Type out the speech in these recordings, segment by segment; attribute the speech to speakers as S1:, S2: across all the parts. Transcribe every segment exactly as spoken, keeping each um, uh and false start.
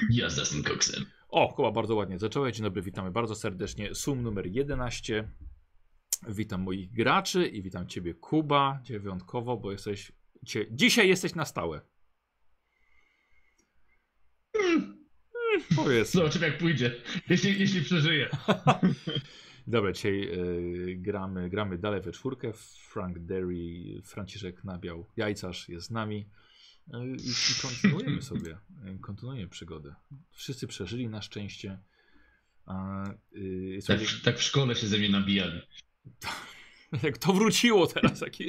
S1: Jazda z tym koksem.
S2: O, Kuba, bardzo ładnie zacząłeś. Dzień dobry, witamy bardzo serdecznie. Sum numer jedenaście. Witam moich graczy i witam ciebie, Kuba, wyjątkowo, bo jesteś... Cie... Dzisiaj jesteś na stałe.
S1: Hmm.
S2: Hmm, powiedz.
S1: Zobaczymy jak pójdzie, jeśli, jeśli przeżyję.
S2: Dobra, dzisiaj y, gramy, gramy dalej we czwórkę. Frank Derry, Franciszek Nabiał, Jajcarz jest z nami. Y, i, I kontynuujemy sobie, y, kontynuujemy przygodę. Wszyscy przeżyli na szczęście. A, y,
S1: tak, w, tak w szkole się ze mnie nabijali.
S2: Jak to wróciło teraz. Taki...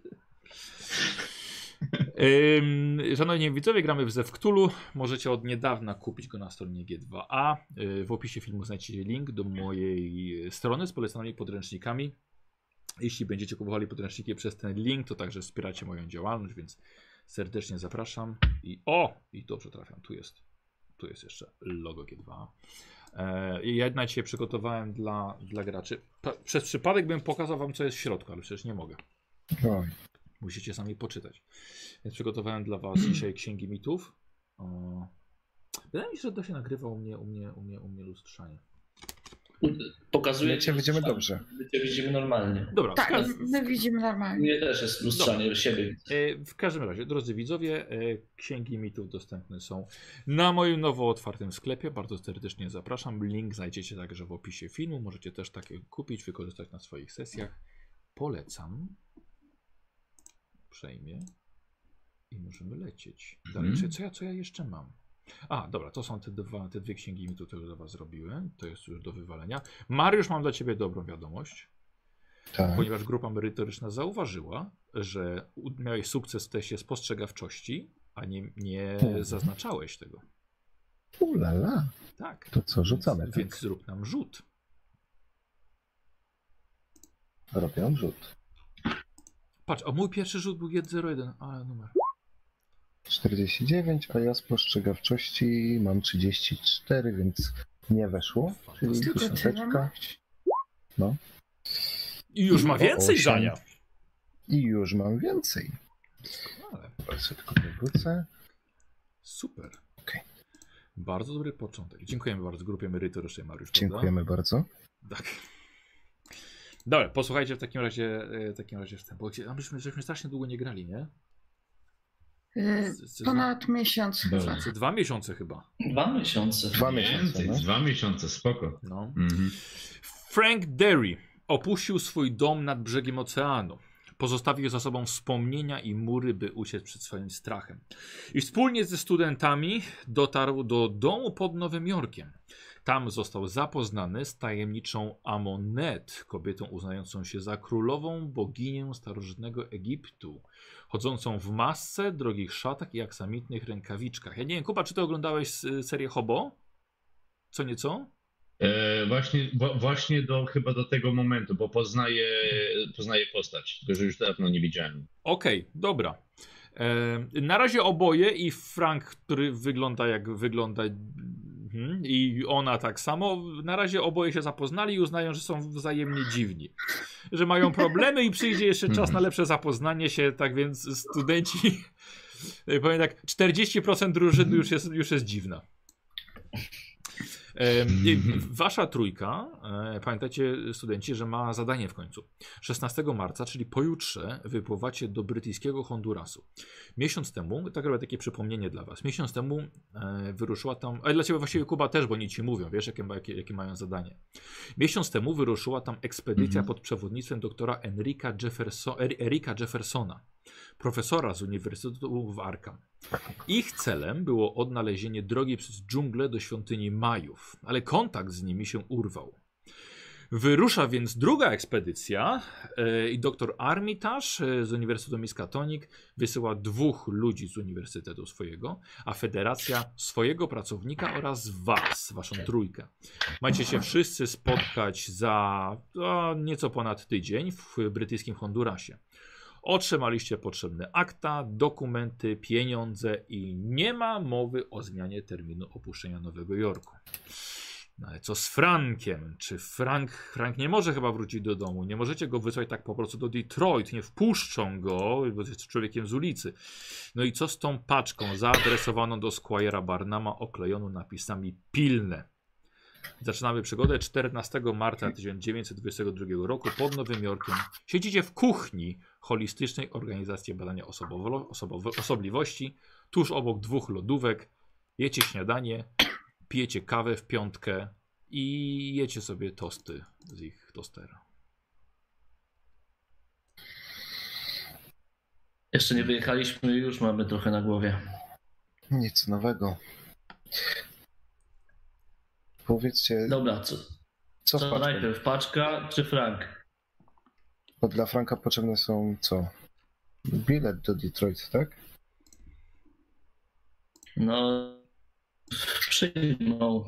S2: Ym, Szanowni widzowie, gramy w Zew Cthulhu. Możecie od niedawna kupić go na stronie G dwa A. Yy, w opisie filmu znajdziecie link do mojej strony z polecanymi podręcznikami. Jeśli będziecie kupowali podręczniki przez ten link, to także wspieracie moją działalność, więc serdecznie zapraszam. I o! I dobrze trafiam. Tu jest, tu jest jeszcze logo G dwa A. Yy, ja jednak dzisiaj przygotowałem dla, dla graczy. Pa, przez przypadek bym pokazał wam, co jest w środku, ale przecież nie mogę.
S3: Oj.
S2: Musicie sami poczytać. Więc przygotowałem dla was dzisiaj księgi mitów. O... Wydaje mi się, że to się nagrywa u mnie, u mnie, u mnie, u mnie lustrzanie.
S4: Pokazuje
S3: My cię widzimy dobrze.
S4: My cię widzimy normalnie.
S2: Dobra,
S5: Tak,
S2: ka-
S5: my widzimy normalnie.
S4: Mnie też jest lustrzanie Dobra. siebie.
S2: W każdym razie, drodzy widzowie, księgi mitów dostępne są na moim nowo otwartym sklepie. Bardzo serdecznie zapraszam. Link znajdziecie także w opisie filmu. Możecie też takie kupić, wykorzystać na swoich sesjach. Polecam. Przejmie i możemy lecieć. Dalej, hmm. co, ja, co ja jeszcze mam? A, dobra, to są te, dwa, te dwie księgi mitów, które dla was zrobiłem. To jest już do wywalenia. Mariusz, mam dla ciebie dobrą wiadomość.
S3: Tak.
S2: Ponieważ grupa merytoryczna zauważyła, że miałeś sukces w teście spostrzegawczości, a nie, nie hmm. zaznaczałeś tego.
S3: Ulala.
S2: Tak.
S3: To co, rzucamy?
S2: Więc,
S3: tak?
S2: więc zrób nam rzut.
S3: Robię rzut.
S2: Patrz, a mój pierwszy rzut był jeden zero jeden, ale numer.
S3: czterdzieści dziewięć, a ja spostrzegawczości mam trzydzieści cztery, więc nie weszło. Czyli dziesiąteczka. No.
S2: I już ma więcej Żania.
S3: I już mam więcej.
S2: Ale.
S3: Teraz tylko wywrócę.
S2: Super.
S3: Okay.
S2: Bardzo dobry początek. Dziękujemy bardzo grupie merytorycznej, Mariusz.
S3: Dziękujemy
S2: prawda?
S3: bardzo.
S2: Tak. Dobra, posłuchajcie w takim razie w takim razie wstępu. Bo myśmy, żeśmy strasznie długo nie grali, nie?
S5: Yy, ponad dwa, miesiąc chyba.
S2: Dwa miesiące chyba.
S4: Dwa miesiące.
S3: Dwa miesiące, no.
S1: Dwa miesiące, spoko.
S2: No.
S1: Mhm.
S2: Frank Derry opuścił swój dom nad brzegiem oceanu. Pozostawił za sobą wspomnienia i mury, by uciec przed swoim strachem. I wspólnie ze studentami dotarł do domu pod Nowym Jorkiem. Tam został zapoznany z tajemniczą Amonet, kobietą uznającą się za królową boginię starożytnego Egiptu, chodzącą w masce, drogich szatach i aksamitnych rękawiczkach. Ja nie wiem, Kuba, czy ty oglądałeś serię Hobo? Co nieco?
S1: E, właśnie, bo, właśnie do, chyba do tego momentu, bo poznaję, poznaję postać, tylko że już dawno nie widziałem.
S2: Okej, okay, dobra. E, na razie oboje i Frank, który wygląda jak wygląda hmm, i ona tak samo, na razie oboje się zapoznali i uznają, że są wzajemnie dziwni. Że mają problemy i przyjdzie jeszcze czas na lepsze zapoznanie się, tak więc studenci, powiem tak, czterdzieści procent drużyny już jest, już jest dziwna. E, wasza trójka, e, pamiętajcie studenci, że ma zadanie w końcu. szesnastego marca, czyli pojutrze, wypływacie do brytyjskiego Hondurasu. Miesiąc temu, tak naprawdę takie przypomnienie dla was, miesiąc temu e, wyruszyła tam, a dla ciebie właściwie Kuba też, bo oni ci mówią, wiesz jakie, jakie, jakie mają zadanie. Miesiąc temu wyruszyła tam ekspedycja mm-hmm. pod przewodnictwem doktora Enrika Jefferson, Erika Jeffersona, profesora z Uniwersytetu w Arkham. Ich celem było odnalezienie drogi przez dżunglę do świątyni Majów, ale kontakt z nimi się urwał. Wyrusza więc druga ekspedycja yy, i doktor Armitage yy, z Uniwersytetu Miskatonic wysyła dwóch ludzi z uniwersytetu swojego, a Federacja swojego pracownika oraz was, waszą trójkę. Macie się wszyscy spotkać za o, nieco ponad tydzień w brytyjskim Hondurasie. Otrzymaliście potrzebne akta, dokumenty, pieniądze i nie ma mowy o zmianie terminu opuszczenia Nowego Jorku. No ale co z Frankiem? Czy Frank, Frank nie może chyba wrócić do domu? Nie możecie go wysłać tak po prostu do Detroit. Nie wpuszczą go, bo jest człowiekiem z ulicy. No i co z tą paczką zaadresowaną do Squire'a Barnuma, oklejoną napisami pilne? Zaczynamy przygodę czternastego marca tysiąc dziewięćset dwudziestego drugiego roku pod Nowym Jorkiem. Siedzicie w kuchni holistycznej organizacji badania osobowo, osobowo, osobliwości, tuż obok dwóch lodówek. Jecie śniadanie, pijecie kawę w piątkę i jecie sobie tosty z ich tostera.
S4: Jeszcze nie wyjechaliśmy, już mamy trochę na głowie.
S3: Nic nowego. Powiedzcie,
S4: Dobra, co,
S3: co w
S4: co
S3: paczce?
S4: najpierw, paczka czy Frank?
S3: Bo dla Franka potrzebne są co? Bilet do Detroit, tak?
S4: No, przyjmą.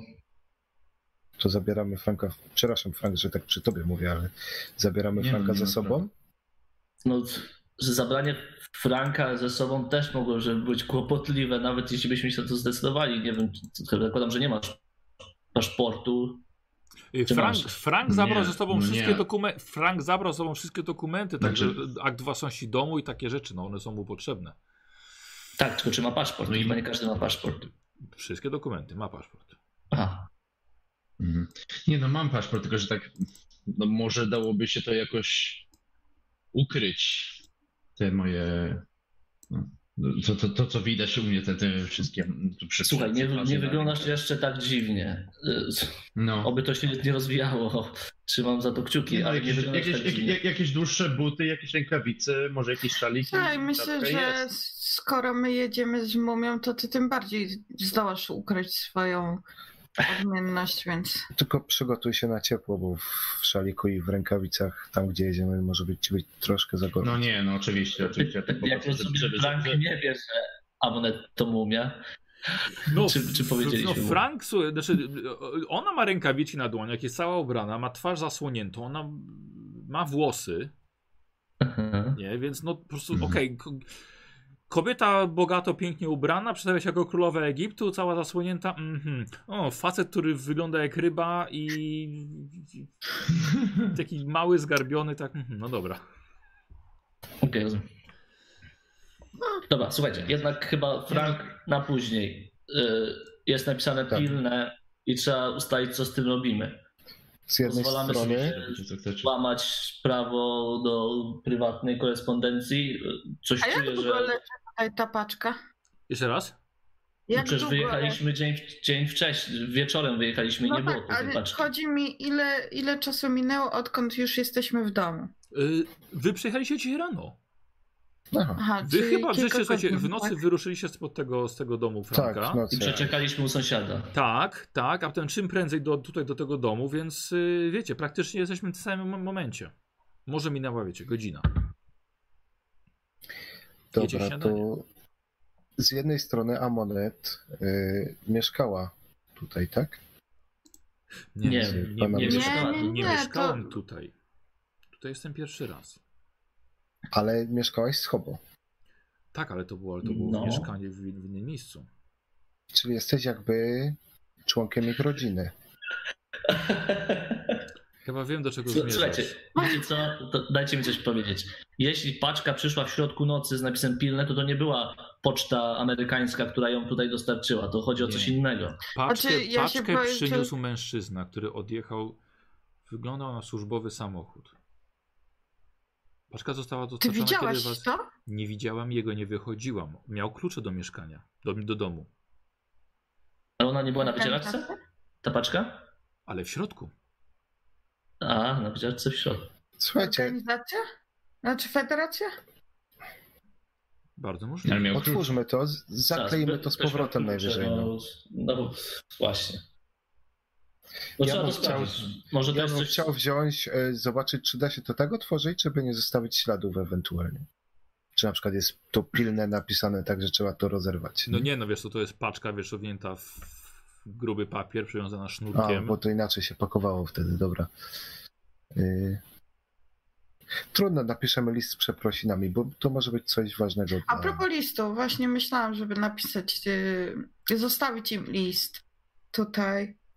S3: To zabieramy Franka, przepraszam Frank, że tak przy tobie mówię, ale zabieramy
S1: Nie,
S3: Franka
S1: no, nie
S3: ze
S1: ma
S3: sobą?
S4: No, że zabranie Franka ze sobą też mogło być kłopotliwe, nawet jeśli byśmy się na to zdecydowali. Nie wiem, zakładam, że nie masz paszportu. Czy
S2: Frank,
S4: masz?
S2: Frank zabrał
S1: Nie,
S2: ze sobą
S1: no
S2: wszystkie
S1: nie.
S2: dokumenty. Frank zabrał ze sobą wszystkie dokumenty, także
S1: Znaczy-
S2: akt własności domu i takie rzeczy, no one są mu potrzebne.
S4: Tak, tylko czy ma paszport?
S1: No i-
S4: Chyba nie każdy ma paszport.
S2: Wszystkie dokumenty, ma paszport.
S4: Aha.
S1: Mhm. Nie no, mam paszport, tylko że tak, no może dałoby się to jakoś ukryć, te moje, no, to, to, to co widać u mnie, te, te wszystkie tu przy-
S4: Słuchaj, nie,
S1: przy-
S4: nie wyglądasz jeszcze tak dziwnie.
S1: No.
S4: Oby to się nie rozwijało. Trzymam za to kciuki,
S1: Nie, no,
S4: ale nie
S1: jakieś,
S4: wyglądasz
S1: jakieś,
S4: tak
S1: jakieś,
S4: dziwnie.
S1: jakieś dłuższe buty, jakieś rękawice, może jakieś szaliki.
S5: Tak, myślę,
S1: czapka
S5: że
S1: jest.
S5: skoro my jedziemy z mumią, to ty tym bardziej zdołasz ukryć swoją odmienność, więc...
S3: Tylko przygotuj się na ciepło, bo w szaliku i w rękawicach, tam gdzie jedziemy, może być ci być troszkę za gorąco.
S1: No nie, no oczywiście, oczywiście. tylko po
S4: Jak
S1: prostu,
S4: rozumiem,
S1: żeby-
S4: Frank
S1: żeby-
S4: nie wie, że Amonet to mumia.
S2: No,
S4: Czy- czy
S2: f-
S4: powiedzieliśmy
S2: no
S4: mu?
S2: Frank, słuchaj, znaczy, ona ma rękawici na dłoniach, jest cała ubrana, ma twarz zasłoniętą, ona ma włosy,
S4: Aha.
S2: nie, więc no po prostu
S1: Mhm.
S2: okej. ko- Kobieta bogato, pięknie ubrana, przedstawia się jako królowa Egiptu, cała zasłonięta. Mhm. O, facet, który wygląda jak ryba i taki mały, zgarbiony, tak. Mhm. No dobra.
S4: Okej, rozumiem. Dobra, słuchajcie, jednak chyba Frank na później. Y, Jest napisane
S3: Tak.
S4: pilne i trzeba ustalić, co z tym robimy.
S3: Z jednej
S4: Pozwalamy
S3: strony,
S4: sobie
S1: Co chcecie?
S4: łamać prawo do prywatnej korespondencji. Coś
S5: A jak
S4: czuję,
S5: długo
S4: że...
S5: leży tutaj ta paczka?
S2: Jeszcze raz?
S5: Jak
S4: Przecież
S5: długo
S4: wyjechaliśmy dzień, dzień wcześniej, wieczorem wyjechaliśmy i
S5: No
S4: nie było
S5: tak,
S4: tej
S5: ale
S4: paczki.
S5: chodzi mi, ile, ile czasu minęło, odkąd już jesteśmy w domu.
S2: Y, Wy przyjechaliście dzisiaj rano.
S3: aha,
S5: Aha,
S2: Wy
S5: czyli
S2: chyba,
S5: kilka
S2: żeście, słuchajcie,
S5: godzin,
S2: w nocy
S5: tak?
S2: wyruszyliście spod tego, z tego domu Franka.
S3: tak, w
S4: I
S3: nocy.
S4: przeczekaliśmy u sąsiada.
S2: Tak, tak, a potem czym prędzej do, tutaj do tego domu, więc y, wiecie, praktycznie jesteśmy w tym samym mo- momencie. Może minęła, wiecie, godzina. Jecie
S3: Dobra,
S2: śniadanie.
S3: to z jednej strony Amonet y, mieszkała tutaj, tak?
S2: Nie,
S4: Nie,
S2: nie, nie,
S3: pana
S2: nie,
S3: Nie,
S2: mieszkałem,
S5: nie,
S2: nie,
S5: nie,
S2: mieszkałem
S5: to-
S2: tutaj. Tutaj jestem pierwszy raz.
S3: Ale mieszkałaś z Hobo.
S2: Tak, ale to było, ale to było
S4: No.
S2: mieszkanie w, w innym miejscu.
S3: Czyli jesteś jakby członkiem ich rodziny.
S2: Chyba wiem, do czego
S4: Słu-
S2: zmierzasz.
S4: Słuchajcie, wiecie co? To dajcie mi coś powiedzieć. Jeśli paczka przyszła w środku nocy z napisem pilne, to to nie była poczta amerykańska, która ją tutaj dostarczyła. To chodzi o coś
S2: Nie.
S4: innego.
S2: Paczkę,
S5: Znaczy, ja się
S2: paczkę
S5: boję, że-
S2: przyniósł mężczyzna, który odjechał, wyglądał na służbowy samochód. Paczka została
S5: Ty
S2: dostarczona,
S5: widziałaś
S2: kiedy was...
S5: to?
S2: Nie widziałam jego, nie wychodziłam. Miał klucze do mieszkania, do, do domu,
S4: Ale ona nie była na wycieraczce? Ta paczka?
S2: ale w środku.
S4: A, na wycieraczce w środku.
S3: Słuchajcie,
S5: Organizacja? Znaczy federacja?
S2: Bardzo możliwe.
S1: Ale miał klucz.
S3: otwórzmy to, z- zaklejmy
S4: Zaraz,
S3: to z
S4: ktoś ma
S3: powrotem
S4: klucze,
S3: najwyżej. No.
S4: No, no właśnie. No
S3: Ja
S4: trzeba
S3: bym
S4: to
S3: chciał-
S4: sprawdzić. Może to
S3: Ja
S4: jest
S3: bym
S4: coś...
S3: chciał wziąć, e, zobaczyć, czy da się to tak otworzyć, żeby nie zostawić śladów ewentualnie. Czy na przykład jest to pilne napisane tak, że trzeba to rozerwać.
S2: No nie, no wiesz co, to jest paczka, wiesz, owinięta w gruby papier, przywiązana
S3: A,
S2: sznurkiem.
S3: bo to inaczej się pakowało wtedy, dobra. Y... Trudno, napiszemy list z przeprosinami, bo to może być coś ważnego.
S5: A
S3: dla-
S5: propos listu, właśnie myślałam, żeby napisać, yy, zostawić im list tutaj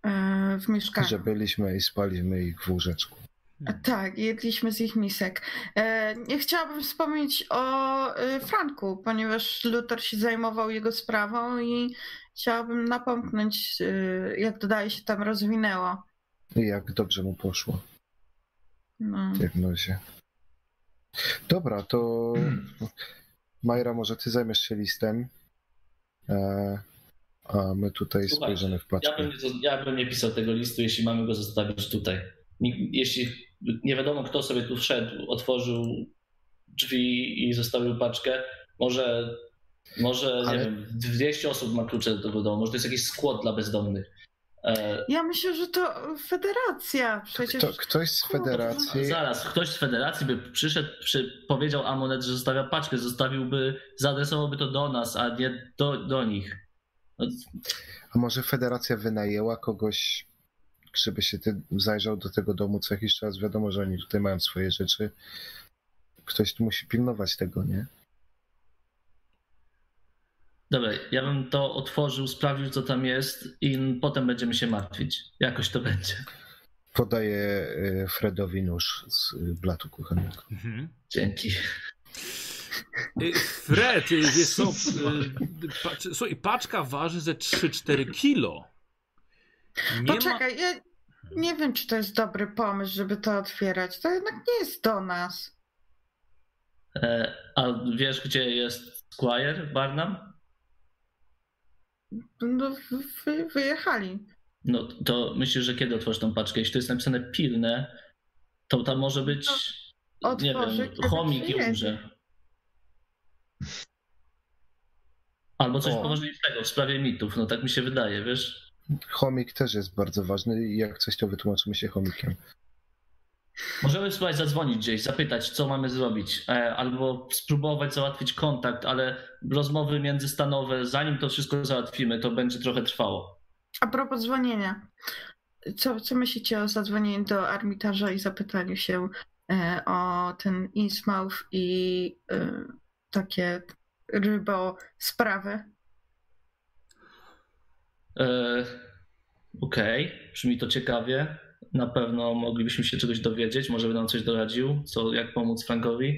S5: e, w mieszkaniu.
S3: Że byliśmy i spaliśmy ich w łóżeczku.
S5: A tak, jedliśmy z ich misek. E, nie chciałabym wspomnieć o e, Franku, ponieważ Luther się zajmował jego sprawą i chciałabym napomknąć, e, jak to dalej się tam rozwinęło.
S3: I jak dobrze mu poszło
S5: No.
S3: w diagnozie. Dobra, to Majra, może ty zajmiesz się listem, e, a my tutaj
S4: Słuchajcie,
S3: spojrzymy w paczkę.
S4: Ja bym, nie, ja bym nie pisał tego listu, jeśli mamy go zostawić tutaj. Jeśli nie wiadomo, kto sobie tu wszedł, otworzył drzwi i zostawił paczkę, może, może
S3: Ale...
S4: nie wiem, dwieście osób ma klucze do tego domu, może to jest jakiś skład dla bezdomnych. E...
S5: Ja myślę, że to federacja. Przecież...
S3: Kto, ktoś z federacji...
S4: Zaraz, ktoś z federacji by przyszedł, przy, powiedział Amunet, że zostawia paczkę, zostawiłby, zaadresowałby to do nas, a nie do, do nich. No...
S3: A może federacja wynajęła kogoś, żeby się ty zajrzał do tego domu co jakiś czas? Wiadomo, że oni tutaj mają swoje rzeczy. Ktoś tu musi pilnować tego, nie?
S4: Dobra, ja bym to otworzył, sprawdził, co tam jest i potem będziemy się martwić. Jakoś to będzie.
S3: Podaję Fredowi nóż z blatu kuchennego.
S2: Mhm.
S4: Dzięki.
S2: Fred, wiesz co, słuchaj, paczka waży ze trzy cztery kilo. Nie
S5: Poczekaj,
S2: ma...
S5: ja nie wiem, czy to jest dobry pomysł, żeby to otwierać. To jednak nie jest do nas.
S4: E, a wiesz, gdzie jest Squire Barnum?
S5: No, wy, wyjechali.
S4: No to myślisz, że kiedy otworzysz tą paczkę? Jeśli to jest napisane pilne, to tam może być,
S5: no,
S4: nie wiem, chomik i umrze. Albo coś
S3: O.
S4: poważniejszego w sprawie mitów, no tak mi się wydaje, wiesz?
S3: Chomik też jest bardzo ważny i jak coś to wytłumaczymy się chomikiem.
S4: Możemy spróbować zadzwonić gdzieś, zapytać, co mamy zrobić, albo spróbować załatwić kontakt, ale rozmowy międzystanowe, zanim to wszystko załatwimy, to będzie trochę trwało.
S5: A propos dzwonienia. Co, co myślicie o zadzwonieniu do Armitarza i zapytaniu się e, o ten Innsmouth i e, takie rybo sprawy?
S4: E, Okej, okay. Brzmi to ciekawie. Na pewno moglibyśmy się czegoś dowiedzieć, może by nam coś doradził, co, jak pomóc Frankowi.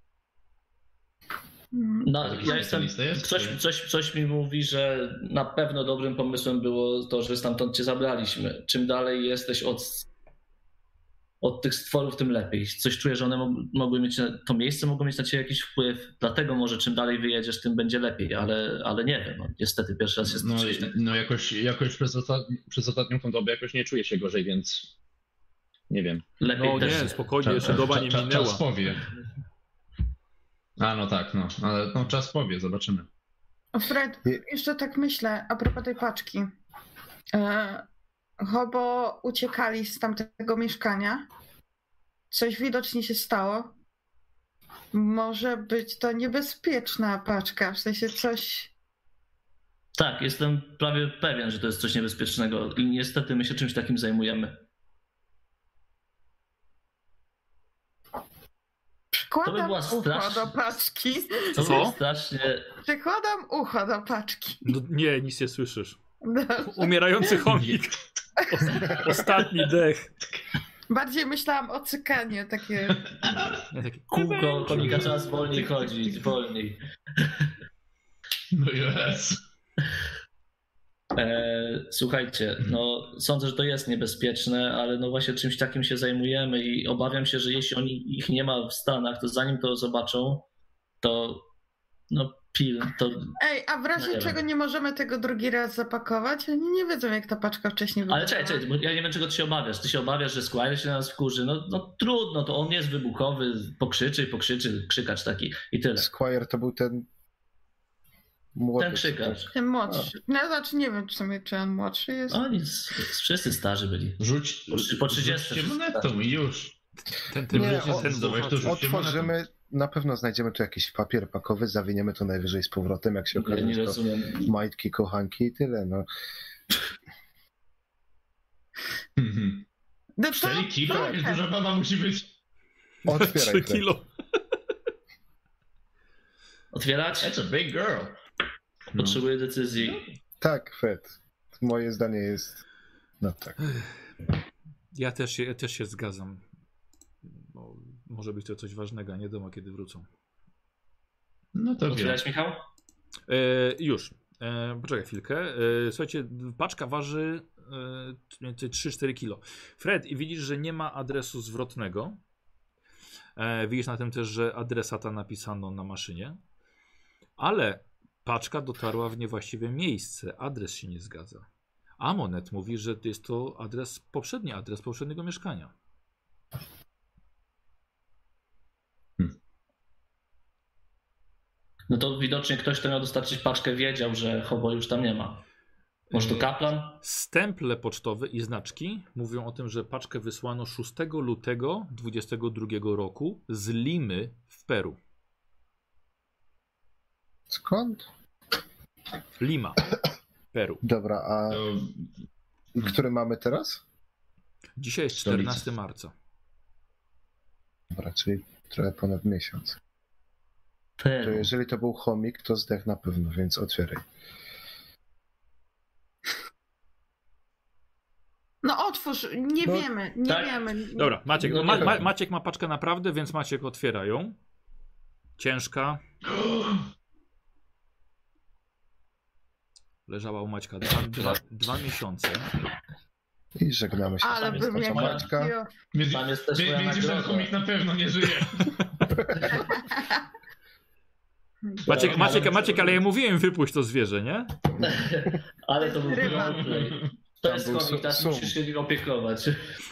S4: No, ja jestem, coś, coś, coś mi mówi, że na pewno dobrym pomysłem było to, że stamtąd cię zabraliśmy. Czym dalej jesteś od, od tych stworów, tym lepiej. Coś czuję, że one mogły mieć, to miejsce mogło mieć na ciebie jakiś wpływ, dlatego może czym dalej wyjedziesz, tym będzie lepiej, ale, ale nie wiem, no, niestety pierwszy raz jest
S1: No, no jakoś, jakoś przez, ostatni, przez ostatnią tą dobę jakoś nie czuję się gorzej, więc nie wiem.
S4: Lepiej
S2: no
S4: też.
S2: nie, spokojnie, jeszcze doba nie minęła.
S1: Czas powie. A no tak, no, ale no, czas powie, zobaczymy.
S5: Fred, jeszcze tak myślę a propos tej paczki. E, Hobo uciekali z tamtego mieszkania. Coś widocznie się stało. Może być to niebezpieczna paczka, w sensie coś...
S4: Tak, jestem prawie pewien, że to jest coś niebezpiecznego i niestety my się czymś takim zajmujemy.
S5: Przykładam
S4: to by była
S5: ucho
S4: strasz...
S5: do paczki.
S4: To
S2: Co?
S4: by strasznie...
S5: Przykładam ucho do paczki.
S2: No, nie, nic nie słyszysz.
S5: Dobrze.
S2: Umierający chomik. O, ostatni dech.
S5: Bardziej myślałam o cykaniu, takie...
S4: Kółko chomika trzeba wolniej chodzić, wolniej.
S1: No jest.
S4: E, słuchajcie, no sądzę, że to jest niebezpieczne, ale no właśnie czymś takim się zajmujemy i obawiam się, że jeśli oni, ich nie ma w Stanach, to zanim to zobaczą, to no pil, to...
S5: Ej, a w razie
S4: no, nie
S5: czego
S4: wiem.
S5: nie możemy tego drugi raz zapakować? Oni nie wiedzą, jak ta paczka wcześniej wyglądała.
S4: Ale czekaj, czekaj, bo ja nie wiem, czego ty się obawiasz. Ty się obawiasz, że Squire się na nas wkurzy. No, no trudno, to on jest wybuchowy, pokrzyczy, pokrzyczy, krzykacz taki i tyle.
S3: Squire to był ten młody.
S4: Ten krzykacz.
S5: Ten młodszy. No znaczy nie wiem, czy, czy on młodszy jest.
S4: Oni wszyscy starzy byli.
S1: Rzuć,
S4: Po- po trzydziestce
S1: rzućcie monetą i już.
S2: Ten, ten,
S3: Nie,
S2: ten,
S3: o-
S2: ten
S1: zdobyć to
S2: bohater.
S1: rzuć.
S3: Otworzymy, na pewno znajdziemy tu jakiś papier pakowy, zawiniemy to najwyżej z powrotem, jak się
S4: Ja
S3: okaże,
S4: nie
S3: że to
S4: rozumiem.
S3: majtki, kochanki i tyle, no.
S1: Mhm.
S5: No to-
S1: cztery kilo?
S5: to-
S1: Jak duża baba musi być?
S3: Otwieraj,
S2: trzy
S3: Fred.
S2: kilo.
S4: Otwierać?
S1: That's a big girl. No.
S4: Potrzebuję decyzji.
S3: Tak, Fred. Moje zdanie jest No tak.
S2: Ja też się, ja też się zgadzam. Bo może być to coś ważnego, a nie doma, kiedy wrócą.
S1: No to wiem.
S4: Otwierać, Michał?
S2: E, już. E, poczekaj chwilkę. E, słuchajcie, paczka waży e, mniej więcej trzy cztery kilo. Fred, i widzisz, że nie ma adresu zwrotnego. E, widzisz na tym też, że adresata napisano na maszynie. Ale paczka dotarła w niewłaściwe miejsce. Adres się nie zgadza. Amonet mówi, że jest to adres, poprzedni adres poprzedniego mieszkania.
S4: No to widocznie ktoś, kto miał dostarczyć paczkę, wiedział, że Hobo już tam nie ma. Może to kaplan?
S2: Stemple pocztowe i znaczki mówią o tym, że paczkę wysłano szóstego lutego dwudziestego drugiego roku z Limy w Peru.
S3: Skąd?
S2: Lima, Peru.
S3: Dobra, a
S1: To...
S3: który mamy teraz?
S2: Dzisiaj jest
S1: Stolica.
S2: czternastego marca.
S3: Dobra, czyli trochę ponad miesiąc. To
S4: Peru.
S3: jeżeli to był chomik, to zdech na pewno, więc otwieraj.
S5: No otwórz, nie
S3: No,
S5: wiemy, nie
S4: tak.
S5: wiemy.
S2: Dobra, Maciek,
S4: No
S2: ma,
S4: nie
S2: ma,
S4: wiem.
S2: Maciek ma paczkę naprawdę, więc Maciek otwiera ją. Ciężka. Leżała u Maćka dwa, dwa, dwa miesiące.
S3: I żegnamy się.
S5: Ale
S4: Tam jest
S5: bym
S4: taka
S5: jak
S3: Maćka.
S1: Więc,
S4: Tam jest też
S1: wie-
S4: twoja
S1: Wiecie, że ten
S4: nagroda.
S1: chomik na pewno nie żyje.
S2: Maciek,
S4: Ale-
S2: Maciek, Maciek, ale ja mówiłem, wypuść to zwierzę, nie?
S4: Ale to był
S5: Ryba.
S4: roleplay. To
S3: Tam
S4: jest
S3: był
S4: chomik, teraz
S3: sum.
S4: musisz się nim opiekować.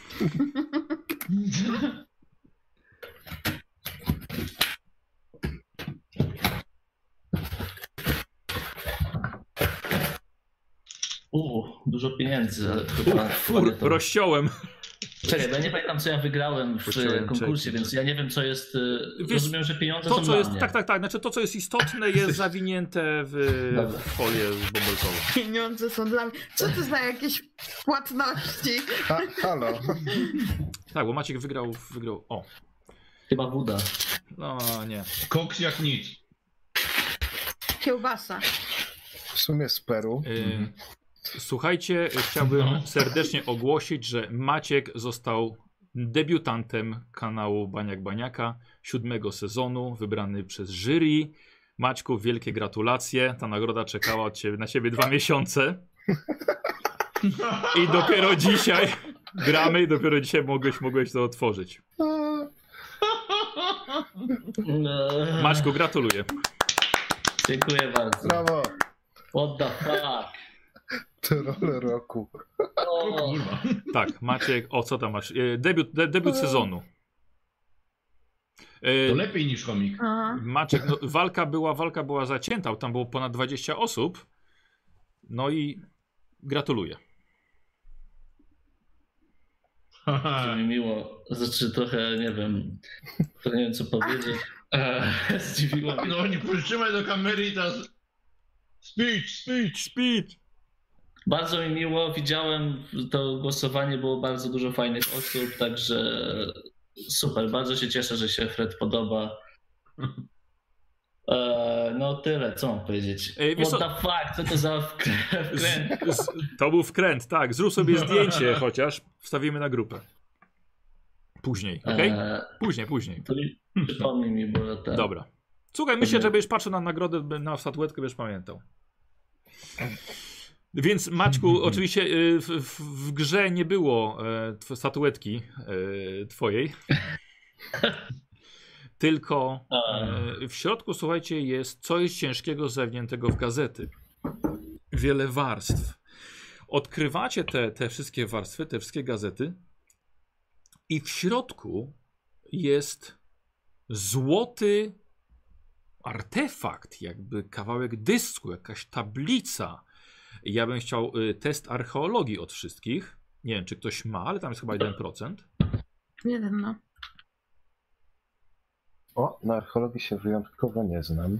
S4: Uuu, dużo pieniędzy, ale chyba...
S2: Fur,
S4: to...
S2: rozciąłem.
S4: Czekaj, bo ja nie pamiętam, co ja wygrałem w
S2: Puściłem
S4: konkursie,
S2: czeki.
S4: więc ja nie wiem, co jest... y,
S2: Wiesz,
S4: Rozumiem, że pieniądze
S2: To,
S4: są
S2: co
S4: dla
S2: jest,
S4: mnie.
S2: tak, tak, tak. Znaczy to, co jest istotne, jest zawinięte w,
S4: Dobra.
S2: w folię bąbelkową.
S5: Pieniądze są dla mnie. Co to za jakieś płatności?
S3: Ha, halo.
S2: Tak, bo Maciek wygrał, wygrał. O,
S4: Chyba woda.
S2: no nie.
S1: Koks jak nic.
S5: Kiełbasa.
S3: W sumie z Peru.
S2: Y, Słuchajcie, chciałbym
S1: No.
S2: serdecznie ogłosić, że Maciek został debiutantem kanału Baniak Baniaka siódmego sezonu, wybrany przez jury. Maćku, wielkie gratulacje. Ta nagroda czekała od ciebie, na ciebie dwa miesiące. I dopiero dzisiaj gramy i dopiero dzisiaj mogłeś, mogłeś to otworzyć.
S4: Eee,
S2: Maćku, gratuluję.
S4: Dziękuję bardzo.
S3: Brawo.
S4: What the fuck?
S3: Troll roku.
S1: O
S4: O,
S1: kurwa.
S2: Tak, Maciek, o co tam masz? E, Debiut, de, debiut sezonu. E,
S1: To lepiej niż chomik.
S5: Aha.
S2: Maciek, no, walka była, walka była zacięta, tam było ponad dwadzieścia osób. No i gratuluję.
S4: że mi miło. Znaczy trochę, nie wiem, trochę nie wiem, co powiedzieć. Eee, zdziwiło mnie.
S1: No nie przytrzymaj do kamery i teraz... Speech, speech.
S2: Speed!
S4: Bardzo mi miło, widziałem to głosowanie, było bardzo dużo fajnych osób, także super, bardzo się cieszę, że się Fred podoba. Eee, no tyle, co mam powiedzieć.
S2: Ej, wiesz
S4: What
S2: co-
S4: the fuck, co to za wkrę- wkręt?
S2: Z, to był wkręt, tak. Zrób sobie zdjęcie chociaż. Wstawimy na grupę. Później, okej?
S4: Eee,
S2: Później, później.
S4: to mi- przypomnij mi, bo ten...
S2: Dobra. Słuchaj, myślę, że będziesz patrzył na nagrodę, na statuetkę, będziesz pamiętał. Więc Maćku, oczywiście y, w, w, w grze nie było e, tw- statuetki e, twojej. Tylko e, w środku, słuchajcie, jest coś ciężkiego zawiniętego w gazety. Wiele warstw. Odkrywacie te, te wszystkie warstwy, te wszystkie gazety i w środku jest złoty artefakt, jakby kawałek dysku, jakaś tablica. Ja bym chciał y, test archeologii od wszystkich. Nie wiem, czy ktoś ma, ale tam jest chyba jeden procent.
S5: Jeden, no.
S3: O, na archeologii się wyjątkowo nie znam.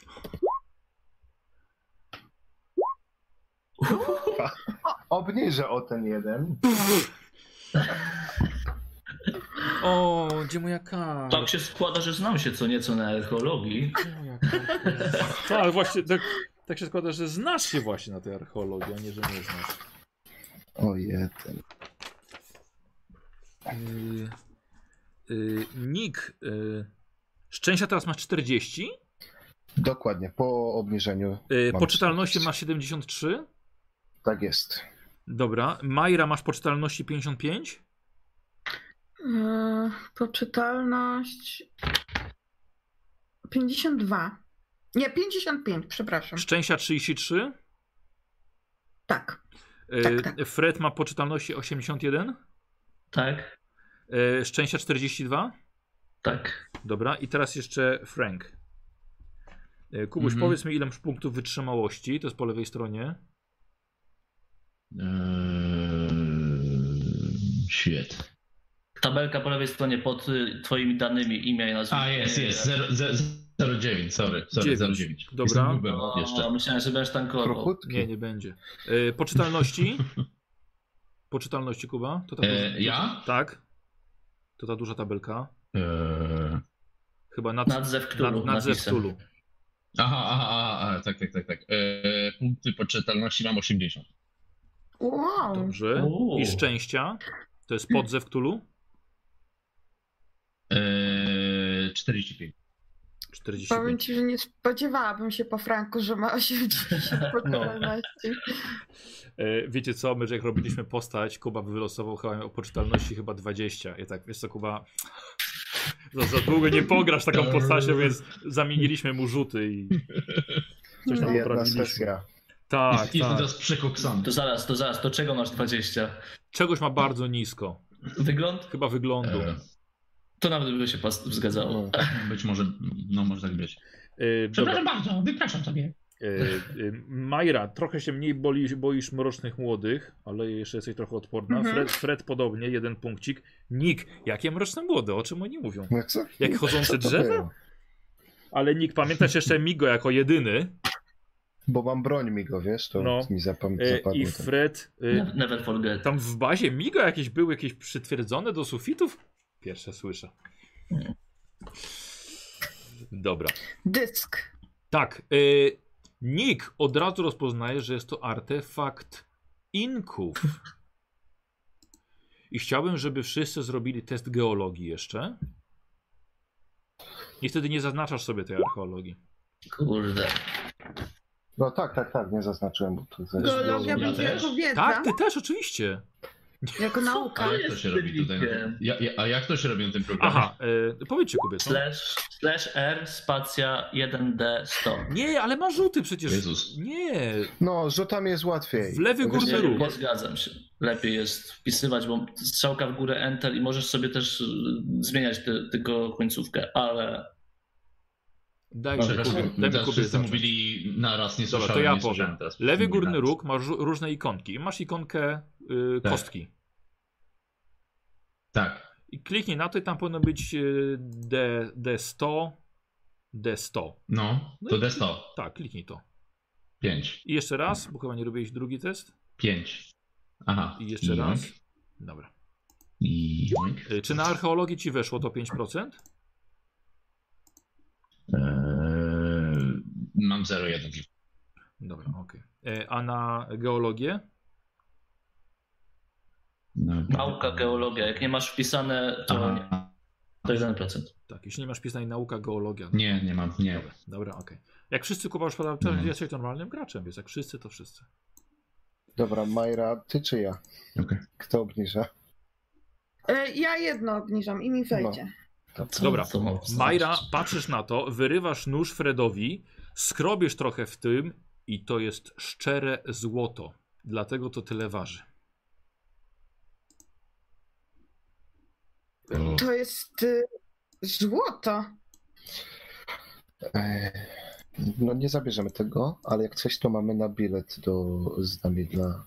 S3: Obniżę o ten jeden.
S2: O, gdzie moja karta?
S4: Tak się składa, że znam się co nieco na archeologii.
S2: Gdzie moja karta? Tak, właśnie, tak, tak się składa, że znasz się właśnie na tej archeologii, a nie, że nie znasz.
S3: Ojej. jeden.
S2: Yy, yy, Nick, yy, szczęścia teraz masz czterdzieści.
S3: Dokładnie, po obniżeniu.
S2: Yy,
S3: mam
S2: poczytalności
S3: czterdzieści.
S2: masz siedemdziesiąt trzy.
S3: Tak jest.
S2: Dobra. Majra masz poczytalności pięćdziesiąt pięć.
S5: Yy, poczytalność pięćdziesiąt dwa. Nie, pięćdziesiąt pięć, przepraszam.
S2: Szczęścia trzydzieści trzy.
S5: Tak.
S2: Yy,
S5: Tak, tak.
S2: Fred ma poczytalności osiemdziesiąt jeden.
S4: Tak,
S2: Yy, szczęścia czterdzieści dwa.
S4: tak.
S2: Dobra. I teraz jeszcze Frank. Yy, Kubuś,
S1: Mhm.
S2: powiedz mi, ile masz punktów wytrzymałości. To jest po lewej stronie.
S1: Eee, shit.
S4: Tabelka po lewej stronie pod y, twoimi danymi, imię i nazwisko.
S1: A, jest, jest. zero dziewięć, sorry. Sorry,
S2: Dziewięć.
S1: zero dziewięć.
S2: Dobra.
S1: Jestem nubem
S4: O,
S1: jeszcze.
S4: myślałem, że będziesz tankował.
S3: Kruchutki.
S2: Nie, nie będzie. Yy, poczytalności. Poczytalności, Kuba. To ta
S1: E,
S2: duża-
S1: ja?
S2: Tak. To ta duża tabelka.
S1: Eee,
S2: Chyba nad,
S4: Nad Zew Cthulhu
S2: nad, nad Zew
S4: napisem.
S2: Cthulhu.
S1: aha, aha, aha, aha, tak, tak, tak, tak. Eee, punkty poczytalności mam osiemdziesiąt.
S5: Wow.
S2: Dobrze.
S4: Uuu.
S2: I szczęścia. To jest pod Zew Cthulhu.
S1: Eee, czterdzieści pięć.
S2: czterdzieści
S5: Powiem
S2: pięć.
S5: ci, że nie spodziewałabym się po Franku, że ma osiemdziesiąt poczytalności.
S2: E, wiecie co, my że jak robiliśmy postać, Kuba wylosował chyba o poczytalności chyba dwadzieścia. I tak, wiesz co, Kuba, za, za długo nie pograsz taką postacią, więc zamieniliśmy mu rzuty i coś tam
S3: Jedna
S2: poprawiliśmy.
S3: sesja.
S2: Tak,
S1: Jest, jest
S2: tak.
S1: teraz przekoksany.
S4: To zaraz, to zaraz, to czego masz dwadzieścia?
S2: Czegoś ma bardzo nisko.
S4: Wygląd?
S2: Chyba wyglądu.
S1: Eee,
S4: To nawet by się pas- zgadzało.
S1: być może, no może tak być.
S2: E, dobra.
S1: bardzo, wypraszam sobie.
S2: E, e, Majra, trochę się mniej boli, boisz mrocznych młodych, ale jeszcze jesteś trochę odporna.
S5: Mhm.
S2: Fred, Fred podobnie, jeden punkcik. Nick, jakie mroczne młode, o czym oni mówią?
S3: No co?
S2: Jak chodzące
S3: Co to
S2: drzewa?
S3: było?
S2: Ale Nick, pamiętasz jeszcze Migo jako jedyny.
S3: Bo mam broń Migo, wiesz, to
S2: No.
S3: mi zapam-
S2: E,
S3: zapadło.
S2: I
S3: to.
S2: Fred. E,
S4: Never forget.
S2: tam w bazie Migo jakieś były jakieś przytwierdzone do sufitów? Pierwsze słyszę. Dobra.
S5: Dysk.
S2: Tak. E, Nick od razu rozpoznaje, że jest to artefakt inków. I chciałbym, żeby wszyscy zrobili test geologii jeszcze. I wtedy nie zaznaczasz sobie tej archeologii.
S4: Kurde.
S3: No tak, tak, tak, nie zaznaczyłem, bo to zaś
S5: Geologia
S1: Ja
S5: będzie
S1: też.
S5: jako wiedza,
S2: Tak, ty też, oczywiście.
S5: jako nauka.
S1: A jak to się robi tutaj? Na tym? Ja, ja, a jak to się robi na tym programie?
S2: Aha, e, powiedzcie kobietom.
S4: Slash, slash R, spacja jeden D sto.
S2: Nie, ale ma rzuty przecież.
S1: Jezus.
S2: Nie.
S3: No, rzutami jest łatwiej.
S2: W lewy górny
S3: Wiesz,
S2: róg.
S4: Nie, nie zgadzam się. Lepiej jest wpisywać, bo strzałka w górę Enter i możesz sobie też y, zmieniać te, tylko końcówkę, ale
S2: Daj,
S4: No,
S2: daj,
S1: Przepraszam,
S2: Kubie, daj mi
S1: teraz
S2: Kubie
S1: wszyscy
S2: zacząć.
S1: mówili naraz, nie
S2: Dobra,
S1: słyszałem.
S2: to ja
S1: nie
S2: powiem.
S1: słyszałem teraz.
S2: Lewy górny
S1: Naraz.
S2: róg ma żu- różne ikonki. Masz ikonkę y,
S1: Tak.
S2: kostki.
S1: Tak.
S2: I kliknij na to i tam powinno być y, D, D sto, D sto.
S1: No,
S2: No
S1: to
S2: i-
S1: D sto.
S2: Tak, kliknij to.
S1: pięć.
S2: I jeszcze raz, bo chyba nie robiłeś drugi test.
S1: pięć. Aha.
S2: I jeszcze
S1: I
S2: raz.
S1: joink.
S2: Dobra.
S1: I joink.
S2: Y, czy na archeologii ci weszło to pięć procent?
S1: Eee, mam zero jeden.
S2: Dobra, okej. Y, A na geologię?
S1: No,
S4: nauka, geologia. Jak nie masz wpisane, to, nie,
S1: Aha.
S4: to jeden procent.
S2: Tak, jeśli nie masz pisanej nauka, geologia.
S1: Nie, nie mam, nie.
S2: Dobra, dobra, okej. Jak wszyscy kupasz, to
S1: Mhm.
S2: jesteś normalnym graczem, więc jak wszyscy, to wszyscy.
S3: Dobra, Majra, ty czy ja?
S1: Okej.
S3: Kto obniża?
S5: E, Ja jedno obniżam i mi wejdzie.
S4: Co,
S2: Dobra,
S4: co mam wstać?
S2: Majra, patrzysz na to, wyrywasz nóż Fredowi, skrobiesz trochę w tym i to jest szczere złoto. Dlatego to tyle waży.
S1: O,
S5: To jest y, złoto.
S3: Eee, no nie zabierzemy tego, ale jak coś, to mamy na bilet do z nami dla...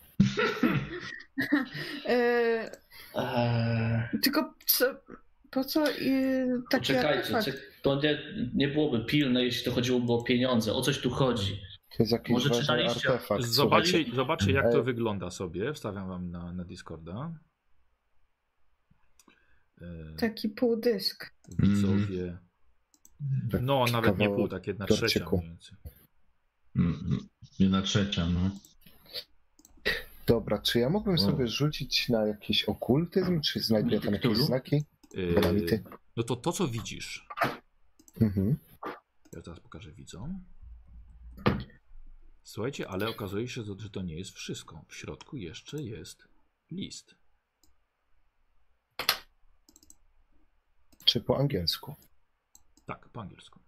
S5: E,
S4: Eee,
S5: tylko co, po co y, takie
S4: Poczekajcie,
S5: artefakty?
S4: czek- to nie, nie byłoby pilne, jeśli to chodziłoby o pieniądze. O coś tu chodzi.
S3: To jest jakiś
S4: Może
S3: ważny
S4: czytaliście-
S3: artefakt.
S2: Zobaczcie,
S3: słuchajcie.
S2: zobaczcie jak to
S3: E-
S2: wygląda sobie. Wstawiam wam na, na Discorda. E,
S5: Taki półdysk.
S2: Widzowie.
S3: Tak,
S2: No, nawet nie
S3: kawałek
S2: pół, tak jedna trzecia
S3: torciku.
S2: mniej więcej.
S1: mm, Jedna trzecia, no.
S3: Dobra, czy ja mógłbym
S1: O.
S3: sobie rzucić na jakiś okultyzm, czy znajduję tam jakieś
S4: Cthulhu?
S3: znaki?
S2: Yy,
S3: Benamity.
S2: no to to, co widzisz.
S3: Mhm.
S2: Ja teraz pokażę widzom. Słuchajcie, ale okazuje się, że to nie jest wszystko. W środku jeszcze jest list.
S3: Czy po angielsku?
S2: Tak, po angielsku.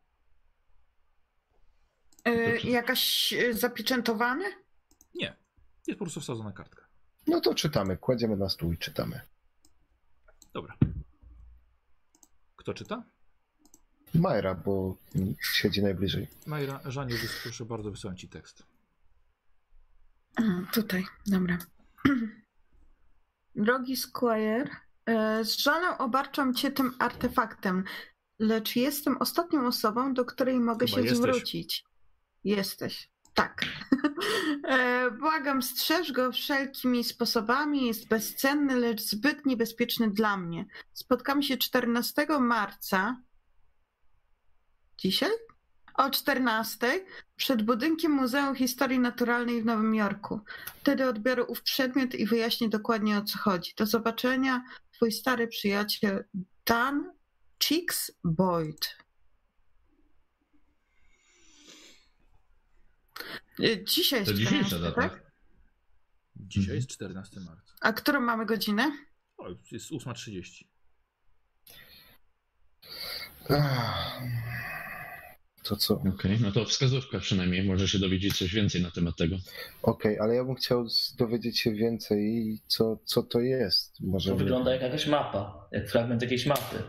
S5: E,
S1: Dobrze.
S5: jakaś e, zapieczętowane?
S2: Nie, jest po prostu wsadzona kartka.
S3: No to czytamy, kładziemy na stół i czytamy.
S2: Dobra. Kto czyta?
S3: Majra, bo siedzi najbliżej.
S2: Majra, Żaniu, wys- proszę bardzo, wysyłam ci tekst.
S5: A, tutaj, dobra. Drogi Squire, e, z żalem obarczam cię tym artefaktem, lecz jestem ostatnią osobą, do której mogę
S2: Chyba
S5: się
S2: jesteś.
S5: zwrócić. Jesteś, tak. e, błagam, strzeż go wszelkimi sposobami, jest bezcenny, lecz zbyt niebezpieczny dla mnie. Spotkamy się czternastego marca. Dzisiaj? O czternastej przed budynkiem Muzeum Historii Naturalnej w Nowym Jorku. Wtedy odbiorę ów przedmiot i wyjaśnię dokładnie, o co chodzi. Do zobaczenia, twój stary przyjaciel Dan Chicks Boyd. Y, Dzisiaj jest
S1: To dzisiejsza
S5: czternasty,
S1: data.
S5: tak?
S2: Dzisiaj
S1: Mhm.
S2: jest czternastego marca.
S5: A którą mamy godzinę?
S2: O, jest ósma trzydzieści.
S3: Ach, to co? Okej,
S1: Okej, no to wskazówka przynajmniej, może się dowiedzieć coś więcej na temat tego.
S3: ale ja bym chciał z- dowiedzieć się więcej, co, co to jest. Może
S4: To wygląda jak jakaś mapa, jak fragment jakiejś mapy.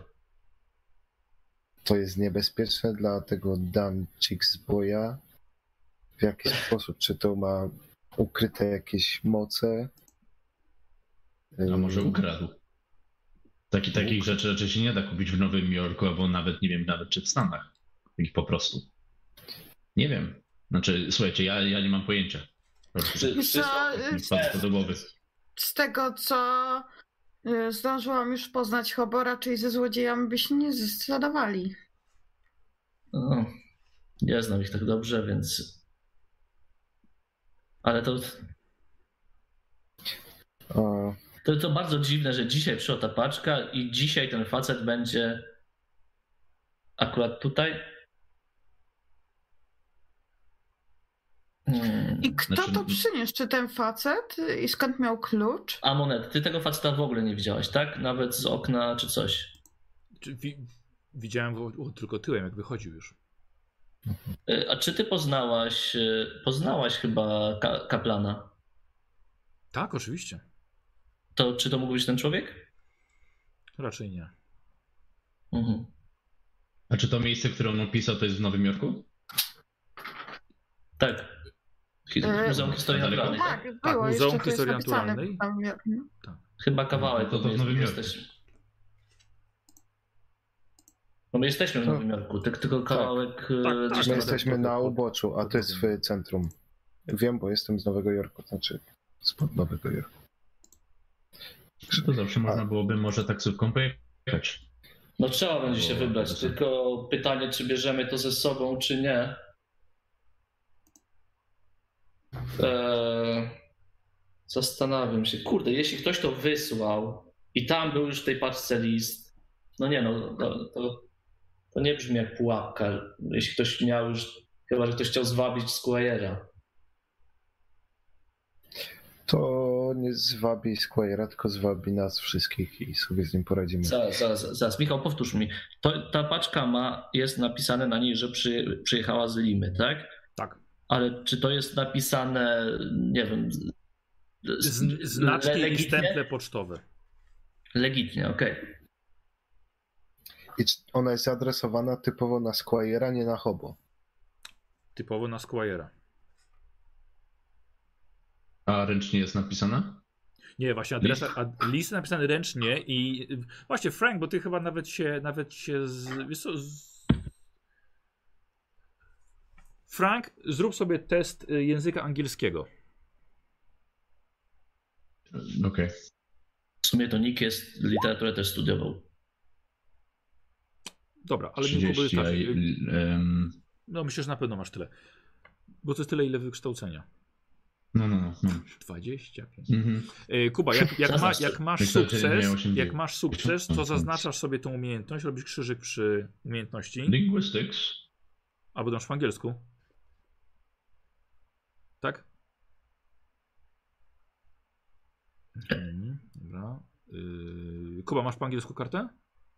S3: to jest niebezpieczne dla tego Dan Chicks Boya? W jaki sposób? Czy to ma ukryte jakieś moce?
S1: A może
S3: Ym,
S1: ukradł? Taki, takich rzeczy raczej się nie da kupić w Nowym Jorku, albo nawet, nie wiem, nawet czy w Stanach. Takich po prostu. Nie wiem. Znaczy, słuchajcie, ja, ja nie mam pojęcia.
S4: Czy,
S5: Wiesz
S4: czy,
S5: co,
S1: Mi
S5: y,
S1: wpadło to do głowy.
S5: z tego, co y, zdążyłam już poznać Hobo, raczej ze złodziejami by się nie zadawali.
S4: no, nie znam ich tak dobrze, więc... Ale to,
S3: a,
S4: to, to bardzo dziwne, że dzisiaj przyszła ta paczka i dzisiaj ten facet będzie akurat tutaj. Hmm.
S5: I kto
S1: Znaczy-
S5: to przyniósł? Czy ten facet? I skąd miał klucz?
S4: A Monet, ty tego faceta w ogóle nie widziałaś, tak? Nawet z okna czy coś.
S2: Czy wi- widziałem go o, tylko tyłem, jak wychodził już.
S4: Y, A czy ty poznałaś, y, poznałaś chyba ka- kaplana?
S2: Tak, oczywiście.
S4: To czy to mógł być ten człowiek?
S2: Raczej nie.
S4: Mhm.
S1: A czy to miejsce, które on opisał, to jest w Nowym Jorku?
S4: Tak. Hi-
S5: E,
S4: Muzeum Historii
S1: daleko?
S4: Naturalnej. Tak?
S5: Tak,
S2: Tak,
S5: było.
S2: Muzeum
S5: jeszcze tu jest
S2: Historii
S5: napisane.
S2: Naturalnej.
S5: Mhm.
S4: Chyba kawałek.
S1: No to to
S4: bo
S1: w
S4: my
S1: Nowym
S4: jest-
S1: Jorku.
S4: jesteśmy. No my jesteśmy w
S3: To-
S4: Nowym Jorku, tyk- tylko kawałek
S2: Tak,
S4: e,
S2: tak,
S4: gdzieś
S3: my
S4: tam.
S3: jesteśmy na uboczu, a to jest w centrum. Wiem, bo jestem z Nowego Jorku, znaczy spod Nowego Jorku.
S1: To zawsze można byłoby może taksówką pojechać.
S4: No trzeba będzie się
S1: O,
S4: wybrać,
S1: to-
S4: tylko pytanie, czy bierzemy to ze sobą, czy nie. Eee, zastanawiam się. Kurde, jeśli ktoś to wysłał i tam był już w tej paczce list, no nie no, to, to, to nie brzmi jak pułapka. Jeśli ktoś miał już, chyba że ktoś chciał zwabić Squire'a.
S3: To nie zwabi Squire'a, tylko zwabi nas wszystkich i sobie z nim poradzimy.
S4: Zaraz, zaraz, zaraz. Michał, powtórz mi. To, ta paczka ma, jest napisane na niej, że przy, przyjechała z Limy, tak?
S2: Tak.
S4: Ale czy to jest napisane, nie wiem... z-
S2: Z, znaczki i
S4: legitnie?
S2: stemple pocztowe.
S4: Legitnie, okej.
S3: I c- ona jest zaadresowana typowo na Squire'a, nie na Hobo.
S2: Typowo na Squire'a.
S1: A ręcznie jest napisana?
S2: Nie, właśnie adres, a list napisany ręcznie i właśnie Frank, bo ty chyba nawet się, nawet się z, wiesz co, z... Frank, zrób sobie test języka angielskiego.
S1: Okej.
S4: W sumie to Nick jest, literaturę też studiował.
S2: Dobra, ale mi byłoby
S1: trzydzieści, a,
S2: tak,
S1: em,
S2: no myślę, że na pewno masz tyle. Bo to jest tyle, ile wykształcenia.
S1: No, no, no. no.
S2: dwadzieścia pięć.
S1: Mhm.
S2: E, Kuba, jak, jak, ma, jak masz
S1: Jak to
S2: sukces,
S1: miało osiemdziesiąt.
S2: jak masz sukces, to zaznaczasz sobie tą umiejętność, robisz krzyżyk przy umiejętności.
S1: Linguistics.
S2: Albo dasz po angielsku. Tak? Mhm, dobra. Yy, Kuba, masz po angielsku kartę?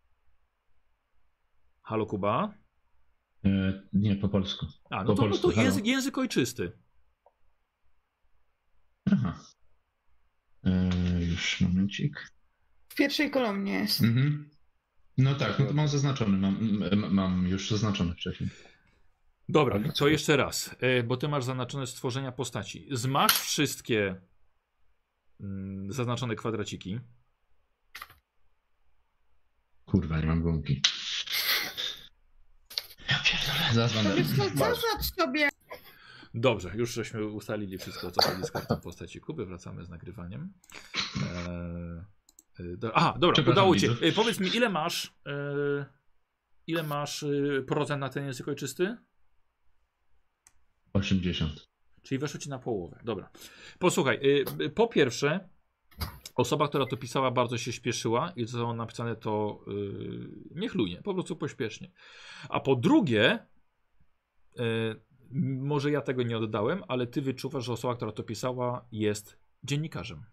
S2: Halo, Kuba?
S1: E, nie, po polsku.
S2: A, no
S1: Po
S2: to, no
S1: polsku,
S2: to
S1: halo.
S2: język, język ojczysty.
S1: Aha. E, już momencik.
S5: W pierwszej kolumnie jest.
S1: Mhm. No tak, no to mam zaznaczony, mam, m- mam już zaznaczony wcześniej.
S2: Dobra, to jeszcze raz, e, bo ty masz zaznaczone stworzenia postaci. Zmasz wszystkie mm, zaznaczone kwadraciki.
S1: Kurwa, nie mam gumki. Ja pierdolę, zaraz
S5: To
S1: będę...
S5: wiesz co, zaznacz sobie.
S2: Dobrze, już żeśmy ustalili wszystko, co chodzi z kartą postaci Kuby. Wracamy z nagrywaniem. Eee, do, aha, dobra,
S1: Przepraszam,
S2: udało cię.
S1: widzów.
S2: E, powiedz mi, ile masz e, ile masz e, procent na ten język ojczysty?
S1: osiemdziesiąt.
S2: Czyli weszło ci na połowę. Dobra. Posłuchaj, e, po pierwsze, osoba, która to pisała, bardzo się śpieszyła i co napisane to e, niechlujnie, po prostu pośpiesznie. A po drugie, e, może ja tego nie oddałem, ale ty wyczuwasz, że osoba, która to pisała, jest dziennikarzem.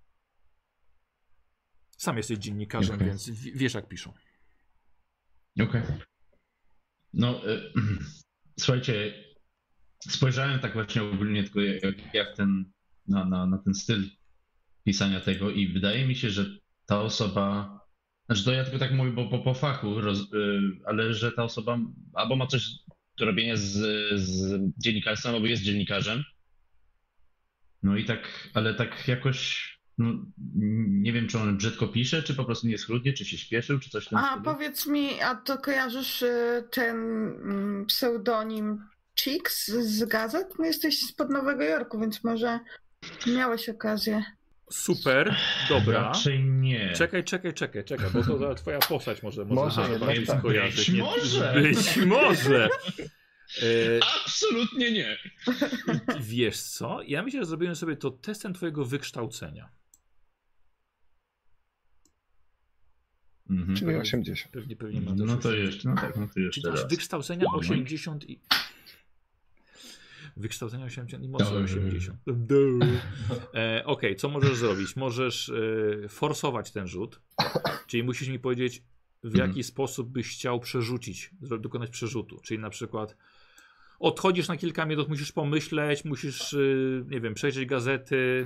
S2: Sam jesteś dziennikarzem,
S1: Okay.
S2: więc w- wiesz, jak piszą.
S1: Okej. Okay. No, y, słuchajcie, spojrzałem tak właśnie ogólnie tylko jak, jak ten, na, na, na ten styl pisania tego i wydaje mi się, że ta osoba, znaczy to ja tylko tak mówię, bo po, po fachu, roz, y, ale że ta osoba albo ma coś do robienia z, z dziennikarstwem, albo jest dziennikarzem. No i tak, ale tak jakoś, no, nie wiem, czy on brzydko pisze, czy po prostu nie schludnie, czy się śpieszył, czy coś w tym
S5: A
S1: stylu.
S5: powiedz mi, a to kojarzysz y, ten mm, pseudonim Cheeks z gazet? No jesteś spod Nowego Jorku, więc może miałeś okazję.
S2: Super, dobra.
S1: Raczej nie.
S2: Czekaj, czekaj, czekaj, czekaj, bo to za- twoja postać może, może,
S3: Może
S2: może
S3: jednak
S2: bardziej
S3: tak.
S2: skojarzyć.
S1: Być
S2: Nie-
S1: może.
S2: Być może. E,
S1: Absolutnie nie.
S2: wiesz co? Ja myślę, że zrobiłem sobie to testem twojego wykształcenia.
S1: Mhm.
S3: Czyli osiemdziesiąt.
S2: Pewnie, pewnie ma też
S1: No to
S2: osiemdziesiąt.
S1: jeszcze, no tak, no to
S2: Czyli
S1: jeszcze
S2: to masz
S1: raz.
S2: wykształcenia
S1: Oj.
S2: osiemdziesiąt i... Wykształcenia osiemdziesiąt i mocno
S1: Dobrze.
S2: osiemdziesiąt. E, Okej, co możesz zrobić? Możesz e, forsować ten rzut, czyli musisz mi powiedzieć, w jaki
S1: Mhm.
S2: sposób byś chciał przerzucić, zro- dokonać przerzutu. Czyli na przykład odchodzisz na kilka minut, musisz pomyśleć, musisz, y, nie wiem, przejrzeć gazety.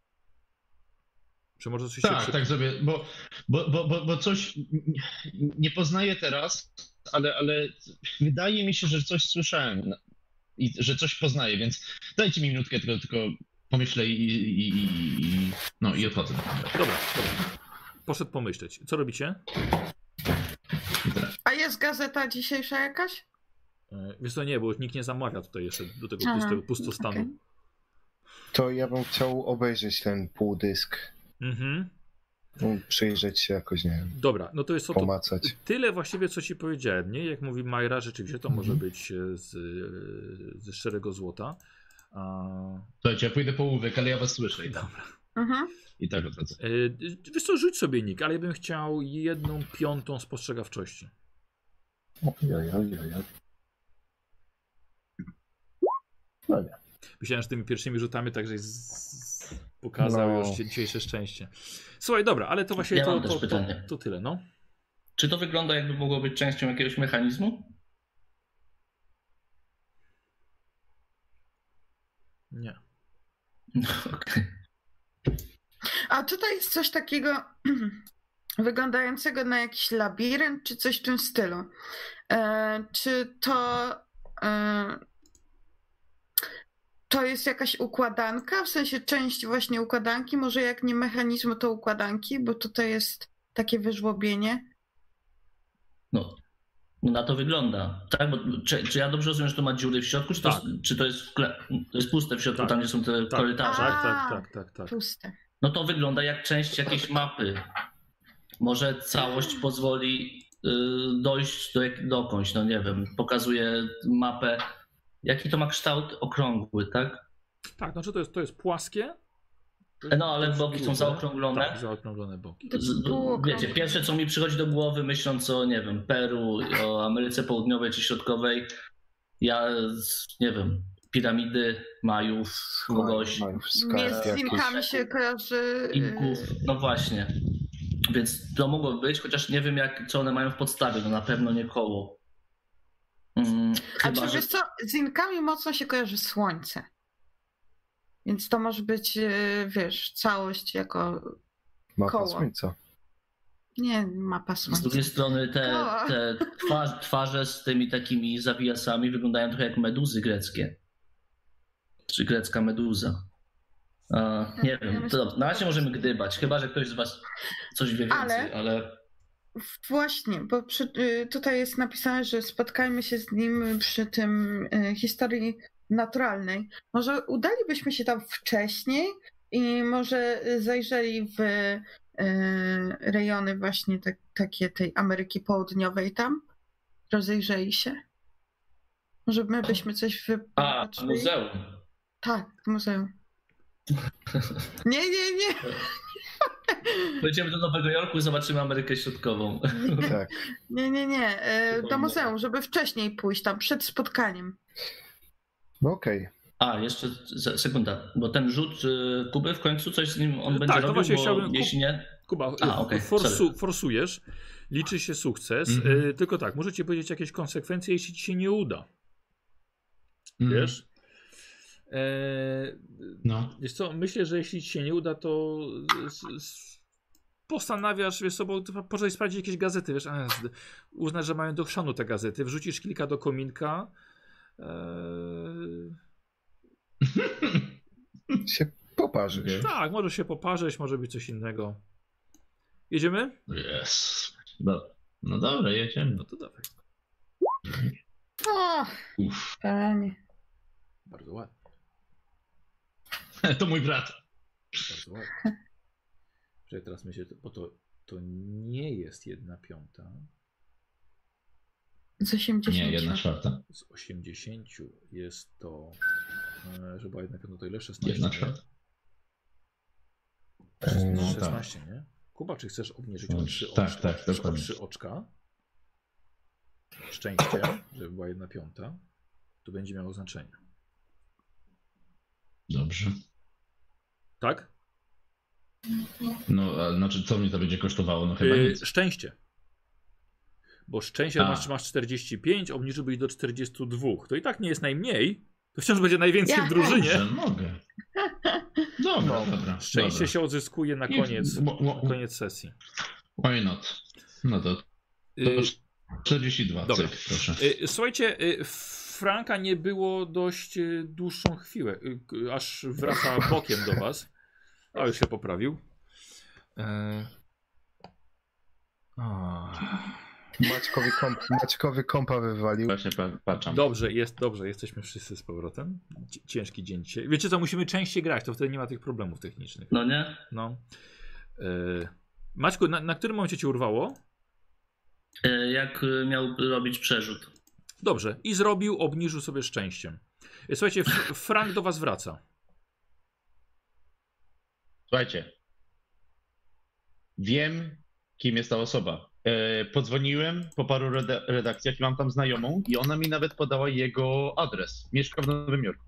S2: Czy może coś się
S1: Tak,
S2: przy...
S1: tak sobie, bo, bo, bo, bo, bo coś nie poznaję teraz, ale, ale wydaje mi się, że coś słyszałem i że coś poznaję, więc dajcie mi minutkę, tylko, tylko pomyślę i, i, i, i no i odchodzę.
S2: Dobra, dobra. Poszedł pomyśleć. Co robicie?
S1: I tyle.
S5: A jest gazeta dzisiejsza jakaś?
S2: E, Wiesz co, nie, bo nikt nie zamawia tutaj jeszcze do tego
S5: Aha,
S2: pustego, pustostanu.
S5: okej.
S3: To ja bym chciał obejrzeć ten półdysk.
S2: Mhm.
S3: No, przyjrzeć się jakoś, nie wiem,
S2: Dobra, no to jest co to.
S3: pomacać.
S2: Tyle właściwie, co ci powiedziałem, nie? Jak mówi Majra, rzeczywiście to może
S3: Mhm.
S2: być e, z, e, ze szczerego złota. A...
S1: Słuchajcie, ja pójdę po łówek, ale ja was słyszę i tak,
S2: Dobra.
S5: Mhm.
S1: i tak odchodzę.
S2: E, Wiesz co, rzuć sobie nick, ale ja bym chciał jedną piątą spostrzegawczości.
S3: Ojej, ojej, ojej. No nie.
S2: Myślałem, że tymi pierwszymi rzutami także z... pokazał
S3: No.
S2: już ci- dzisiejsze szczęście. Słuchaj, dobra, ale to właśnie
S4: Ja
S2: to,
S4: mam
S2: to,
S4: też
S2: to,
S4: pytanie.
S2: to tyle, no.
S4: Czy to wygląda, jakby mogło być częścią jakiegoś mechanizmu?
S2: Nie.
S4: No, okej.
S5: A tutaj jest coś takiego wyglądającego na jakiś labirynt, czy coś w tym stylu. E, czy to e, to jest jakaś układanka? W sensie część właśnie układanki? Może jak nie mechanizmu, to układanki? Bo tutaj jest takie wyżłobienie.
S4: No, no na to wygląda. Tak, bo czy, czy ja dobrze rozumiem, że to ma dziury w środku, czy to,
S2: Tak.
S4: czy to jest, wkle- to jest puste w środku,
S2: Tak.
S4: tam gdzie są te
S2: Tak,
S4: korytarze?
S2: tak,
S5: A.
S2: tak, tak, tak, tak.
S5: Puste.
S4: No to wygląda jak część jakiejś mapy. Może całość pozwoli y, dojść do jak, dokądś, no nie wiem, pokazuje mapę. Jaki to ma kształt? Okrągły, tak?
S2: Tak, znaczy to jest, to jest płaskie.
S4: No, ale boki są zaokrąglone.
S2: Tak, zaokrąglone boki.
S4: Z, wiecie, pierwsze co mi przychodzi do głowy, myśląc o, nie wiem, Peru, o Ameryce Południowej czy Środkowej, ja, nie wiem, piramidy Majów, kogoś.
S5: Nie z Inkami się kojarzy.
S4: Inków, no właśnie. Więc to mogło być, chociaż nie wiem, jak, co one mają w podstawie, no na pewno nie koło. Hmm,
S5: A
S4: chyba,
S5: czy
S4: że...
S5: wiesz co, z Inkami mocno się kojarzy słońce. Więc to może być, wiesz, całość jako
S3: Mapa
S5: koło.
S3: słońca.
S5: Nie, mapa słońca.
S4: Z drugiej strony te, te twarz, twarze z tymi takimi zawijasami wyglądają trochę jak meduzy greckie. Czy grecka meduza. Uh, nie wiem, to dobrze. Na razie możemy gdybać, chyba że ktoś z was coś wie więcej, ale... ale...
S5: Właśnie, bo przy, tutaj jest napisane, że spotkajmy się z nim przy tym y, historii naturalnej. Może udalibyśmy się tam wcześniej i może zajrzeli w y, rejony właśnie tak, takie tej Ameryki Południowej tam, rozejrzeli się. Może my byśmy coś wypatrzyli.
S4: A, muzeum.
S5: Tak, muzeum. Nie, nie, nie.
S4: Pojedziemy do Nowego Jorku i zobaczymy Amerykę Środkową.
S3: Tak.
S5: Nie, nie, nie. Do muzeum, żeby wcześniej pójść tam, przed spotkaniem.
S3: No okej. Okay.
S4: A, jeszcze sekunda, bo ten rzut Kuby w końcu coś z nim on będzie
S2: tak,
S4: robił,
S2: właśnie
S4: bo
S2: chciałbym...
S4: jeśli nie...
S2: Kuba,
S4: A, okay.
S2: forsu, forsujesz, liczy się sukces, mm-hmm. y, tylko tak, możecie powiedzieć jakieś konsekwencje, jeśli ci się nie uda. Mm. Wiesz? E, no. Wiesz co, myślę, że jeśli ci się nie uda, to z, z, postanawiasz, wiesz co, bo poczekaj sprawdzić jakieś gazety, wiesz, a, uznasz, że mają do chrzanu te gazety, wrzucisz kilka do kominka. E...
S3: się poparzysz.
S2: Tak, może się poparzyć, może być coś innego. Jedziemy?
S1: Yes. No, no dobra, jedziemy.
S2: No to dawaj.
S5: O, Uff. Panie.
S2: Bardzo ładnie.
S1: To mój brat.
S2: Bardzo ładnie. Przecież teraz myślę, bo to, to nie jest jedna piąta.
S5: Z osiemdziesięciu.
S1: Nie, jedna czwarta.
S2: Z osiemdziesięciu jest to, że była jedna piąta, to ile? szesnaście.
S1: Jedna czwarta.
S2: No, szesnaście, tak. Nie? Kuba, czy chcesz obniżyć o trzy
S1: tak,
S2: oczka?
S1: Tak, tak, dokładnie.
S2: trzy oczka. Szczęście, żeby była jedna piąta. To będzie miało znaczenie.
S1: Dobrze.
S2: Tak?
S1: No, a znaczy co mi to będzie kosztowało? No chyba
S2: yy,
S1: nic.
S2: Szczęście. Bo szczęście masz, masz czterdzieści pięć, obniżyłbyś do czterdziestu dwóch. To i tak nie jest najmniej. To wciąż będzie najwięcej ja, w drużynie.
S1: Dobrze, mogę. Dobra, no, dobra.
S2: Szczęście
S1: dobra.
S2: się odzyskuje na koniec, na koniec sesji.
S1: Why not? No to, to yy, czterdzieści dwa.
S2: Dobra.
S1: Cyk, proszę.
S2: Yy, słuchajcie, yy, Franka nie było dość yy, dłuższą chwilę, yy, aż wraca bokiem do was. A już się poprawił. Yy. Oh.
S3: Maćkowi, komp, Maćkowi kompa wywalił.
S1: Właśnie patrzę.
S2: Dobrze, jest, dobrze, jesteśmy wszyscy z powrotem. Ciężki dzień dzisiaj. Wiecie co, musimy częściej grać, to wtedy nie ma tych problemów technicznych.
S4: No nie?
S2: No. Yy. Maćku, na, na którym momencie cię urwało?
S4: Yy, jak miał robić przerzut.
S2: Dobrze, i zrobił, obniżył sobie szczęściem. Słuchajcie, Frank do was wraca.
S1: Słuchajcie. Wiem, kim jest ta osoba. E, podzwoniłem po paru reda- redakcjach i mam tam znajomą i ona mi nawet podała jego adres. Mieszka w Nowym Jorku.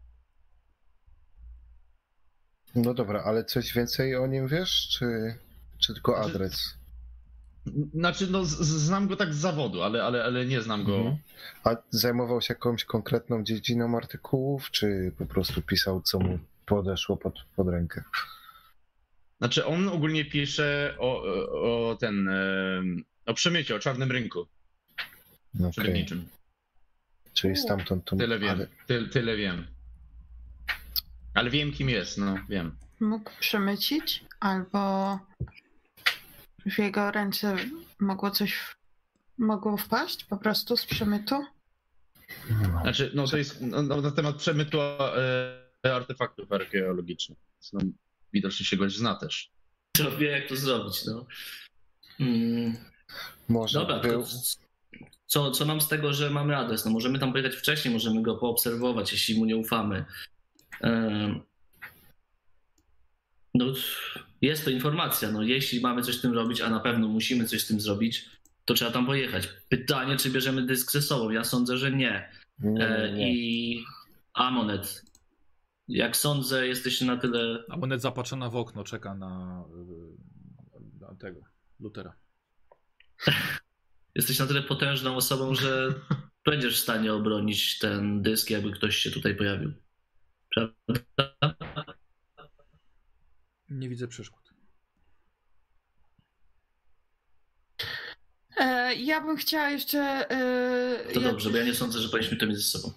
S3: No dobra, ale coś więcej o nim wiesz, czy, czy tylko adres?
S1: Znaczy, no z- znam go tak z zawodu, ale, ale, ale nie znam go. Mhm.
S3: A zajmował się jakąś konkretną dziedziną artykułów, czy po prostu pisał, co mu podeszło pod, pod rękę?
S1: Znaczy, on ogólnie pisze o, o ten, o przemycie, o czarnym rynku.
S3: Okay. Czyli stamtąd to...
S1: Tyle wiem, ale... Ty, tyle wiem. Ale wiem, kim jest, no wiem.
S5: Mógł przemycić, albo w jego ręce mogło coś mogło wpaść po prostu z przemytu?
S1: Znaczy, no to jest no, na temat przemytu e, artefaktów archeologicznych. No, widocznie się goś zna też.
S4: To wie, jak to zrobić, no. Hmm.
S3: Może
S4: Dobra,
S3: był...
S4: to co, co nam z tego, że mamy adres? No możemy tam pojechać wcześniej, możemy go poobserwować, jeśli mu nie ufamy. No, jest to informacja. No, jeśli mamy coś z tym robić, a na pewno musimy coś z tym zrobić, to trzeba tam pojechać. Pytanie, czy bierzemy dysk ze sobą? Ja sądzę, że nie.
S3: Nie, nie, nie.
S4: I Amonet, jak sądzę, jesteście na tyle...
S2: Amonet zapatrzona w okno czeka na, na tego, Lutera.
S4: Jesteś na tyle potężną osobą, że będziesz w stanie obronić ten dysk, jakby ktoś się tutaj pojawił. Prawda?
S2: Nie widzę przeszkód.
S5: E, ja bym chciała jeszcze... E,
S4: To
S5: jak...
S4: dobrze, bo ja nie sądzę, że powinniśmy to mieć ze sobą.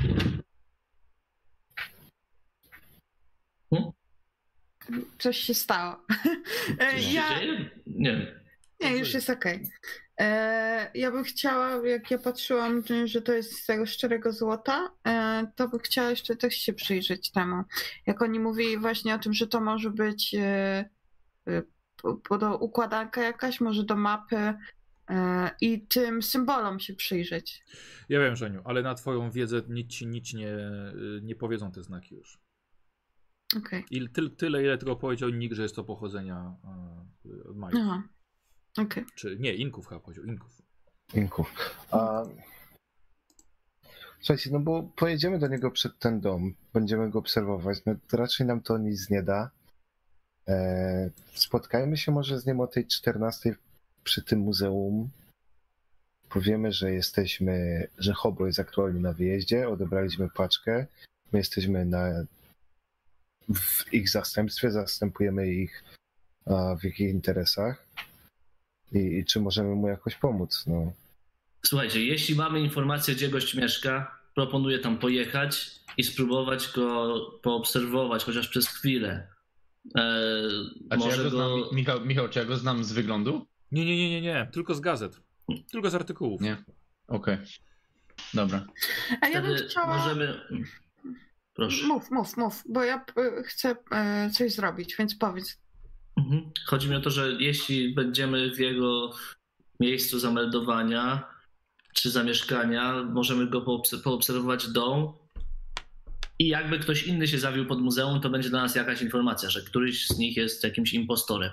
S4: Hmm?
S5: Coś się stało. E,
S4: Coś się
S5: ja...
S4: dzieje? Nie wiem.
S5: Nie, już jest okej. Okay. Ja bym chciała, jak ja patrzyłam, że to jest z tego szczerego złota, e, to bym chciała jeszcze też się przyjrzeć temu. Jak oni mówili właśnie o tym, że to może być e, e, do układanka jakaś, może do mapy e, i tym symbolom się przyjrzeć.
S2: Ja wiem, Żeniu, ale na twoją wiedzę nic ci nic nie, nie powiedzą te znaki już.
S5: Okay.
S2: I ty, tyle, ile tylko powiedział Nick, że jest to pochodzenia e, od Majów.
S5: Aha. Okay.
S2: Czy nie, Inków chyba powiedział, Inków.
S3: Inków. A... Słuchajcie, no bo pojedziemy do niego przed ten dom, będziemy go obserwować, no to raczej nam to nic nie da. E... Spotkajmy się może z nim o tej czternastej przy tym muzeum. Powiemy, że jesteśmy, że Hobo jest aktualnie na wyjeździe, odebraliśmy paczkę, my jesteśmy na... w ich zastępstwie, zastępujemy ich a, w ich interesach. I, I czy możemy mu jakoś pomóc? No.
S4: Słuchajcie, jeśli mamy informację, gdzie gość mieszka, proponuję tam pojechać i spróbować go poobserwować, chociaż przez chwilę. Eee,
S1: A czy
S4: może
S1: ja go znam,
S4: go...
S1: Michał, Michał, czy ja go znam z wyglądu?
S2: Nie, nie, nie, nie, nie, tylko z gazet. Tylko z artykułów.
S1: Nie. Okej. Okay. Dobra.
S5: A ja bym
S4: Wtedy
S5: chciała...
S4: możemy... Proszę.
S5: Mów, mów, mów, bo ja chcę coś zrobić, więc powiedz.
S4: Mhm. Chodzi mi o to, że jeśli będziemy w jego miejscu zameldowania czy zamieszkania, możemy go poobserwować dom i jakby ktoś inny się zawił pod muzeum, to będzie dla nas jakaś informacja, że któryś z nich jest jakimś impostorem.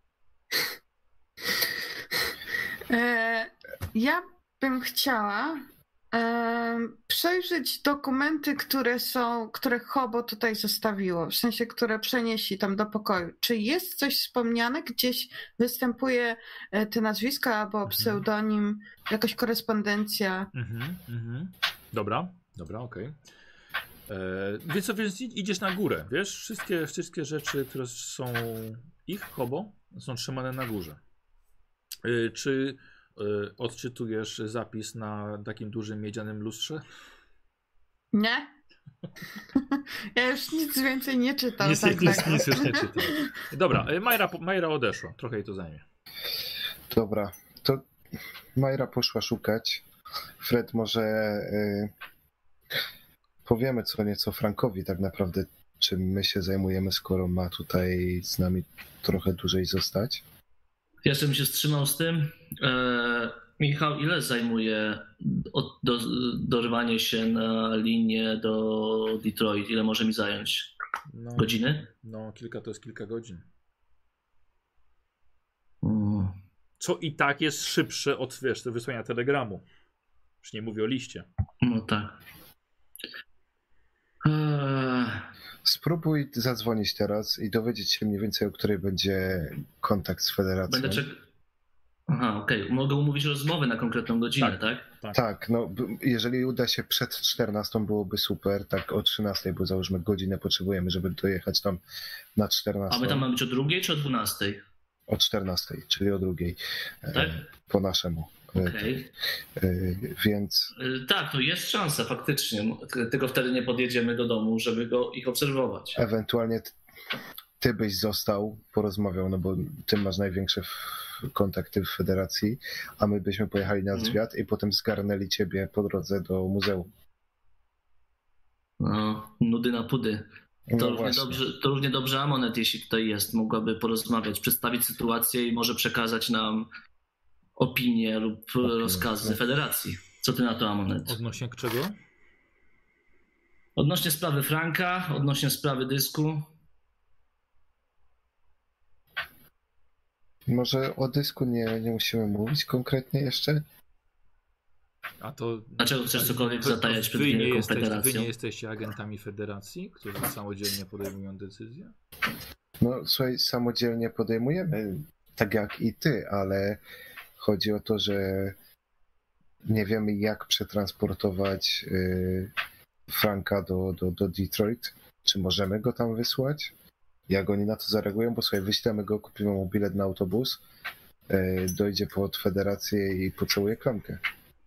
S5: E, ja bym chciała e, przejrzeć dokumenty, które są, które Hobo tutaj zostawiło, w sensie, które przenieśli tam do pokoju. Czy jest coś wspomniane, gdzieś występuje te nazwiska albo pseudonim, jakaś korespondencja?
S2: Mhm, mhm. Dobra, dobra, okej. Okay. Więc, więc idziesz na górę, wiesz? Wszystkie, wszystkie rzeczy, które są ich, Hobo, są trzymane na górze. E, czy e, odczytujesz zapis na takim dużym miedzianym lustrze?
S5: Nie. Ja już nic więcej nie czytam.
S2: Nic,
S5: tak,
S2: nic,
S5: tak.
S2: nic już nie czytam. Dobra, Majra, Majra odeszła, trochę jej to zajmie.
S3: Dobra, to Majra poszła szukać. Fred, może y, powiemy co nieco Frankowi tak naprawdę, czym my się zajmujemy, skoro ma tutaj z nami trochę dłużej zostać.
S4: Ja bym się wstrzymał z tym. E, Michał, ile zajmuje od, do, dorwanie się na linię do Detroit? Ile może mi zająć?
S2: No,
S4: Godziny?
S2: No, kilka to jest kilka godzin.
S4: Mm.
S2: Co i tak jest szybsze od, wiesz, wysłania telegramu. Już nie mówię o liście.
S4: No tak. Eee...
S3: Spróbuj zadzwonić teraz i dowiedzieć się mniej więcej, o której będzie kontakt z Federacją.
S4: Będę czekał. Aha, okej. Okay. Mogę umówić rozmowę na konkretną godzinę, tak? Tak,
S2: tak.
S3: tak, no jeżeli uda się przed czternastą, byłoby super, tak o trzynastej, bo załóżmy godzinę potrzebujemy, żeby dojechać tam na czternastą.
S4: A my tam mamy być o drugiej czy o dwunastej?
S3: O czternastej, czyli o drugiej.
S4: Tak?
S3: Po naszemu.
S4: Okej.
S3: Okay. Więc...
S4: Tak, no jest szansa faktycznie, tylko wtedy nie podjedziemy do domu, żeby go ich obserwować.
S3: Ewentualnie ty byś został, porozmawiał, no bo ty masz największe kontakty w Federacji, a my byśmy pojechali na zwiat hmm. i potem zgarnęli ciebie po drodze do muzeum.
S4: No, nudy na pudy. To,
S3: no
S4: równie dobrze, to równie dobrze Amonet, jeśli tutaj jest, mogłaby porozmawiać, przedstawić sytuację i może przekazać nam opinie lub okay, rozkazy okay. Federacji. Co ty na to, Amonet?
S2: Odnośnie czego?
S4: Odnośnie sprawy Franka, odnośnie sprawy dysku.
S3: Może o dysku nie, nie musimy mówić konkretnie jeszcze?
S2: A to...
S4: Dlaczego chcesz cokolwiek
S2: to- to
S4: zatajać przed
S2: wy nie,
S4: Wielką
S2: jesteście, wy
S4: Federacją?
S2: nie jesteście agentami Federacji, którzy samodzielnie podejmują decyzje?
S3: No słuchaj, samodzielnie podejmujemy, tak jak i ty, ale chodzi o to, że nie wiemy jak przetransportować y, Franka do, do, do Detroit. Czy możemy go tam wysłać? Jak oni na to zareagują? Bo słuchaj, wyślemy go, kupimy mu bilet na autobus, y, dojdzie pod Federację i pocałuje klamkę.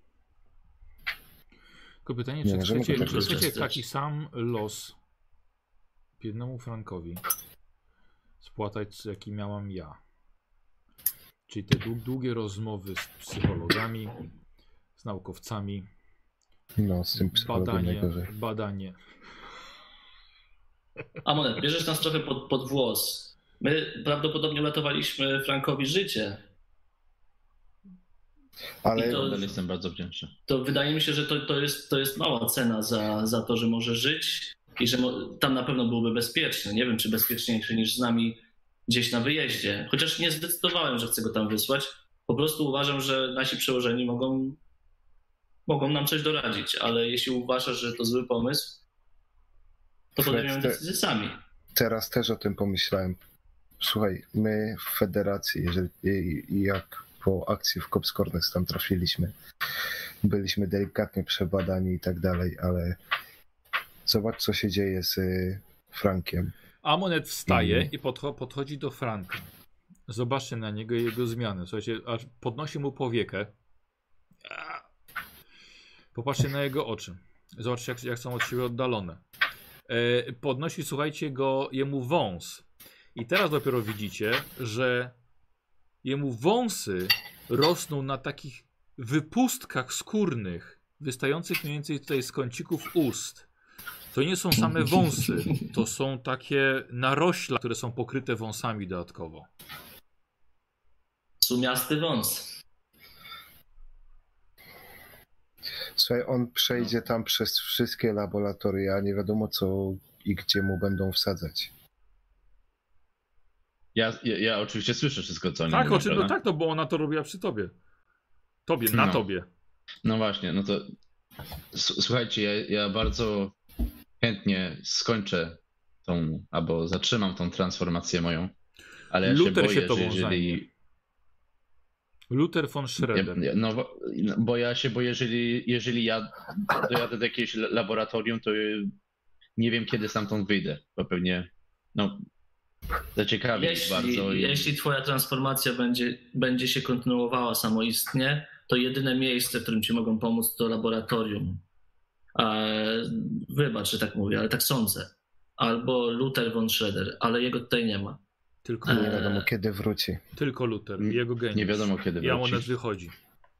S2: Tylko pytanie,
S3: Nie
S2: czy
S3: możemy
S2: chcecie,
S3: go tak
S2: czy chcecie
S4: wykorzystać.
S2: taki sam los biednemu Frankowi spłatać, jaki miałam ja? Czyli te dłu- długie rozmowy z psychologami, z naukowcami,
S3: No, z tym psychologiem
S2: badanie,
S3: najgorzej.
S2: badanie.
S4: Amonet, bierzesz nas trochę pod, pod włos. My prawdopodobnie uratowaliśmy Frankowi życie.
S3: Ale
S4: I to-
S1: Nadal jestem bardzo wdzięczny.
S4: To wydaje mi się, że to, to, jest, to jest mała cena za, za to, że może żyć i że mo, tam na pewno byłby bezpieczny. Nie wiem, czy bezpieczniejszy niż z nami gdzieś na wyjeździe. Chociaż nie zdecydowałem, że chcę go tam wysłać. Po prostu uważam, że nasi przełożeni mogą, mogą nam coś doradzić, ale jeśli uważasz, że to zły pomysł, to
S3: Fred,
S4: podejmiemy
S3: te-
S4: decyzję sami.
S3: teraz też o tym pomyślałem. Słuchaj, my w Federacji, jeżeli, i, i jak po akcji w Cops Corners tam trafiliśmy, byliśmy delikatnie przebadani i tak dalej, ale zobacz, co się dzieje z y, Frankiem.
S2: Amonet wstaje
S3: Mhm.
S2: i podcho- podchodzi do Franka. Zobaczcie na niego i jego zmiany. Słuchajcie, aż podnosi mu powiekę. A. Popatrzcie na jego oczy. Zobaczcie, jak, jak są od siebie oddalone. E, podnosi, słuchajcie, go jemu wąs. I teraz dopiero widzicie, że jemu wąsy rosną na takich wypustkach skórnych, wystających mniej więcej tutaj z kącików ust. To nie są same wąsy, to są takie narośla, które są pokryte wąsami dodatkowo.
S4: Sumiasty wąs.
S3: Słuchaj, on przejdzie tam przez wszystkie laboratoria, nie wiadomo co i gdzie mu będą wsadzać.
S1: Ja, ja, ja oczywiście słyszę wszystko, co oni
S2: Tak,
S1: mówią,
S2: oczywiście, no
S1: prawda?
S2: tak, no bo ona to robiła przy tobie. Tobie, na
S1: No.
S2: tobie.
S1: No właśnie, no to s- słuchajcie, ja, ja bardzo chętnie skończę tą, albo zatrzymam tą transformację moją, ale ja
S2: Luther
S1: się
S2: się
S1: boję,
S2: tobą
S1: że jeżeli...
S2: zajmie. Luther von Schroeder.
S1: Ja, no, bo- bo ja się boję, jeżeli, jeżeli ja dojadę do jakiegoś la- laboratorium, to nie wiem, kiedy stamtąd wyjdę, bo pewnie, no, zaciekawi mnie
S4: Jeśli,
S1: bardzo. I...
S4: jeśli twoja transformacja będzie, będzie się kontynuowała samoistnie, to jedyne miejsce, w którym ci mogą pomóc, to laboratorium. E, wybacz, że tak mówię, ale tak sądzę. Albo Luther von Schroeder, ale jego tutaj nie ma.
S2: Tylko,
S3: Nie
S4: Eee.
S3: wiadomo kiedy wróci.
S2: tylko Luther,
S1: Nie-
S2: jego geniusz.
S1: Nie wiadomo, kiedy
S2: I Amonet
S1: wróci.
S2: wychodzi.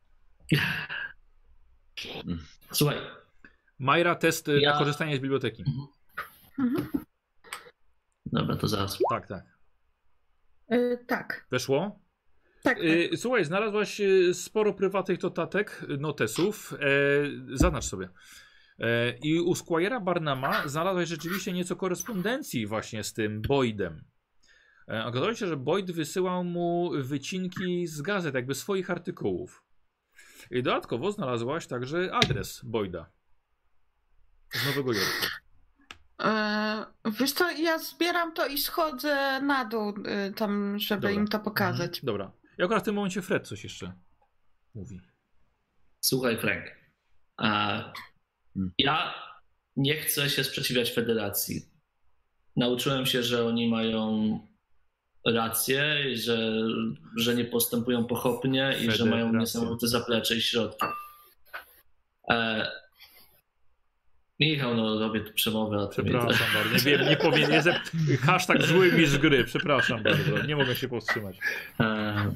S4: Słuchaj,
S2: Majra, test y,
S4: Ja-
S2: na korzystanie z biblioteki.
S5: Mhm.
S4: dobra, to zaraz.
S2: Tak, tak.
S5: Y, tak,
S2: Weszło?
S5: tak, tak.
S2: Y, słuchaj, znalazłaś y, sporo prywatnych notatek, notesów. E, zaznacz sobie. E, I u Squire'a Barnuma znalazłaś rzeczywiście nieco korespondencji właśnie z tym Boydem. E, okazało się, że Boyd wysyłał mu wycinki z gazet, jakby swoich artykułów. I dodatkowo znalazłaś także adres Boyda z Nowego Jorku.
S5: E, wiesz co, ja zbieram to i schodzę na dół y, tam, żeby
S2: Dobra.
S5: im to pokazać.
S2: Dobra. I akurat w tym momencie Fred coś jeszcze mówi.
S4: Słuchaj, Frank. A
S1: Hmm.
S4: ja nie chcę się sprzeciwiać federacji. Nauczyłem się, że oni mają rację, że, że nie postępują pochopnie i że
S2: Federacja.
S4: mają niesamowite zaplecze i środki. E... Michał, no robię tu przemowę, a ty mnie-
S2: Przepraszam bardzo. Nie wiem, nie powiem. Jest hashtag zły mistrz gry. Przepraszam bardzo. Nie mogę się powstrzymać.
S4: E,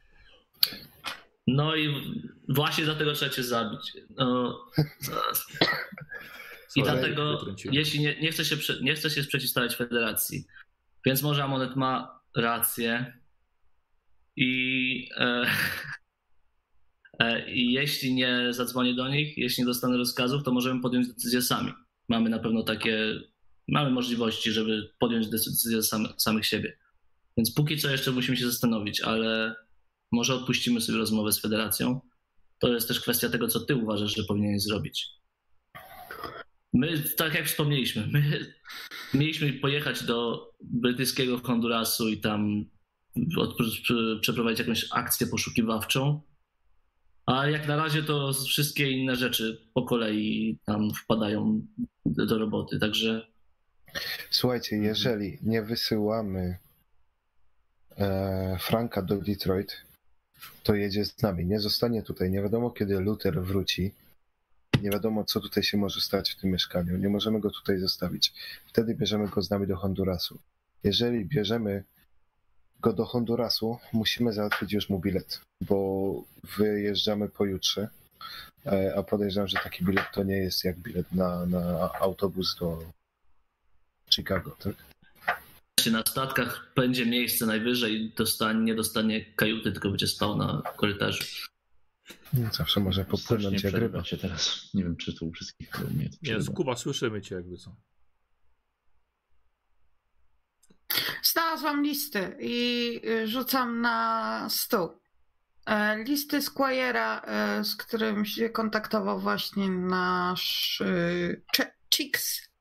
S4: No i właśnie dlatego trzeba cię zabić. No, zaraz. I
S2: Sorry,
S4: dlatego,
S2: wytrąciłem.
S4: jeśli nie, nie, chcę się, prze- nie chcę się przeciwstawiać federacji, więc może Amonet ma rację i, e, e, i jeśli nie zadzwonię do nich, jeśli nie dostanę rozkazów, to możemy podjąć decyzję sami. mamy na pewno takie, mamy możliwości, żeby podjąć decyzję sam, samych siebie. Więc póki co jeszcze musimy się zastanowić, ale może odpuścimy sobie rozmowę z Federacją. To jest też kwestia tego, co ty uważasz, że powinieneś zrobić. My, tak jak wspomnieliśmy, my mieliśmy pojechać do brytyjskiego Hondurasu i tam od, przeprowadzić jakąś akcję poszukiwawczą, a jak na razie to wszystkie inne rzeczy po kolei tam wpadają do roboty, także...
S3: Słuchajcie, jeżeli nie wysyłamy e, Franka do Detroit, to jedzie z nami. Nie zostanie tutaj. Nie wiadomo, kiedy Luther wróci. Nie wiadomo, co tutaj się może stać w tym mieszkaniu. Nie możemy go tutaj zostawić. Wtedy bierzemy go z nami do Hondurasu. Jeżeli bierzemy go do Hondurasu, musimy załatwić już mu bilet, bo wyjeżdżamy pojutrze, a podejrzewam, że taki bilet to nie jest jak bilet na, na autobus do Chicago, tak?
S4: Na statkach będzie miejsce najwyżej, dostanie, nie dostanie kajuty, tylko będzie spał na korytarzu.
S3: Zawsze może popłynąć jak ryba.
S1: Się teraz. Nie wiem, czy tu u wszystkich mnie to
S2: Nie, z Kuba słyszymy cię jakby co.
S5: Znalazłam listy i rzucam na stół. Listy Squire'a, z którym się kontaktował właśnie nasz Chicks.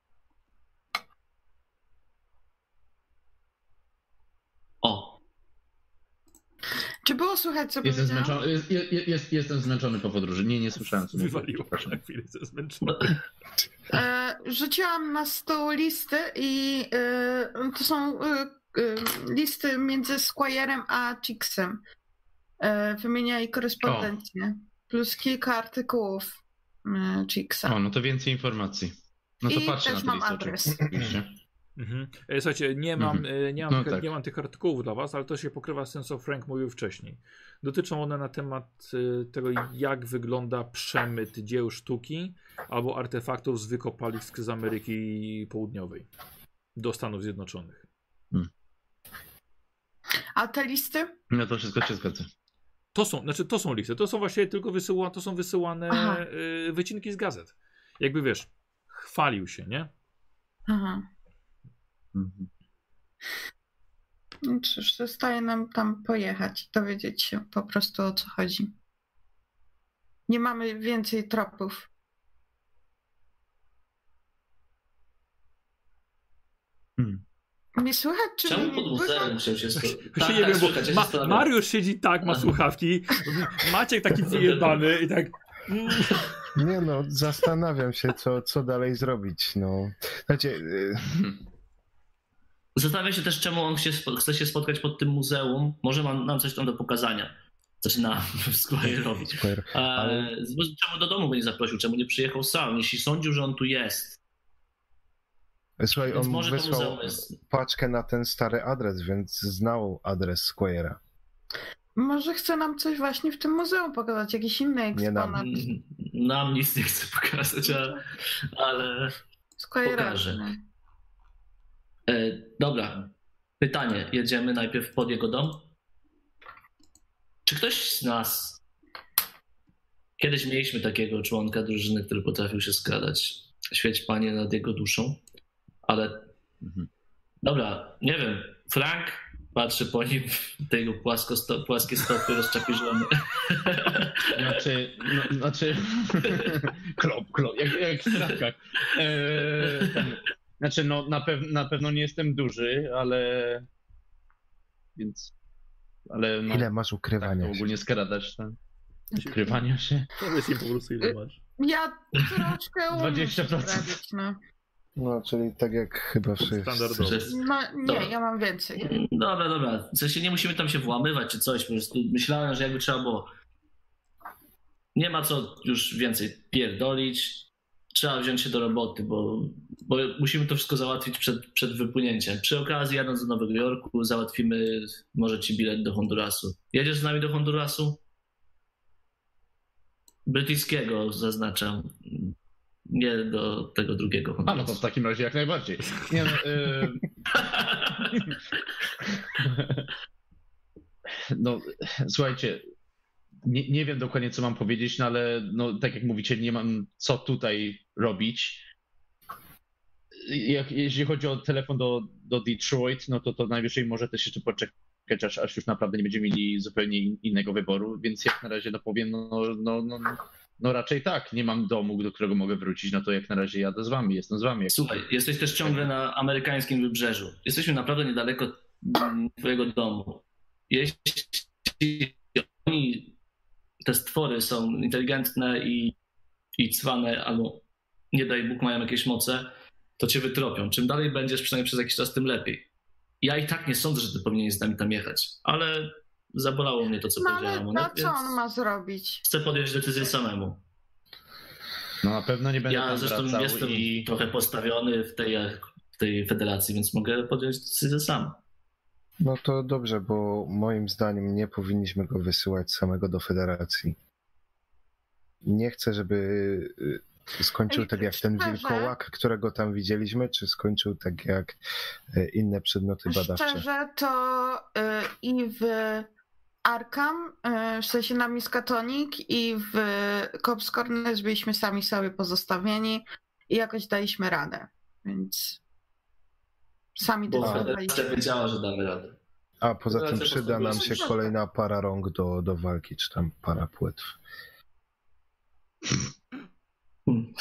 S4: O!
S5: Czy było słychać, co
S1: jestem
S5: powiedziałam?
S1: zmęczony, jest, jest, jest, jestem zmęczony po podróży. Nie, nie słyszałem, co
S2: Wywaliło na chwilę, jestem zmęczony.
S5: E, rzuciłam na stół listy i e, to są e, e, listy między Squire'em a Chicksem. E, wymieniali korespondencję. Plus kilka artykułów e, Chicksa.
S1: O, no to więcej informacji. No to
S5: I
S1: patrzę
S5: też
S1: na te
S5: mam
S1: listy,
S5: adres.
S1: oczywiście.
S2: Mhm. E, Słuchajcie, nie mam,
S1: Mhm.
S2: e, nie, mam
S1: No
S2: tych,
S1: tak.
S2: nie mam tych artykułów dla was, ale to się pokrywa z tym, co Frank mówił wcześniej. Dotyczą one na temat e, tego, jak wygląda przemyt dzieł sztuki albo artefaktów z wykopalisk z Ameryki Południowej do Stanów Zjednoczonych.
S5: A te listy?
S1: No to wszystko się zgadza.
S2: To są, znaczy to są listy, to są właśnie tylko wysyłane, to są wysyłane
S5: Aha.
S2: e, wycinki z gazet. Jakby wiesz, chwalił się, nie?
S5: Aha.
S1: Mhm.
S5: No cóż, zostaje nam tam pojechać, dowiedzieć się po prostu, o co chodzi. Nie mamy więcej tropów.
S1: Hmm.
S5: Nie słychać, czy
S4: Czemu
S5: mnie
S4: pod
S5: nie
S4: muzeum
S5: słychać?
S4: musiał się... Sto...
S2: Właśnie
S4: Tak,
S2: nie
S4: tak,
S2: wiem, bo
S4: słychać, ja się
S2: Ma
S4: zastanawiam.
S2: Mariusz siedzi tak, ma słuchawki, Maciek taki wyjebany i tak... Mm.
S3: Nie no, zastanawiam się, co, co dalej zrobić. No. Znaczy, y,
S4: Zastanawiam się też, czemu on się, chce się spotkać pod tym muzeum. Może ma nam coś tam do pokazania. Zaczyna Squire robić.
S3: Squire, ale-
S4: Ale... Czemu do domu go nie zaprosił? Czemu nie przyjechał sam? Jeśli sądził, że on tu jest.
S3: słuchaj,
S4: Więc
S3: on
S4: może to
S3: wysłał
S4: muzeum jest...
S3: paczkę na ten stary adres, więc znał adres Squire'a.
S5: Może chce nam coś właśnie w tym muzeum pokazać, jakiś inny
S3: Nie nam.
S5: eksponat.
S4: Nam nic nie chce pokazać, ale... ale...
S5: Squire'a,
S4: pokaże.
S5: no.
S4: E, dobra. Pytanie. Jedziemy najpierw pod jego dom? Czy ktoś z nas... Kiedyś mieliśmy takiego członka drużyny, który potrafił się skradać. Świeć Panie nad jego duszą. Ale...
S1: Mhm.
S4: Dobra, nie wiem. Frank patrzy po nim, tego płaskosto, płaskie stopy rozczapieżone.
S1: Znaczy, no, znaczy, klop, klop, jak, jak w trawkach. Eee, ten, znaczy, no na, pew, na pewno nie jestem duży, ale, więc, ale no,
S3: Ile masz
S1: tak,
S3: ukrywania
S1: to
S3: się?
S1: ogólnie skradać, tak? Ukrywania się.
S2: Powiedz im po prostu, ile masz.
S5: Ja troszkę umiem
S1: dwadzieścia
S5: się
S1: procent.
S5: sprawić, no.
S3: No, czyli tak jak chyba wszyscy.
S2: Standardowo.
S5: no. Nie,
S4: Dobra.
S5: ja mam więcej.
S4: Dobra, dobra. W sensie nie musimy tam się włamywać czy coś. Po prostu myślałem, że jakby trzeba było... Nie ma co już więcej pierdolić. Trzeba wziąć się do roboty, bo, bo musimy to wszystko załatwić przed, przed wypłynięciem. Przy okazji, jadąc do Nowego Jorku, załatwimy może ci bilet do Hondurasu. Jedziesz z nami do Hondurasu? Brytyjskiego, zaznaczam. Nie do tego drugiego
S1: A no
S4: Hondurasu.
S1: to w takim razie jak najbardziej. Nie, no, e... no słuchajcie, nie, nie wiem dokładnie co mam powiedzieć, no ale no, tak jak mówicie, nie mam co tutaj robić. jak, jeśli chodzi o telefon do, do Detroit, no to to najwyżej może też jeszcze poczekać, aż, aż już naprawdę nie będziemy mieli zupełnie in, innego wyboru, więc jak na razie no powiem, no, no, no, no raczej tak, nie mam domu, do którego mogę wrócić, no to jak na razie jadę z wami, jestem z wami.
S4: Słuchaj, jesteś też ciągle na amerykańskim wybrzeżu. Jesteśmy naprawdę niedaleko twojego domu. Jeśli oni, te stwory są inteligentne i, i cwane, albo nie daj Bóg mają jakieś moce, to cię wytropią. Czym dalej będziesz, przynajmniej przez jakiś czas, tym lepiej. Ja i tak nie sądzę, że ty powinieneś z nami tam jechać, ale zabolało mnie to, co
S5: No ale
S4: powiedziałem.
S5: no, co on ma zrobić?
S4: Chcę podjąć decyzję samemu.
S1: No na pewno nie będę
S4: Ja
S1: tam
S4: zresztą
S1: wracał
S4: jestem
S1: i...
S4: trochę postawiony w tej, w tej federacji, więc mogę podjąć decyzję sam.
S3: No to dobrze, bo moim zdaniem nie powinniśmy go wysyłać samego do federacji. Nie chcę, żeby y, skończył tak jak ten wilkołak, którego tam widzieliśmy, czy skończył tak jak y, inne przedmioty badawcze.
S5: Szczerze, to y, i w Arkham, y, w sensie na Miskatonic, i w Cops Corners byliśmy sami sobie pozostawieni i jakoś daliśmy radę, więc sami
S4: Bo
S5: decydowaliśmy.
S4: federacja wiedziała, że damy radę.
S3: A poza tym
S4: Federacja
S3: przyda nam się
S4: postanowiła-
S3: kolejna para rąk do, do walki, czy tam para płetw.
S4: Hmm.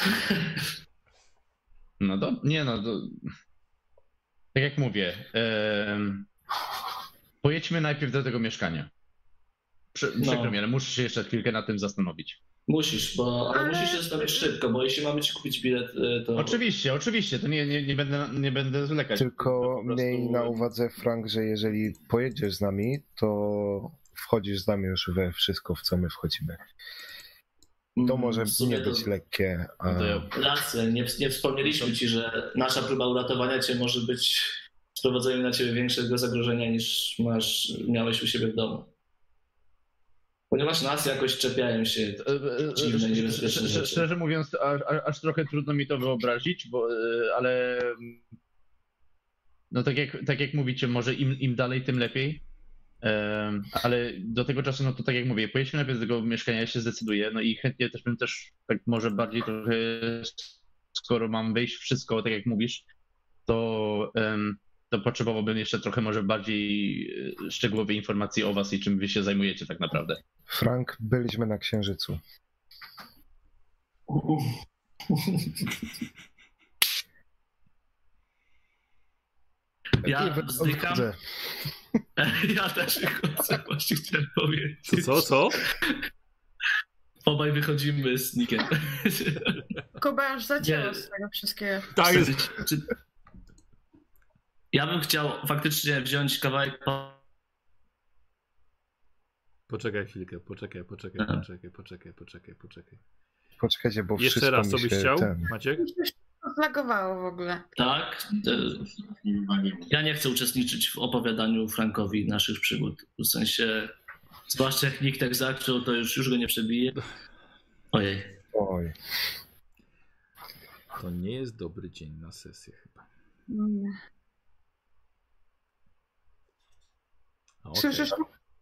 S1: No do, nie no, do, tak jak mówię, em, pojedźmy najpierw do tego mieszkania. Prze,
S4: No.
S1: Przykro mi, ale muszę się jeszcze chwilkę nad tym zastanowić.
S4: Musisz, bo ale
S5: Ale-
S4: musisz się zastanowić szybko, bo jeśli mamy ci kupić bilet, y, to...
S1: Oczywiście, oczywiście, to nie, nie, nie, będę, nie będę zwlekać.
S3: Tylko
S1: Po prostu-
S3: miej na uwadze, Frank, że jeżeli pojedziesz z nami, to wchodzisz z nami już we wszystko, w co my wchodzimy. To
S4: Mm,
S3: może
S4: w sumie
S3: nie
S4: to-
S3: być lekkie, a
S1: No to ja-
S4: Rację, nie, nie wspomnieliśmy ci, że nasza próba uratowania cię może być sprowadzeniem na ciebie większego zagrożenia niż masz, miałeś u siebie w domu. Ponieważ nas jakoś czepiają się.
S1: E, e,
S4: Dziwne,
S1: sz-
S4: niebezpieczne
S1: sz- sz-
S4: rzeczy.
S1: Szczerze mówiąc, aż, aż trochę trudno mi to wyobrazić, bo, e, ale no tak jak, tak jak mówicie, może im, im dalej, tym lepiej. E, Ale do tego czasu, no to tak jak mówię, pojedźmy najpierw do tego mieszkania, ja się zdecyduję, no i chętnie też bym też tak może bardziej trochę, skoro mam wejść w wszystko, tak jak mówisz, to, em, to potrzebowałbym jeszcze trochę może bardziej e, szczegółowej informacji o was i czym wy się zajmujecie tak naprawdę.
S3: Frank, byliśmy na Księżycu.
S4: Ja
S3: I wy-
S4: wzdycham.
S3: odchodzę.
S4: Ja też wychodzę, właśnie chciałem powiedzieć.
S2: Co, co, co?
S4: Obaj wychodzimy z Nikiem.
S5: Kuba już zacięło
S4: Nie.
S5: z tego wszystkiego.
S2: Tak jest.
S4: Czy- Ja bym chciał faktycznie wziąć kawałek pa-
S2: Poczekaj chwilkę, poczekaj, poczekaj,
S4: Aha.
S2: poczekaj, poczekaj, poczekaj, poczekaj.
S3: Poczekajcie, bo
S2: Jeszcze
S3: wszystko
S2: raz,
S3: mi
S2: co byś
S3: się
S2: chciał,
S3: ten...
S2: Maciek?
S5: Mi się zlagowało w ogóle.
S4: Tak. e, Ja nie chcę uczestniczyć w opowiadaniu Frankowi naszych przygód. W sensie, zwłaszcza jak nikt tak zaczął, to już, już go nie przebije. Ojej.
S3: Oj,
S2: To nie jest dobry dzień na sesję chyba.
S5: Mm.
S2: A, okej.
S5: Słyszysz?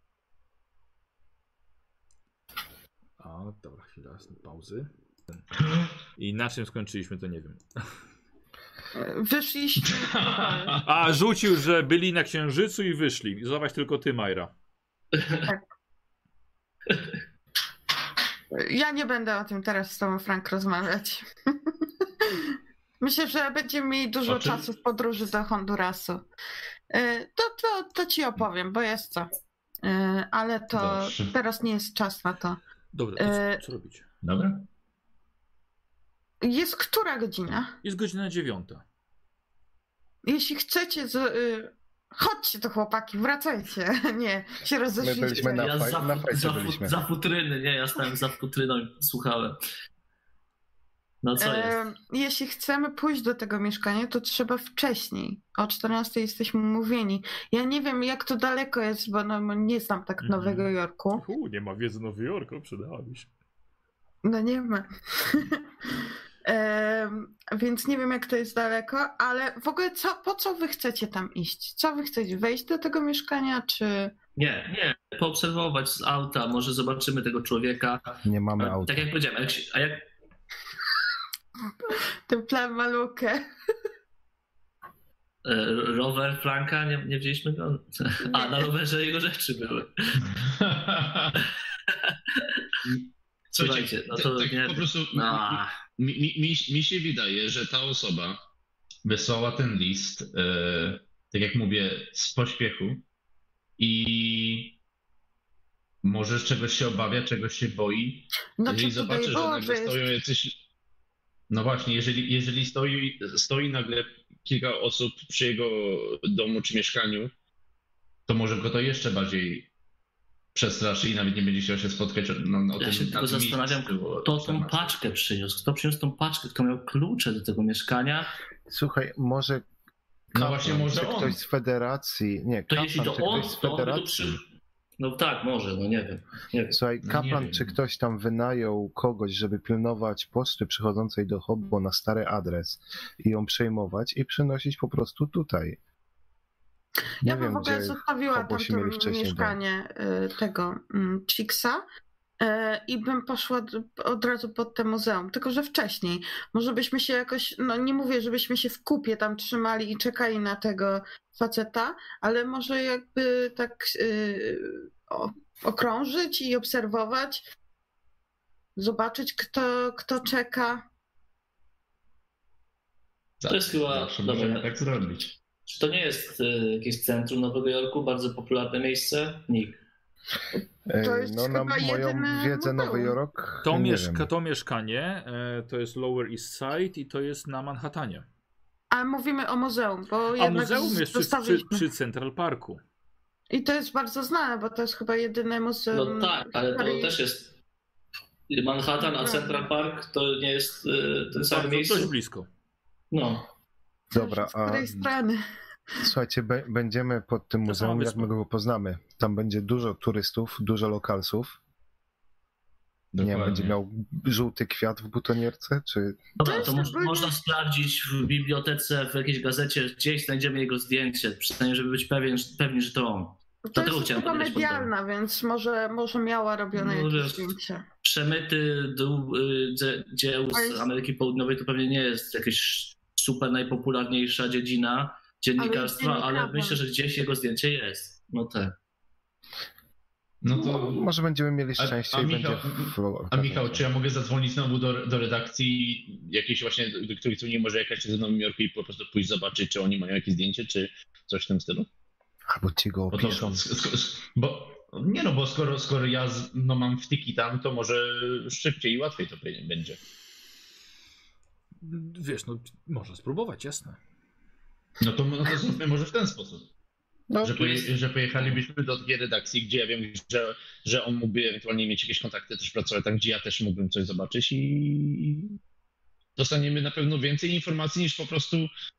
S2: A, dobra, chwila, pauzy. I na czym skończyliśmy, to nie wiem.
S5: Wyszliście.
S2: A, rzucił, że byli na Księżycu i wyszli. Zobacz tylko ty, Majra.
S5: Ja nie będę o tym teraz z tobą, Frank, rozmawiać. Myślę, że będziemy mieli dużo
S1: O czym?
S5: czasu w podróży do Hondurasu. Y, To, to, to ci opowiem, bo jest co. Y, Ale to
S1: Dobrze.
S5: teraz nie jest czas na to.
S2: Dobra, to co,
S5: E,
S2: co robicie?
S1: Dobra.
S5: Jest która godzina?
S2: Jest godzina dziewiąta.
S5: Jeśli chcecie, z, y, chodźcie to chłopaki, wracajcie. Nie, się
S3: My
S5: rozeszliście.
S3: byliśmy na,
S4: Ja
S3: faj...
S4: za,
S3: na fajce
S4: za,
S3: byliśmy.
S4: za futryny, nie? Ja stałem za futryną i słuchałem. No co jest?
S5: E, Jeśli chcemy pójść do tego mieszkania, to trzeba wcześniej. O czternastej jesteśmy umówieni. Ja nie wiem, jak to daleko jest, bo no, nie znam tak
S2: Mhm.
S5: Nowego Jorku.
S2: U, nie ma wiedzy Nowy Jorku, przydałaby się.
S5: No nie ma. Em, więc nie wiem, jak to jest daleko, ale w ogóle co, po co wy chcecie tam iść? Co wy chcecie? Wejść do tego mieszkania, czy...
S4: Nie, nie. Poobserwować z auta, może zobaczymy tego człowieka.
S3: Nie mamy
S4: A,
S3: auta.
S4: tak jak powiedziałem, a jak, się- a jak
S5: Tę malukę.
S4: E, rower Franka, nie, nie wzięliśmy go? A, na rowerze jego rzeczy były. Słuchajcie, no to
S1: tak
S4: nie...
S1: po prostu
S4: No.
S1: mi, mi, mi, mi się wydaje, że ta osoba wysłała ten list, e, tak jak mówię, z pośpiechu i może czegoś się obawia, czegoś się boi.
S5: No
S1: Jeżeli
S5: czy tutaj
S1: zobaczy, że
S5: było,
S1: nagle
S5: że
S1: stoją
S5: jest...
S1: jacyś... No właśnie, jeżeli, jeżeli stoi, stoi nagle kilka osób przy jego domu czy mieszkaniu, to może go to jeszcze bardziej przestraszy i nawet nie będzie chciał się spotkać no, no,
S4: Ja
S1: tym,
S4: się tylko zastanawiam, kto tą paczkę przyniósł, kto przyniósł tą paczkę, kto miał klucze do tego mieszkania.
S3: Słuchaj, może
S1: No
S3: kaplan,
S1: właśnie, może
S3: czy
S1: on.
S3: ktoś z federacji, nie,
S4: To
S3: kaplan,
S4: jeśli to
S3: czy
S4: on,
S3: ktoś z
S4: to on by tu
S3: federacji.
S4: przy... No tak, może, no nie wiem. Nie wiem.
S3: Słuchaj,
S1: No
S3: kaplan,
S1: nie
S3: czy
S1: wiem.
S3: ktoś tam wynajął kogoś, żeby pilnować poczty przychodzącej do Hobbo na stary adres i ją przejmować i przynosić po prostu tutaj. Nie
S5: Ja bym
S3: wiem,
S5: w ogóle
S3: gdzie
S5: zostawiła
S3: Hobbosi
S5: tamto
S3: mieli wcześniej dom.
S5: mieszkanie y, tego mm, Chicksa y, i bym poszła d- od razu pod te muzeum, tylko że wcześniej. Może byśmy się jakoś, no nie mówię, żebyśmy się w kupie tam trzymali i czekali na tego faceta, ale może jakby tak y, o, okrążyć i obserwować, zobaczyć kto, kto czeka.
S4: To jest chyba...
S1: Zawsze
S4: dobra.
S1: możemy tak zrobić.
S4: Czy to nie jest y, jakieś centrum Nowego Jorku, bardzo popularne miejsce? Nikt.
S5: To
S3: E,
S5: jest
S3: No na
S5: chyba
S3: moją
S5: jedyne
S3: wiedzę
S5: muzeum.
S3: Nowy Jork,
S2: To,
S3: nie
S2: mieszka,
S3: wiem.
S2: to mieszkanie e, to jest Lower East Side i to jest na Manhattanie.
S5: Ale mówimy o muzeum, bo
S2: A
S5: jednak
S2: muzeum jest przy, przy,
S5: zostawiliśmy.
S2: przy Central Parku.
S5: I to jest bardzo znane, bo to jest chyba jedyne muzeum.
S4: No tak, ale to
S5: historii.
S4: też jest Manhattan, a Central Park to nie jest y, ten sam
S2: Bardzo,
S4: miejsce.
S2: dość blisko.
S4: No.
S3: Dobra,
S5: Z
S3: a
S5: której strony?
S3: słuchajcie, be, będziemy pod tym
S2: To sama
S3: muzeum, jak
S2: wyspa.
S3: my go poznamy. Tam będzie dużo turystów, dużo lokalsów. Nie wiem, będzie miał żółty kwiat w butonierce, czy...
S4: Dobra,
S5: jest
S4: to mo-
S5: ogólnie-
S4: można sprawdzić w bibliotece, w jakiejś gazecie, gdzieś znajdziemy jego zdjęcie, przynajmniej żeby być pewien, pewni, że to on.
S5: To
S4: Dlatego
S5: jest
S4: chciałem
S5: chyba
S4: podejść pod
S5: medialna, więc może, może miała robione
S4: No,
S5: jakieś
S4: wiesz,
S5: zdjęcie.
S4: Przemyty dół, y, dzie- dzieł
S5: To jest-
S4: z Ameryki Południowej to pewnie nie jest jakaś super najpopularniejsza dziedzina dziennikarstwa,
S5: Ale
S4: ale,
S5: jest
S4: myślę, że gdzieś jego zdjęcie jest. No tak.
S1: No
S3: No,
S1: to...
S3: może będziemy mieli
S1: A-
S3: szczęście
S1: a
S3: i
S1: Michał-
S3: będzie... W...
S1: A Michał, czy ja mogę zadzwonić znowu do, do redakcji jakiejś właśnie, do których tu nie może jakaś ze Nowym Jorku i po prostu pójść zobaczyć, czy oni mają jakieś zdjęcie, czy coś w tym stylu?
S3: Albo ci go
S1: Bo, to,
S3: opiszą.
S1: sk- sk- bo nie no, bo skoro, skoro ja z, no, mam wtyki tam, to może szybciej i łatwiej to będzie.
S2: Wiesz, no można spróbować, jasne.
S1: No to, no to zróbmy może w ten sposób.
S3: No,
S1: Że, poje, że pojechalibyśmy do takiej redakcji, gdzie ja wiem, że, że on mógłby ewentualnie mieć jakieś kontakty, też pracować tam, gdzie ja też mógłbym coś zobaczyć i dostaniemy na pewno więcej informacji niż po prostu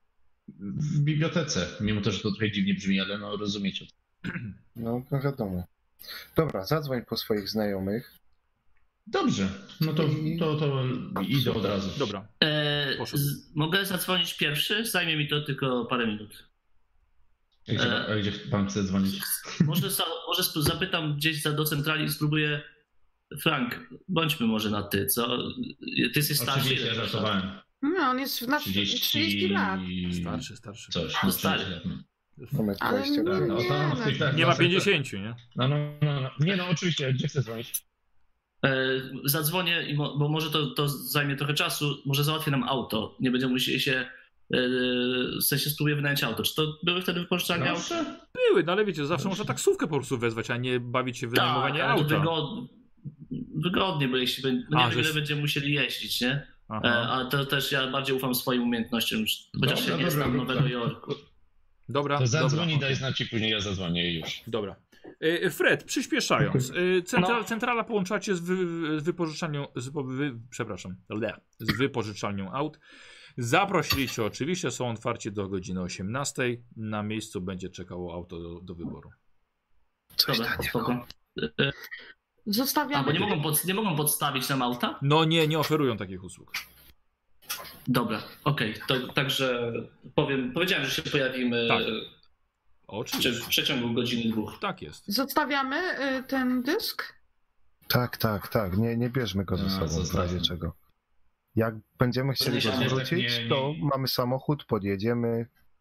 S1: w bibliotece. Mimo to, że to trochę dziwnie brzmi, ale no rozumiecie.
S3: no, no wiadomo. Dobra, zadzwoń po swoich znajomych.
S1: Dobrze, no to, to, to idę od razu.
S2: Dobra.
S4: E,
S2: Poszedł.
S4: z, mogę zadzwonić pierwszy? Zajmie mi to tylko parę minut.
S1: A Gdzie, a gdzie pan chce dzwonić?
S4: Może, za, może sp- zapytam gdzieś za do centrali i spróbuję. Frank, bądźmy może na ty, co? Ty jesteś starszy?
S1: Oczywiście, ja
S4: ile masz lat?
S1: żartowałem.
S5: No, on jest w nas trzydzieści lat.
S2: Starszy, starszy.
S1: Coś,
S4: No
S1: no
S4: stary.
S1: stary.
S3: Mamy
S5: Ale
S3: dwadzieścia
S5: nie,
S1: Tak, no,
S3: pięć.
S1: tam, w tych, tak,
S2: Nie ma
S1: zawsze-
S2: pięćdziesięciu, nie?
S1: No, no, no, no. Nie no, oczywiście, gdzie chcę dzwonić?
S4: E, zadzwonię, i mo, bo może to, to zajmie trochę czasu, może załatwię nam auto. Nie będziemy musieli się, e, w sensie spróbuję wynająć auto. Czy to były wtedy wypożyczalnie aut?
S1: Proszę.
S2: Były, no ale wiecie, zawsze można taksówkę po prostu wezwać, a nie bawić się w
S4: Tak,
S2: wynajmowanie
S4: ale to
S2: auta.
S4: wygod... wygodnie, bo jeśli będzie, no
S2: A,
S4: nie wiem,
S2: że
S4: ile
S2: jest-
S4: będziemy musieli jeździć, nie? E,
S2: Aha.
S4: a to też ja bardziej ufam swoim umiejętnościom, chociaż
S1: Dobra,
S4: ja nie
S1: dobra,
S4: znam
S1: dobra.
S4: Nowego Jorku.
S2: Dobra,
S1: To zadzwoni,
S2: dobra.
S1: daj znać i później ja zadzwonię i już.
S2: Dobra. E, Fred, przyspieszając, e, centra,
S4: No.
S2: centrala połączacie z, wy, z wypożyczalnią, z, wy, przepraszam, le, z wypożyczalnią aut. Zaprosiliście oczywiście, są otwarci do godziny osiemnastej. Na miejscu będzie czekało auto do, do wyboru.
S3: Coś
S4: Dobra,
S3: taniego.
S4: spoko. E, A,
S5: Zostawiamy.
S4: bo nie mogą, pod, nie mogą podstawić nam auta?
S2: No nie, nie oferują takich usług.
S4: Dobra, okej, to także powiem, powiedziałem, że się pojawimy
S2: Tak.
S4: czy
S2: Oczywiście.
S4: w przeciągu godziny, dwóch.
S2: Tak jest.
S5: Zostawiamy y, ten dysk?
S3: Tak, tak, tak. Nie, nie bierzmy go ze
S1: No,
S3: sobą w
S1: zostawmy.
S3: razie czego. Jak będziemy chcieli go
S4: Podejrzewam, że
S3: zwrócić,
S1: tak nie-
S3: to
S1: nie-
S3: mamy samochód, podjedziemy.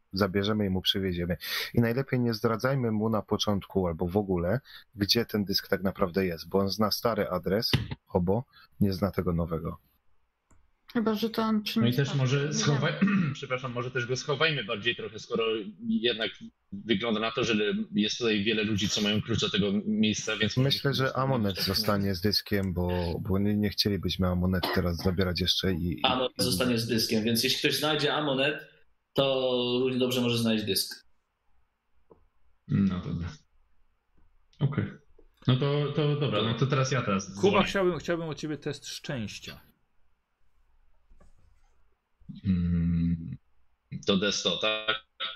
S3: zabierzemy i mu przywieziemy. I najlepiej nie zdradzajmy mu na początku albo w ogóle, gdzie ten dysk tak naprawdę jest, bo on zna stary adres, obo, nie zna tego nowego.
S5: Chyba, że to on przyniesie.
S1: No i też może schowaj... przepraszam, może też go schowajmy bardziej trochę, skoro jednak wygląda na to, że jest tutaj wiele ludzi, co mają klucz do tego miejsca, więc...
S3: Myślę, że Amonet zostanie z dyskiem, bo, bo nie, nie chcielibyśmy Amonet teraz zabierać jeszcze i...
S4: Amonet zostanie z dyskiem, więc jeśli ktoś znajdzie Amonet, to równie dobrze może znaleźć dysk.
S1: No dobra. Okej. Okay. No to, to dobra, no to teraz ja teraz
S2: Kuba,
S1: dzwonię.
S2: chciałbym, chciałbym od ciebie test szczęścia.
S1: Hmm. To D sto, tak?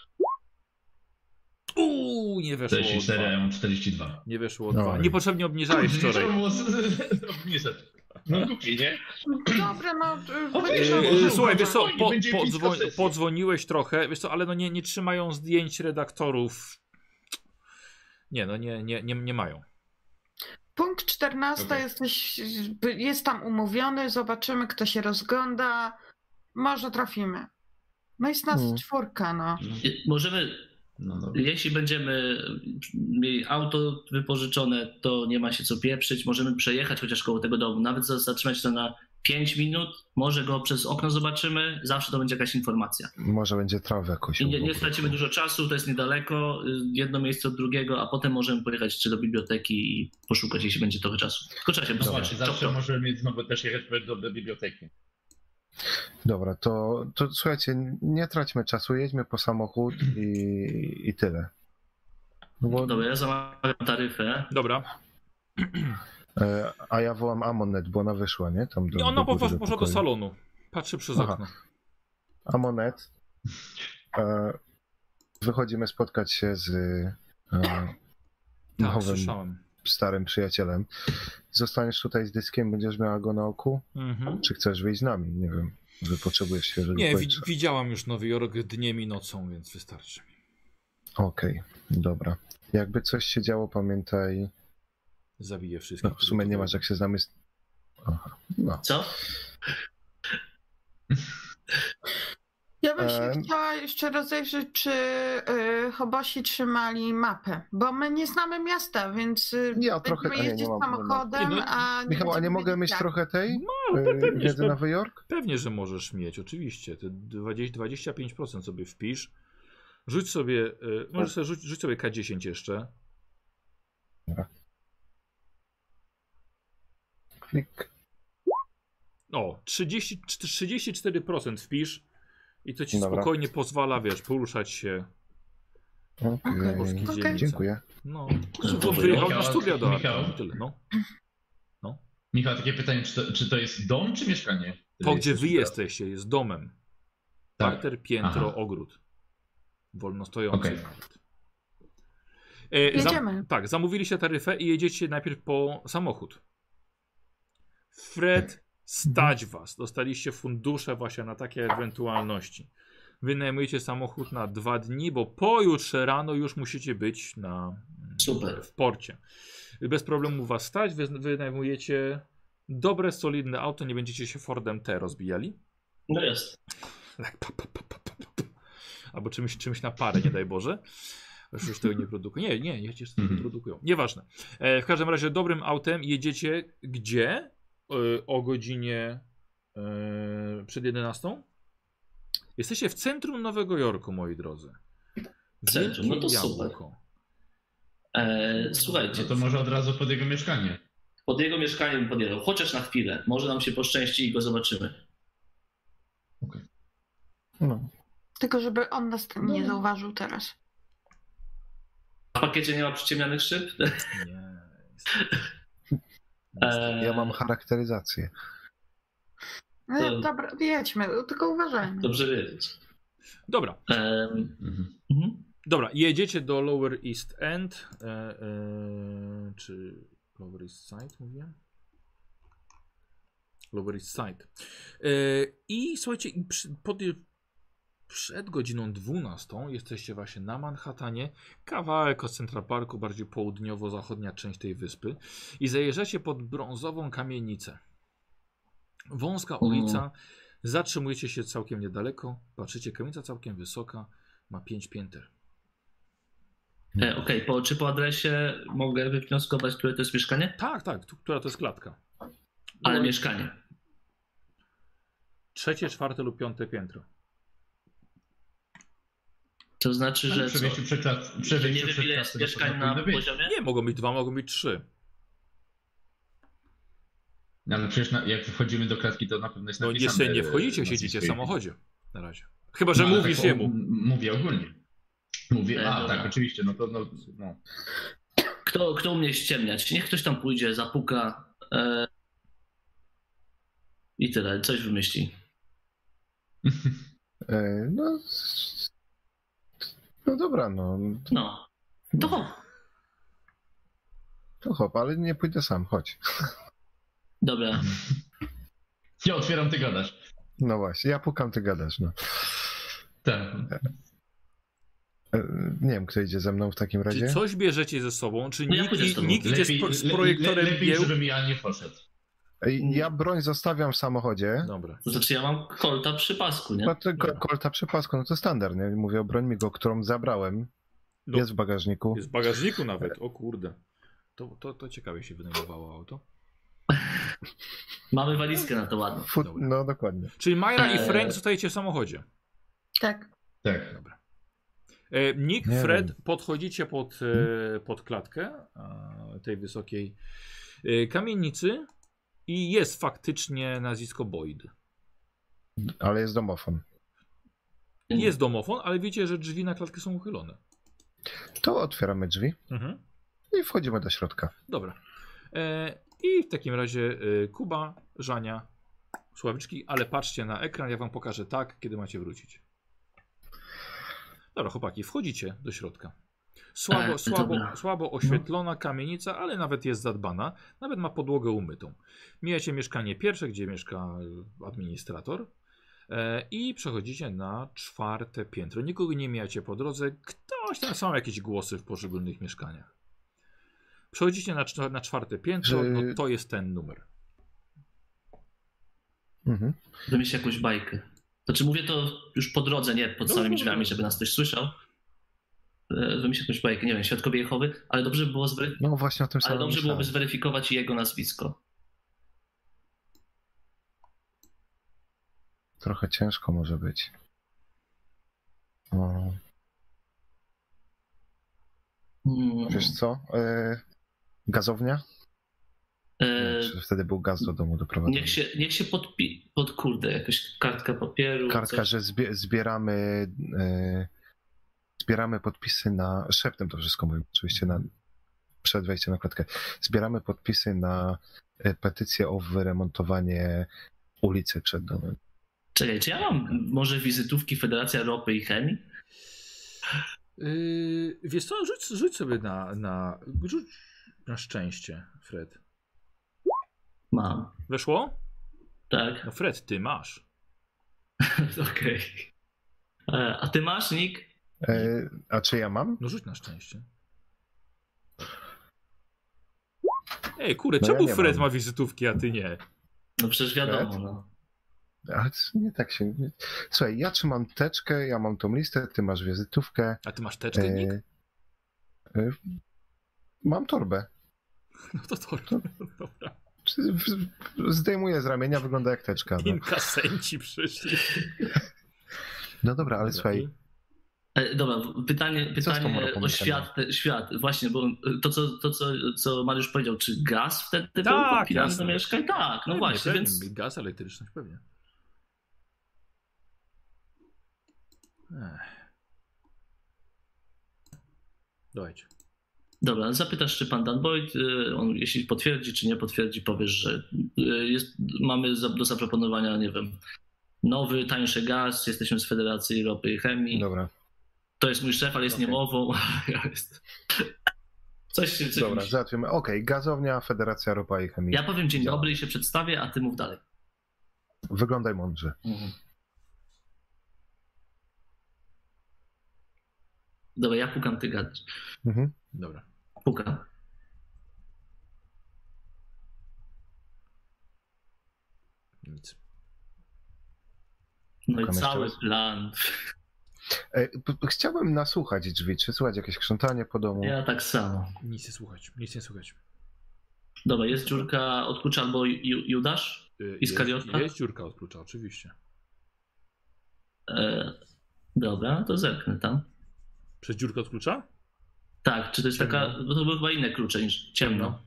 S2: Uuu, nie weszło o
S1: czterdzieści cztery, a ja
S2: dwa.
S1: mam czterdzieści dwa.
S2: Nie weszło o
S3: No
S2: dwa.
S3: i-
S2: Niepotrzebnie obniżałeś wczoraj.
S1: No kupi, nie?
S5: Dobra, no.
S1: O,
S5: będzie
S1: wiesz,
S5: dobrze.
S1: no,
S2: Yy, Słuchaj, wiesz co,
S1: spokojnie,
S2: po,
S1: będzie
S2: podzwo-
S1: blisko sesji.
S2: podzwoniłeś trochę, wiesz co, ale no nie, nie trzymają zdjęć redaktorów. Nie, no nie, nie, nie, nie mają.
S5: Punkt czternasty
S1: Okej.
S5: jesteś, jest tam umówiony, zobaczymy, kto się rozgląda. Może trafimy. No jest nas
S3: Hmm.
S5: czwórka, no.
S4: Możemy,
S1: No dobra.
S4: jeśli będziemy mieli auto wypożyczone, to nie ma się co pieprzyć. Możemy przejechać chociaż koło tego domu. Nawet zatrzymać się na pięć minut. Może go przez okno zobaczymy. Zawsze to będzie jakaś informacja.
S3: Może będzie trawę jakoś.
S4: I nie, nie
S3: obok.
S4: stracimy dużo czasu, to jest niedaleko, jedno miejsce od drugiego, a potem możemy pojechać czy do biblioteki i poszukać, jeśli będzie trochę czasu. Tylko trzeba się
S1: No
S4: posłuchać.
S1: właśnie, zawsze możemy mieć znowu też jechać do, do biblioteki.
S3: Dobra, to, to słuchajcie, nie traćmy czasu, jedźmy po samochód i, i tyle. No bo,
S4: Dobra, ja zamawiam taryfę.
S2: Dobra.
S3: e, a ja wołam Amonet, bo ona wyszła, nie? Tam do,
S2: I ona
S3: do góry,
S2: poszła
S3: do
S2: poszła do
S3: pokoju.
S2: salonu. Patrzy przez
S3: Aha.
S2: okno.
S3: Amonet. E, wychodzimy spotkać się z e,
S2: Tak,
S3: nowym,
S2: słyszałem.
S3: starym przyjacielem. Zostaniesz tutaj z dyskiem, będziesz miała go na oku?
S2: Mhm.
S3: Czy chcesz wyjść z nami? Nie wiem, że potrzebujesz świeżego
S2: Nie, wi
S3: powietrza.
S2: widziałam już Nowy Jork dniem i nocą, więc wystarczy mi.
S3: Okej, dobra. Jakby coś się działo, pamiętaj.
S2: Zabiję wszystkich.
S3: No, w sumie nie masz jak się znamy. z- Aha, no.
S4: Co?
S5: Ja bym się
S3: Em.
S5: chciała jeszcze rozejrzeć, czy y, Hobosi trzymali mapę, bo my nie znamy miasta, więc y,
S3: Ja trochę-
S5: będziemy
S3: a nie,
S5: jeździć
S3: nie mam-
S5: samochodem,
S2: nie ma-
S5: a nie
S3: Michał, a nie
S5: będziemy
S3: mogę
S5: wiedzieć
S3: mieć
S5: jak.
S3: trochę tej
S2: No,
S3: e,
S2: pewnie,
S3: wiedzy
S2: że-
S3: Nowy Jork?
S2: Pewnie, że możesz mieć, oczywiście. Ty dwadzieścia, dwadzieścia pięć procent sobie wpisz. Rzuć sobie, y, możesz sobie rzuć, rzuć sobie K dziesięć jeszcze.
S3: Klik.
S2: O, trzydzieści, trzydzieści cztery procent wpisz i to ci
S3: Dobra.
S2: spokojnie pozwala, wiesz, poruszać się.
S3: Okej.
S2: Polskiej
S5: Okej.
S2: dzielnicy.
S3: Dziękuję.
S2: No,
S4: Dobra,
S2: wyjechał na
S1: Michał,
S2: studia do
S1: Michał.
S2: Arkham i tyle, no.
S1: Michał, takie pytanie, czy to, czy to jest dom, czy mieszkanie?
S2: To, gdzie wy
S1: teraz?
S2: jesteście, jest domem.
S1: Tak.
S2: Parter, piętro,
S1: Aha.
S2: ogród. Wolno stojący
S1: Okej.
S2: nawet. E, zam-
S5: Jedziemy.
S2: tak, zamówiliście taryfę i jedziecie najpierw po samochód. Fred, stać was. Dostaliście fundusze właśnie na takie ewentualności. Wynajmujecie samochód na dwa dni, bo pojutrze rano już musicie być na,
S4: Super.
S2: w porcie. Bez problemu was stać. Wy, wynajmujecie dobre, solidne auto. Nie będziecie się Fordem T rozbijali.
S4: No jest.
S2: Tak, pa, pa, pa, pa, pa, pa. Albo czymś, czymś na parę, nie daj Boże. Już, już tego nie produkują. Nie, nie, jeszcze tego
S1: Mhm.
S2: produkują. Nieważne. E, w każdym razie dobrym autem jedziecie gdzie? E, o godzinie e, przed jedenastą? Jesteście w centrum Nowego Jorku, moi drodzy.
S4: Centrum, no to
S2: Wielkie
S4: super.
S2: jabłko.
S4: E, słuchajcie,
S1: No to może od razu pod jego mieszkanie.
S4: pod jego mieszkaniem bym podjechał, chociaż na chwilę. Może nam się poszczęści i go zobaczymy.
S3: No.
S5: Tylko żeby on nas tam nie
S4: No.
S5: zauważył teraz.
S4: W pakiecie nie ma przyciemnianych szyb?
S2: Nie.
S4: E,
S3: Ja mam charakteryzację.
S5: No,
S4: To-
S5: dobra, jedźmy, tylko uważajmy.
S4: Dobrze wiedzieć.
S2: Dobra.
S4: Em,
S1: Mhm.
S4: mhm.
S2: Dobra, jedziecie do Lower East End. E, e, czy Lower East Side mówiłem? Lower East Side. E, I słuchajcie, i przy, pod, przed godziną dwunastą jesteście właśnie na Manhattanie, kawałek od Central Parku, bardziej południowo-zachodnia część tej wyspy i zajeżdżacie pod brązową kamienicę. Wąska ulica, zatrzymujecie się całkiem niedaleko, patrzycie, kamienica całkiem wysoka, Ma pięć pięter.
S4: E, Okej, okay. po, czy po adresie mogę wywnioskować, które to jest mieszkanie?
S2: Tak, tak, tu, która to jest klatka.
S4: Ale
S2: Bo-
S4: mieszkanie.
S2: Trzecie, czwarte lub piąte piętro.
S4: To znaczy, że co?
S1: Przewieźciu przed klat-
S4: Że nie
S1: przewieźciu
S4: wiem,
S1: przed
S4: ile jest
S1: klatkę
S4: mieszkań
S1: powinno
S4: na
S1: być.
S4: poziomie?
S2: Nie, mogą być dwa, mogą być trzy.
S1: No, ale przecież na, jak wchodzimy do klatki, to na pewno jest
S2: No
S1: napisane...
S2: jeszcze nie wchodzicie,
S1: nazwisko
S2: siedzicie w
S1: i-
S2: samochodzie. Na razie. Chyba, że
S1: No, ale
S2: mówisz
S1: tak, o,
S2: jemu.
S1: m- Mówię ogólnie. Mówię,
S4: E,
S1: a
S4: dobra.
S1: tak, oczywiście, no to no, no.
S4: Kto, kto umie ściemniać? Niech ktoś tam pójdzie, zapuka e... i tyle, coś wymyśli.
S3: E, no, no dobra, no.
S4: No, to hop.
S3: To hop, ale nie pójdę sam, chodź.
S4: Dobra.
S1: Ja otwieram, ty gadasz.
S3: No właśnie, ja pukam, ty gadasz, no.
S1: Tak.
S3: E, nie wiem, kto idzie ze mną w takim razie.
S2: Czy coś bierzecie ze sobą? Czy
S4: No ja
S2: nikt,
S4: pójdę z tobą.
S2: nikt idzie z, pro- z projektorem
S1: le, lepiej,
S2: bieł?
S1: żebym ja nie poszedł.
S3: E, Ja broń zostawiam w samochodzie.
S2: Dobra.
S4: To znaczy ja mam kolta przy pasku, nie?
S3: No to ko- kolta przy pasku, no to standard, nie? Mówię o broń go, którą zabrałem.
S2: No.
S3: Jest w bagażniku.
S2: Jest w bagażniku nawet, o kurde. To, to, to ciekawie się wynajmowało auto.
S4: Mamy walizkę na to ładną.
S3: Fu-
S2: Dobra.
S3: no dokładnie.
S2: Czyli Majra i
S4: Eee.
S2: Frank zostajecie w samochodzie.
S5: Tak.
S1: Tak.
S2: Dobra. E, Nick,
S3: Nie
S2: Fred,
S3: wiem.
S2: podchodzicie pod, e, pod klatkę e, tej wysokiej e, kamienicy i jest faktycznie nazwisko Boyd.
S3: Ale jest domofon.
S2: Jest domofon, ale wiecie, że drzwi na klatkę są uchylone.
S3: To otwieramy drzwi
S2: Mhm.
S3: i wchodzimy do środka.
S2: Dobra. E, I w takim razie e, Kuba, Żania, Sławiczki, ale patrzcie na ekran, ja wam pokażę tak, kiedy macie wrócić. Dobra, chłopaki, wchodzicie do środka. Słabo,
S4: E,
S2: słabo,
S4: dobra.
S2: słabo oświetlona kamienica, ale nawet jest zadbana. Nawet ma podłogę umytą. Mijacie mieszkanie pierwsze, gdzie mieszka e, administrator. E, I przechodzicie na czwarte piętro. Nikogo nie mijacie po drodze. Ktoś tam są jakieś głosy w poszczególnych mieszkaniach. Przechodzicie na, cz- na czwarte piętro,
S3: Czy-
S2: no to jest ten numer.
S3: Mhm.
S4: Wymyśl jakąś bajkę. Znaczy mówię to już po drodze, nie pod
S2: No,
S4: samymi
S2: no,
S4: drzwiami,
S2: no.
S4: żeby nas ktoś słyszał. E, Wymyśl jakąś bajkę, nie wiem, Świadkowie Jehowy, ale dobrze by było, zwery...
S3: No właśnie o tym
S4: ale
S3: samym
S4: dobrze byłoby
S3: myślałem.
S4: zweryfikować jego nazwisko.
S3: Trochę ciężko może być. O,
S4: Hmm.
S3: wiesz co? E, gazownia? Nie
S4: E,
S3: wiem, czy wtedy był gaz do domu doprowadzony.
S4: Niech się, niech się podpi... pod kurde, jakaś kartka papieru.
S3: Kartka,
S4: coś.
S3: że zbie, zbieramy e, zbieramy podpisy na... Szeptem to wszystko mówię, oczywiście na, przed wejściem na klatkę. Zbieramy podpisy na e, petycję o wyremontowanie ulicy przed domem.
S4: Czekaj, czy ja mam może wizytówki Federacja Ropy i Chemii?
S2: Yy, wiesz co, rzuć, rzuć sobie na, na, rzuć na szczęście, Fred.
S4: Mam.
S2: Weszło?
S4: Tak,
S2: No Fred, ty masz.
S4: okej. E, A ty masz, Nick?
S3: E, a czy ja mam?
S2: No rzuć na szczęście. Ej, kurde,
S3: No ja
S2: czemu
S3: nie
S2: Fred
S3: mam.
S2: ma wizytówki, a ty nie?
S4: No przecież wiadomo,
S3: Fred?
S4: no.
S3: Ale nie tak się... Nie... Słuchaj, ja trzymam teczkę, ja mam tą listę, ty masz wizytówkę.
S2: A ty masz teczkę, Nick?
S3: E, e, mam torbę.
S2: No to to, dobra.
S3: Zdejmuję z ramienia, wygląda jak teczka. No,
S2: Inkasenci przyszli.
S3: no dobra, ale
S2: Dobra,
S3: słuchaj,
S4: E, Dobra, pytanie,
S3: Co z tą
S4: pytanie
S3: ropą
S4: o
S3: i
S4: świat, świat. Właśnie, bo to, co, to co, co Mariusz powiedział, czy gaz wtedy był
S2: Tak,
S4: podpinany
S2: jasne.
S4: do mieszkań? Tak, no
S2: Pewnie,
S4: właśnie,
S2: pewnie.
S4: więc
S2: Gaz, elektryczność, pewnie. Ech. Dawajcie.
S4: dobra, zapytasz, czy pan Dan Boyd, y, on jeśli potwierdzi, czy nie potwierdzi, powiesz, że y, jest, mamy za- do zaproponowania, nie wiem, nowy, tańszy gaz, jesteśmy z Federacji Ropy i Chemii.
S3: dobra.
S4: To jest mój szef, ale jest
S3: Okej.
S4: niemową. Ja jest... Coś się... Coś
S3: Dobra,
S4: mi-
S3: załatwimy. Okej, gazownia, Federacja Ropa i Chemii.
S4: Ja powiem dzień
S3: Działa.
S4: dobry i się przedstawię, a ty mów dalej.
S3: Wyglądaj mądrze.
S4: Dobra, ja pukam, ty gadasz.
S3: Mhm.
S2: Dobra.
S4: Pukam.
S2: Nic.
S4: No i
S3: Pukam jeszcze
S4: cały
S3: raz.
S4: plan.
S3: E, p- Chciałbym nasłuchać drzwi. Czy słychać jakieś krzątanie po domu?
S4: Ja tak samo.
S2: Nic nie słuchać, nic nie słuchać.
S4: Dobra, jest dziurka od klucza albo Ju- Judasz?
S2: Y,
S4: Iskariota?
S2: Jest, jest dziurka od klucza, oczywiście.
S4: E, dobra, to zerknę tam.
S2: Przez dziurkę od klucza?
S4: Tak, czy to jest
S2: Ciemno.
S4: taka, bo to były chyba inne klucze niż ciemno.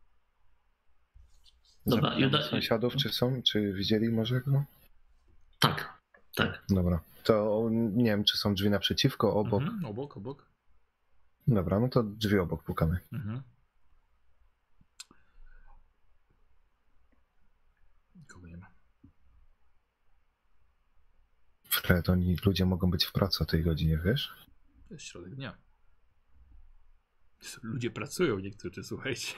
S4: Dobra,
S3: Zapytam
S4: Juda-
S3: sąsiadów, czy są? Czy widzieli może go?
S4: Tak, tak.
S3: Dobra. To nie wiem, czy są drzwi naprzeciwko, obok.
S2: Mhm, obok, obok.
S3: Dobra, no to drzwi obok pukamy.
S2: Mhm. Nikogo nie ma.
S3: Fred, oni ludzie mogą być w pracy o tej godzinie, wiesz?
S2: To jest środek dnia. Ludzie pracują niektórzy, słuchajcie.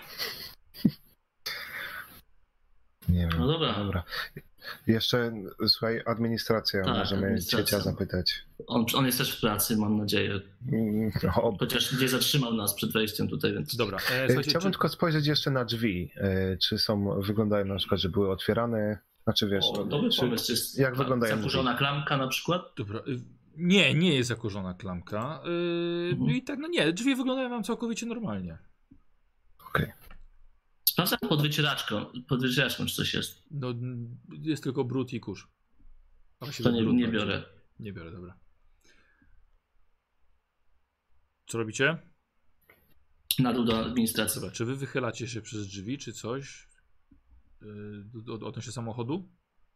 S3: Nie wiem.
S4: No dobra.
S3: Dobra. Jeszcze, słuchaj, administracja,
S4: Tak,
S3: możemy
S4: administracja.
S3: ciecia zapytać.
S4: On, on jest też w pracy, mam nadzieję.
S3: Mm, O,
S4: Chociaż nie zatrzymał nas przed wejściem tutaj, więc...
S2: Dobra, e,
S3: e,
S2: słuchajcie,
S3: chciałbym
S2: czy...
S3: tylko spojrzeć jeszcze na drzwi. E, Czy są, wyglądają na przykład, że były otwierane? Znaczy wiesz,
S4: O, dobry
S3: czy,
S4: pomysł. Jest
S3: jak wyglądają
S4: zakurzona klamka na przykład?
S2: Dobra, y, nie, nie jest zakurzona klamka. Yy,
S4: Mhm.
S2: I tak, no nie, drzwi wyglądają wam całkowicie normalnie.
S3: Okej.
S4: Sprawdzam pod wycieraczką, pod wycieraczką czy coś jest.
S2: No, n- jest tylko brud i kurz. A właściwie
S4: To nie,
S2: brud
S4: nie
S2: bardziej.
S4: biorę.
S2: Nie biorę, dobra. Co robicie?
S4: Na dół do administracji.
S2: Dobra, czy wy wychylacie się przez drzwi, czy coś? Yy, od- odnośnie samochodu?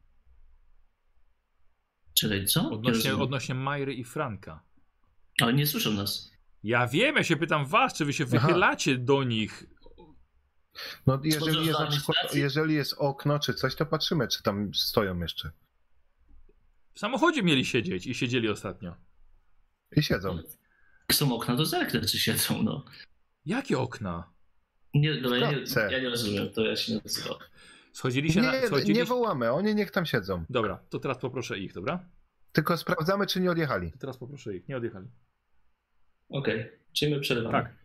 S4: Czekaj, co? Nie
S2: Odnośnie,
S4: rozumiem.
S2: odnośnie Majry i Franka.
S4: Ale nie słyszą nas.
S2: Ja wiem, ja się pytam was, czy wy się
S3: Aha.
S2: wychylacie do nich.
S3: No jeżeli
S4: Wchodzą
S3: jest,
S4: do
S3: na przykład,
S4: administracji?
S3: jeżeli jest okno czy coś, to patrzymy, czy tam stoją jeszcze.
S2: W samochodzie mieli siedzieć i siedzieli ostatnio.
S3: I siedzą.
S4: Jak są okna, to zerknę, czy siedzą, no.
S2: Jakie okna?
S4: Nie, dobra, ja, nie,
S3: klatce.
S4: ja nie rozumiem, to ja się nie rozumiem.
S2: Schodzili się na...
S3: Nie,
S2: Schodzili...
S3: nie wołamy, oni niech tam siedzą.
S2: Dobra, to teraz poproszę ich, dobra?
S3: Tylko sprawdzamy, czy nie odjechali.
S2: To teraz poproszę ich, nie odjechali.
S4: Okej, czyli my przerywamy.
S2: Tak.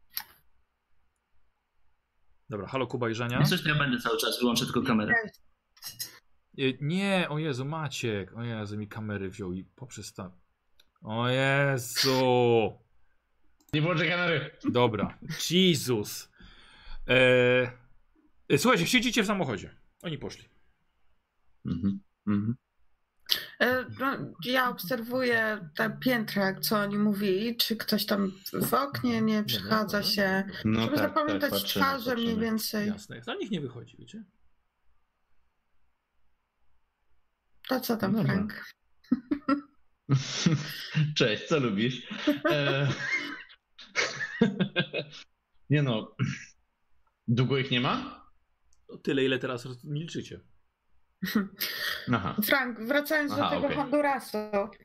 S2: Dobra, halo Kuba i Żenia.
S4: Nie coś, to ja będę cały czas, wyłączę tylko kamerę.
S2: Y, Nie, o Jezu, Maciek. O Jezu, mi kamery wziął i poprzestaw. O Jezu.
S1: Nie włączę kamery.
S2: Dobra, Jezus. E... e, Słuchajcie, siedzicie w samochodzie. Oni poszli.
S1: Mhm. Mhm.
S5: E, no, ja obserwuję te piętra, jak co oni mówili, czy ktoś tam w oknie nie przechadza
S2: dobra.
S5: się,
S1: No
S5: żeby
S1: tak,
S5: zapamiętać
S1: tak, patrzymy,
S5: twarze mniej
S1: patrzymy.
S5: więcej.
S2: Jasne, za nich nie wychodzi, wiecie?
S5: To co tam,
S1: Dobra.
S5: Frank?
S1: Cześć, co lubisz? E... Nie no. Długo ich nie ma?
S2: To tyle, ile teraz milczycie.
S1: Aha.
S5: Frank, wracając
S1: Aha,
S5: do tego
S1: okej.
S5: Hondurasu,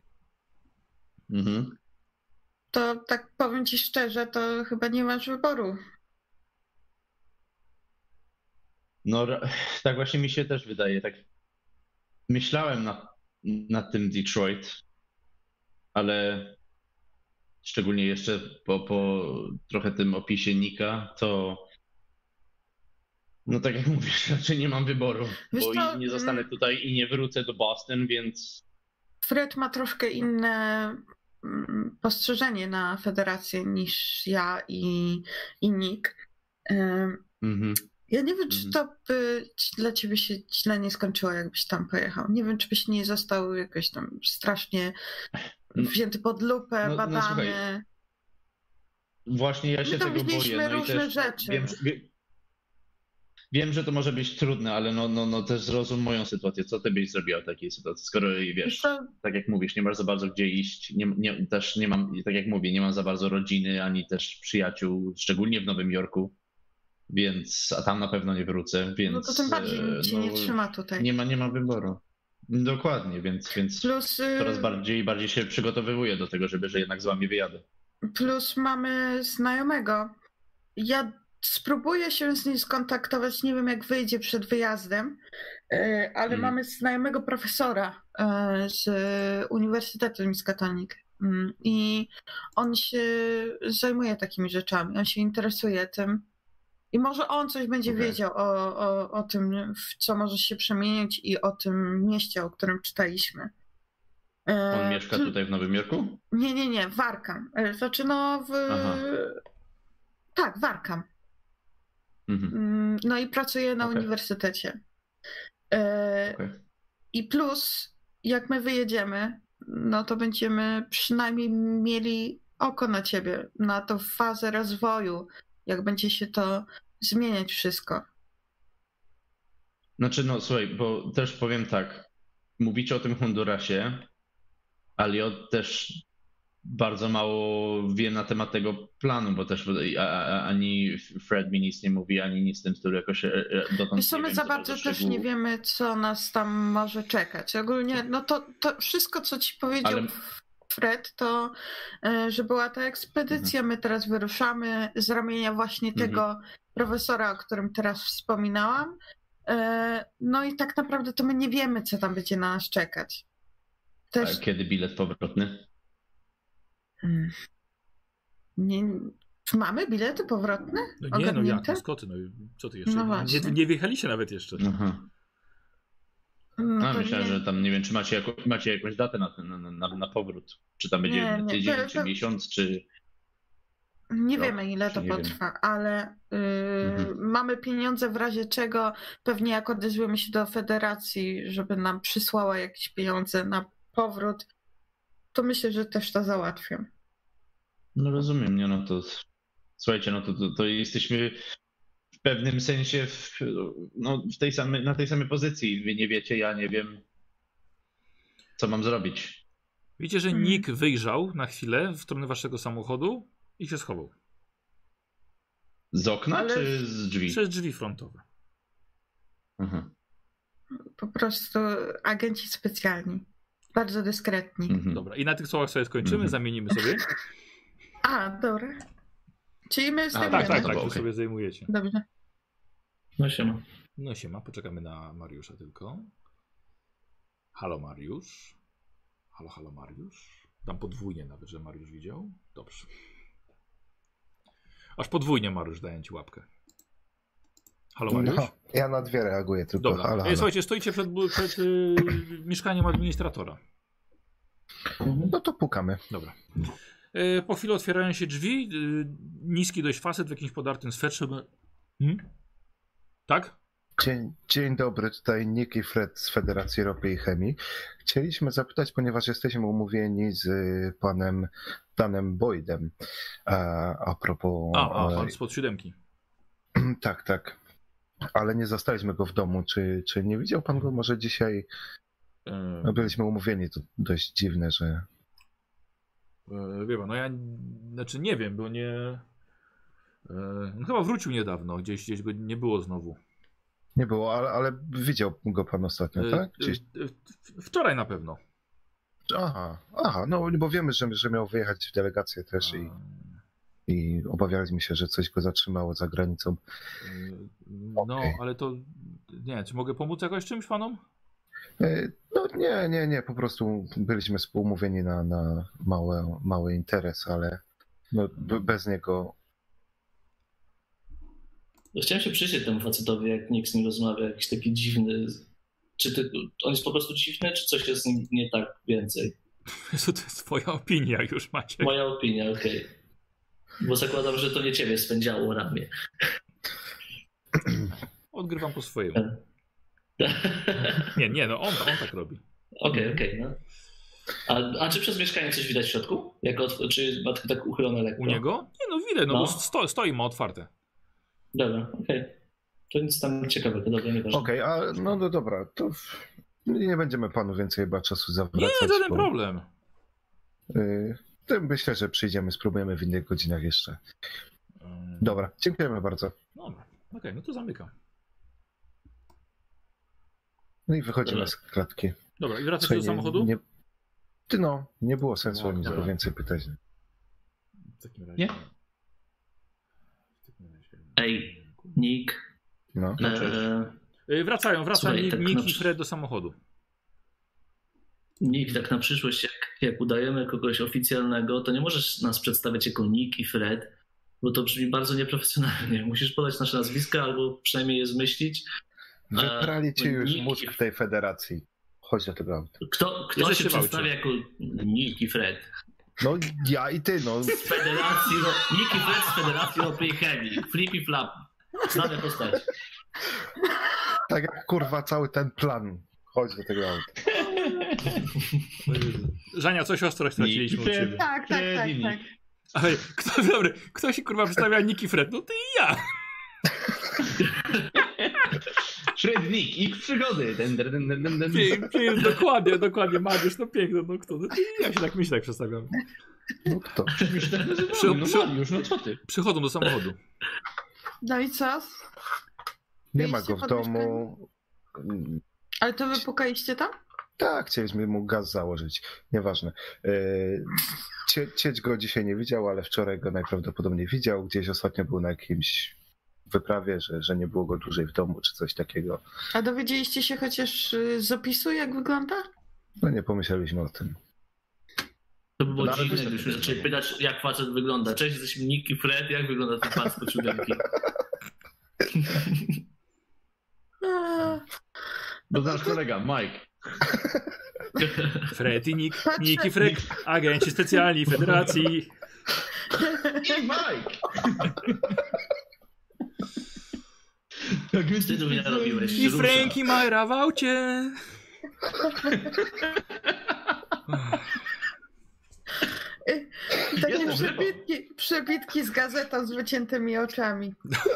S1: Mhm.
S5: to tak powiem ci szczerze, to chyba nie masz wyboru.
S1: No ra- tak właśnie mi się też wydaje. Tak myślałem nad, nad tym Detroit, ale szczególnie jeszcze po, po trochę tym opisie Nika, to no tak jak mówisz, raczej nie mam wyboru,
S5: Wiesz
S1: bo
S5: co,
S1: i nie zostanę
S5: mm.
S1: tutaj i nie wrócę do Boston, więc
S5: Fred ma troszkę inne mm, postrzeżenie na federację niż ja i, i Nick. Ym,
S1: mhm.
S5: Ja nie wiem, czy
S1: Mhm.
S5: to by ci- dla ciebie się źle nie skończyło, jakbyś tam pojechał. Nie wiem, czy byś nie został jakoś tam strasznie wzięty pod lupę,
S1: No- no
S5: badany.
S1: słuchaj, Właśnie ja się
S5: My tam
S1: tego boję.
S5: widzieliśmy
S1: No i
S5: różne
S1: też
S5: rzeczy.
S1: Wiem, że- wie, wiem, że to może być trudne, ale no, no, no też zrozum moją sytuację. Co ty byś zrobiła w takiej sytuacji, skoro
S5: Wiesz
S1: wiesz,
S5: co,
S1: tak jak mówisz, nie masz za bardzo gdzie iść, nie, nie, też nie mam, tak jak mówię, nie mam za bardzo rodziny, ani też przyjaciół, szczególnie w Nowym Jorku, więc, a tam na pewno nie wrócę, więc...
S5: no to tym bardziej
S1: e,
S5: nikt cię nie trzyma tutaj.
S1: Nie ma, nie ma wyboru. Dokładnie, więc, więc
S5: Plus, y,
S1: coraz bardziej i bardziej się przygotowywuję do tego, żeby, że jednak z wami wyjadę.
S5: plus mamy znajomego. Ja spróbuję się z nim skontaktować, nie wiem jak wyjdzie przed wyjazdem, y, ale
S1: Mm.
S5: mamy znajomego profesora y, z Uniwersytetu Miskatonic. Mm, I on się zajmuje takimi rzeczami, on się interesuje tym. I może on coś będzie
S1: Okej.
S5: wiedział o, o, o tym, w co może się przemienić i o tym mieście, o którym czytaliśmy. E,
S1: On mieszka tutaj w Nowym Jorku?
S5: Nie, nie, nie, w Arkham. E, Znaczy no w...
S1: Aha.
S5: Tak, w Arkham.
S1: Mhm.
S5: Mm, No i pracuje na
S1: Okej.
S5: uniwersytecie. E,
S1: Okej.
S5: I plus, jak my wyjedziemy, no to będziemy przynajmniej mieli oko na ciebie, na tą fazę rozwoju, jak będzie się to zmieniać wszystko.
S1: Znaczy, no słuchaj, bo też powiem tak, mówicie o tym Hondurasie, ale ja też bardzo mało wiem na temat tego planu, bo też a, a, ani Fred mi nic nie mówi, ani nic z tym, który jakoś e, e, dotąd
S5: Wiesz co,
S1: nie
S5: my
S1: wiem
S5: za
S1: co
S5: bardzo
S1: do
S5: też
S1: szczegółów.
S5: nie wiemy, co nas tam może czekać. Ogólnie, no to, to wszystko, co ci powiedział
S1: Ale-
S5: Fred, to, e, że była ta ekspedycja, my teraz wyruszamy z ramienia właśnie
S1: Mhm.
S5: tego profesora, o którym teraz wspominałam. E, No i tak naprawdę to my nie wiemy, co tam będzie na nas czekać. Też
S1: A kiedy bilet powrotny?
S5: Mm. nie, mamy bilety powrotne?
S2: No nie, no jak,
S5: Ogarnięte?
S2: no Skoty, no co ty jeszcze?
S5: No
S2: nie,
S5: właśnie.
S2: nie wjechaliście nawet jeszcze.
S1: Aha.
S5: No
S1: A
S5: to
S1: myślałem,
S5: nie.
S1: że tam nie wiem, czy macie, jako, macie jakąś datę na, ten- na, na, na powrót. Czy tam będzie
S5: Nie, nie,
S1: tydzień,
S5: to-
S1: czy
S5: to-
S1: miesiąc, czy...
S5: Nie
S1: Rok,
S5: wiemy, ile
S1: czy
S5: to
S1: nie wiemy?
S5: potrwa, ale yy,
S1: Mhm.
S5: mamy pieniądze w razie czego, pewnie jak odezwiemy się do federacji, żeby nam przysłała jakieś pieniądze na powrót, to myślę, że też to załatwią.
S1: No rozumiem, nie no to... Słuchajcie, no to, to, to jesteśmy w pewnym sensie w, no, w tej samej, na tej samej pozycji. Wy nie wiecie, ja nie wiem, co mam zrobić.
S2: Widzicie, że
S5: Mhm.
S2: Nick wyjrzał na chwilę w stronę waszego samochodu i się schował.
S1: Z okna
S5: Ale-
S1: czy z drzwi?
S2: Przez drzwi frontowe.
S1: Aha.
S5: Po prostu agenci specjalni, bardzo dyskretni.
S1: Mhm.
S2: Dobra, i na tych słowach sobie skończymy,
S1: Mhm.
S2: zamienimy sobie.
S5: A, dobra. Czyli my
S1: tak,
S5: zdejmujemy.
S2: Tak, tak, tak,
S1: Dobra,
S2: wy
S1: okej.
S2: sobie zajmujecie.
S5: Dobrze.
S4: No siema.
S2: No siema, poczekamy na Mariusza tylko. Halo Mariusz. Halo, halo Mariusz. Tam podwójnie nawet, że Mariusz widział. Dobrze. Aż podwójnie Mariusz daję ci łapkę. Halo Mariusz?
S3: No, ja na dwie reaguję tylko.
S2: Dobra.
S3: Halo,
S2: E,
S3: halo.
S2: Słuchajcie, stoicie przed, przed y, mieszkaniem administratora.
S3: No to pukamy.
S2: Dobra. E, po chwili otwierają się drzwi. Y, niski dość facet w jakimś podartym swetrze. Hmm? Tak?
S3: Dzień, dzień dobry, tutaj Nick i Fred z Federacji Ropy i Chemii. Chcieliśmy zapytać, ponieważ jesteśmy umówieni z y, panem Danem Boydem. A, a propos...
S2: A, a
S3: e,
S2: pan spod siódemki.
S3: tak, tak. Ale nie zastaliśmy go w domu. Czy, czy nie widział pan go może dzisiaj?
S2: E,
S3: No, byliśmy umówieni, to dość dziwne, że...
S2: e, wie pan, no ja znaczy nie wiem, bo nie... E, no chyba wrócił niedawno, gdzieś, gdzieś go nie było znowu.
S3: Nie było, ale, ale widział go pan ostatnio,
S2: E,
S3: tak?
S2: e,
S3: Gdzieś...
S2: e, wczoraj na pewno.
S3: Aha, aha, no bo wiemy, że, że miał wyjechać w delegację też i, i obawialiśmy się, że coś go zatrzymało za granicą.
S2: E, no,
S3: Okej.
S2: ale to... Nie, czy mogę pomóc jakoś czymś panom?
S3: E, No nie, nie, nie, po prostu byliśmy współmówieni na, na mały, mały interes, ale no, b- bez niego...
S4: Chciałem się przyjrzeć temu facetowi, jak nikt z nim rozmawia, jakiś taki dziwny. Czy ty, on jest po prostu dziwny, czy coś jest z nim nie tak więcej?
S2: To jest twoja opinia już, Maciek.
S4: Moja opinia, okej. Bo zakładam, że to nie ciebie spędziało ramię.
S2: Odgrywam po swojemu. Nie, nie, no on, on tak robi.
S4: Okej, okej, no. A, a czy przez mieszkanie coś widać w środku? Jak od, czy ma tak uchylone lekko?
S2: U niego? Nie no, widać, no,
S4: No.
S2: bo sto, stoi, ma otwarte.
S4: Dobra, okej. To nic tam ciekawego, dobra, nieważne.
S3: Okej, a no, no dobra, to w- nie będziemy panu więcej chyba czasu
S2: Nie,
S3: zawracać.
S2: żaden
S3: bo,
S2: problem.
S3: y, to myślę, że przyjdziemy, spróbujemy w innych godzinach jeszcze.
S2: Ym,
S3: Dobra, dziękujemy bardzo.
S2: Dobra, okej, no to zamykam.
S3: No i wychodzimy
S4: Dobra.
S3: z klatki.
S2: Dobra, i wracacie
S3: Słuchaj,
S2: do samochodu?
S3: Nie, ty no, nie było sensu
S2: No,
S3: o nic
S2: dobra.
S3: więcej pytać.
S2: W takim razie...
S1: Nie?
S2: W takim razie...
S4: Ej, Nick.
S3: No.
S1: No, cześć.
S4: E,
S2: Yy, wracają, wracają
S4: Słuchaj,
S2: Nick,
S4: tak
S2: Nick
S4: na
S2: i
S4: przy-
S2: Fred do samochodu.
S4: Nick, tak na przyszłość, jak, jak udajemy kogoś oficjalnego, to nie możesz nas przedstawiać jako Nick i Fred, bo to brzmi bardzo nieprofesjonalnie. Musisz podać nasze nazwiska albo przynajmniej je zmyślić.
S3: Wyprali cię
S4: A,
S3: już
S4: Nick
S3: mózg
S4: i-
S3: w tej federacji. chodź do tego auta.
S4: Kto, kto
S2: Jesteście
S4: się
S2: w aucie.
S4: przedstawia jako Nick i Fred?
S3: No ja i ty, no.
S4: Z Federacji, no, Nick i Fred z Federacji Ropy i Chemii. Flippy Flap. Znane postać.
S3: Tak jak kurwa cały ten plan. Chodź do tego auta.
S2: Żania, coś ostro straciliśmy u
S1: Nick,
S2: ciebie.
S5: Tak, tak, tak,
S1: Freddy,
S5: tak.
S2: Ale kto, dobry, kto się kurwa przedstawia Nick Fred? No ty i ja.
S1: Fred, Nick, ich przygody. Den, den, den, den, den, den.
S2: Pięk, pięk, dokładnie, dokładnie, Mariusz, no piękno, no kto? No ty i ja się tak myślę, tak przedstawiam.
S3: No kto?
S1: Mi się tak nazywało.
S2: Przy-
S1: No
S2: przy-
S1: Mariusz, no co ty?
S2: Przychodzą do samochodu.
S5: No i co?
S3: Nie ma
S5: Byliście
S3: go w
S5: pod
S3: domu.
S5: Ale to wy pukaliście tam?
S3: Tak, chcieliśmy mu gaz założyć. Nieważne. Yy, cie, cieć go dzisiaj nie widział, ale wczoraj go najprawdopodobniej widział. Gdzieś ostatnio był na jakimś wyprawie, że, że nie było go dłużej w domu, czy coś takiego.
S5: A dowiedzieliście się chociaż y, z opisu, jak wygląda?
S3: No nie pomyśleliśmy o tym.
S4: To by było
S1: No, ale
S4: dziwne,
S1: to-
S4: gdybyśmy zaczęli pytać, jak facet wygląda. Cześć, jesteśmy Nick i Fred, jak wygląda ten facet pod siódemki?
S5: Eee,
S1: Bo nasz kolega, Mike.
S2: Fred i Nick,
S5: Patrzę-
S2: Nick i Fred, agenci specjalni Federacji.
S1: I Mike! Tak więc
S4: Wstydu nie robiłeś.
S2: I Franki Majra w aucie.
S5: Takie
S1: Jestem
S5: przebitki, przebitki z gazetą z wyciętymi oczami.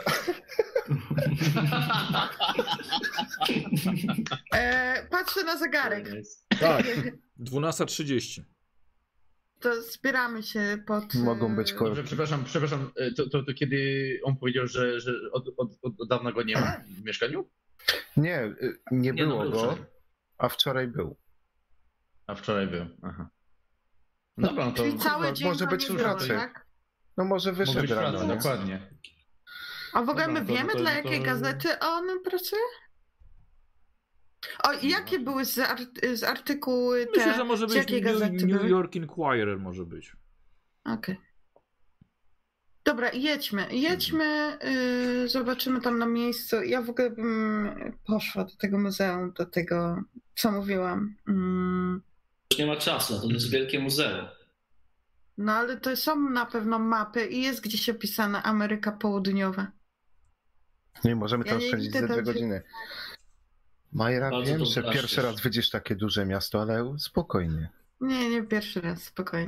S5: E, patrzę na zegarek.
S2: Tak, dwunasta trzydzieści.
S5: To zbieramy się pod...
S3: Mogą być
S5: e,
S3: ko-
S1: Dobrze, przepraszam, przepraszam, to, to, to kiedy on powiedział, że, że od, od, od dawna go nie ma w mieszkaniu?
S3: Nie, y, nie
S4: Nie, no,
S3: było
S4: był
S3: go,
S4: wczoraj.
S3: a wczoraj był.
S1: A wczoraj był, aha. Dobra, no to
S5: Czyli cały
S3: mo-
S5: dzień
S3: może
S5: go
S3: być
S5: nie
S3: w
S5: było,
S3: pracy.
S5: tak?
S3: No może
S1: mógł być
S3: wyszedł
S1: w pracy,
S3: rano. nie?
S1: dokładnie.
S5: A w ogóle
S1: Dobra,
S5: my
S1: to-
S5: wiemy,
S1: to-
S5: dla
S1: to-
S5: jakiej gazety on pracuje? O, i jakie były z, art- z artykuły te?
S2: Myślę, że może
S5: z
S2: być
S5: jakiej
S2: New,
S5: gazety
S2: New
S5: były?
S2: York Inquirer może być.
S5: Okej. Dobra, jedźmy. Jedźmy, yy, zobaczymy tam na miejscu. Ja w ogóle bym poszła do tego muzeum, do tego, co mówiłam. Mm,
S4: Już nie ma czasu, to jest wielkie muzeum.
S5: no ale to są na pewno mapy i jest gdzieś opisana Ameryka Południowa.
S3: Nie możemy
S5: Ja
S3: tam
S5: nie
S3: spędzić
S5: idę
S3: ze
S5: tam
S3: dwie
S5: się-
S3: godziny. Majra,
S4: Bardzo
S3: wiem,
S4: to
S3: że
S4: strasznie.
S3: pierwszy raz widzisz takie duże miasto, ale spokojnie.
S5: Nie, nie pierwszy raz, spokojnie.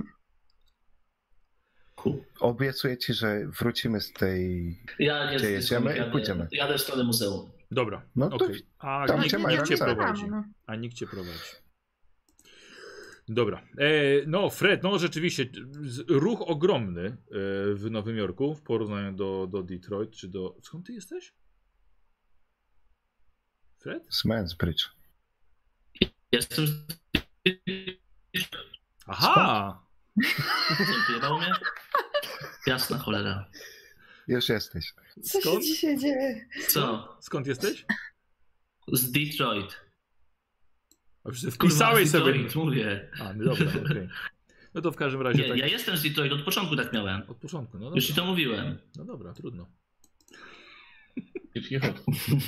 S4: Cool.
S3: Obiecuję ci, że wrócimy z tej...
S4: Ja nie
S3: Gdzie jedziemy i
S4: jadę,
S3: pójdziemy.
S4: jadę w stronę muzeum.
S2: Dobra,
S3: No to
S2: okej. A
S3: tam
S2: nikt,
S3: cię mają
S2: nikt cię
S3: cały.
S2: prowadzi.
S5: no.
S2: A nikt cię prowadzi. Dobra. E, no, Fred, no rzeczywiście, z- ruch ogromny e, w Nowym Jorku w porównaniu do, do Detroit, czy do... Skąd ty jesteś? Fred?
S3: z Mansbridge.
S4: Jestem...
S2: Aha!
S4: Co, wyjebało mnie? Jasna cholera.
S3: Już jesteś.
S5: Co się
S2: Skąd?
S5: dzisiaj dzieje?
S4: Co?
S2: Skąd jesteś?
S4: Z Detroit.
S2: A już sobie
S4: Kurwa,
S2: wpisałeś
S4: z
S2: sobie...
S4: Detroit, mówię.
S2: A, no dobra, okej. No to w każdym razie
S4: Nie,
S2: tak...
S4: ja jestem z Detroit, od początku tak miałem.
S2: Od początku, no
S4: Już ci
S2: dobra.
S4: to mówiłem.
S2: No dobra, trudno.
S1: Kiepski chod.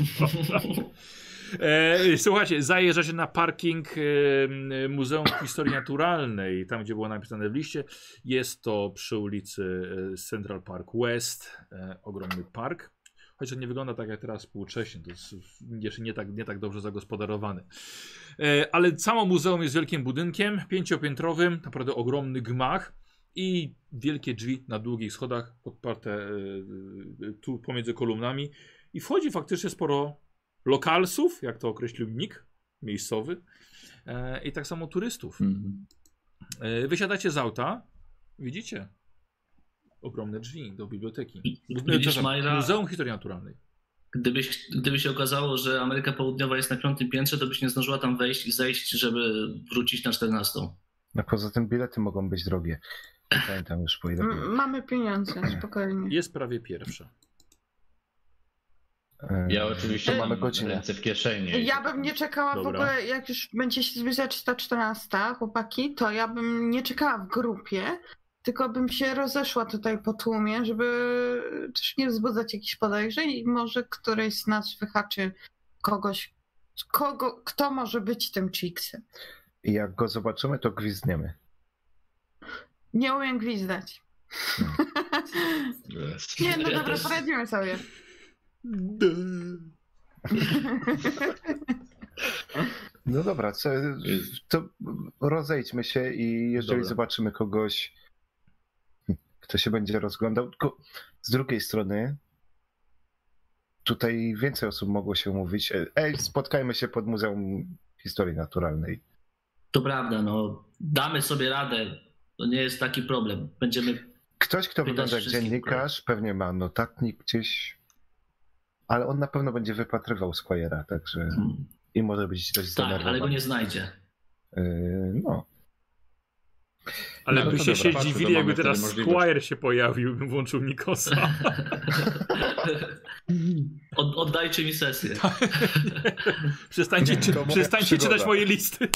S2: E, słuchajcie, zajeżdżacie na parking e, Muzeum Historii Naturalnej, tam gdzie było napisane w liście. Jest to przy ulicy e, Central Park West, e, ogromny park. Chociaż nie wygląda tak jak teraz współcześnie, to jest jeszcze nie tak, nie tak dobrze zagospodarowany. E, ale samo muzeum jest wielkim budynkiem, pięciopiętrowym, naprawdę ogromny gmach i wielkie drzwi na długich schodach podparte e, e, tu pomiędzy kolumnami. I wchodzi faktycznie sporo lokalsów, jak to określił Nick, miejscowy, e, i tak samo turystów.
S1: Mhm.
S2: E, wysiadacie z auta, widzicie ogromne drzwi do biblioteki.
S4: Widzisz,
S2: Przepraszam,
S4: Majra,
S2: Muzeum Historii Naturalnej.
S4: gdybyś, gdyby się okazało, że Ameryka Południowa jest na piątym piętrze, to byś nie zdążyła tam wejść i zejść, żeby wrócić na czternastą.
S3: No poza tym bilety mogą być drogie. Nie pamiętam już po ile
S5: M-
S3: było.
S5: mamy pieniądze, spokojnie.
S2: Jest prawie pierwsza.
S3: E,
S1: Ja oczywiście
S5: Mamy
S1: mam
S3: godzinę.
S1: ręce w kieszeni.
S5: Ja bym nie czekała w
S2: Dobra.
S5: ogóle, jak już będzie się zbliżać ta czternasta, chłopaki, to ja bym nie czekała w grupie, tylko bym się rozeszła tutaj po tłumie, żeby też nie wzbudzać jakichś podejrzeń i może któryś z nas wyhaczy kogoś, kogo, kto może być tym Chicksem.
S3: I jak go zobaczymy, to gwizdniemy.
S5: Nie umiem gwizdać.
S1: Yes.
S5: Nie, no
S4: Ja
S5: dobra,
S4: też-
S5: poradzimy sobie.
S3: No dobra, co, to rozejdźmy się i jeżeli
S2: Dobra.
S3: zobaczymy kogoś, kto się będzie rozglądał, tylko z drugiej strony tutaj więcej osób mogło się mówić. Ej, spotkajmy się pod Muzeum Historii Naturalnej.
S4: To prawda, no damy sobie radę. To nie jest taki problem. Będziemy...
S3: Ktoś, kto
S4: Pytasz
S3: wygląda jak
S4: wszystkich,
S3: dziennikarz, pewnie ma notatnik gdzieś, ale on na pewno będzie wypatrywał Squire'a, także
S4: Hmm.
S3: i może być dość
S4: Tak, ale go
S3: zdenerwowany.
S4: nie znajdzie.
S3: Yy, no.
S2: Ale
S1: No to
S2: byście
S1: dobra,
S2: się
S1: patrzę,
S2: dziwili,
S1: to
S2: jakby
S1: mamy
S2: teraz
S1: wtedy możliwość.
S2: Squire się pojawił i włączył Nikosa.
S4: Od, oddajcie mi sesję.
S2: Przestańcie, czy,
S3: To moja
S2: przestańcie
S3: przygoda.
S2: czytać moje listy.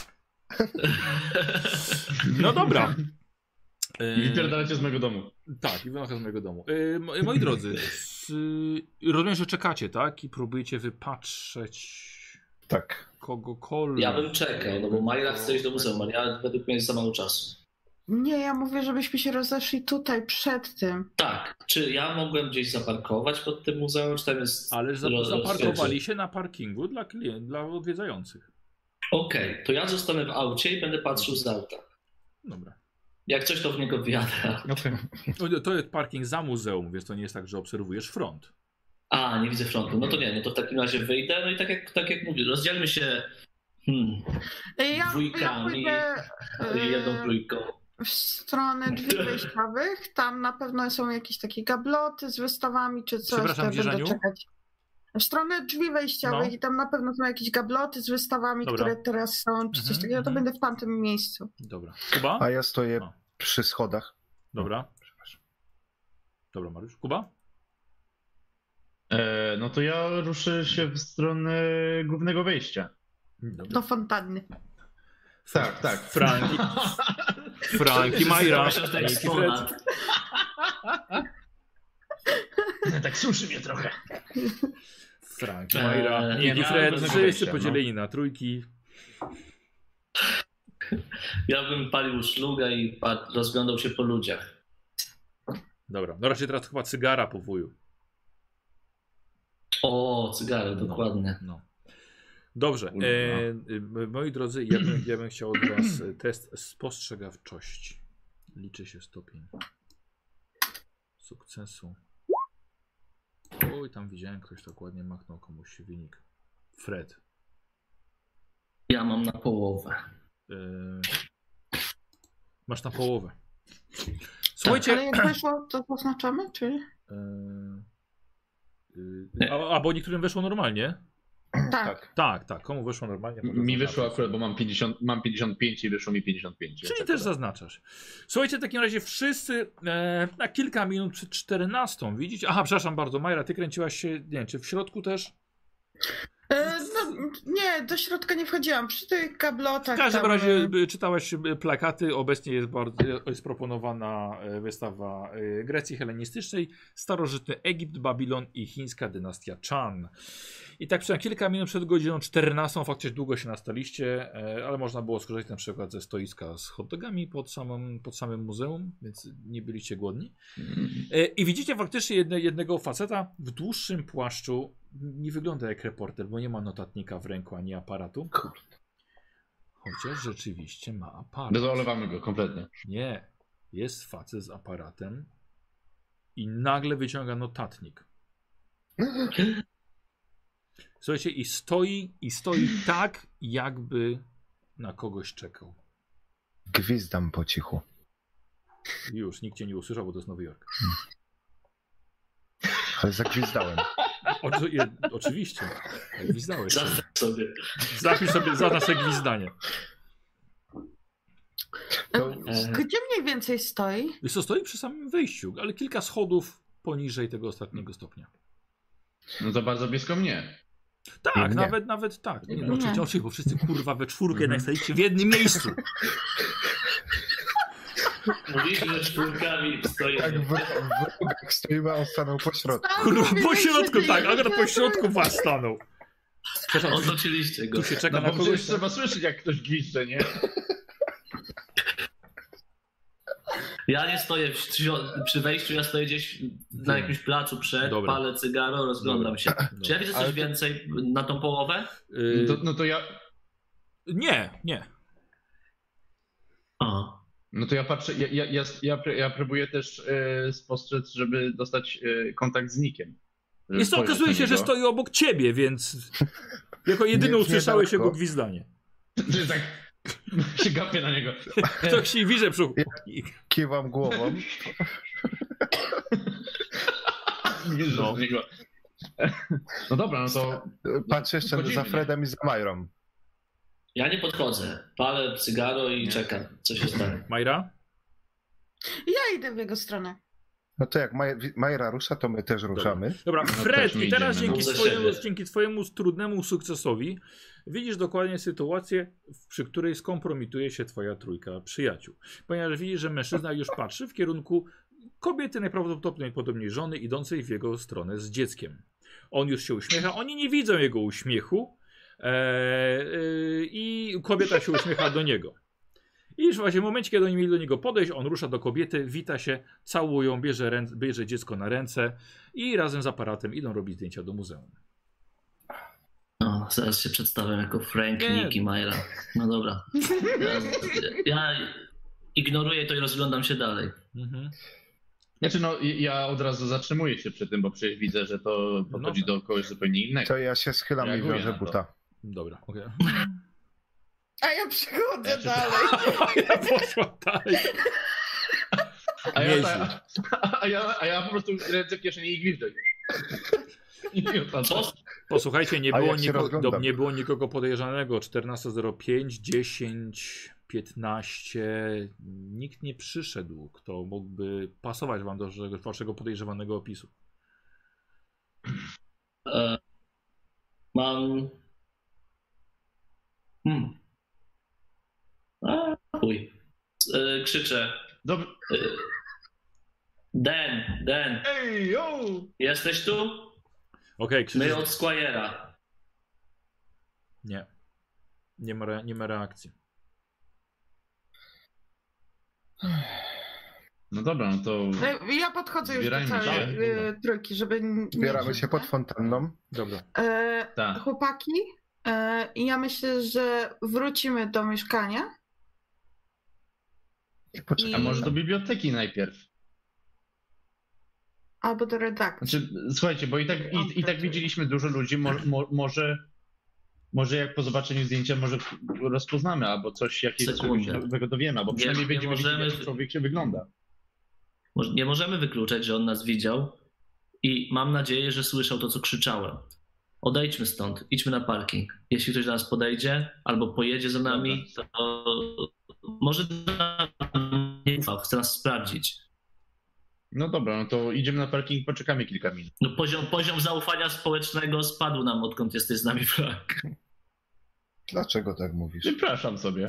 S2: No dobra.
S1: I wypierdalacie z mego domu.
S2: Tak, i wynocha z mojego domu. E, mo- moi drodzy, s, rozumiem, że czekacie, tak? I próbujecie wypatrzeć
S3: Tak.
S2: kogokolwiek.
S4: Ja bym czekał, no bo Majra chce iść do muzeum, ale ja według mnie jest za mało czasu.
S5: Nie, ja mówię, żebyśmy się rozeszli tutaj przed tym.
S4: Tak, czy ja mogłem gdzieś zaparkować pod tym muzeum, czy tam jest...
S2: Ale za,
S4: roz-
S2: zaparkowali się na parkingu dla klient, dla odwiedzających.
S4: Okej, to ja zostanę w aucie i będę patrzył z auta.
S2: Dobra.
S4: Jak coś, to w niego wjadę.
S1: Okay.
S2: No, to jest parking za muzeum, więc to nie jest tak, że obserwujesz front.
S4: A, nie widzę frontu. No to nie, no to w takim razie wyjdę. No i tak jak, tak jak mówię, rozdzielmy się hmm,
S5: Ja, ja
S4: dwójkami
S5: pójdę
S4: i jedną
S5: e,
S4: trójką.
S5: w stronę drzwi wejściowych. Tam na pewno są jakieś takie gabloty z wystawami czy coś.
S2: Przepraszam,
S5: to
S2: gdzie,
S5: będę
S2: Żaniu?
S5: czekać. W stronę drzwi wejściowych
S2: No.
S5: i tam na pewno są jakieś gabloty z wystawami,
S2: Dobra.
S5: które teraz są, czy coś
S2: Mhm,
S5: takiego. To
S2: mhm.
S5: będę w tamtym miejscu.
S2: Dobra. Kuba?
S3: A ja stoję
S2: A.
S3: przy schodach.
S2: Dobra.
S3: Przepraszam.
S2: Dobra, Mariusz. Kuba?
S1: E, no to ja ruszę się w stronę głównego wejścia.
S2: Dobra.
S5: Do fontanny.
S1: Tak, tak.
S2: Franki. Franki, Majra.
S4: Myślę, że to jest
S2: Franki, Fred.
S4: ponad.
S1: Tak suszy mnie trochę.
S2: Franki,
S4: Eee,
S2: Majra.
S4: nie,
S2: I
S1: no,
S2: Fred.
S1: bez
S2: Wszyscy
S1: wejścia,
S2: podzieleni na trójki.
S4: Ja bym palił szluga i pa- rozglądał się po ludziach.
S2: Dobra. No raczej teraz chyba cygara po wuju.
S4: O, cygary, dokładnie.
S2: No. Dobrze. E, e, moi drodzy, ja bym, ja bym chciał od was e, test spostrzegawczości. Liczy się stopień sukcesu. Oj, tam widziałem, ktoś tak ładnie machnął komuś się wynik. Fred.
S4: Ja mam na połowę.
S2: E, masz na połowę. Słuchajcie.
S5: Ale jak weszło, to zaznaczamy, czy?
S2: e, e, a, a bo niektórym weszło normalnie?
S5: Tak.
S2: Tak, tak. Komu weszło normalnie? może
S1: Mi
S2: zaznaczyć.
S1: wyszło akurat, bo mam pięćdziesiąt, mam pięćdziesiąt pięć i wyszło mi pięćdziesiąt pięć.
S2: Czyli
S1: więc
S2: też
S1: akurat.
S2: zaznaczasz. Słuchajcie, w takim razie wszyscy e, na kilka minut przed czternastą, widzicie? Aha, przepraszam bardzo, Majra, ty kręciłaś się, nie wiem, czy w środku też?
S5: E, no, nie, do środka nie wchodziłam. Przy tych kablotach.
S2: W każdym
S5: tam,
S2: razie
S5: e,
S2: e, czytałaś e, plakaty, obecnie jest, bardzo, jest proponowana e, wystawa e, Grecji helenistycznej, starożytny Egipt, Babilon i chińska dynastia Chan. I tak przez kilka minut przed godziną czternastą, faktycznie długo się nastaliście, e, ale można było skorzystać na przykład ze stoiska z hot dogami pod samym, pod samym muzeum, więc nie byliście głodni. E, I widzicie faktycznie jedne, jednego faceta w dłuższym płaszczu. Nie wygląda jak reporter, bo nie ma notatnika w ręku ani aparatu. Chociaż rzeczywiście ma aparat.
S1: Dozolewamy go kompletnie.
S2: Nie, jest facet z aparatem i nagle wyciąga notatnik. Słuchajcie, i stoi, i stoi tak, jakby na kogoś czekał.
S3: Gwizdam po cichu.
S2: Już, nikt cię nie usłyszał, bo to jest Nowy Jork.
S3: Ale zagwizdałem.
S2: O, je, oczywiście. Gwizdałeś.
S4: Zaznacz sobie.
S2: Zapisz sobie, zaznacz sobie gwizdanie.
S3: To,
S4: E,
S5: Gdzie mniej więcej stoi?
S2: Wiesz co, stoi przy samym wejściu, ale kilka schodów poniżej tego ostatniego stopnia.
S1: No to bardzo blisko mnie.
S2: Tak,
S3: Nie.
S2: nawet, nawet tak. Nie, no,
S5: Nie.
S2: oczywiście, oczywiście, bo wszyscy kurwa we czwórkę jednak staliście w jednym miejscu.
S4: Mówiliśmy, że czwórkami
S3: jak
S4: stoimy.
S3: w, w rogach stoimy, a on stanął po środku.
S2: Kurwa, po
S5: Mówiłeś,
S2: środku,
S5: że
S2: tak,
S5: ty-
S2: akurat po środku was stanął.
S4: Otoczyliście go.
S2: Tu się czeka
S1: No
S2: na
S1: bo
S2: kogoś.
S1: przecież trzeba słyszeć, jak ktoś gwizdże, nie?
S4: Ja nie stoję w, przy wejściu, ja stoję gdzieś na jakimś placu przed,
S2: Dobra.
S4: palę cygaro, rozglądam
S2: Dobra.
S4: się.
S2: Dobra.
S4: Czy ja widzę coś
S3: Ale to-
S4: więcej na tą połowę?
S2: Yy,
S1: To, no to ja...
S2: Nie, nie.
S4: O.
S1: No to ja patrzę, ja, ja, ja, ja, ja próbuję też e, spostrzec, żeby dostać e, kontakt z Nikiem. żeby
S2: Jest to
S1: spojrzeć
S2: okazuje
S1: na
S2: się, że
S1: niego.
S2: stoi obok ciebie, więc jako jedyny
S3: Nie-
S2: usłyszałeś
S3: niedaleko.
S2: jego gwizdanie.
S1: To jest tak, się gapię na niego.
S2: Ktoś się widzę przy...
S3: Kiwam głową.
S1: Nie
S2: No.
S1: no. niego. No dobra, no to
S3: Patrzę jeszcze
S1: Wchodzimy,
S3: za
S1: nie?
S3: Fredem i za Majrą.
S4: Ja nie podchodzę. Palę cygaro i
S1: Nie.
S4: czekam, co się stanie.
S2: Majra?
S5: Ja idę w jego stronę.
S3: No to jak Maj- Majra rusza, to my też ruszamy.
S2: Dobra,
S1: No
S2: Fred,
S1: też my
S2: i teraz
S1: idziemy,
S2: dzięki,
S4: no. Za
S2: twojemu,
S4: siebie.
S2: dzięki twojemu trudnemu sukcesowi widzisz dokładnie sytuację, przy której skompromituje się twoja trójka przyjaciół. Ponieważ widzisz, że mężczyzna już patrzy w kierunku kobiety, najprawdopodobniej żony, idącej w jego stronę z dzieckiem. On już się uśmiecha, oni nie widzą jego uśmiechu e, e, i kobieta się uśmiecha do niego. I już właśnie w momencie, kiedy oni mieli do niego podejść, on rusza do kobiety, wita się, całują, bierze, rę, bierze dziecko na ręce i razem z aparatem idą robić zdjęcia do muzeum.
S4: No, zaraz się przedstawiam jako Frank,
S2: Nie.
S4: Nick i Majra. No dobra. Ja, ja ignoruję to i rozglądam się dalej.
S2: Mhm.
S1: Znaczy no, ja od razu zatrzymuję się przy tym, bo przecież widzę, że to podchodzi
S2: No.
S1: do kogoś zupełnie innego.
S3: To ja się schylam i
S1: Reaguję
S3: wiążę
S1: na to.
S3: buta.
S2: Dobra, okej.
S5: A ja przechodzę
S1: Ja się-
S5: dalej.
S2: Ja poszła dalej.
S1: A ja,
S2: Nieźle.
S1: a, a, ja, a ja po prostu ręce w kieszeni i gwizdek. I odpatrzę.
S4: Co?
S2: Posłuchajcie, nie
S3: A
S2: było,
S3: jak się
S2: niko,
S3: rozglądam?
S2: do, nie było nikogo podejrzanego. czternaście zero pięć, dziesięć, piętnaście. Nikt nie przyszedł, kto mógłby pasować wam do waszego podejrzewanego opisu.
S4: E, mam... Hmm. A, chuj. E, krzyczę.
S1: Dob-
S4: E, Den, Den,
S1: Ej, yo!
S4: jesteś tu?
S2: Okej,
S4: My
S2: krzyczysz.
S4: od Squire'a.
S2: Nie. Nie ma, re, nie ma reakcji.
S1: No dobra, no to
S5: E, Ja podchodzę już do
S1: Zbierajmy
S5: całej
S1: się.
S5: e, trójki, żeby... n- nie
S3: Zbieramy się
S5: wziąć,
S3: pod
S5: nie?
S3: fontanną.
S2: Dobra.
S5: E,
S1: tak.
S5: Chłopaki, e, ja myślę, że wrócimy do mieszkania.
S3: I poczekamy.
S1: A może do biblioteki najpierw?
S5: Albo do redakcji.
S1: Znaczy, słuchajcie, bo i tak, i, i tak widzieliśmy dużo ludzi, mo, mo, może, może jak po zobaczeniu zdjęcia może rozpoznamy, albo coś jakiegoś
S4: Sekundę.
S1: czegoś nowego dowiemy, albo
S4: Nie-
S1: przynajmniej
S4: nie
S1: będziemy
S4: możemy-
S1: wiedzieć, jak człowiek się wygląda.
S4: Może- Nie możemy wykluczać, że on nas widział i mam nadzieję, że słyszał to, co krzyczałem. Odejdźmy stąd, idźmy na parking. Jeśli ktoś do nas podejdzie albo pojedzie za nami, to może nam nie ufał, chce nas sprawdzić.
S1: No dobra, no to idziemy na parking, poczekamy kilka minut.
S4: No poziom, poziom zaufania społecznego spadł nam, odkąd jesteś z nami, Frank.
S3: Dlaczego tak mówisz?
S1: Przepraszam sobie.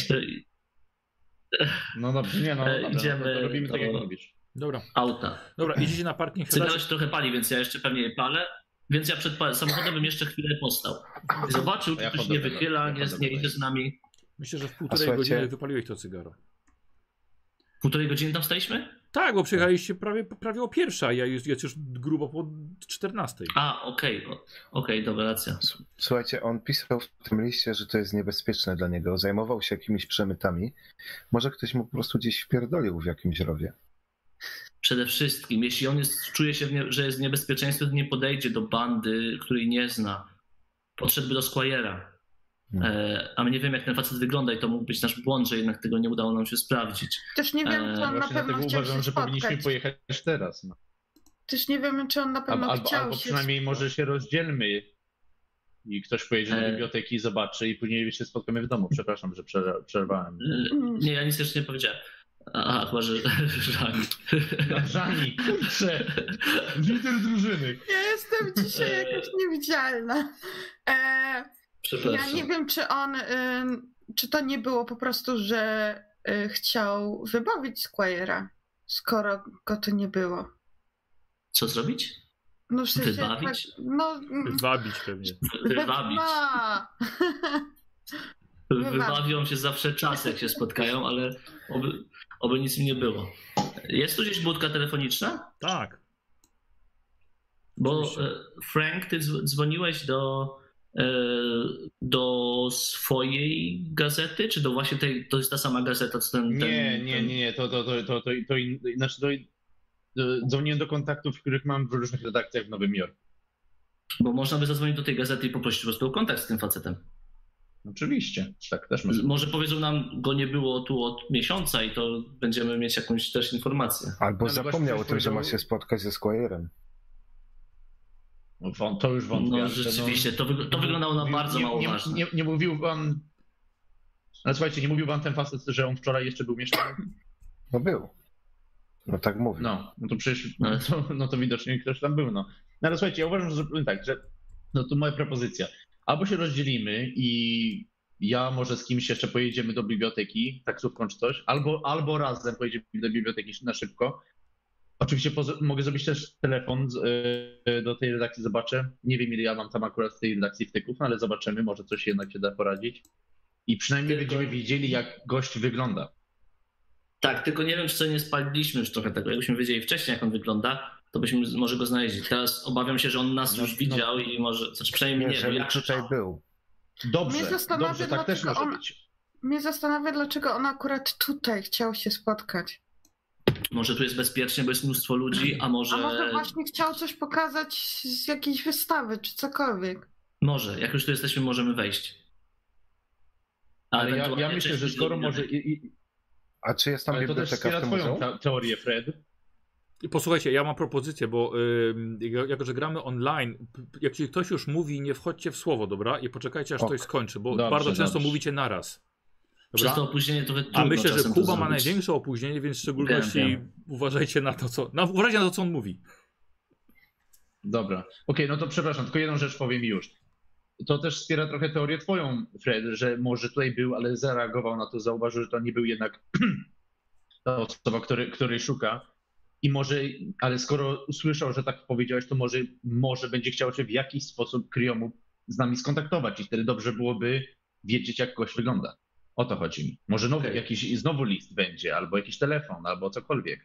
S1: No dobrze, nie no,
S4: E,
S1: dobra,
S4: idziemy
S1: no to robimy tak, jak
S4: do-
S1: mówisz.
S2: Dobra.
S4: Auta.
S2: Dobra, idziecie na parking.
S4: Cygaro
S2: wsiadacie-
S4: się trochę pali, więc ja jeszcze pewnie je palę. Więc ja przed pa- samochodem bym jeszcze chwilę postał. Zobaczył, czy
S1: Ja
S4: ktoś
S1: chodzę
S4: nie
S1: do tego,
S4: wychyla,
S1: ja
S4: nie,
S1: chodzę
S4: nie
S1: do
S4: idzie
S1: tego.
S4: z nami.
S2: Myślę, że w
S3: A
S2: półtorej
S3: słuchajcie-
S2: godziny wypaliłeś to cygaro.
S4: Półtorej godziny tam staliśmy?
S2: Tak, bo przyjechaliście prawie, prawie o pierwsza, a ja już, jest już grubo po czternastej.
S4: A, okej, o- okej, dobra, racja.
S3: Słuchajcie, on pisał w tym liście, że to jest niebezpieczne dla niego. Zajmował się jakimiś przemytami. Może ktoś mu po prostu gdzieś wpierdolił w jakimś rowie.
S4: Przede wszystkim, jeśli on jest, czuje się, w nie, że jest w niebezpieczeństwie, to nie podejdzie do bandy, której nie zna. Podszedłby do Squire'a.
S3: Hmm.
S4: E, a my nie wiem, jak ten facet wygląda i to mógł być nasz błąd, że jednak tego nie udało nam się sprawdzić.
S5: Też nie wiem,
S4: Eee,
S5: czy on na
S1: Właśnie
S5: pewno
S1: dlatego
S5: chciał
S1: uważam,
S5: się
S1: że powinniśmy
S5: spotkać.
S1: pojechać teraz. No.
S5: Też nie wiemy, czy on na pewno
S1: Albo, albo,
S5: chciał
S1: albo
S5: się
S1: przynajmniej może się rozdzielmy i ktoś pojedzie do
S4: E.
S1: biblioteki i zobaczy i później się spotkamy w domu. Przepraszam, że przerwa- przerwałem.
S4: E, nie, ja nic jeszcze nie powiedziałem. Aha, chyba, że żali.
S1: Żani, kurczę, lider drużyny.
S5: Ja jestem dzisiaj jakaś niewidzialna. E, ja
S4: Przepraszam.
S5: nie wiem, czy on, y, czy to nie było po prostu, że y, chciał wybawić Squire'a, skoro go to nie było.
S4: Co zrobić?
S5: No w sensie,
S4: Wybawić?
S5: tak, no...
S2: Wabić pewnie.
S4: Wybawić.
S5: Wyba- Wybawić.
S4: Wybawią się zawsze czas, jak się spotkają, ale oby, oby nic mi nie było. Jest tu gdzieś budka telefoniczna?
S2: Tak.
S4: Bo
S2: Oczywiście.
S4: e, Frank, ty dzw- dzwoniłeś do, e, do swojej gazety, czy do właśnie tej, to jest ta sama gazeta, co ten... ten
S1: Nie, nie,
S4: ten...
S1: nie, nie, to, to, to, to, to, to in, znaczy to, to dzwoniłem do kontaktów, których mam w różnych redakcjach w Nowym Jorku.
S4: Bo można by zadzwonić do tej gazety i poprosić po prostu o kontakt z tym facetem.
S1: Oczywiście, tak też może.
S4: Może powiedzą nam, go nie było tu od miesiąca i to będziemy mieć jakąś też informację.
S3: Albo
S1: Ale
S3: zapomniał o
S1: gość
S3: tym, że ma
S1: powiedział-
S3: się spotkać ze Squire'em.
S1: No, wą- to już wątpię.
S4: No
S1: ale
S4: rzeczywiście, to, wyg- to wyglądało na
S1: mówił-
S4: bardzo
S1: nie,
S4: mało
S1: nie,
S4: ważne.
S1: nie, nie mówił wam... Ale słuchajcie, nie mówił wam ten facet, że on wczoraj jeszcze był mieszkany?
S3: No był. No tak mówił.
S1: No, no to przecież,
S4: No.
S1: no to, no to widocznie ktoś tam był, no. No ale słuchajcie, ja uważam, że zrobimy tak, że no to moja propozycja. Albo się rozdzielimy i ja może z kimś jeszcze pojedziemy do biblioteki, taksówką czy coś, albo, albo razem pojedziemy do biblioteki na szybko. Oczywiście poz- mogę zrobić też telefon z, y, do tej redakcji, zobaczę. Nie wiem, ile ja mam tam akurat z tej redakcji wtyków, no ale zobaczymy, może coś jednak się da poradzić. I przynajmniej
S4: Tylko-
S1: będziemy wiedzieli, jak gość wygląda.
S4: Tak, tylko nie wiem, czy co nie spaliliśmy już trochę tego. Jakbyśmy wiedzieli wcześniej, jak on wygląda, to byśmy z- może go znaleźli. Teraz obawiam się, że on nas
S1: No,
S4: już widział i może, znaczy przynajmniej
S3: Nie,
S4: nie, bo
S3: żeby
S4: ja
S3: tutaj był.
S1: Dobrze,
S5: Mnie zastanawia,
S1: dobrze, tak też
S5: dlaczego
S1: może
S5: on-
S1: być.
S5: Mnie zastanawia, dlaczego on akurat tutaj chciał się spotkać.
S4: Może tu jest bezpiecznie, bo jest mnóstwo ludzi, a może...
S5: A może właśnie chciał coś pokazać z jakiejś wystawy, czy cokolwiek.
S4: Może, jak już tu jesteśmy, możemy wejść. A
S1: Ale ja, ja
S4: ewentualnie
S1: myślę,
S4: część
S1: że
S4: ludzi
S1: skoro
S4: do
S1: może...
S4: biblioteki.
S1: I, i,
S3: A czy jest tam
S1: ale to też
S3: biblioteka
S1: wspiera
S3: w tym
S1: twoją
S3: muzeum?
S1: te- teorię, Fred.
S2: I posłuchajcie, ja mam propozycję, bo yy, jako, że gramy online, p- jak ci ktoś już mówi, nie wchodźcie w słowo, dobra? I poczekajcie, aż
S3: Ok.
S2: ktoś skończy, bo
S1: Dobrze,
S2: bardzo często
S1: dobrze.
S2: mówicie naraz.
S4: Przez to
S2: Dobra?
S4: opóźnienie trochę trudno
S2: A myślę, że
S4: czasem to
S2: Kuba ma
S4: zrobić.
S2: największe opóźnienie, więc w szczególności
S4: Wiem, wiem.
S2: uważajcie na to, co. Na, uważajcie na to, co on mówi.
S1: Dobra. Okej, no to przepraszam, tylko jedną rzecz powiem już. To też wspiera trochę teorię twoją, Fred, że może tutaj był, ale zareagował na to, zauważył, że to nie był jednak ta osoba, który, której szuka. I może, ale skoro usłyszał, że tak powiedziałeś, to może, może będzie chciał się w jakiś sposób Kriomu z nami skontaktować i wtedy dobrze byłoby wiedzieć, jak gość wygląda. O to chodzi mi. Może nowy,
S4: Okej.
S1: jakiś znowu list będzie, albo jakiś telefon, albo cokolwiek.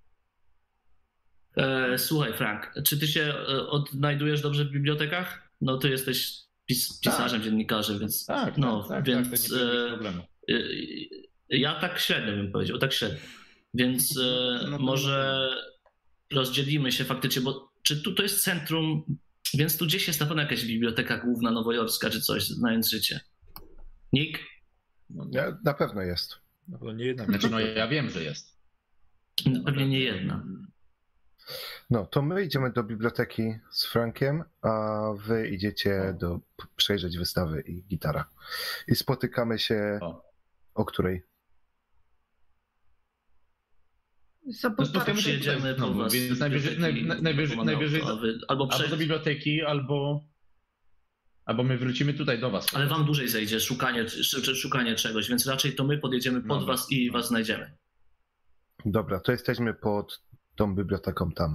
S4: E, słuchaj, Frank, czy ty się e, odnajdujesz dobrze w bibliotekach? No ty jesteś pis pisarzem, dziennikarzem, więc
S1: Tak,
S4: no,
S1: tak, tak,
S4: więc
S1: tak, to nie będzie
S4: e,
S1: problemu.
S4: e, ja tak średnio bym powiedział, tak średnio. Więc e,
S1: No to
S4: może rozdzielimy się faktycznie, bo czy tu to jest centrum, więc tu gdzieś jest na pewno jakaś biblioteka główna nowojorska czy coś, znając życie. Nick?
S1: No,
S3: Nie, na pewno jest.
S2: Na pewno nie jedna.
S1: Znaczy, no ja wiem, że jest.
S4: Pewnie nie jedna.
S3: No, to my idziemy do biblioteki z Frankiem, a wy idziecie do przejrzeć wystawy i gitara. I spotykamy się
S1: O.
S3: o której?
S5: Za
S1: No,
S5: półtora
S1: spotkamy się
S5: godziny.
S4: Przyjedziemy po
S1: znowu,
S4: was.
S1: więc
S4: z
S1: najwyżej-
S4: biblioteki,
S1: naj- najwyżej-
S4: mamy
S1: najwyżej-
S4: auto, a wy- albo
S1: Albo
S4: przed,
S1: do biblioteki, albo, albo my wrócimy tutaj do was.
S4: ale wam dłużej zejdzie szukanie, czy, czy szukanie czegoś, więc raczej to my podjedziemy pod
S1: Dobra.
S4: was i was znajdziemy.
S3: Dobra, to jesteśmy pod tą biblioteką tam.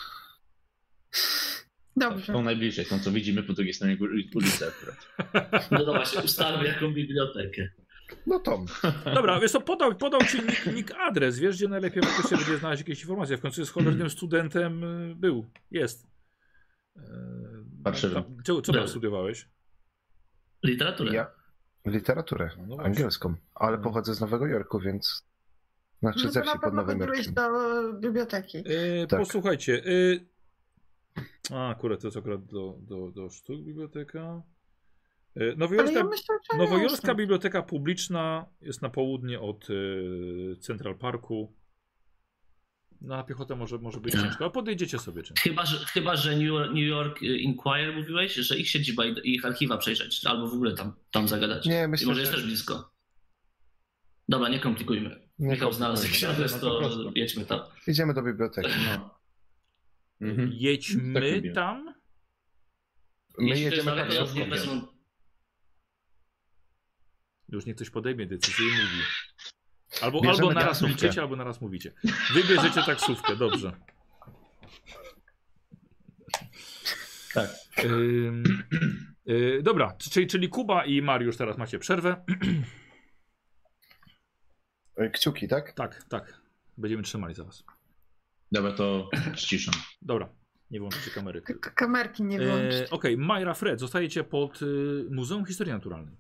S5: Dobrze.
S1: Tą najbliżej, tą co widzimy po drugiej stronie ul- ulicy akurat.
S4: No to właśnie, ustalmy jaką bibliotekę.
S3: No Tom.
S2: Dobra, wiesz co, podał, podał ci nick, nick adres, wiesz, gdzie najlepiej faktycznie będzie znaleźć jakieś informacje. W końcu jest cholernym studentem, y, był, jest. Eee,
S1: Parszywym.
S2: tam- Co, co tam
S4: Dobra.
S2: studiowałeś?
S4: Literaturę.
S3: Ja literaturę
S2: No właśnie.
S3: angielską, ale
S2: No.
S3: pochodzę z Nowego Jorku, więc znaczy
S5: No
S3: ze
S5: to na
S3: wsi pod
S5: pewno
S3: Nowym
S5: wędrujesz
S3: Jorkiem.
S5: do biblioteki.
S2: Yy,
S3: Tak.
S2: Posłuchajcie. Yy... A, akurat to jest akurat do, do, do sztuk biblioteka. Yy,
S5: Ale
S2: Nowojorska,
S5: ja myślę, że
S2: Nowojorska
S5: jasne.
S2: Biblioteka Publiczna jest na południe od yy, Central Parku. Na piechotę może, może być
S4: Tak.
S2: ciężko, ale podejdziecie sobie czymś.
S4: Chyba, że, chyba, że New York, New York Inquirer mówiłeś, że ich siedziba i i ich archiwa przejrzeć, albo w ogóle tam, tam zagadać.
S3: Nie,
S4: I
S3: myślę,
S4: może
S3: że
S4: jest też blisko. Dobra, nie komplikujmy.
S3: Nie
S4: Michał znalazł
S3: komplikujmy.
S4: jakiś adres,
S1: No to
S4: to
S1: prosto.
S4: jedźmy tam.
S3: idziemy do biblioteki.
S1: No. Mhm. Tak
S2: Jedźmy
S1: lubię.
S2: tam.
S3: My
S4: Jeśli to jest
S3: jedziemy
S4: daleko, to
S3: taksówką.
S4: nie wezmą.
S2: Już niech ktoś podejmie decyzję i mówi. Albo,
S3: Bierzemy
S2: albo naraz
S3: taksówkę.
S2: mówicie, albo naraz mówicie. Wybierzecie taksówkę, dobrze.
S4: Tak.
S2: Ym, y, dobra, czyli, czyli Kuba i Mariusz teraz macie przerwę.
S3: Kciuki, tak?
S2: Tak, tak. Będziemy trzymali za was.
S1: Dobra, to ściszam.
S2: Dobra, nie włączycie kamery.
S5: K- kamerki nie wyłączyć.
S2: E, Okej, okay. Majra, Fred, zostajecie pod y, Muzeum Historii Naturalnej.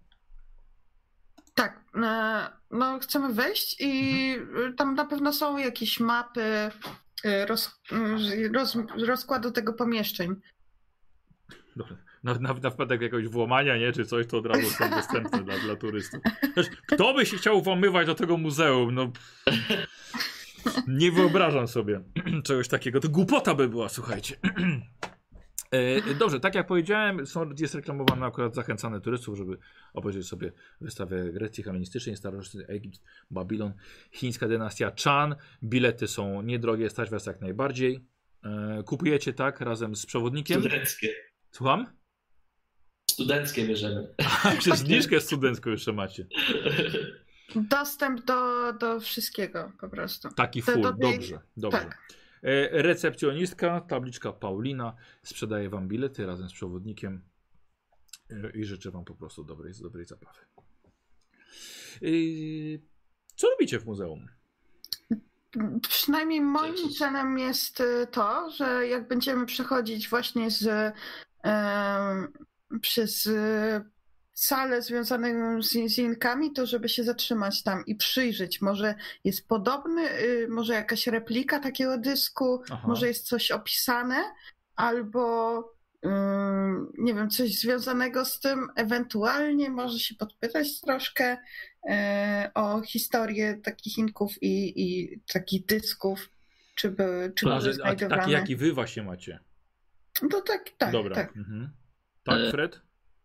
S5: Tak, e, no chcemy wejść i mhm. tam na pewno są jakieś mapy e, roz, roz, rozkładu tego pomieszczeń.
S2: Dobra. Na, na, na wpadek jakiegoś włamania, nie, czy coś, to od razu są dostępne dla, dla turystów. Też, kto by się chciał włamywać do tego muzeum? No, nie wyobrażam sobie czegoś takiego. To głupota by była, słuchajcie. E, dobrze, tak jak powiedziałem, są, jest reklamowane akurat zachęcane turystów, żeby obejrzeć sobie wystawę Grecji hellenistycznej, starożytny Egipt, Babilon, chińska dynastia Chan. Bilety są niedrogie, stać was jak najbardziej. E, kupujecie tak razem z przewodnikiem.
S4: Studenckie.
S2: Słucham?
S4: Studenckie bierzemy.
S2: A, czy zniżkę studencką jeszcze macie?
S5: Dostęp do, do wszystkiego po prostu.
S2: Taki full,
S5: do tej...
S2: dobrze, dobrze.
S5: Tak.
S2: E, recepcjonistka, tabliczka Paulina, sprzedaje wam bilety razem z przewodnikiem e, i życzę wam po prostu dobrej, dobrej zabawy. E, co robicie w muzeum?
S5: Przynajmniej moim celem jest to, że jak będziemy przechodzić właśnie z, e, przez e, salę związaną z, z Inkami, to żeby się zatrzymać tam i przyjrzeć. Może jest podobny, y, może jakaś replika takiego dysku, Aha. może jest coś opisane, albo y, nie wiem, coś związanego z tym. Ewentualnie może się podpytać troszkę y, o historię takich Inków i, i takich dysków, czy były, czy były znajdowane.
S2: Takie jak i wy właśnie macie.
S5: No tak, tak.
S2: Dobra.
S5: Tak,
S2: mhm. Tak, Fred?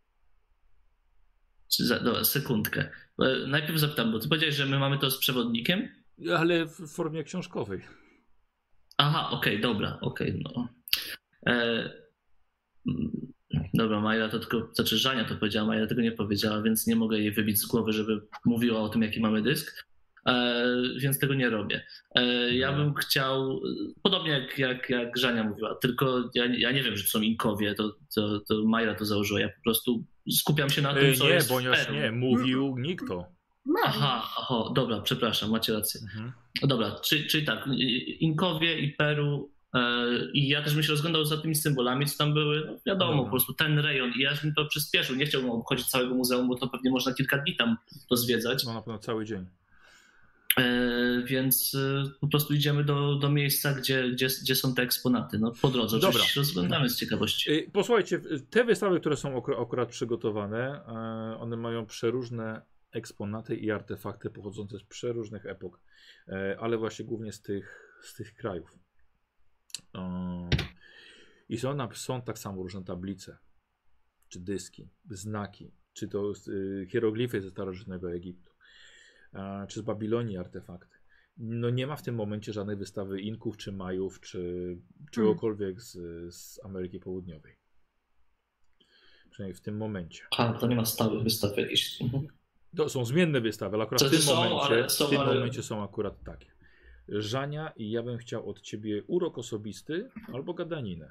S4: Dobra, sekundkę. Najpierw zapytam, bo ty powiedziałeś, że my mamy to z przewodnikiem?
S2: Ale w formie książkowej.
S4: Aha, okej, okay, dobra, okej, okay, no. E, dobra, Majra to tylko, znaczy Żania to powiedziała, Majra tego nie powiedziała, więc nie mogę jej wybić z głowy, żeby mówiła o tym, jaki mamy dysk, e, więc tego nie robię. E, ja bym chciał, podobnie jak, jak, jak Żania mówiła, tylko ja, ja nie wiem, że to są Inkowie, to, to, to Majra to założyła, ja po prostu skupiam się na tym,
S2: e,
S4: co
S2: nie,
S4: jest
S2: ponieważ nie, mówił nikt to.
S4: Aha, aha, dobra, przepraszam, macie rację. Mhm. Dobra, czyli, czyli tak, Inkowie i Peru e, i ja też bym się rozglądał za tymi symbolami, co tam były, no wiadomo, dobra. Po prostu ten rejon i ja bym to przyspieszył, nie chciałbym obchodzić całego muzeum, bo to pewnie można kilka dni tam to zwiedzać.
S2: No na pewno cały dzień.
S4: E, więc e, po prostu idziemy do, do miejsca, gdzie, gdzie, gdzie są te eksponaty. No po drodze
S2: Dobra.
S4: oczywiście rozglądamy z ciekawości.
S2: E, posłuchajcie, te wystawy, które są akurat przygotowane, e, one mają przeróżne eksponaty i artefakty pochodzące z przeróżnych epok, e, ale właśnie głównie z tych, z tych krajów. E, I są, na, są tak samo różne tablice, czy dyski, znaki, czy to e, hieroglify ze starożytnego Egiptu, e, czy z Babilonii artefakty. No nie ma w tym momencie żadnej wystawy Inków, czy Majów, czy czegokolwiek z, z Ameryki Południowej. Przynajmniej w tym momencie.
S4: A, to nie ma stałych wystaw jakichś.
S2: To są zmienne wystawy, ale akurat w tym,
S4: są,
S2: momencie,
S4: są,
S2: w tym
S4: ale...
S2: momencie są akurat takie. Żania, i ja bym chciał od ciebie urok osobisty albo gadaninę.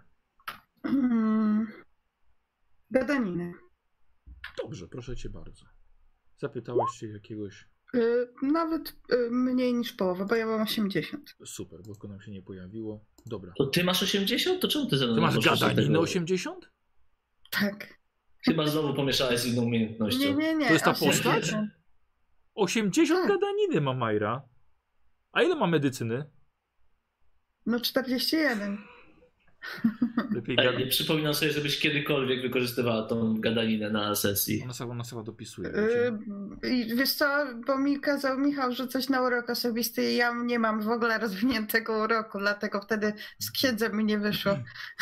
S5: Hmm. Gadaninę.
S2: Dobrze, proszę cię bardzo. Zapytałaś się jakiegoś...
S5: Yy, nawet yy, mniej niż połowę, bo ja mam osiemdziesiąt.
S2: Super, bo nam się nie pojawiło. Dobra.
S4: To ty masz osiemdziesiąt? To czemu ty ze mną
S2: Ty masz gadaninę tego... osiemdziesiąt?
S5: Tak.
S4: Chyba znowu pomieszałeś z inną umiejętnością.
S5: Nie, nie, nie.
S2: To jest ta postać? osiemdziesiąt
S5: tak.
S2: gadaniny ma Majra. A ile ma medycyny?
S5: No czterdzieści jeden.
S2: Lepiej
S4: tak,
S2: gada...
S4: nie przypominam sobie, żebyś kiedykolwiek wykorzystywała tą gadaninę na sesji.
S2: Ona sama, ona sama dopisuje.
S5: Yy, wiesz co, bo mi kazał Michał rzucać na urok osobisty i ja nie mam w ogóle rozwiniętego uroku, dlatego wtedy z księdzem mi nie wyszło.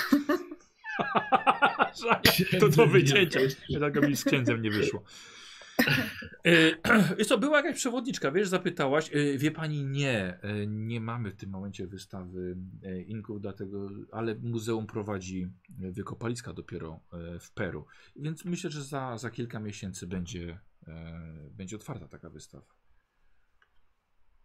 S2: To do wycięcia. Dlatego mi z księdzem nie wyszło. Jest to była jakaś przewodniczka, wiesz, zapytałaś. Wie pani, nie, nie mamy w tym momencie wystawy Inków, dlatego, ale muzeum prowadzi wykopaliska dopiero w Peru. Więc myślę, że za, za kilka miesięcy będzie, będzie otwarta taka wystawa.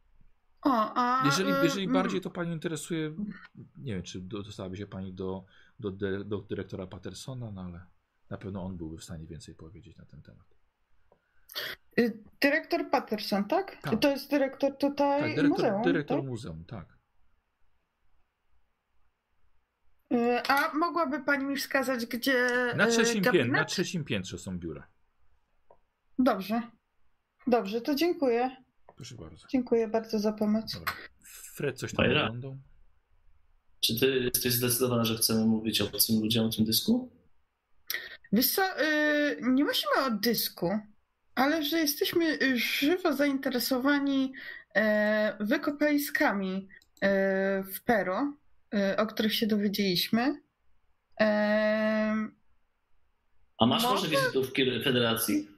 S5: O, a,
S2: jeżeli, jeżeli bardziej to Panią interesuje, nie wiem, czy dostałaby się Pani do do, dy, do dyrektora Pattersona, no ale na pewno on byłby w stanie więcej powiedzieć na ten temat.
S5: Dyrektor Patterson, tak?
S2: Tak.
S5: To jest dyrektor tutaj
S2: Tak, dyrektor
S5: muzeum,
S2: dyrektor
S5: tak?
S2: muzeum, tak.
S5: A mogłaby pani mi wskazać, gdzie
S2: Na trzecim, pię-
S5: gabinet?
S2: na trzecim piętrze są biura.
S5: Dobrze. Dobrze, to dziękuję.
S2: Proszę bardzo.
S5: Dziękuję bardzo za pomoc.
S2: Dobra. Fred coś tam
S4: Fajra.
S2: oglądał?
S4: Czy ty jesteś zdecydowany, że chcemy mówić o obcym ludziom o tym dysku?
S5: Wiesz co, yy, nie musimy o dysku, ale że jesteśmy żywo zainteresowani e, wykopaliskami e, w Peru, e, o których się dowiedzieliśmy. E,
S4: A masz
S5: Może-
S4: może wizytówki Federacji?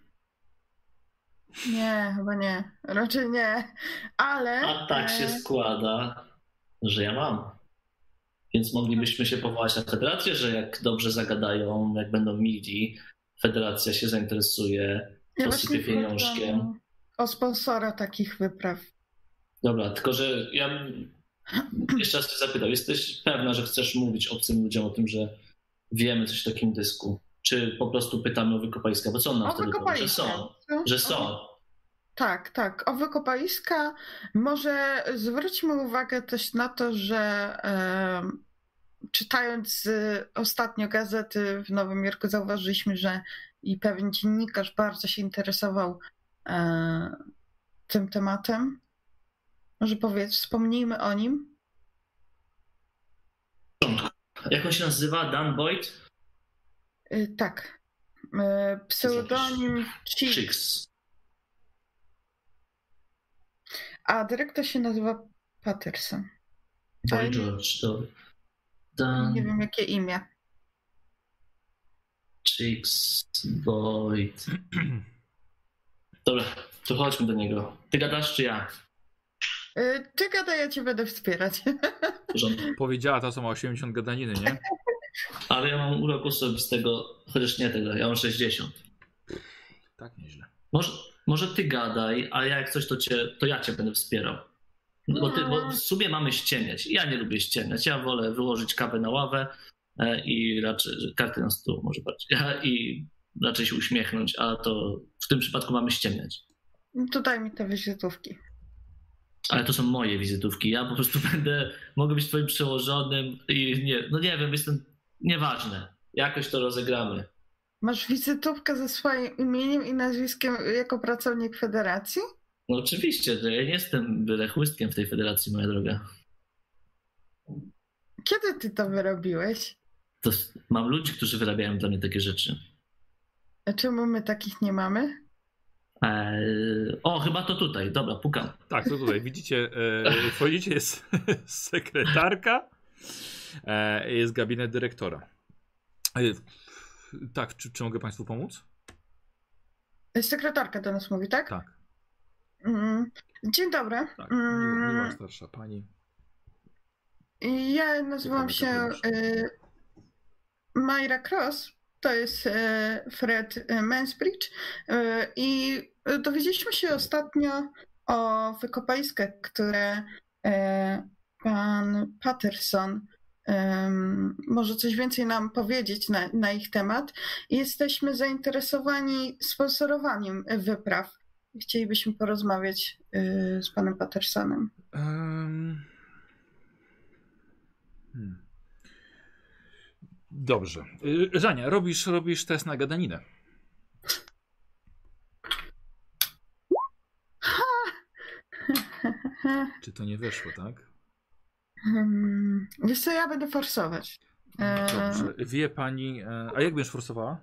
S5: nie, chyba nie. Raczej nie. Ale...
S4: A tak się
S5: e,
S4: składa, że ja mam. Więc moglibyśmy się powołać na Federację, że jak dobrze zagadają, jak będą mili, Federacja się zainteresuje,
S5: ja
S4: posypie
S5: właśnie
S4: pieniążkiem.
S5: pytam o sponsora takich wypraw.
S4: Dobra, tylko że ja bym jeszcze raz cię zapytał, jesteś pewna, że chcesz mówić obcym ludziom o tym, że wiemy coś o takim dysku? Czy po prostu pytamy o wykopaliska? Bo co on nam
S5: O
S4: wtedy powie? Że
S5: wykopaliska.
S4: są. Że są.
S5: Tak, tak. O wykopaliska. Może zwróćmy uwagę też na to, że e, czytając y, ostatnio gazety w Nowym Jorku zauważyliśmy, że i pewien dziennikarz bardzo się interesował e, tym tematem. Może powiedz, wspomnijmy o nim.
S4: Jak on się nazywa? Dan Boyd?
S5: Y, tak. Y, pseudonim Cheeks.
S4: Chicks.
S5: A dyrektor się nazywa Patterson. Ale
S4: Boy
S5: nie,
S4: George. To Dan
S5: nie wiem jakie imię.
S4: Chicks Boyd. Dobra, to chodźmy do niego. Ty gadasz czy ja?
S5: Y, Ty gadaj, ja cię będę wspierać.
S4: W porządku.
S2: Powiedziała ta, co ma osiemdziesiąt gadaniny, nie?
S4: Ale ja mam urok osobistego, chociaż nie tego, ja mam sześćdziesiąt.
S2: Tak, nieźle.
S4: Może, może ty gadaj, a ja jak coś, to, cię, to ja cię będę wspierał. No Bo, ty, bo w sumie mamy ściemniać. Ja nie lubię ściemniać. Ja wolę wyłożyć kawę na ławę e, i raczej karty na stół może bardziej. Ja, i raczej się uśmiechnąć, a to w tym przypadku mamy ściemniać.
S5: To daj mi te wizytówki.
S4: Ale to są moje wizytówki. Ja po prostu będę, mogę być twoim przełożonym i nie, no nie wiem, jestem, nieważne. Jakoś to rozegramy.
S5: Masz wizytówkę ze swoim imieniem i nazwiskiem jako pracownik federacji?
S4: No oczywiście, że ja nie jestem byle chłystkiem w tej federacji, moja droga.
S5: Kiedy ty to wyrobiłeś?
S4: To mam ludzi, którzy wyrabiają dla mnie takie rzeczy.
S5: A czemu my takich nie mamy?
S4: Eee, o, chyba to tutaj. Dobra, pukam.
S2: Tak, to tutaj widzicie, e, wchodzicie, jest sekretarka, e, jest gabinet dyrektora. E, tak, czy, czy mogę Państwu pomóc?
S5: Sekretarka do nas mówi, tak?
S2: Tak,
S5: Mm, Dzień dobry.
S2: tak. Miła, miła
S5: Mm,
S2: starsza pani.
S5: Ja nazywam
S2: Ciekawe,
S5: się
S2: to proszę.
S5: y, Myra Cross. To jest y, Fred Mansbridge. Y, I dowiedzieliśmy się ostatnio o wykopaliskach, które y, pan Patterson um, może coś więcej nam powiedzieć na, na ich temat. I jesteśmy zainteresowani sponsorowaniem wypraw. Chcielibyśmy porozmawiać y, z panem Pattersonem.
S2: Um, hmm. Dobrze. Y, Żania, robisz, robisz test na gadaninę. Czy to nie wyszło, tak?
S5: Hmm, wiesz co, ja będę forsować. E,
S2: Dobrze. Wie pani... e, A jak będziesz forsowała?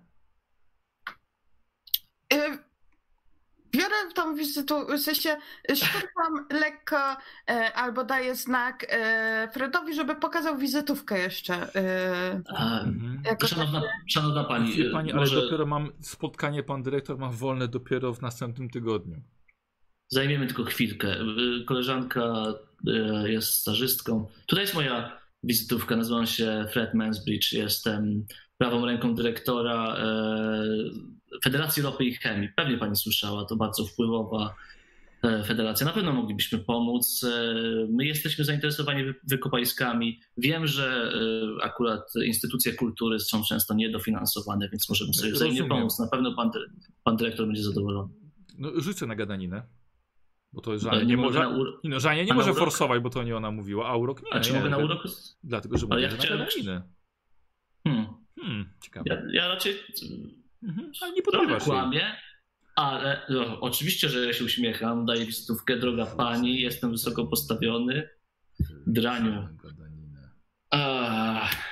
S5: e, biorę tą wizytę, w sensie szturcham lekko e, albo daję znak e, Fredowi, żeby pokazał wizytówkę jeszcze. E,
S4: A,
S2: Mhm.
S5: jako
S4: szanowna, szanowna pani,
S2: Wie pani, ale
S4: może
S2: dopiero mam spotkanie, pan dyrektor ma wolne dopiero w następnym tygodniu.
S4: zajmiemy tylko chwilkę. Koleżanka e, jest stażystką. Tutaj jest moja wizytówka, nazywam się Fred Mansbridge, jestem prawą ręką dyrektora e, Federacji Ropy i Chemii. Pewnie pani słyszała, to bardzo wpływowa Federacja. Na pewno moglibyśmy pomóc. My jesteśmy zainteresowani wykopaliskami. Wiem, że akurat instytucje kultury są często niedofinansowane, więc możemy sobie wzajemnie pomóc. Na pewno pan, pan dyrektor będzie zadowolony.
S2: No, rzucę na gadaninę. Bo to Żania nie,
S4: nie
S2: może,
S4: na uro...
S2: nie, no, Żania nie może forsować, bo to nie ona mówiła, a urok nie.
S4: A czy
S2: nie,
S4: mogę na urok?
S2: Dlatego, że mówię,
S4: ja
S2: że
S4: chciałem...
S2: na gadaninę.
S4: Hmm.
S2: Hmm, ciekawe.
S4: Ja, ja raczej
S2: mhm. Ale nie podoba się.
S4: Kłamie, ale no, oczywiście, że ja się uśmiecham, daję wizytówkę, droga pani, jestem wysoko postawiony. Draniu. Ach.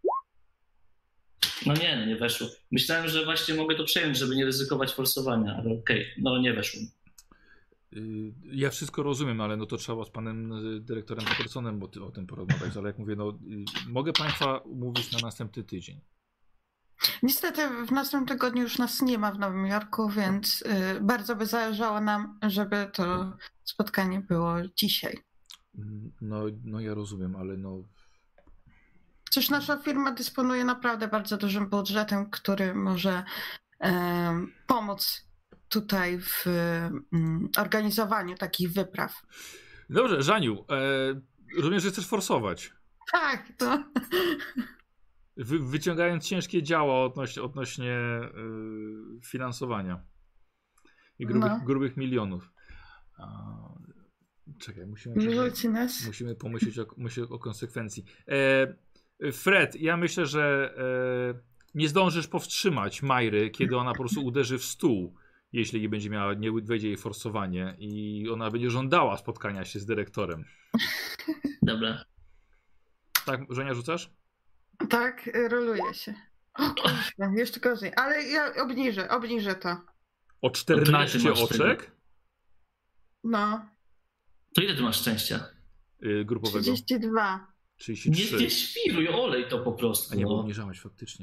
S4: No nie, no nie weszło. Myślałem, że właśnie mogę to przejąć, żeby nie ryzykować forsowania, ale okej, okay. No nie weszło.
S2: Ja wszystko rozumiem, ale no to trzeba z panem dyrektorem Petersonem bo o tym porozmawiać, ale jak mówię, no mogę państwa umówić na następny tydzień.
S5: Niestety w następnym tygodniu już nas nie ma w Nowym Jorku, więc y, bardzo by zależało nam, żeby to spotkanie było dzisiaj.
S2: No, no ja rozumiem, ale no...
S5: Przecież nasza firma dysponuje naprawdę bardzo dużym budżetem, który może y, pomóc tutaj w mm, organizowaniu takich wypraw.
S2: Dobrze, Żaniu, e, rozumiem, że chcesz forsować.
S5: Tak, to...
S2: Wy, wyciągając ciężkie działa odnośnie, odnośnie y, finansowania i grubych, no. grubych milionów. A, czekaj, musimy, musimy pomyśleć o, myśleć o konsekwencji. E, Fred, ja myślę, że e, nie zdążysz powstrzymać Majry, kiedy ona po prostu uderzy w stół, jeśli nie będzie miała, nie wejdzie jej forsowanie i ona będzie żądała spotkania się z dyrektorem.
S4: Dobra.
S2: Tak, Żenia, rzucasz?
S5: Tak, roluje się. O kurczę, jeszcze gorzej, ale ja obniżę, obniżę to.
S2: O czternaście oczek?
S5: No.
S4: To ile ty masz szczęścia?
S2: Yy, grupowego.
S5: trzydzieści dwa.
S2: trzydzieści trzy.
S4: Nie, nie świruj, olej to po prostu.
S2: A nie,
S4: no.
S2: bo obniżałeś faktycznie.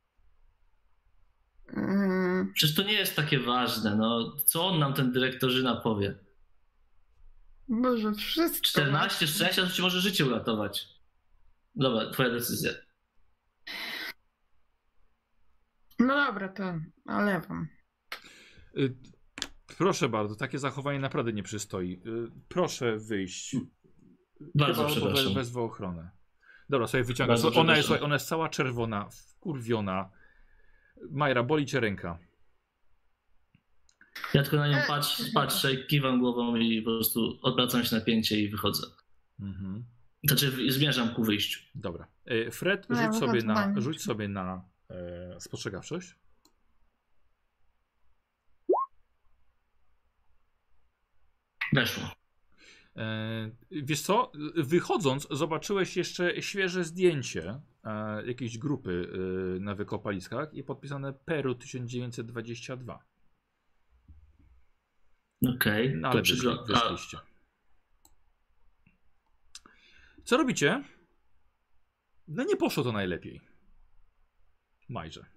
S5: Hmm.
S4: Przecież to nie jest takie ważne, no. Co on nam, ten dyrektorzyna, powie?
S5: Boże, wszystko.
S4: czternaście szczęścia to ci może życie uratować. Dobra, twoja decyzja.
S5: No dobra, to nalewam.
S2: Y, proszę bardzo, takie zachowanie naprawdę nie przystoi. Y, proszę wyjść.
S4: Bardzo
S2: Chyba
S4: przepraszam.
S2: Wezwę ochronę. Dobra, sobie wyciągam. Ona jest, ona jest cała czerwona, wkurwiona. Majra, boli cię ręka.
S4: Ja tylko na nią patrz, patrzę, kiwam głową i po prostu odwracam się na pięcie i wychodzę. Mhm. Znaczy zmierzam ku wyjściu.
S2: Dobra. Fred, rzuć, no, sobie, na, rzuć sobie na e, spostrzegawczość.
S4: Weszło.
S2: E, wiesz co? Wychodząc zobaczyłeś jeszcze świeże zdjęcie e, jakiejś grupy e, na wykopaliskach i podpisane Peru tysiąc dziewięćset dwadzieścia dwa.
S4: Okej. Okay,
S2: no, ale wyszli, wyszliście. Co robicie? No nie poszło to najlepiej. Majrze.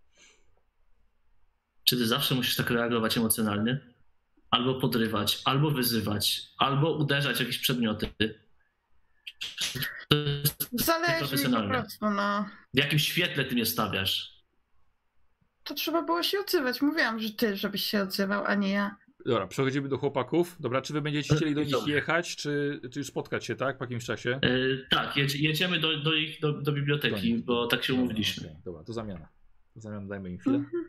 S4: Czy ty zawsze musisz tak reagować emocjonalnie? Albo podrywać, albo wyzywać, albo uderzać w jakieś przedmioty.
S5: Zależy po prostu, no.
S4: W jakim świetle ty mnie stawiasz?
S5: To trzeba było się odzywać. Mówiłam, że ty, żebyś się odzywał, a nie ja.
S2: Dobra, przechodzimy do chłopaków. Dobra, czy wy będziecie chcieli do nich jechać, czy, czy już spotkać się, tak? Po jakimś czasie?
S4: Yy, tak, jedziemy do, do ich do, do biblioteki, do bo tak się dobra, umówiliśmy.
S2: Okay. Dobra, to zamiana. Zamiana, dajmy im chwilę. Mhm.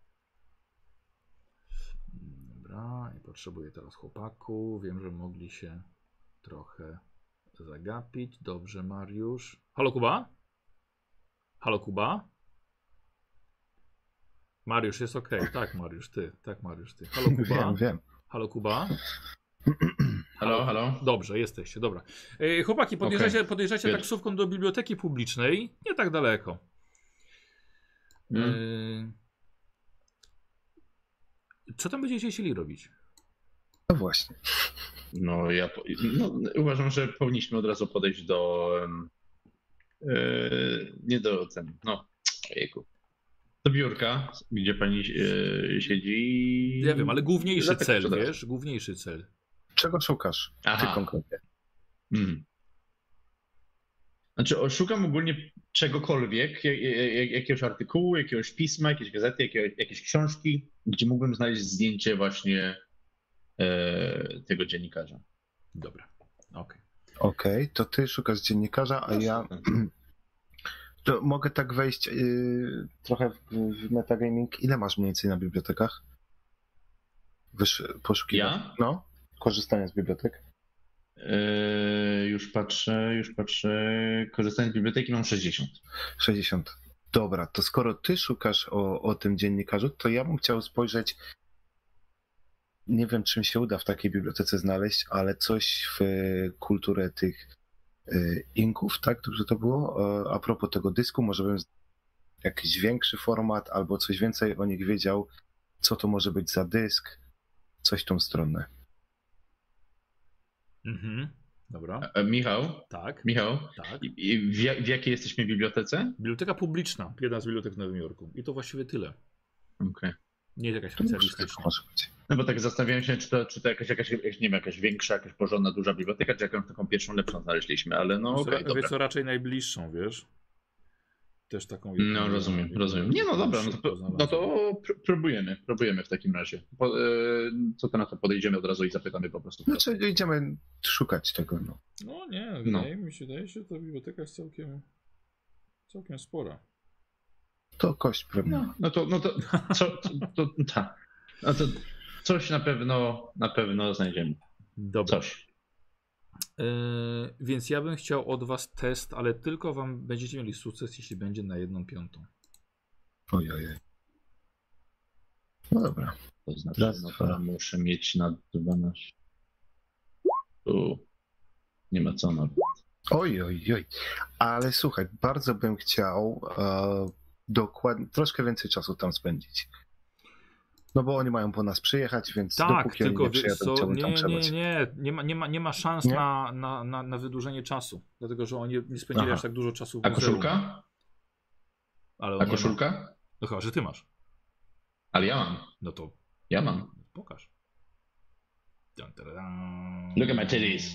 S2: Dobra, i potrzebuję teraz chłopaków. Wiem, że mogli się trochę zagapić. Dobrze, Mariusz. Halo, Kuba? Halo, Kuba? Mariusz, jest okej. Okay. Tak, Mariusz, ty. Tak, Mariusz, ty. Halo, Kuba?
S3: Wiem, wiem.
S2: Halo, Kuba?
S1: Halo, halo.
S2: Dobrze, jesteście, dobra. Yy, chłopaki, podjeżdżacie, okay. podjeżdżacie taksówką do biblioteki publicznej. Nie tak daleko.
S1: Hmm.
S2: Yy... Co tam będziecie chcieli robić?
S3: No właśnie.
S1: No ja no, uważam, że powinniśmy od razu podejść do... Yy, nie do ten, no, ojejku. Do biurka, gdzie pani e, siedzi.
S2: Ja wiem, ale główniejszy cel, wiesz? Główniejszy cel.
S3: Czego szukasz? Aha. Ty konkretnie.
S1: Hmm. Znaczy, szukam ogólnie czegokolwiek, jak, jak, jakiegoś artykułu, jakiegoś pisma, jakiejś gazety, jakiegoś, jakiejś książki, gdzie mógłbym znaleźć zdjęcie właśnie e, tego dziennikarza.
S2: Dobra, okej. Okay.
S3: Okej, okay, to ty szukasz dziennikarza, a ja to mogę tak wejść yy, trochę w, w metagaming. Ile masz mniej więcej na bibliotekach? Wysz, poszukiwać?
S1: Ja?
S3: No, korzystania z bibliotek?
S1: Yy, już patrzę, już patrzę. Korzystając z biblioteki mam sześćdziesiąt.
S3: sześćdziesiąt. Dobra, to skoro ty szukasz o, o tym dziennikarzu, to ja bym chciał spojrzeć. Nie wiem, czym się uda w takiej bibliotece znaleźć, ale coś w kulturę tych y, inków, tak? Dobrze to było? A propos tego dysku, może bym jakiś większy format albo coś więcej o nich wiedział, co to może być za dysk, coś w tą stronę.
S2: Mhm. Dobra.
S1: A, a Michał?
S2: Tak.
S1: Michał?
S2: Tak.
S1: I, i w, w jakiej jesteśmy bibliotece?
S2: Biblioteka publiczna, jedna z bibliotek w Nowym Jorku. I to właściwie tyle.
S1: Okej. Okay.
S2: Nie jest jakaś specjalistyczna.
S3: Może być.
S1: No bo tak zastanawiałem się, czy to, czy to jakaś, jakaś, jakaś, nie wiem, jakaś większa, jakaś porządna, duża biblioteka, czy jakąś taką pierwszą, lepszą znaleźliśmy, ale no okej, okay,
S2: dobra. Wiesz co, raczej najbliższą, wiesz? Też taką...
S1: No rozumiem, rozumiem. Nie, no dobra, no to, no to pr- próbujemy, próbujemy w takim razie. Po, yy, co to na to podejdziemy od razu i zapytamy po prostu.
S3: Znaczy idziemy szukać tego, no.
S2: No nie, wydaje no. mi się, wydaje się, że ta biblioteka jest całkiem, całkiem spora.
S3: To kość pewnie.
S1: No, no to, no to, co, to, to, ta. no to coś na pewno, na pewno znajdziemy.
S2: Dobra.
S1: Coś.
S2: Yy, więc ja bym chciał od was test, ale tylko wam będziecie mieli sukces, jeśli będzie na jedną piątą.
S3: Ojej. No dobra.
S1: To znaczy, Raz, no to muszę mieć na dwanaście. Tu nie ma co nawet.
S3: Oj, oj, oj. Ale słuchaj, bardzo bym chciał e, dokładnie, troszkę więcej czasu tam spędzić. No bo oni mają po nas przyjechać, więc
S2: tak,
S3: dopóki
S2: tylko
S3: oni nie przyjadą,
S2: co,
S3: chciałbym
S2: nie,
S3: tam przebyć.
S2: Nie, nie, nie ma, nie ma, nie ma szans nie? Na, na, na, na wydłużenie czasu, dlatego że oni nie spędzili Aha. aż tak dużo czasu w
S1: A koszulka?
S2: Ale
S1: A koszulka?
S2: No chyba, że ty masz.
S1: Ale ja mam.
S2: No to
S1: ja mam.
S2: Pokaż.
S1: Look at my titties.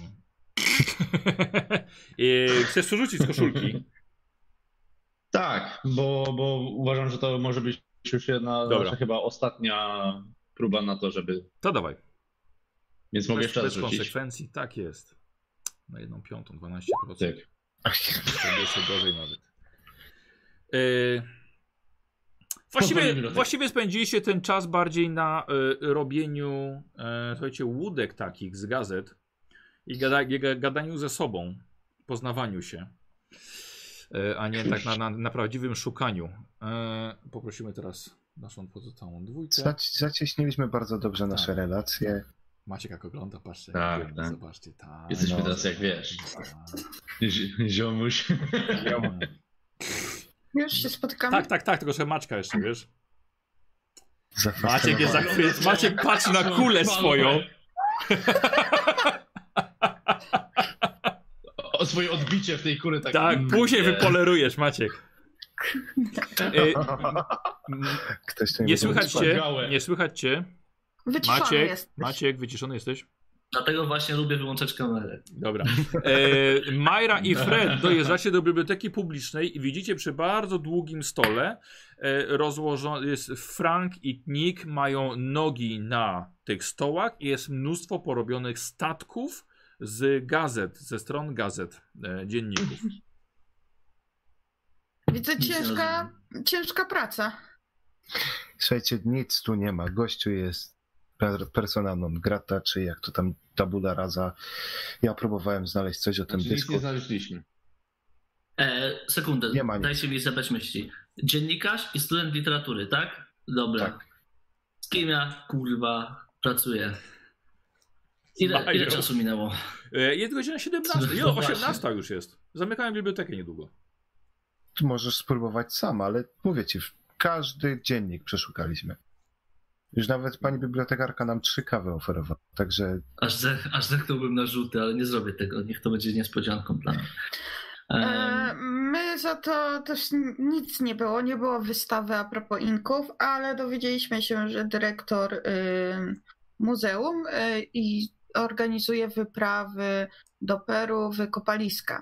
S2: Chcesz przerzucić z koszulki?
S1: Tak, bo, bo uważam, że to może być już jedna, nasza chyba ostatnia próba na to, żeby...
S2: To dawaj.
S1: Więc mogę
S2: bez,
S1: jeszcze raz
S2: bez
S1: rzucić.
S2: konsekwencji, tak jest. Na jedną piątą, dwanaście procent.
S1: Tak.
S2: To jeszcze gorzej nawet. Yy... Właściwie, właściwie spędziliście ten czas bardziej na y, robieniu y, słuchajcie, łódek takich z gazet i gada, gadaniu ze sobą, poznawaniu się, y, a nie tak na, na, na prawdziwym szukaniu. Y, poprosimy teraz naszą pozostałą dwójkę.
S3: Zac zacieśniliśmy bardzo dobrze tak. nasze relacje.
S2: Maciek jak ogląda, patrzcie.
S1: Tak,
S2: wiem,
S1: tak.
S2: Zobaczcie, tak.
S1: Jesteśmy no, teraz jak wiesz. Ziomuś.
S3: Ziomuś.
S5: Już się spotykamy?
S2: Tak, tak, tak, tylko że Maćka jeszcze, wiesz. Maciek jest zachwycony. Maciek patrzy na kulę swoją.
S1: O swoje odbicie w tej kule. Tak,
S2: tak później nie. wypolerujesz, Maciek.
S3: Ktoś to nie,
S2: nie słychać cię, nie słychać cię.
S5: Wyciszony
S2: Maciek,
S5: jesteś.
S2: Maciek, wyciszony jesteś?
S4: Dlatego właśnie lubię wyłączać kamerę.
S2: Dobra. E, Majra i Fred dojeżdżacie do biblioteki publicznej i widzicie przy bardzo długim stole e, rozłożony jest Frank i Nick mają nogi na tych stołach i jest mnóstwo porobionych statków z gazet, ze stron gazet, e, dzienników.
S5: Widzę ciężka, ciężka praca.
S3: Słuchajcie, nic tu nie ma. Gościu jest persona non grata, czy jak to tam tabula rasa. Ja próbowałem znaleźć coś o tym
S1: znaczy,
S3: dysku.
S1: Nic nie znaleźliśmy.
S4: E, sekundę,
S3: nie ma
S4: dajcie mi zebrać myśli. Dziennikarz i student literatury, tak? Dobra. Tak. Z kim ja, kurwa, pracuję? Ile, ile czasu minęło?
S2: E, jest godzina siedemnasta. Jo, osiemnasta już jest. Zamykałem bibliotekę niedługo.
S3: Tu możesz spróbować sam, ale mówię ci, każdy dziennik przeszukaliśmy. Już nawet pani bibliotekarka nam trzy kawy oferowała, także...
S4: Aż, ze, aż zechnąłbym na rzuty, ale nie zrobię tego. Niech to będzie niespodzianką dla mnie.
S5: E, my za to też nic nie było. Nie było wystawy a propos inków, ale dowiedzieliśmy się, że dyrektor y, muzeum y, i organizuje wyprawy do Peru, wykopaliska.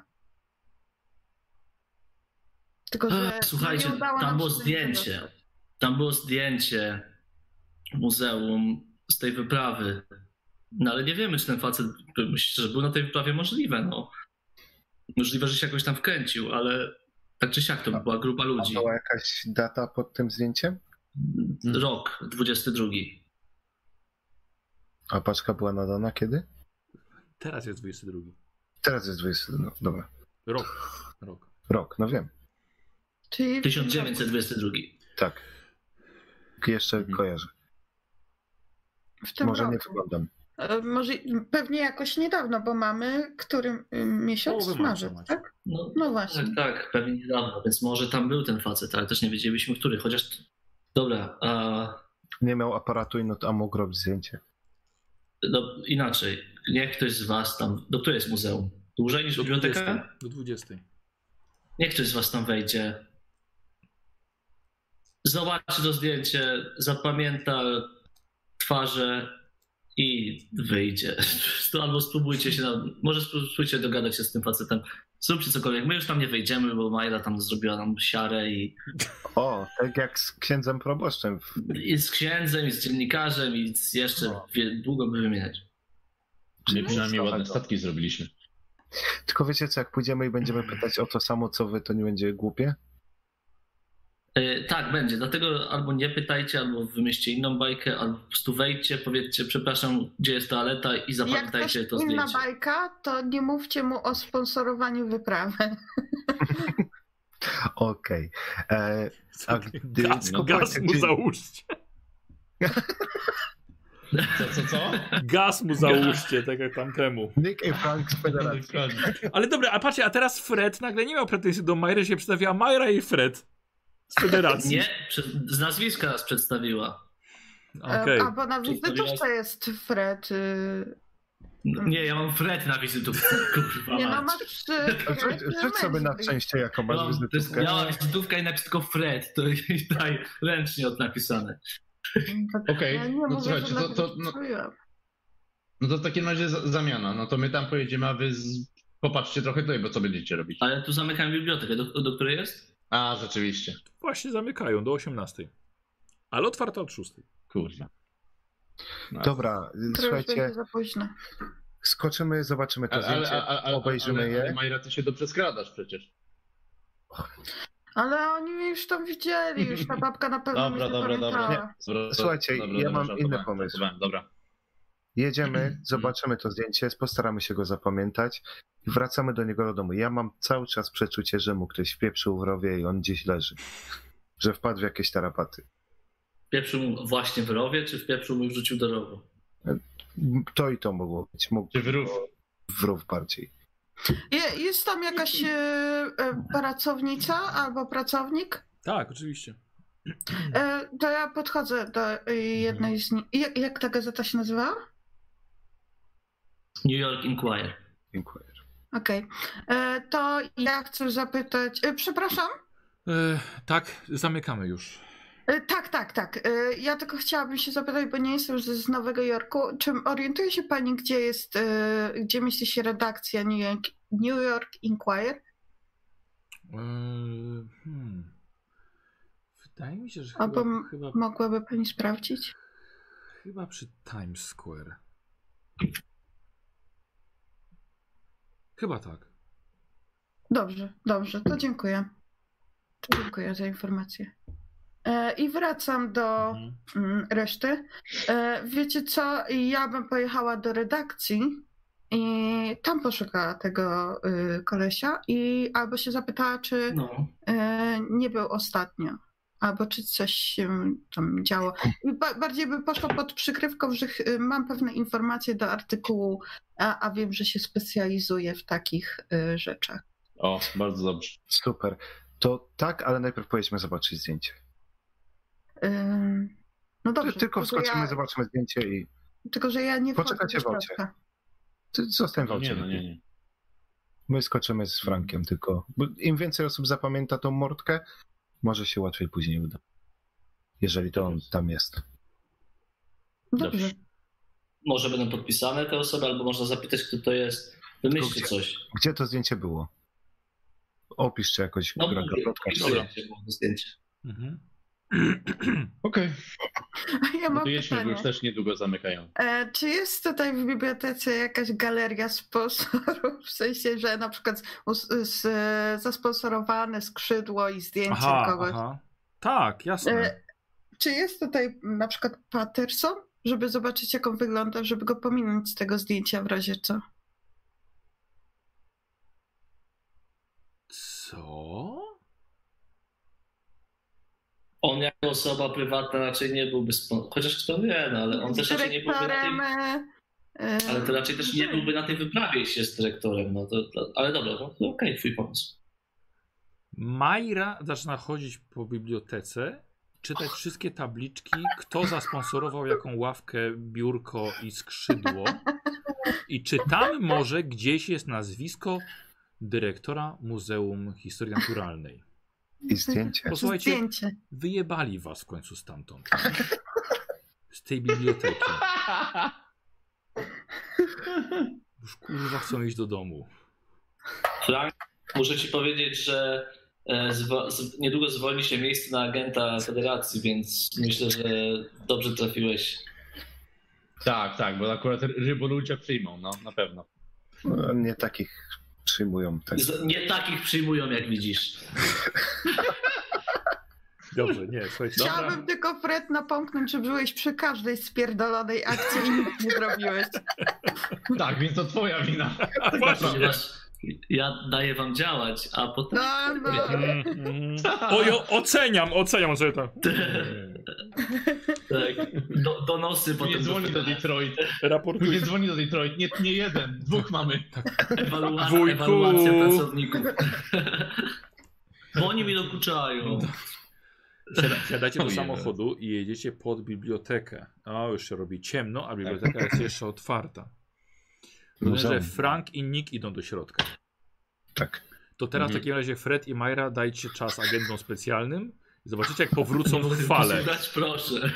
S5: Tylko, że
S4: słuchajcie, tam było zdjęcie. Tam było zdjęcie muzeum z tej wyprawy. No ale nie wiemy, czy ten facet, myślę, że był na tej wyprawie możliwe, no. Możliwe, że się jakoś tam wkręcił, ale tak czy siak to była grupa
S3: A
S4: ludzi.
S3: była jakaś data pod tym zdjęciem?
S4: Rok dwudziesty drugi.
S3: A paczka była nadana kiedy?
S2: Teraz jest dwudziesty drugi.
S3: Teraz jest dwudziesty, no dobra.
S2: Rok. Rok.
S3: Rok, no wiem.
S5: Czyli
S4: tysiąc dziewięćset dwudziesty drugi.
S3: Tak. Jeszcze
S1: Mhm.
S3: kojarzę.
S5: w tym
S3: Może
S5: roku.
S3: nie wyglądam.
S5: E, Może pewnie jakoś niedawno, bo mamy który y, miesiąc?
S2: Połowę marca
S5: Marzec,
S2: macie.
S5: tak?
S4: No,
S5: No właśnie.
S4: tak, tak, pewnie niedawno, więc może tam był ten facet, ale też nie wiedzielibyśmy, który, chociaż... Dobra, a...
S3: Nie miał aparatu i no to a mógł robić zdjęcie.
S4: No, inaczej. Niech ktoś z was tam... Do której jest muzeum? Dłużej niż
S2: Do
S4: biblioteka?
S2: dwudziestej. Do dwudziestej.
S4: Niech ktoś z was tam wejdzie. Zobaczy to zdjęcie, zapamięta twarze i wyjdzie. To albo spróbujcie się, na, może spróbujcie dogadać się z tym facetem. Zróbcie cokolwiek. My już tam nie wejdziemy, bo Majra tam zrobiła nam siarę i,
S3: O, tak jak z księdzem proboszczem.
S4: i z księdzem, i z dziennikarzem, i z jeszcze
S3: No.
S4: wie, długo by wymieniać.
S1: My przynajmniej ładne
S3: Samego.
S1: statki zrobiliśmy.
S3: Tylko wiecie co, jak pójdziemy i będziemy pytać o to samo, co wy, to nie będzie głupie?
S4: Yy, tak, będzie. Dlatego albo nie pytajcie, albo wymyślcie inną bajkę, albo po prostu wejdźcie, powiedzcie, przepraszam, gdzie jest toaleta i
S5: Jak
S4: zapamiętajcie
S5: ktoś
S4: to
S5: inna
S4: zdjęcie.
S5: bajka, to nie mówcie mu o sponsorowaniu wyprawy.
S3: Okej. E, A gdy-
S2: Gaz,
S3: no
S2: gaz
S3: właśnie,
S2: mu
S3: gdzie-
S2: załóżcie.
S1: Co, co, co?
S2: Gaz mu załóżcie, tak jak tamtemu.
S3: Nick i Frank z Federacji.
S1: Dokładnie.
S2: Ale dobra, a patrzcie, a teraz Fred nagle nie miał pretensji do Majry, się przedstawiła Majra i Fred z Federacji.
S4: Nie, przez- z nazwiska nas przedstawiła.
S2: Okej.
S5: E, A bo na wizytówce jest Fred. y,
S4: Nie, ja mam Fred na wizytówce, kurwa
S5: Nie no,
S4: mać.
S5: masz... y,
S3: Rzuć,
S5: Fred,
S3: rzuć sobie na
S5: męski.
S3: szczęście, jaką
S4: Ja
S3: masz
S4: mam, to jest
S3: wizytówkę.
S4: biała wizytówka i napisane tylko Fred, to i daj ręcznie od napisane.
S1: Okej,
S5: Ja nie
S1: no
S5: mówię,
S1: słuchajcie,
S5: że
S1: to,
S5: nawet
S1: to, no,
S5: czuję.
S1: no to w takim razie za- zamiana. No to my tam pojedziemy, a wy z... popatrzcie trochę tutaj, bo co będziecie robić?
S4: Ale tu zamykam bibliotekę, do, do której jest?
S1: A, rzeczywiście.
S2: Właśnie zamykają do osiemnastej. Ale otwarta od szóstej.
S1: Kurwa. No.
S3: Dobra,
S5: To już
S3: słuchajcie,
S5: będzie za późno.
S3: skoczymy, zobaczymy to
S1: Ale, ale,
S3: zdjęcie,
S1: ale, ale,
S3: obejrzymy
S1: ale,
S3: je.
S1: ale Majra, ty się dobrze skradasz przecież.
S5: Ale oni mnie już to widzieli, już ta babka na pewno
S1: Dobra,
S5: mnie
S1: dobra, dobra.
S5: zapamiętała.
S1: Dobra,
S3: Słuchajcie,
S1: dobra,
S3: ja
S1: dobra,
S3: mam
S1: żartowałem,
S3: inny pomysł.
S1: żartowałem, Dobra.
S3: Jedziemy, zobaczymy to zdjęcie, postaramy się go zapamiętać i wracamy do niego do domu. Ja mam cały czas przeczucie, że mu ktoś wpieprzył w rowie i on gdzieś leży. Że wpadł w jakieś tarapaty.
S4: Wpieprzył mu właśnie w rowie, czy wpieprzył mu i wrzucił do rowu?
S3: To i to mogło być. Mógł
S1: Czy w rów?
S3: w rów bardziej.
S5: Je- Jest tam jakaś e, e, pracownica albo pracownik?
S2: Tak, oczywiście.
S5: E, To ja podchodzę do e, jednej z nich. Jak, jak ta gazeta się nazywała?
S4: New York Inquirer.
S3: Dziękuję.
S5: Okej. E, To ja chcę zapytać. e, Przepraszam?
S2: E, tak, zamykamy już.
S5: E, Tak, tak, tak. E, Ja tylko chciałabym się zapytać, bo nie jestem z, z Nowego Jorku. Czy orientuje się pani, gdzie jest, e, gdzie mieści się redakcja New York, New York Inquirer?
S2: E, hmm. Wydaje mi się, że
S5: Albo
S2: chyba,
S5: m-
S2: chyba,
S5: Mogłaby pani sprawdzić?
S2: chyba przy Times Square. Chyba tak.
S5: Dobrze, dobrze, to dziękuję. To dziękuję za informację. E, I wracam do
S2: Mhm.
S5: mm, reszty. E, Wiecie co? Ja bym pojechała do redakcji i tam poszukała tego y, kolesia i albo się zapytała, czy
S4: No.
S5: e, nie był ostatnio, albo czy coś się tam działo. I ba- bardziej bym poszła pod przykrywką, że ch- mam pewne informacje do artykułu, a, a wiem, że się specjalizuję w takich y, rzeczach.
S1: O, bardzo dobrze.
S3: Super. To tak, ale najpierw pojedźmy zobaczyć zdjęcie.
S5: Ym, No dobrze.
S3: Ty, tylko wskoczymy,
S5: ja,
S3: zobaczymy zdjęcie i...
S5: tylko, że ja nie wchodzę
S3: Poczekajcie
S5: do
S3: w aucie.
S5: środka.
S3: Ty zostań w
S1: Nie,
S3: aucie.
S1: no nie, nie.
S3: My skoczymy z Frankiem tylko. Bo im więcej osób zapamięta tą mordkę, może się łatwiej później uda. Jeżeli to on tam jest.
S5: Dobrze.
S1: Dobrze.
S4: Może będą podpisane te osoby, albo można zapytać, kto to jest. Wymyślcie
S3: Gdzie-
S4: coś.
S3: Gdzie to zdjęcie było? Opiszcie jakoś
S4: No,
S3: Grega
S4: mówię,
S3: Plotka.
S4: zdjęcie, było zdjęcie.
S2: Mhm.
S1: Okej.
S5: A ja mam
S1: Gotujemy, bo
S5: pytanie.
S1: już też niedługo zamykają.
S5: E, czy jest tutaj w bibliotece jakaś galeria sponsorów? W sensie, że na przykład z, z, zasponsorowane skrzydło i zdjęcie
S2: Aha,
S5: kogoś.
S2: aha. Tak, jasne.
S5: E, czy jest tutaj na przykład Patterson, żeby zobaczyć jak on wygląda, żeby go pominąć z tego zdjęcia w razie co?
S2: Co?
S4: On jako osoba prywatna raczej nie byłby spon... Chociaż kto wie, no ale on
S5: Z
S4: też raczej nie byłby na
S5: dyrektorem...
S4: tej...
S5: e,
S4: Ale to raczej też nie
S5: e,
S4: byłby na tej wyprawie, jeśli jest dyrektorem. No to, to... Ale dobra, no to okej, okay, twój pomysł.
S2: Majra zaczyna chodzić po bibliotece, czytać wszystkie tabliczki, kto zasponsorował jaką ławkę, biurko i skrzydło. I czy tam może gdzieś jest nazwisko dyrektora Muzeum Historii Naturalnej.
S3: I zdjęcie.
S2: Posłuchajcie,
S5: Zdjęcie.
S2: wyjebali was w końcu stamtąd. Z tej biblioteki. Już kurwa chcą iść do domu.
S4: Frank, muszę ci powiedzieć, że e, zwo... z... niedługo zwolni się miejsce na agenta Federacji, więc myślę, że dobrze trafiłeś.
S1: Tak, tak, bo akurat ryboludzie przyjmą, no, na pewno.
S3: No, nie takich przyjmują. Tak.
S4: Z... Nie takich przyjmują, jak widzisz.
S2: Dobrze, nie, słuchajcie.
S5: Chciałabym
S1: Dobra.
S5: tylko Fred napomknąć, że byłeś przy każdej spierdolonej akcji i nic nie zrobiłeś.
S1: Tak, więc to twoja wina.
S4: Ponieważ ja daję wam działać, a potem...
S5: No, no.
S2: Mm, mm. Oj, o, oceniam, oceniam sobie to.
S4: Tak, do, donosy potem...
S1: Nie dzwoni do Detroit.
S2: Raportuj.
S1: Nie dzwoni do Detroit. Nie, nie jeden, dwóch mamy.
S4: Ewaluacja,
S2: Wujku.
S4: ewaluacja pracowników. Bo oni mi dokuczają.
S2: Siada, siadacie do
S1: Ojej.
S2: samochodu i jedziecie pod bibliotekę. O, już się robi ciemno, a biblioteka jest jeszcze otwarta. Rozumiem, że
S3: Muzeum.
S2: Frank i Nick idą do środka.
S3: Tak.
S2: To teraz
S1: Mhm.
S2: w takim razie Fred i Majra dajcie czas agentom specjalnym i zobaczycie jak powrócą w fale.
S4: Dać proszę.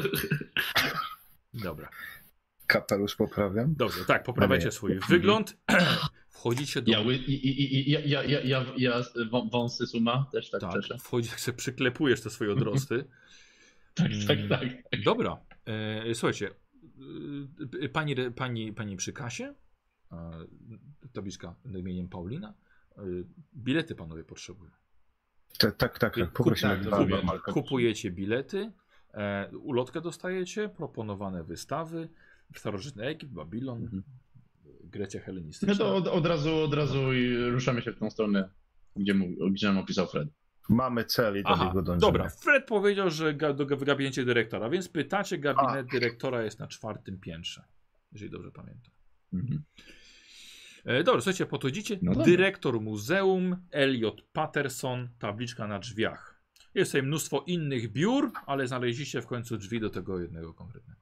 S2: Dobra.
S3: Kapelusz poprawiam.
S2: Dobrze, tak, poprawiacie
S3: Nie.
S2: swój wygląd. Wchodzicie do...
S1: Ja, ły- i, i, i, ja, ja, ja, ja, ja wą- wąsy suma też tak,
S2: Tak,
S1: czeszę.
S2: wchodzisz, tak sobie przyklepujesz te swoje odrosty.
S1: Tak, tak,
S2: Mm.
S1: tak.
S2: Dobra, e, słuchajcie, e, pani, re- pani, pani przy kasie, e, tabliczka imieniem Paulina, e, bilety panowie potrzebują.
S3: Te, tak, tak, tak.
S2: Kup-
S3: Poprosimy
S1: tak, to
S3: dwa
S1: zrobię.
S3: normalne.
S2: Kupujecie bilety, e, ulotkę dostajecie, proponowane wystawy, starożytny Egipt, Babilon,
S1: Mhm.
S2: Grecja helenistyczna.
S1: No to od, od razu, od razu i ruszamy się w tą stronę, gdzie, mu, gdzie nam opisał Fred.
S3: Mamy cel i do
S2: Aha,
S3: niego dążymy.
S2: dobra, Fred powiedział, że ga, do, w gabinecie dyrektora, więc pytacie, gabinet dyrektora jest na czwartym piętrze, jeżeli dobrze pamiętam.
S1: Mhm.
S2: E, dobra, słuchajcie, podchodzicie.
S1: No dobra.
S2: Dyrektor muzeum, Elliot Patterson, tabliczka na drzwiach. Jest tutaj mnóstwo innych biur, ale znaleźliście w końcu drzwi do tego jednego konkretnego.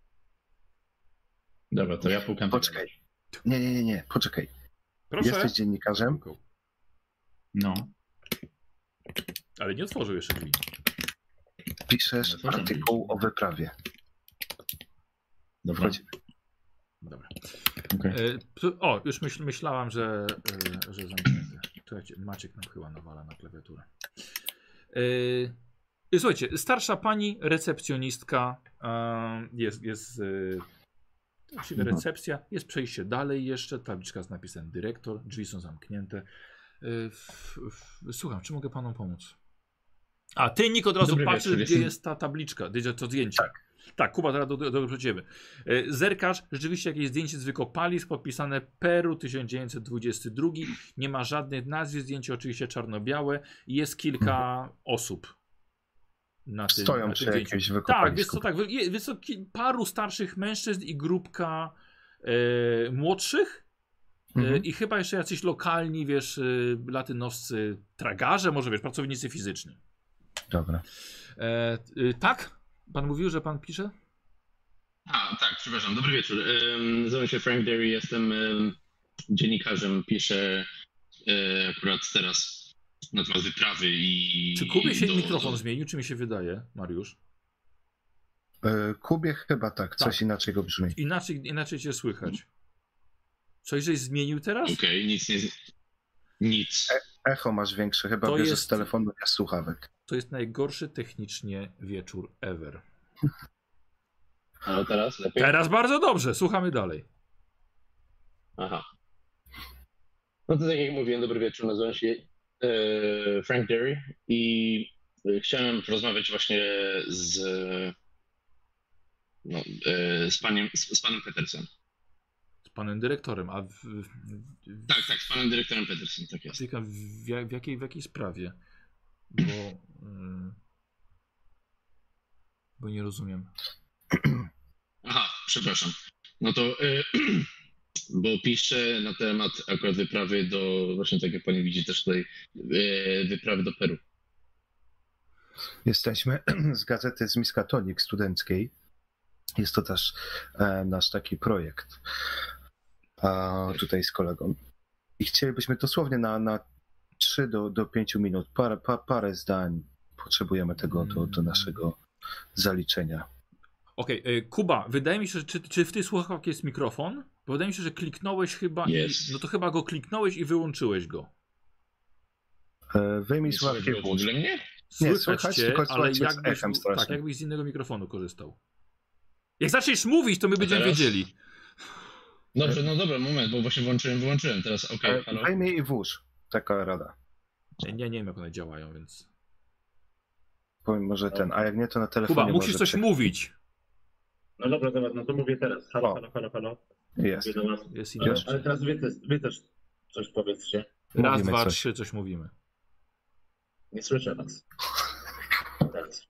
S1: Dobra, to ja pukam.
S3: Poczekaj. Nie, nie, nie, nie. Poczekaj.
S2: Proszę.
S3: Jesteś dziennikarzem?
S1: No.
S2: Ale nie otworzył jeszcze drzwi.
S3: Piszesz
S1: Otworzę.
S3: artykuł o wyprawie.
S1: Dobra.
S3: Wchodzimy.
S2: Dobra.
S1: Okay.
S2: E, p- o, już myśl, myślałam, że, e, że zamknięte. Czekajcie, Maciek nam chyba nawala na klawiaturę. E, słuchajcie, starsza pani, recepcjonistka, e, jest, jest e, właściwie
S3: Mhm.
S2: recepcja, jest przejście dalej jeszcze, tabliczka z napisem dyrektor, drzwi są zamknięte. E, f, f, słucham, czy mogę panom pomóc? A ty, Nick, od razu
S1: Dobry
S2: patrzysz,
S1: wieczór,
S2: gdzie
S1: jestem-
S2: jest ta tabliczka, gdzie to zdjęcie. Tak. Tak, Kuba, teraz do, do, do, do ciebie. E, Zerkasz, rzeczywiście jakieś zdjęcie z wykopalisk podpisane Peru tysiąc dziewięćset dwudziesty drugi. Nie ma żadnych nazwisk, zdjęcie oczywiście czarno-białe. Jest kilka osób na tym,
S3: Stoją
S2: na
S3: przy
S2: tym zdjęciu.
S3: jakimś
S2: Tak,
S3: wykopalisku.
S2: wiesz co, tak, wy- je- wiesz co, ki- paru starszych mężczyzn i grupka e, młodszych. E,
S3: Mhm.
S2: I chyba jeszcze jacyś lokalni, wiesz, e, latynoscy tragarze, może wiesz, pracownicy fizyczni.
S3: Dobra.
S2: E, e, tak? Pan mówił, że pan pisze?
S1: A, tak, przepraszam, dobry wieczór. Um, nazywam się Frank Derry, jestem um, dziennikarzem, piszę e, akurat teraz na temat wyprawy i...
S2: Czy Kubie się
S1: do-
S2: mikrofon
S1: do-
S2: zmienił, czy mi się wydaje, Mariusz?
S3: E, Kubie chyba tak, coś
S2: Tak.
S3: inaczej go brzmi.
S2: Inaczej, inaczej cię słychać. Coś żeś zmienił teraz?
S1: Okej, nic nie... Nic.
S3: Echo masz większe, chyba
S2: To
S3: bierzesz
S2: jest-
S3: z telefonu bez słuchawek.
S2: To jest najgorszy technicznie wieczór ever.
S1: Ale teraz lepiej?
S2: Teraz bardzo dobrze, słuchamy dalej.
S1: Aha. No to tak jak mówiłem, dobry wieczór, nazywam się e, Frank Derry i chciałem porozmawiać właśnie z, no, e, z, paniem, z, z panem Petersem.
S2: Z panem dyrektorem, a w, w,
S1: Tak, tak, z panem dyrektorem Petersem, tak jest.
S2: w, w, w, jakiej, w jakiej sprawie? Bo, yy, bo nie rozumiem.
S1: Aha, przepraszam. No to, e, bo piszę na temat akurat wyprawy do, właśnie tak jak pani widzi też tutaj, e, wyprawy do Peru.
S3: Jesteśmy z gazety z Miskatonic studenckiej. Jest to też e, nasz taki projekt. A tutaj z kolegą. I chcielibyśmy dosłownie na, na trzy do pięciu minut, parę, pa, parę zdań potrzebujemy tego do, do naszego zaliczenia.
S2: Okej, okay, Kuba, wydaje mi się, że czy, czy w tych słuchawkach jest mikrofon? Bo wydaje mi się, że kliknąłeś chyba
S1: Jest.
S2: i, no to chyba go kliknąłeś i wyłączyłeś go.
S3: E, wyjmij słuchawki
S1: w ogóle mnie?
S2: Słychać,
S3: słychać,
S2: cię,
S3: tylko
S2: ale
S3: słychać z
S2: jakbyś,
S3: echem strasznym.
S2: tak, jakbyś z innego mikrofonu korzystał. Jak zaczniesz mówić, to my będziemy
S1: teraz?
S2: wiedzieli.
S1: Dobrze, no dobra, moment, bo właśnie włączyłem, wyłączyłem teraz, okej, okay, halo.
S3: Wyjmij i włóż. Taka rada.
S2: Nie, nie wiem, jak one działają, więc...
S3: Powiem może ten, a jak nie, to na telefonie
S2: Kuba, musisz
S3: może
S2: coś
S3: przek-
S2: mówić.
S6: No dobra, dobra, no to mówię teraz. Halo,
S3: O.
S6: halo, halo, halo.
S3: Jest.
S6: Mówię do was.
S2: Jest
S6: Ale,
S2: inaczej.
S6: ale teraz wy też, wy też coś powiedzcie.
S2: Raz,
S3: Mówimy
S2: dwa,
S3: coś.
S2: trzy, coś mówimy.
S6: Nie słyszę was. Teraz.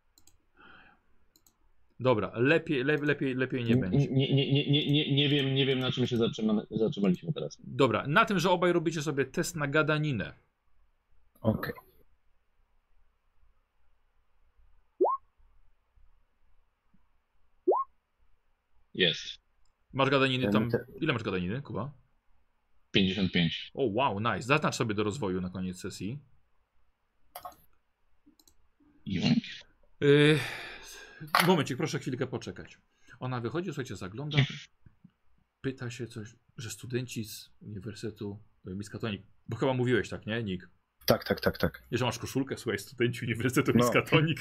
S2: Dobra, lepiej, le, lepiej, lepiej nie będzie.
S1: Nie, nie, nie, nie, nie, nie, wiem, nie wiem, na czym się zatrzyma, zatrzymaliśmy teraz.
S2: Dobra, na tym, że obaj robicie sobie test na gadaninę.
S3: Okej.
S1: Jest.
S2: Masz gadaniny
S3: Ja
S2: tam...
S3: nie te-
S2: Ile masz gadaniny, Kuba?
S1: pięćdziesiąt pięć.
S2: O, wow, nice. Zaznacz sobie do rozwoju na koniec sesji.
S1: Iwonk?
S2: Yy, momencik, proszę chwilkę poczekać. Ona wychodzi, słuchajcie, zagląda, pyta się coś, że studenci z Uniwersytetu Miskatonic, bo chyba mówiłeś tak, nie, Nick?
S3: Tak, tak, tak, tak.
S2: I że masz koszulkę, słuchaj, studenci Uniwersytetu
S3: No.
S2: Miskatonic.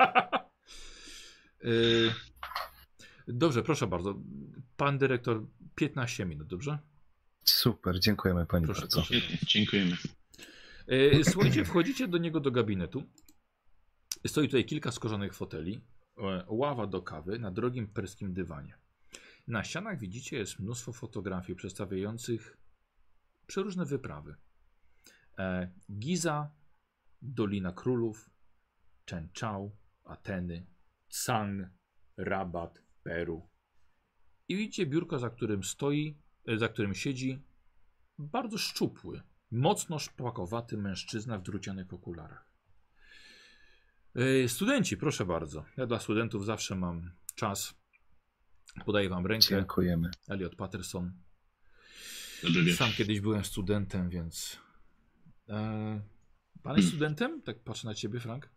S2: yy, dobrze, proszę bardzo. Pan dyrektor, piętnaście minut, dobrze?
S3: Super, dziękujemy pani
S2: Proszę,
S3: bardzo.
S2: proszę.
S1: Dziękujemy.
S2: Yy, słuchajcie, wchodzicie do niego do gabinetu. Stoi tutaj kilka skórzanych foteli, e, ława do kawy na drogim perskim dywanie. Na ścianach widzicie jest mnóstwo fotografii przedstawiających przeróżne wyprawy. E, Giza, Dolina Królów, Chen Chao, Ateny, San, Rabat, Peru. I widzicie biurko, za którym stoi, e, za którym siedzi bardzo szczupły, mocno szpakowaty mężczyzna w drucianych okularach. Yy, Studenci, proszę bardzo. Ja dla studentów zawsze mam czas. Podaję wam rękę.
S3: Dziękujemy.
S2: Elliot Patterson.
S1: Dobry wieczór.
S2: Sam kiedyś byłem studentem, więc... E, pan jest studentem? Tak patrzę na ciebie, Frank.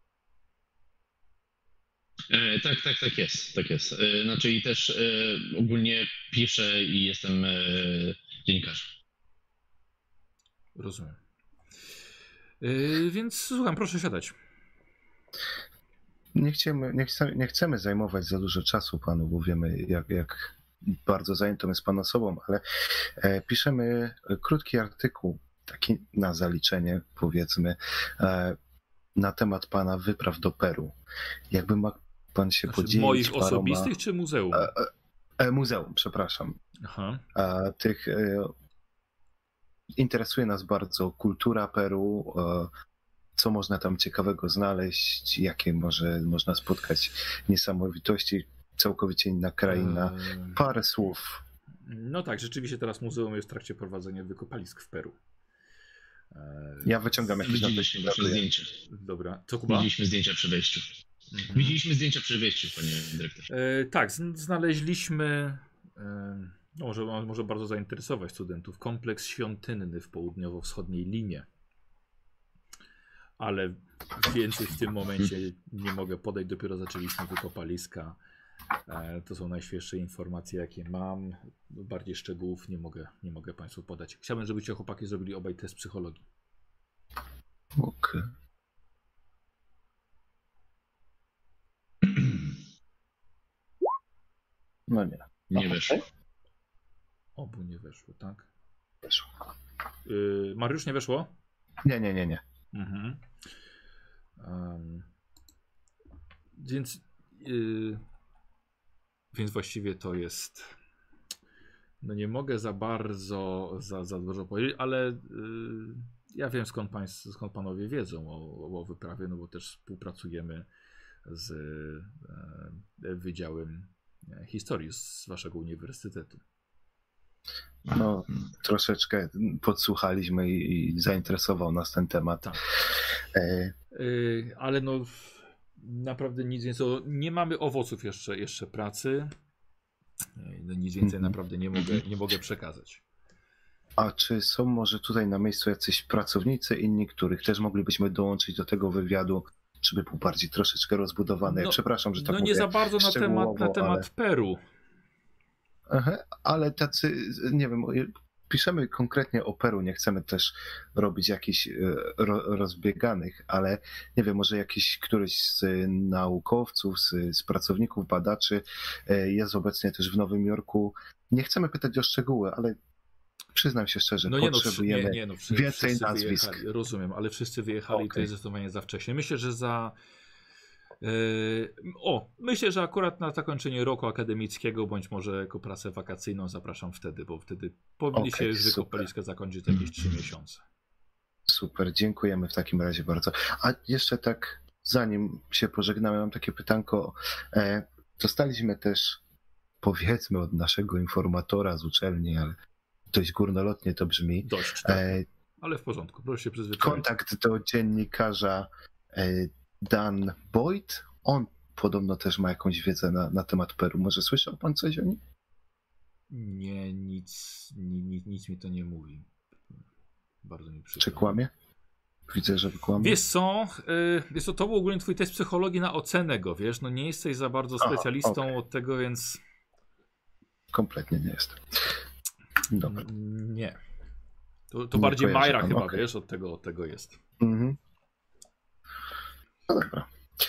S1: E, tak, tak, tak jest, tak jest. E, znaczy i też e, ogólnie piszę i jestem e, dziennikarzem.
S2: Rozumiem. Yy, więc słucham, proszę siadać.
S3: Nie chcemy, nie, chcemy, nie chcemy zajmować za dużo czasu panu, bo wiemy, jak, jak bardzo zajętą jest pan osobą, ale e, piszemy krótki artykuł, taki na zaliczenie, powiedzmy, e, na temat pana wypraw do Peru. Jakby ma pan się
S2: Znaczy,
S3: podzielić
S2: moich
S3: paroma...
S2: osobistych czy muzeum?
S3: E, e, muzeum, przepraszam.
S2: Aha.
S3: A tych e, interesuje nas bardzo kultura Peru, e, co można tam ciekawego znaleźć, jakie może można spotkać niesamowitości, całkowicie inna kraina.
S2: Eee,
S3: Parę słów.
S2: No tak, rzeczywiście teraz muzeum jest w trakcie prowadzenia wykopalisk w Peru. Eee,
S3: Ja wyciągam jakieś
S1: Widzieliśmy
S3: notatki.
S1: wasze zdjęcia.
S2: Dobra, co Kuba?
S1: Widzieliśmy zdjęcia przy wejściu.
S2: Mhm.
S1: Widzieliśmy zdjęcia przy wejściu, panie dyrektorze.
S2: E, tak, z- znaleźliśmy, e, no może, może bardzo zainteresować studentów, kompleks świątynny w południowo-wschodniej Limie. Ale więcej w tym momencie nie mogę podać, dopiero zaczęliśmy wykopaliska. E, to są najświeższe informacje, jakie mam. Bardziej szczegółów nie mogę, nie mogę Państwu podać. Chciałbym, żebyście chłopaki zrobili obaj test psychologii.
S3: Okej. No nie.
S1: Nie weszło.
S2: Obu nie weszło, tak?
S3: Weszło.
S2: Yy, Mariusz, nie weszło?
S3: Nie, nie, nie, nie.
S2: Mhm. Um, więc, yy, więc właściwie to jest. No nie mogę za bardzo, za, za dużo powiedzieć, ale yy, ja wiem skąd, państw, skąd panowie wiedzą o, o wyprawie, no bo też współpracujemy z yy, Wydziałem Historii z waszego uniwersytetu.
S3: No, troszeczkę podsłuchaliśmy i, i zainteresował nas ten temat.
S2: Tak.
S3: E...
S2: Yy, ale no naprawdę nic więcej. Nie mamy owoców jeszcze, jeszcze pracy. No, nic więcej
S3: Mhm.
S2: naprawdę nie mogę, nie mogę przekazać.
S3: A czy są może tutaj na miejscu jacyś pracownicy inni, których też moglibyśmy dołączyć do tego wywiadu, żeby był bardziej troszeczkę rozbudowany?
S2: No,
S3: Przepraszam, że tak
S2: No
S3: mówię
S2: nie za bardzo na temat, na temat
S3: ale...
S2: Peru.
S3: Aha, ale tacy, nie wiem, piszemy konkretnie o Peru, nie chcemy też robić jakichś ro, rozbieganych, ale nie wiem, może jakiś któryś z naukowców, z, z pracowników, badaczy jest obecnie też w Nowym Jorku. Nie chcemy pytać o szczegóły, ale przyznam się szczerze,
S2: No nie,
S3: potrzebujemy
S2: no, nie, nie, no, wszyscy,
S3: więcej
S2: wszyscy
S3: nazwisk.
S2: Wyjechali, rozumiem, ale wszyscy wyjechali
S3: Okay.
S2: i to jest zdecydowanie za wcześnie. Myślę, że za... Yy, o, myślę, że akurat na zakończenie roku akademickiego, bądź może jako pracę wakacyjną zapraszam wtedy, bo wtedy powinni
S3: Okay,
S2: się już wykopaliska zakończyć za jakieś trzy miesiące.
S3: Super, dziękujemy w takim razie bardzo. A jeszcze tak, zanim się pożegnamy, mam takie pytanko. E, dostaliśmy też, powiedzmy, od naszego informatora z uczelni, ale dość górnolotnie to brzmi,
S2: Dość, tak.
S3: e,
S2: Ale w porządku, proszę się przyzwyczaić.
S3: kontakt do dziennikarza e, Dan Boyd. On podobno też ma jakąś wiedzę na, na temat Peru. Może słyszał pan coś o nim?
S2: Nie, nic, nic, nic mi to nie mówi. Bardzo mi przykro.
S3: Czy kłamie? Widzę, że kłamie.
S2: Wiesz co, yy, wiesz co, to był ogólnie twój test psychologii na ocenę go, wiesz, no nie jesteś za bardzo
S3: Aha,
S2: specjalistą
S3: okay.
S2: od tego, więc...
S3: Kompletnie nie jestem. Dobra.
S2: N- nie. To, to
S3: Nie
S2: bardziej
S3: kojarzę
S2: Majra
S3: pan,
S2: chyba,
S3: okay.
S2: wiesz, od tego, od tego jest.
S3: Mhm. No dobra.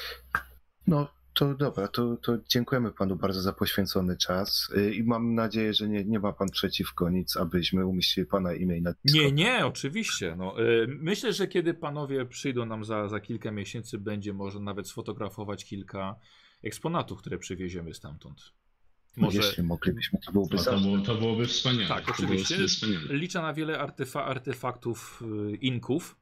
S3: No to dobra, to, to dziękujemy panu bardzo za poświęcony czas i mam nadzieję, że nie, nie ma pan przeciwko nic, abyśmy umieścili pana imię i nazwisko.
S2: Nie, nie, oczywiście. No, yy, myślę, że kiedy panowie przyjdą nam za, za kilka miesięcy, będzie może nawet sfotografować kilka eksponatów, które przywieziemy stamtąd. Może...
S3: Jeśli moglibyśmy, to byłoby
S1: To, to, było, to byłoby wspaniale.
S2: Tak,
S1: to
S2: oczywiście.
S1: byłoby wspaniale.
S2: Liczę na wiele artefa artefaktów y, inków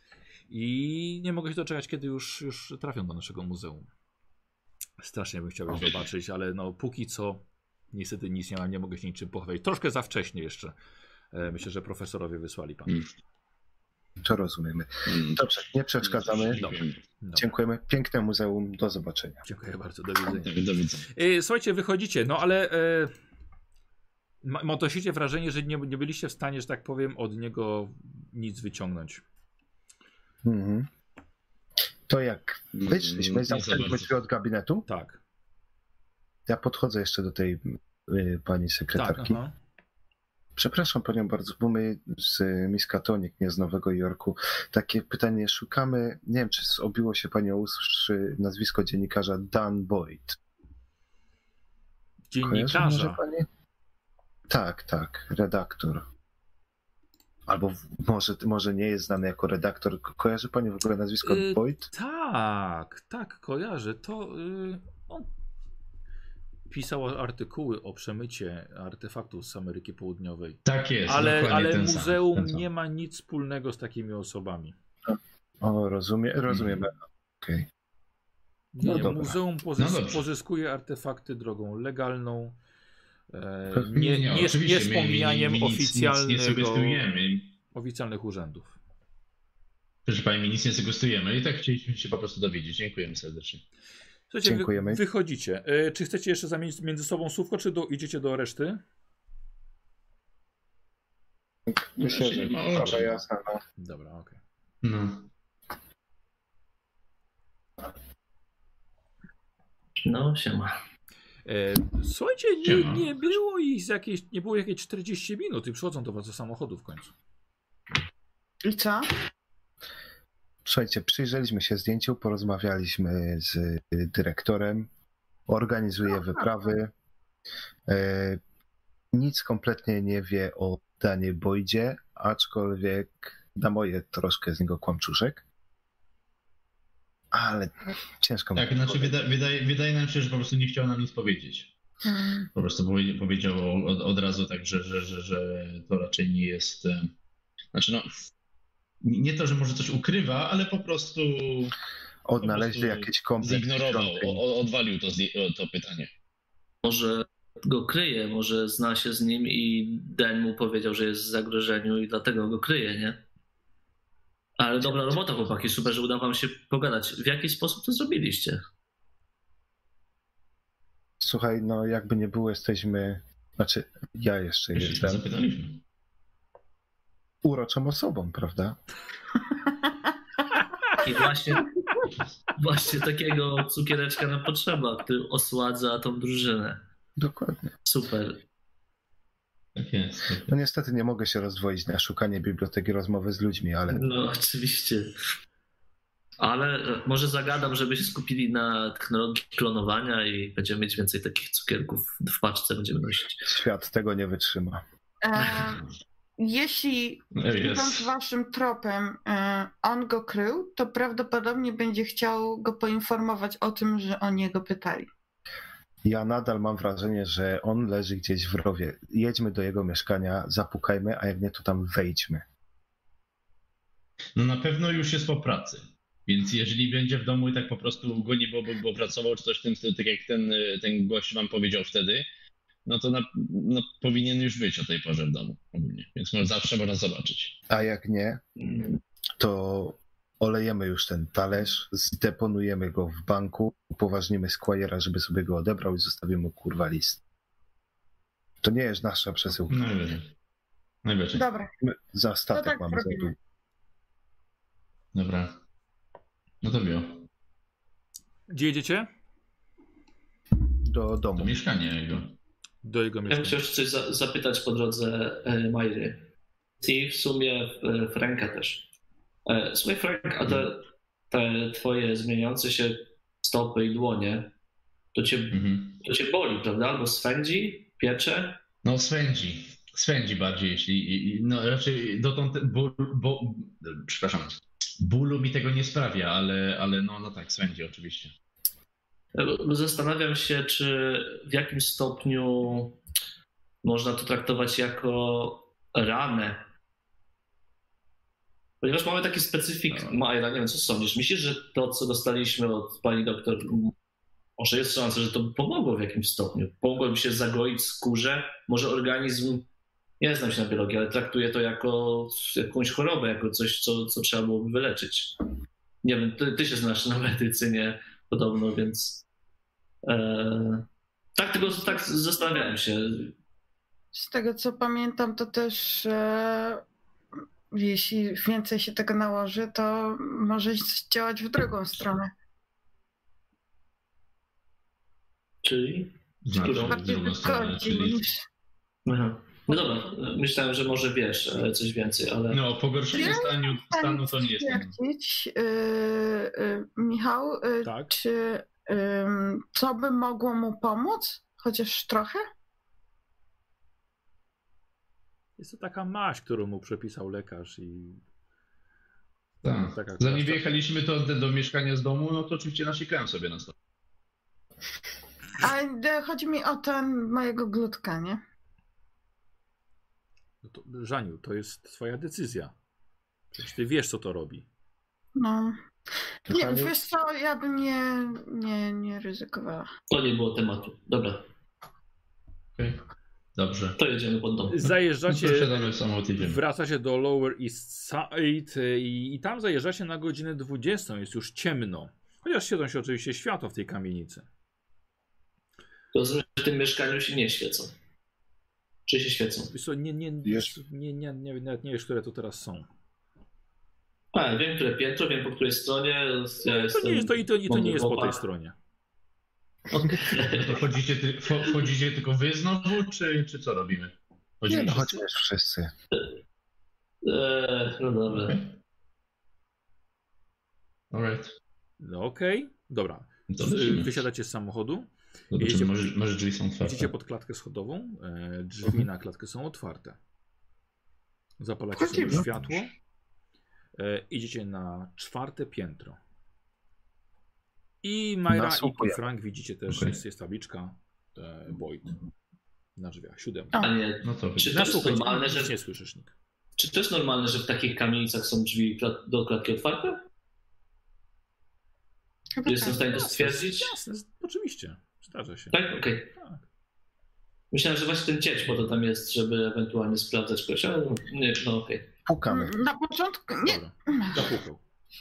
S2: i nie mogę się doczekać, kiedy już, już trafią do naszego muzeum. Strasznie bym chciał je
S1: Okay.
S2: zobaczyć, ale no póki co niestety nic nie mam, nie mogę się niczym pochwalić. Troszkę za wcześnie jeszcze. E, myślę, że profesorowie wysłali pan.
S1: Mm.
S3: To rozumiemy.
S1: Mm.
S3: Dobrze, nie przeszkadzamy.
S2: Dobra. Dobra.
S3: Dziękujemy. Piękne muzeum. Do zobaczenia.
S2: Dziękuję bardzo, do widzenia.
S1: Tak, do widzenia.
S2: E, słuchajcie, wychodzicie, no ale e, ma, ma odnosicie wrażenie, że nie, nie byliście w stanie, że tak powiem, od niego nic wyciągnąć.
S3: Mhm. To jak wyszliśmy,
S1: Nie za
S3: zamknęliśmy
S1: bardzo.
S3: drzwi od gabinetu,
S2: Tak.
S3: ja podchodzę jeszcze do tej y, pani
S2: Tak,
S3: sekretarki.
S2: aha.
S3: Przepraszam panią bardzo, bo my z Miskatonic, nie z Nowego Jorku, takie pytanie szukamy, nie wiem, czy obiło się panią uszy nazwisko dziennikarza Dan Boyd. Kojarzy może
S2: Dziennikarza.
S3: pani? Tak, tak, redaktor. Albo w- może, może nie jest znany jako redaktor. Ko- Kojarzy pani w ogóle nazwisko
S2: Y,
S3: Boyd?
S2: Tak, tak, kojarzę. To y, on pisał artykuły o przemycie artefaktów z Ameryki Południowej.
S1: Tak jest,
S2: Ale,
S1: dokładnie
S2: ale
S1: ten sam,
S2: muzeum
S1: ten sam.
S2: nie ma nic wspólnego z takimi osobami.
S3: O, rozumie, rozumiemy. Okej.
S2: Nie,
S3: No dobra.
S2: muzeum pozys
S1: No dobrze.
S2: pozyskuje artefakty drogą legalną. E,
S3: Pewnie.
S2: nie, nie, nie,
S1: oczywiście,
S2: z
S1: my- my-
S2: pominianiem
S1: my nic- nic nie
S2: oficjalnego,
S1: sugestujemy.
S2: oficjalnych urzędów.
S1: Proszę pani, my nic nie sugestujemy i tak chcieliśmy się po prostu dowiedzieć. Dziękujemy serdecznie.
S2: Słuchajcie,
S3: Dziękujemy.
S2: Wy, wychodzicie. E, czy chcecie jeszcze zamienić między sobą słówko, czy do, idziecie do reszty?
S3: Myślę, że
S1: No,
S3: sprawa
S1: oczywiście.
S3: jasna. No.
S2: Dobra, okej.
S1: No.
S4: No, siema.
S2: E, Słuchajcie, nie,
S1: Siema.
S2: nie było ich z jakieś, nie było jakieś czterdzieści minut i przychodzą do was do samochodu w końcu.
S5: I co?
S3: Słuchajcie, przyjrzeliśmy się zdjęciu, porozmawialiśmy z dyrektorem, organizuje wyprawy. E, nic kompletnie nie wie o Danie Boydzie, aczkolwiek na moje troszkę z niego kłamczuszek. Ale ciężko
S1: Tak,
S3: mi
S1: znaczy
S3: powiedzieć.
S1: wyda, wydaje, wydaje nam się, że po prostu nie chciał nam nic powiedzieć.
S5: Hmm.
S1: Po prostu powie- powiedział od, od razu tak, że, że, że, że to raczej nie jest... e, Znaczy no, nie to, że może coś ukrywa, ale po prostu
S3: Odnaleźli
S1: po prostu
S3: jakieś kompleks
S1: zignorował,
S3: świątyń.
S1: o, odwalił to, zdi- to pytanie.
S4: Może go kryje, może zna się z nim i Den mu powiedział, że jest w zagrożeniu i dlatego go kryje, nie? Ale dobra robota, chłopaki, super, że uda wam się pogadać. W jaki sposób to zrobiliście?
S3: Słuchaj, no jakby nie było, jesteśmy... Znaczy, ja jeszcze
S1: Jeszcze
S3: jestem
S1: zapytaliśmy.
S3: uroczą osobą, prawda?
S4: I właśnie, właśnie takiego cukiereczka nam potrzeba, który osładza tą drużynę.
S3: Dokładnie.
S4: Super.
S1: Tak jest. Tak.
S3: No niestety nie mogę się rozdwoić na szukanie biblioteki rozmowy z ludźmi, ale
S4: No oczywiście. Ale może zagadam, żeby się skupili na technologii klonowania i będziemy mieć więcej takich cukierków w paczce, będziemy nosić.
S3: świat tego nie wytrzyma.
S5: E, jeśli
S1: No
S5: idąc
S1: jest.
S5: waszym tropem e, on go krył, to prawdopodobnie będzie chciał go poinformować o tym, że oni go pytali.
S3: Ja nadal mam wrażenie, że on leży gdzieś w rowie. Jedźmy do jego mieszkania, zapukajmy, a jak nie, to tam wejdźmy.
S1: No na pewno już jest po pracy. Więc jeżeli będzie w domu i tak po prostu go nie było, bo, bo pracował, czy coś w tym stylu, tak jak ten, ten gość wam powiedział wtedy, no to na, no, powinien już być o tej porze w domu ogólnie. Więc może zawsze można zobaczyć.
S3: A jak nie, to olejemy już ten talerz, zdeponujemy go w banku, upoważnimy Squire'a, żeby sobie go odebrał i zostawimy mu kurwa list. To nie jest nasza przesyłka.
S1: Najwyżej. Najwyżej.
S5: Dobra,
S3: My za statek
S5: tak
S3: mamy
S5: zrobimy.
S3: za dół.
S1: Dobra. No to wio.
S2: Gdzie jedziecie?
S3: Do
S1: To
S3: domu.
S1: mieszkanie jego.
S2: Do jego
S4: Ja bym
S2: mieszkania.
S4: chciał jeszcze coś za, zapytać po drodze e, Majry. I w sumie e, Franka też. E, słuchaj Frank, a te, te twoje zmieniające się stopy i dłonie, to cię,
S1: Mhm.
S4: to cię boli, prawda? Albo swędzi, piecze?
S1: No swędzi. Swędzi bardziej, jeśli... i- i- No raczej dotąd... Ból, bo, przepraszam. Bólu mi tego nie sprawia, ale, ale no, no tak, swędzi oczywiście.
S4: E, Zastanawiam się, czy w jakim stopniu można to traktować jako ranę. Ponieważ mamy taki specyfik, Majra, nie wiem co sądzisz. Myślisz, że to, co dostaliśmy od pani doktor, może jest szansa, że to by pomogło w jakimś stopniu? Pomogłoby się zagoić skórze? Może organizm, nie znam się na biologii, ale traktuje to jako jakąś chorobę, jako coś, co, co trzeba byłoby wyleczyć. Nie wiem, ty, ty się znasz na medycynie podobno, więc e, tak tylko tak zastanawiałem się.
S5: z tego co pamiętam, to też e, jeśli więcej się tego nałoży, to może działać w drugą stronę.
S4: Czyli?
S1: Znaczy,
S4: Którą?
S1: w
S5: Bardziej
S1: drugą stronę,
S5: wygodzi
S1: czyli...
S5: niż...
S4: Aha. No dobra, myślałem, że może wiesz e, coś więcej, ale...
S1: No, pogorszenie
S5: Ja
S1: stanu, stanu to nie jest ten.
S5: Stwierdzić, yy, yy, Michał, yy,
S2: Tak.
S5: czy yy, co by mogło mu pomóc? Chociaż trochę?
S2: Jest to taka maść, którą mu przepisał lekarz i...
S1: Tak.
S2: Taka
S1: Zanim
S2: klasa.
S1: wyjechaliśmy to do, do mieszkania z domu, no to oczywiście nasikałem sobie na stole.
S5: Ale yy, chodzi mi o ten mojego glutka, nie?
S2: No to, Żaniu, to jest twoja decyzja. Przecież ty wiesz, co to robi.
S5: No. Nie,
S3: Kochanie,
S5: wiesz co, ja bym nie, nie, nie ryzykowała.
S4: To nie było tematu. Dobra,
S1: Okay. Dobrze.
S4: to jedziemy pod dom.
S1: No to
S2: Zajeżdżacie,
S1: wsiadamy w samochód i idziemy.
S2: wracacie do Lower East Side i, i tam zajeżdżacie na godzinę dwudziestą. Jest już ciemno. Chociaż świecą się oczywiście światła w tej kamienicy.
S4: Rozumiem, że w tym mieszkaniu się nie świecą. Czy się świecą?
S2: Wiesz co, nie, nie,
S3: Jest.
S2: nie, nie, nie, nawet nie wiesz, które to teraz są.
S4: A, wiem, które piętro, wiem, po której stronie. Ja
S2: To
S4: jestem
S2: nie jest, to, i to, i to nie
S4: mądry
S2: jest po tej
S4: chłopak.
S2: stronie.
S4: Okej.
S1: No to chodzicie, ty, wcho- wchodzicie tylko wy znowu, czy, czy co robimy?
S3: nie
S1: Chodzimy
S3: no,
S1: wszyscy?
S3: chodźmy już wszyscy.
S4: Eee, no dobra.
S1: Alright.
S2: No okej, dobra.
S1: To
S2: Z-
S1: lecimy.
S2: Wysiadacie z samochodu.
S1: Zobaczymy,
S2: Jedziecie-
S1: może, może drzwi są otwarte.
S2: Idziecie pod klatkę schodową. E, drzwi
S3: Mhm.
S2: na klatkę są otwarte. Zapalacie sobie
S5: Chodzimy.
S2: światło. E, idziecie na czwarte piętro. I Majra i, i
S3: Nasłuchujemy.
S2: Frank widzicie też,
S1: Okej.
S2: jest, jest tabliczka e, Boyd na drzwiach. Siódemka.
S5: O.
S4: A nie,
S1: No to
S4: Czy-
S1: widzę.
S4: to jest
S2: Nasłuchaj,
S4: normalne,
S2: nic
S4: że-
S2: nie słyszysz, Nick.
S4: czy to jest normalne, że w takich kamienicach są drzwi klat- do klatki otwarte?
S5: Chyba
S4: Jestem w
S5: tak.
S4: stanie to stwierdzić?
S2: Jasne, z- oczywiście. Zdarza się.
S4: Tak? Okej.
S2: Tak.
S4: Myślałem, że właśnie ten cieć po to tam jest, żeby ewentualnie sprawdzać kogoś, ale no, nie, no okej.
S3: Pukamy.
S5: Na początku nie.
S2: Dobra. Zapukał.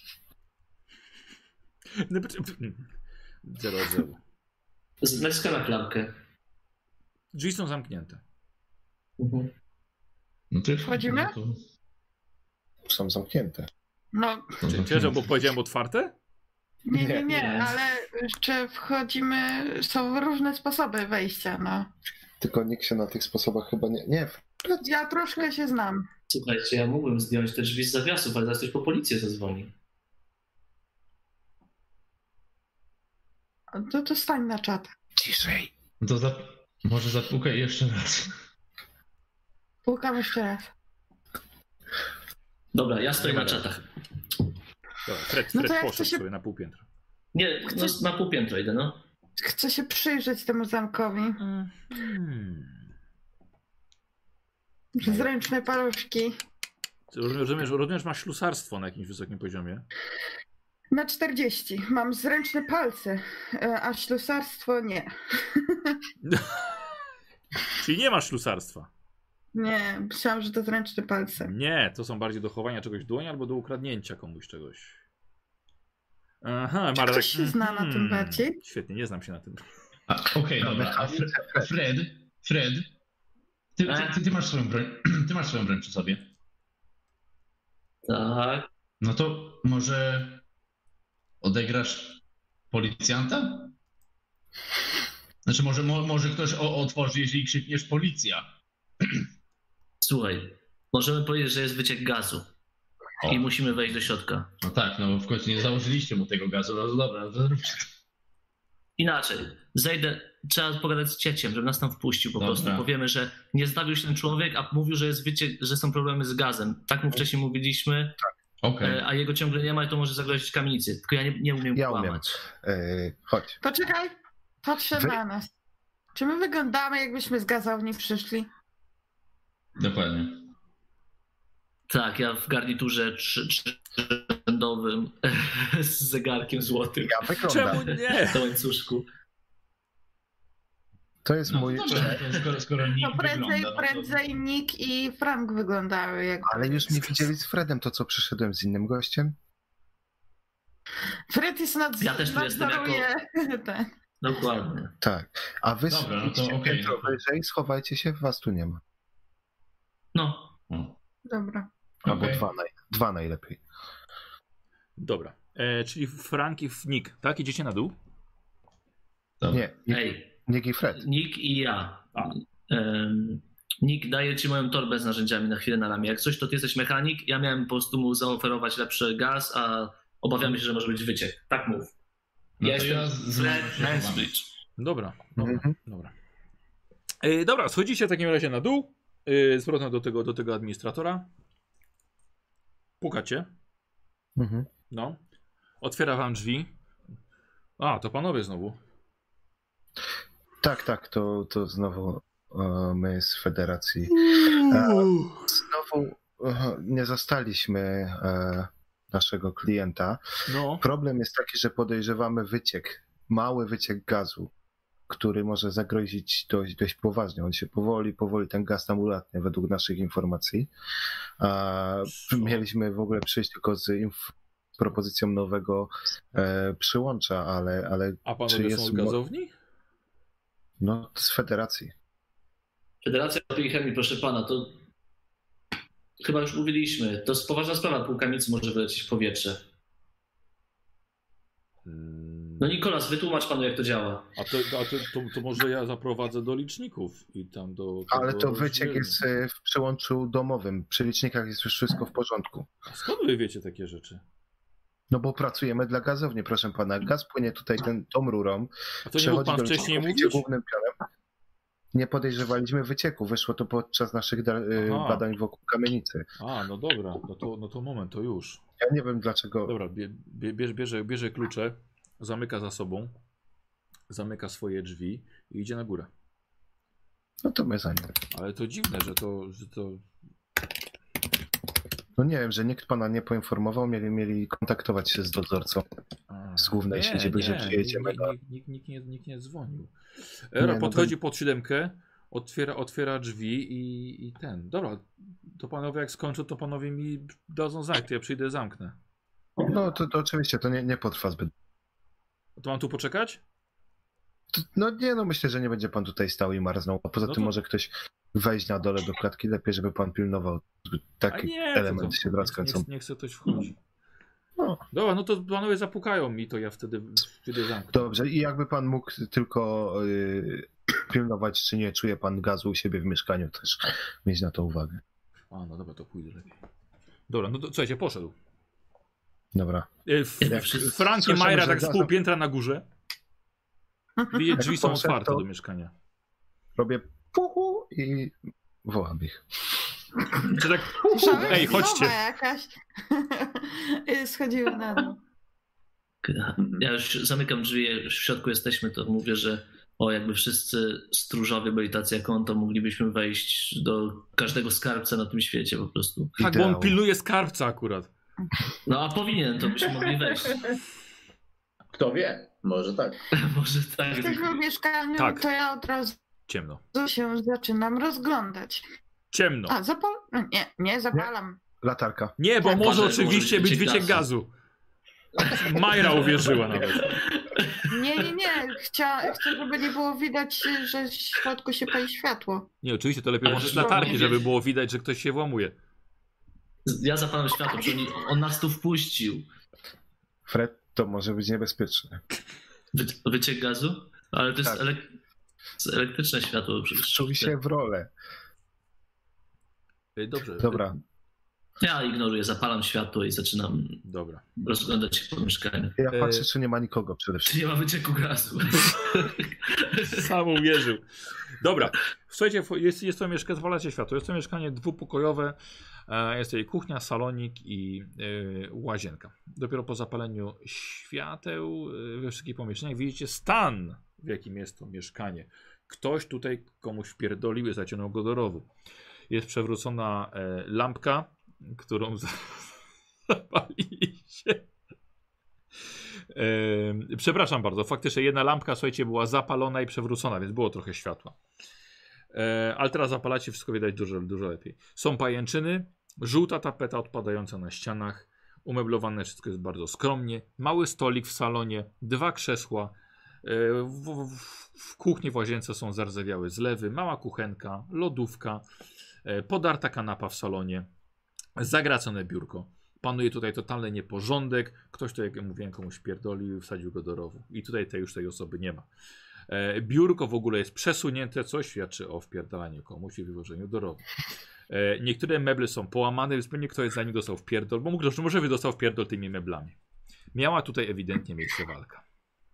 S2: No, poczekaj. Zero od zero.
S4: Z- Naciskam na klamkę.
S2: Drzwi są zamknięte.
S4: Mhm.
S1: No to,
S5: Wchodzimy?
S1: No to,
S3: Są zamknięte.
S5: No,
S1: to
S2: Czy,
S1: zamknięte.
S2: czy, bo powiedziałem otwarte?
S5: nie, nie,
S3: Nie.
S5: nie, ale jeszcze wchodzimy, są różne sposoby wejścia, no.
S3: Tylko nikt się na tych sposobach chyba nie... Nie,
S5: Ja troszkę się znam.
S4: Słuchajcie, ja mógłbym zdjąć te drzwi z zawiasów, ale zaraz ktoś po policję zadzwoni.
S5: To, to stań na czat.
S3: ciszej.
S1: No to zap... może zapukaj jeszcze raz.
S5: Pukam jeszcze raz.
S4: Dobra, ja stoję
S2: Nie
S4: na
S2: ma
S4: czatach.
S2: Dobra, Fred,
S5: No
S2: Fred
S5: to jak
S2: poszedł
S5: to się-
S2: sobie na półpiętro.
S4: Nie, no, na pół piętra idę, no.
S5: Chcę się przyjrzeć temu zamkowi.
S2: Hmm.
S5: Zręczne paluszki.
S2: Rozumiesz, rozumiesz, masz ślusarstwo na jakimś wysokim poziomie.
S5: Na czterdzieści. Mam zręczne palce, e, a ślusarstwo nie.
S2: Czyli nie masz ślusarstwa.
S5: Nie, myślałam, że to zręczne palce.
S2: Nie, to są bardziej do chowania czegoś w dłoni albo do ukradnięcia komuś czegoś. Aha,
S5: Czy
S2: Marek.
S5: ktoś się zna na tym
S2: Hmm,
S5: bardziej?
S2: Świetnie, nie znam się na tym.
S1: A, Okej, dobra. A Fred, Fred, Fred ty, ty, ty, ty, masz swoją broń, ty masz swoją broń przy sobie.
S4: Tak.
S1: No to może odegrasz policjanta? Znaczy może, mo, może ktoś o, otworzy, jeżeli krzykniesz policja.
S4: Słuchaj, możemy powiedzieć, że jest wyciek gazu.
S1: O.
S4: I musimy wejść do środka.
S1: No tak, no bo w końcu nie założyliście mu tego gazu, no to dobra, no to zróbcie to.
S4: Inaczej, zejdę, trzeba pogadać z cieciem, żeby nas tam wpuścił po
S1: Dobra.
S4: prostu. Powiemy, że nie zbawił się ten człowiek, a mówił, że jest wyciek, że są problemy z gazem. Tak mu wcześniej mówiliśmy,
S1: Okej.
S4: e, a jego ciągle nie ma i to może zagrozić kamienicy. Tylko ja nie, nie umiem
S3: Ja umiem.
S4: kłamać.
S3: Yy, chodź.
S5: Poczekaj, patrzę
S3: Wy-
S5: na nas. Czy my wyglądamy, jakbyśmy z gazowni przyszli?
S1: Dokładnie.
S4: Tak, ja w garniturze trzy- trzyrzędowym z zegarkiem złotym
S3: Ja wyglądam.
S2: Czemu nie?
S4: na łańcuszku.
S3: To jest
S1: No
S3: mój...
S1: to dobra, to skoro, skoro nikt
S5: No prędzej,
S1: wygląda, no to...
S5: prędzej Nick i Frank wyglądały jak...
S3: Ale już nie widzieli z Fredem to, co przyszedłem z innym gościem?
S5: Fred jest nad...
S4: Ja też tu jestem
S5: nadzoruje ten.
S4: Dokładnie.
S3: Tak. A wy
S1: Dobra, no to
S3: idźcie
S1: okej,
S3: piętro
S1: no to-
S3: wyżej, schowajcie się, was tu nie ma.
S4: No,
S1: O,
S5: Dobra.
S3: Albo
S1: okej.
S3: dwa, naj... dwa najlepiej.
S2: Dobra, e, czyli Frank i Nick, tak? Idziecie na dół?
S1: Dobra.
S3: Nie, nie,
S4: ej,
S3: Nick i Fred.
S4: Nick i ja.
S2: A.
S4: Em, Nick, daję ci moją torbę z narzędziami na chwilę na ramię. Jak coś, to ty jesteś mechanik. Ja miałem po prostu mu zaoferować lepszy gaz, a obawiamy się, że może być wyciek. Tak mów.
S1: No
S4: ja
S1: to
S4: jestem
S1: ja z- z-
S4: Fred
S1: z-
S4: Mansbridge.
S2: Dobra, dobra,
S3: Mhm.
S2: dobra. E, dobra, schodzicie w takim razie na dół. E, z powrotem do tego, do tego administratora. Pukacie.
S3: Mhm.
S2: No. Otwiera wam drzwi. A, to panowie znowu.
S3: Tak, tak, to, to znowu e, my z Federacji. E, znowu e, nie zastaliśmy e, naszego klienta.
S2: No.
S3: Problem jest taki, że podejrzewamy wyciek, mały wyciek gazu, który może zagrozić dość, dość poważnie. On się powoli, powoli ten gaz tam ulatnia według naszych informacji. A
S2: Co?
S3: mieliśmy w ogóle przyjść tylko z inf- propozycją nowego e, przyłącza, ale, ale
S2: A
S3: czy
S2: panowie
S3: jest
S2: są od
S3: mo-
S2: gazowni?
S3: no, z Federacji.
S4: Federacja Ropy i Chemii, proszę pana, to chyba już mówiliśmy. To jest poważna sprawa. Pół kamicy może wylecieć w powietrze.
S2: Mm,
S4: No Nikolas, wytłumacz panu, jak to działa.
S2: A, to, a to, to, to może ja zaprowadzę do liczników i tam do.
S3: Ale
S2: tego
S3: to wyciek
S2: rozdzielmy.
S3: jest e, w przełączu domowym. Przy licznikach jest już wszystko w porządku.
S2: A skąd wy wiecie takie rzeczy?
S3: No bo pracujemy dla gazowni, proszę pana. Gaz płynie tutaj ten, tą rurą.
S2: A to nie mógł pan wcześniej mówić?
S3: Głównym pionem. Nie podejrzewaliśmy wycieku. Wyszło to podczas naszych da-
S2: Aha.
S3: badań wokół kamienicy.
S2: A, no dobra, no to, no to moment, to już.
S3: Ja nie wiem dlaczego.
S2: Dobra, bie, bie, bierze, bierze, bierze klucze, zamyka za sobą, zamyka swoje drzwi i idzie na górę.
S3: No to my za nim.
S2: Ale to dziwne, że to... Że to...
S3: No nie wiem, że nikt pana nie poinformował, mieli, mieli kontaktować się z dozorcą
S2: A,
S3: z głównej
S2: nie,
S3: siedziby,
S2: nie,
S3: że przyjedziemy
S2: nikt,
S3: na...
S2: nikt, nikt, nikt, nie, nikt nie dzwonił. Era
S3: no
S2: podchodzi
S3: to-
S2: pod siódemkę, otwiera, otwiera drzwi i, i ten. Dobra, to panowie jak skończą, to panowie mi dadzą znać, to ja przyjdę i zamknę.
S3: No to, to oczywiście, to nie, nie potrwa zbyt.
S2: To mam tu poczekać?
S3: To, no nie, no myślę, że nie będzie pan tutaj stał i marznął. A poza
S2: No
S3: tym
S2: to-
S3: może ktoś wejść na dole do klatki, lepiej, żeby pan pilnował.
S2: A
S3: Taki
S2: nie,
S3: element
S2: to, to,
S3: się wraz
S2: nie,
S3: kręcą.
S2: nie, nie chce ktoś wchodzić.
S3: No.
S2: Dobra, no to panowie zapukają mi, to ja wtedy wtedy zamknę.
S3: Dobrze, i jakby pan mógł tylko yy, pilnować, czy nie czuje pan gazu u siebie w mieszkaniu, też mieć na to uwagę.
S2: A, no dobra, to pójdę lepiej. Dobra, no to słuchajcie, poszedł.
S3: Dobra.
S2: E, F,
S4: Jak
S2: F, Frank i
S3: słyszymy,
S2: Majra
S3: że
S2: tak z
S3: gazem-
S2: pół piętra na górze. Drzwi, drzwi są
S3: poszedł,
S2: otwarte
S3: to-
S2: do mieszkania.
S3: Robię puchu i wołam ich.
S2: Czy tak...
S5: Słyszałeś?
S2: Ej, chodźcie.
S5: Nowa jakaś. Schodziły na dół.
S4: Ja już zamykam drzwi, już w środku jesteśmy, to mówię, że o, jakby wszyscy stróżowie byli tacy jak on, to moglibyśmy wejść do każdego skarbca na tym świecie po prostu.
S2: Tak, bo on
S3: Ideał.
S2: pilnuje skarbca akurat.
S4: No a powinien, to byśmy mogli wejść.
S6: Kto wie? Może tak.
S4: Może tak.
S5: W tym mieszkaniu
S2: Tak.
S5: to ja od razu
S2: Ciemno.
S5: się zaczynam rozglądać.
S2: Ciemno.
S5: A, zapal... no Nie, nie zapalam.
S3: Latarka.
S2: Nie, bo
S5: Tak,
S2: może
S4: może-
S2: oczywiście
S4: może
S2: być
S4: wyciek
S2: wyciek gazu. Majra uwierzyła nawet.
S5: Nie, nie, nie. Chcia, chcę, żeby nie było widać, że w środku się pali światło.
S2: Nie, oczywiście to lepiej
S4: Ale
S2: włączyć
S4: to
S2: latarki,
S4: nie
S2: żeby
S4: wiesz.
S2: było widać, że ktoś się włamuje.
S4: Ja zapalam światło, że on nas tu wpuścił.
S3: Fred, to może być niebezpieczne.
S4: Wy, wyciek gazu? Ale to jest
S3: Tak.
S4: elek, to jest elektryczne światło przecież.
S3: Czuj się w rolę.
S2: Ej, Dobrze.
S3: Dobra.
S4: Ja ignoruję, zapalam światło i zaczynam
S2: Dobra.
S4: rozglądać się po mieszkaniu.
S3: Ja
S2: E-
S3: patrzę, czy nie ma nikogo przede
S4: Czy
S3: wszystkim.
S4: nie ma wycieku gazu?
S2: Sam uwierzył. Dobra. Słuchajcie, jest, jest to mieszkanie, zwalacie światło. Jest to mieszkanie dwupokojowe. E, Jest tutaj kuchnia, salonik i e, łazienka. Dopiero po zapaleniu świateł e, we wszystkich pomieszczeniach widzicie stan, w jakim jest to mieszkanie. Ktoś tutaj komuś wpierdolił i zaciągnął go do rowu. Jest przewrócona e, lampka, którą za- zapaliliście. E, przepraszam bardzo, faktycznie jedna lampka, słuchajcie, była zapalona i przewrócona, więc było trochę światła. E, ale teraz zapalacie, wszystko widać dużo, dużo lepiej. Są pajęczyny, żółta tapeta odpadająca na ścianach, umeblowane wszystko jest bardzo skromnie, mały stolik w salonie, dwa krzesła, e, w, w, w kuchni, w łazience są zardzewiałe zlewy, mała kuchenka, lodówka, e, podarta kanapa w salonie, zagracone biurko. Panuje tutaj totalny nieporządek. Ktoś to, jak mówiłem, komuś pierdolił i wsadził go do rowu. I tutaj tej, już tej osoby nie ma. E, biurko w ogóle jest przesunięte, coś świadczy o wpierdalaniu komuś i wywożeniu do rowu. E, niektóre meble są połamane, więc pewnie ktoś za nim dostał wpierdol, bo mógł, może by dostał wpierdol tymi meblami. Miała tutaj ewidentnie miejsce walka.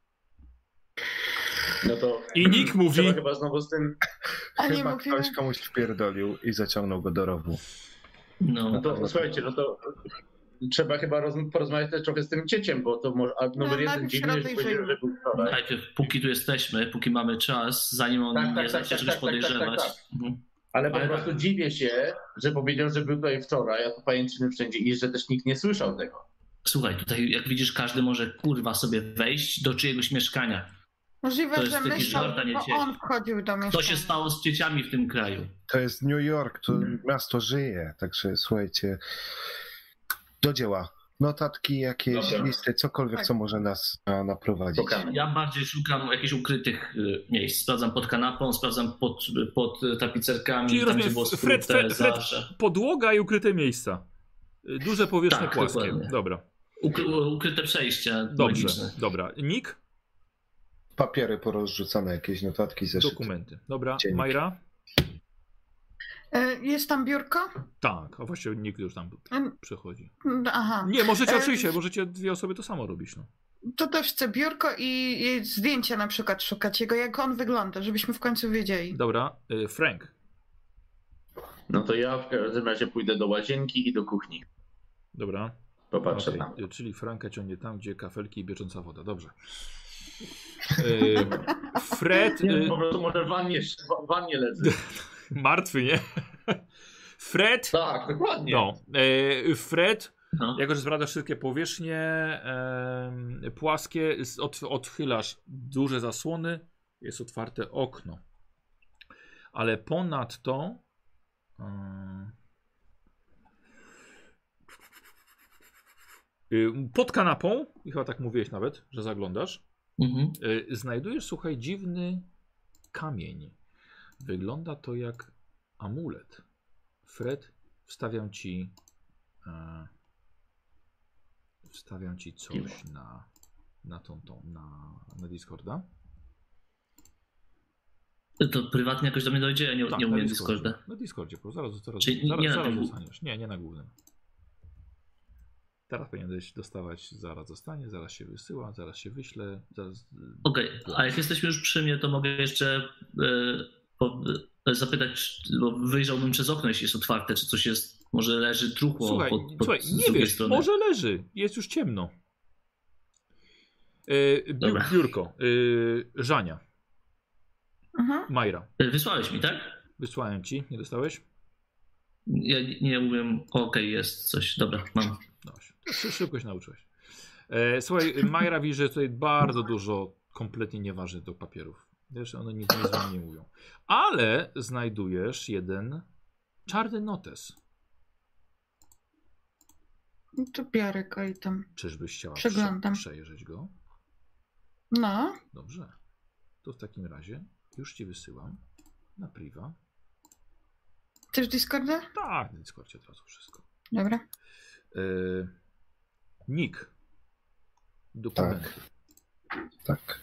S6: No to
S2: I Nick mówi...
S6: trzeba chyba znowu z tym...
S5: A nie
S3: Chyba
S5: mówiłem...
S3: ktoś komuś wpierdolił i zaciągnął go do rowu.
S4: No,
S6: No to słuchajcie, no to trzeba chyba roz, porozmawiać też trochę z tym cieciem, bo to może... A numer jeden
S5: najpierw
S6: dziwny, że
S5: środek
S6: powiedział,
S5: żyje.
S6: że był wczoraj.
S4: najpierw, póki tu jesteśmy, póki mamy czas, zanim on
S6: Tak, tak,
S4: nie
S6: tak,
S4: zacznie
S6: tak,
S4: czegoś
S6: tak, tak, tak,
S4: podejrzewać.
S6: tak, tak.
S4: Mhm.
S6: Ale po
S4: Ale
S6: prostu
S4: tak.
S6: dziwię się, że powiedział, że był tutaj wczoraj, a tu pajęczyny wszędzie i że też nikt nie słyszał tego.
S4: Słuchaj, tutaj jak widzisz, każdy może kurwa sobie wejść do czyjegoś mieszkania. To
S5: Możliwe,
S4: jest
S5: że
S4: taki
S5: myślał,
S4: żart, a nie
S5: bo
S4: cień.
S5: on wchodził do mieszkania.
S4: Co się stało z dzieciami w tym kraju?
S3: To jest New York, to
S6: Mhm.
S3: miasto żyje, także słuchajcie, do dzieła. Notatki, jakieś
S6: Dobra.
S3: listy, cokolwiek, co może nas a, naprowadzić.
S6: Szukamy.
S4: Ja bardziej szukam jakichś ukrytych y, miejsc. Sprawdzam pod kanapą, sprawdzam pod, pod tapicerkami,
S2: Czyli
S4: tam
S2: rozumiem,
S4: gdzie było
S2: Fred,
S4: sprute,
S2: Fred, Fred,
S4: zawsze.
S2: podłoga i ukryte miejsca. Y, Duże powierzchnie
S4: Tak,
S2: płaskie.
S4: dokładnie.
S2: Dobra,
S4: Ukry, ukryte przejścia
S2: dobrze,
S4: magiczne.
S2: dobra. Nick?
S3: Papiery porozrzucane, jakieś notatki, zeszyty.
S2: Dokumenty. Dobra,
S3: Dziennik.
S2: Majra?
S5: E, Jest tam biurko?
S2: Tak, a właściwie nikt już tam
S5: Em,
S2: przychodzi.
S5: Aha.
S2: Nie, możecie
S5: E,
S2: oczywiście, możecie dwie osoby to samo robić. No.
S5: To też chcę biurko i, i zdjęcia na przykład szukać jego, jak on wygląda, żebyśmy w końcu wiedzieli.
S2: Dobra, y, Frank.
S6: No to ja w każdym razie pójdę do łazienki i do kuchni.
S2: Dobra.
S6: Popatrzę
S2: Okay.
S6: tam.
S2: Czyli Franka ciągnie tam, gdzie kafelki i bieżąca woda. Dobrze. Y, Fred...
S6: Nie,
S2: y,
S6: po prostu może w wannie, w wannie leży.
S2: martwy, nie? Fred...
S6: Tak, dokładnie.
S2: No. Y, Fred...
S4: No.
S2: Jako, że sprawdzasz wszystkie powierzchnie e, płaskie, z- od, odchylasz duże zasłony, jest otwarte okno. Ale ponadto e, y, pod kanapą, i chyba tak mówiłeś nawet, że zaglądasz,
S4: Mhm.
S2: e, znajdujesz, słuchaj, dziwny kamień. Wygląda to jak amulet. Fred, wstawiam ci e, wstawiam ci coś na, na tą, tą, na, na Discorda.
S4: To prywatnie jakoś do mnie dojdzie? Ja nie,
S2: Tak,
S4: nie
S2: na
S4: umiem
S2: Discordzie.
S4: Discorda.
S2: Na Discordzie, bo zaraz, zaraz,
S4: Czyli
S2: zaraz,
S4: nie na
S2: zaraz
S4: tym-
S2: dostaniesz. Nie, nie na głównym. Teraz powinieneś dostawać, zaraz zostanie, zaraz się wysyła, zaraz się wyśle. Zaraz...
S4: Okej, a jak jesteśmy już przy mnie, to mogę jeszcze e, po, e, zapytać, bo wyjrzałbym przez okno, jeśli jest otwarte, czy coś jest, może leży truchło
S2: Słuchaj,
S4: pod, pod,
S2: słuchaj
S4: z
S2: nie
S4: drugiej
S2: wiesz,
S4: strony.
S2: może leży, jest już ciemno. Yy, biur,
S4: Dobra.
S2: biurko, yy, Żania,
S5: Mhm.
S2: Majra,
S4: E, Wysłałeś mi, tak?
S2: wysłałem ci, nie dostałeś?
S4: Ja nie, nie mówię, okej, jest coś, dobra, mam.
S2: No, szy- szybko się nauczyłeś. E, słuchaj, Majra widzi, że tutaj bardzo dużo kompletnie nieważnych do papierów. Wiesz, one nic nic wam nie mówią. Ale znajdujesz jeden czarny notes.
S5: No to biorę go i tam.
S2: Czyżbyś chciała
S5: Przeglądam.
S2: prze- przejrzeć go?
S5: No,
S2: Dobrze. To w takim razie już ci wysyłam na priwa.
S5: też Discorda?
S2: Tak, na Discordzie od razu wszystko.
S5: Dobra.
S2: E, Nick. Dokumenty.
S3: Tak.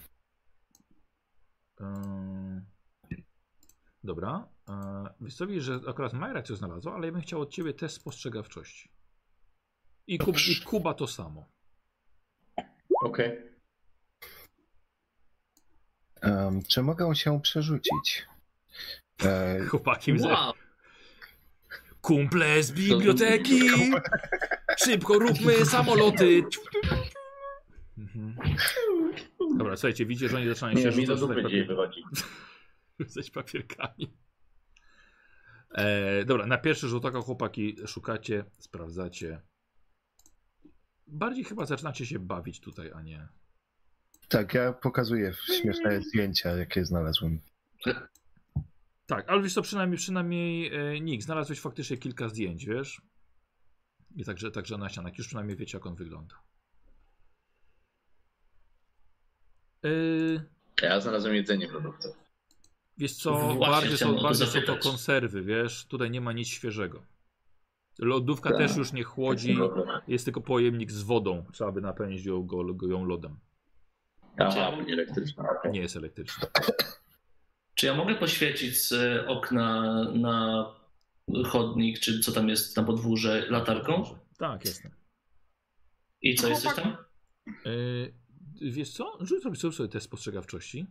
S2: Eee, Dobra. Eee, Wiesz co, widzisz, że akurat Majra coś znalazła, ale ja bym chciał od ciebie test spostrzegawczości. I, Kub, i Kuba to samo.
S6: Okej.
S3: Um, czy mogę się przerzucić? E,
S2: Chłopaki widzę.
S4: Wow,
S2: Kumple z biblioteki! Szybko róbmy samoloty! Mhm. Dobra, słuchajcie, widzicie, że oni zaczynają się
S6: Nie, mi do
S2: rzucać,
S6: dupy
S2: rzucać,
S6: dzieje
S2: papier...
S6: wychodzi.
S2: rzucać papierkami. E, dobra, na pierwszy rzut oka chłopaki szukacie, sprawdzacie. Bardziej chyba zaczynacie się bawić tutaj, a nie...
S3: tak, ja pokazuję śmieszne zdjęcia, jakie znalazłem.
S2: Tak, ale wiesz co, przynajmniej, przynajmniej e, Nick, znalazłeś faktycznie kilka zdjęć, wiesz? I także, także na ścianach, już przynajmniej wiecie, jak on wygląda. Yy,
S6: Ja znalazłem jedzenie w lodówce.
S2: wiesz co,
S4: Właśnie
S2: bardziej są,
S4: chciałem o to
S2: bardziej są to
S4: zapytać.
S2: konserwy, wiesz? Tutaj nie ma nic świeżego. Lodówka
S6: Tak.
S2: też już nie chłodzi, jest tylko pojemnik z wodą. Trzeba by napełnić ją, go, go, ją lodem.
S6: Aha, nie elektryczna. okej.
S2: Nie jest elektryczny.
S4: czy ja mogę poświecić z okna na chodnik, czy co tam jest na podwórze, latarką?
S2: Tak, jasne.
S4: I co, jesteś tam?
S2: Yy, wiesz co, rzuć sobie, rzuć sobie test spostrzegawczości.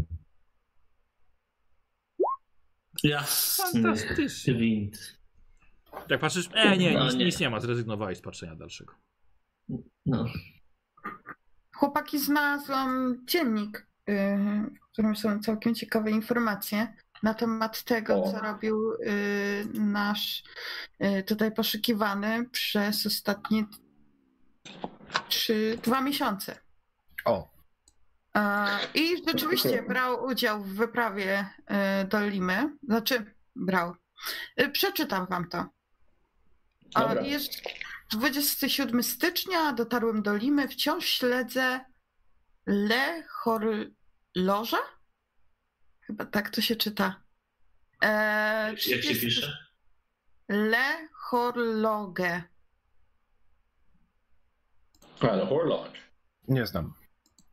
S4: Jasny
S2: Fantastycznie.
S4: gwint.
S2: Jak patrzysz, e nie,
S4: No,
S2: nic,
S4: nie.
S2: nic nie ma, zrezygnowałeś z patrzenia dalszego.
S4: No.
S5: Chłopaki, znalazłam dziennik, yy, w którym są całkiem ciekawe informacje na temat tego,
S6: O.
S5: co robił yy, nasz yy, tutaj poszukiwany przez ostatnie trzy, dwa miesiące.
S3: O,
S5: E, I rzeczywiście brał udział w wyprawie e, do Limy. Znaczy, brał. E, Przeczytam wam to. A
S6: Dobra.
S5: jest dwudziestego siódmego stycznia, dotarłem do Limy. Wciąż śledzę Le Horloża? Chyba tak to się czyta. E,
S4: Jak się
S5: trzydziesty
S4: pisze?
S5: Le Horloge.
S6: Ale Horlodge.
S3: nie znam.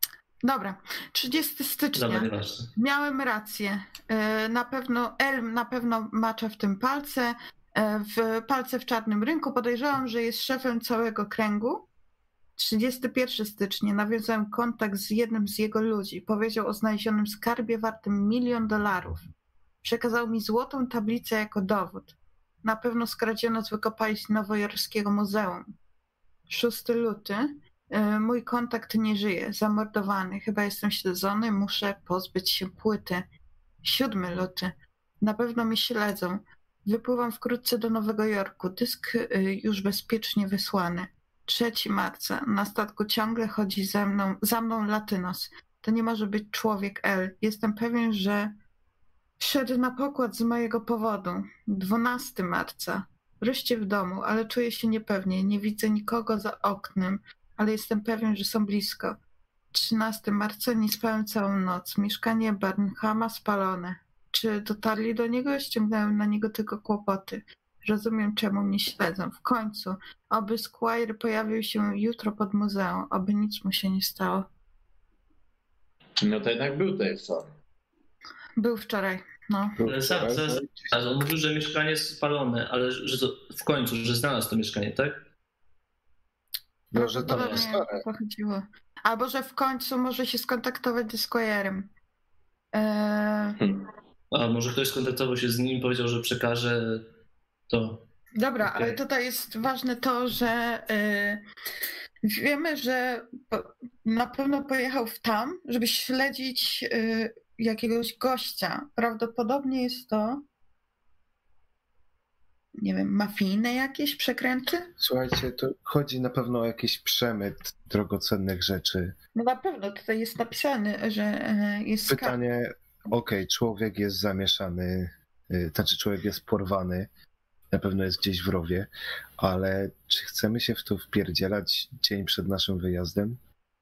S5: Dobra, trzydziestego stycznia.
S4: Dobra, nieważne.
S5: Miałem rację. E, Na pewno El na pewno macza w tym palce. E, W palce w czarnym rynku. Podejrzewam, że jest szefem całego kręgu. trzydziestego pierwszego stycznia nawiązałem kontakt z jednym z jego ludzi. Powiedział o znalezionym skarbie wartym milion dolarów. Przekazał mi złotą tablicę jako dowód. Na pewno skradziono z wykopalisk nowojorskiego muzeum. szóstego lutego. E, Mój kontakt nie żyje. Zamordowany. Chyba jestem śledzony. Muszę pozbyć się płyty. siódmego lutego. Na pewno mnie śledzą. Wypływam wkrótce do Nowego Jorku. Dysk e, już bezpiecznie wysłany. trzeciego marca. Na statku ciągle chodzi za mną, za mną Latynos. To nie może być człowiek L. Jestem pewien, że szedł na pokład z mojego powodu. dwunastego marca. Wreszcie w domu, ale czuję się niepewnie. Nie widzę nikogo za oknem, ale jestem pewien, że są blisko. trzynastego marca nie spałem całą noc. Mieszkanie Burnhama spalone. Czy dotarli do niego? Ściągnąłem na niego tylko kłopoty. Rozumiem, czemu mnie śledzą. W końcu, oby Squire pojawił się jutro pod muzeum. Oby nic mu się nie stało.
S6: No to jednak był tutaj wczoraj.
S5: Był wczoraj, no.
S4: Ale zaraz, zaraz, zaraz, on mówił, że mieszkanie jest spalone, ale że to w końcu, że znalazł to mieszkanie, tak?
S3: No, że tam
S5: Podobnie
S3: jest
S5: jak to chodziło. Albo, że w końcu może się skontaktować ze Squire'em. Eee...
S4: Hmm. A może ktoś skontaktował się z nim i powiedział, że przekaże to.
S5: Dobra,
S4: Okay.
S5: ale tutaj jest ważne to, że y, wiemy, że po, na pewno pojechał w tam, żeby śledzić y, jakiegoś gościa. Prawdopodobnie jest to, nie wiem, mafijne jakieś przekręty?
S3: Słuchajcie, to chodzi na pewno o jakiś przemyt drogocennych rzeczy.
S5: No na pewno tutaj jest napisane, że y, jest skarb.
S3: Pytanie, okej, człowiek jest zamieszany, y, znaczy człowiek jest porwany, na pewno jest gdzieś w rowie, ale czy chcemy się w to wpierdzielać dzień przed naszym wyjazdem?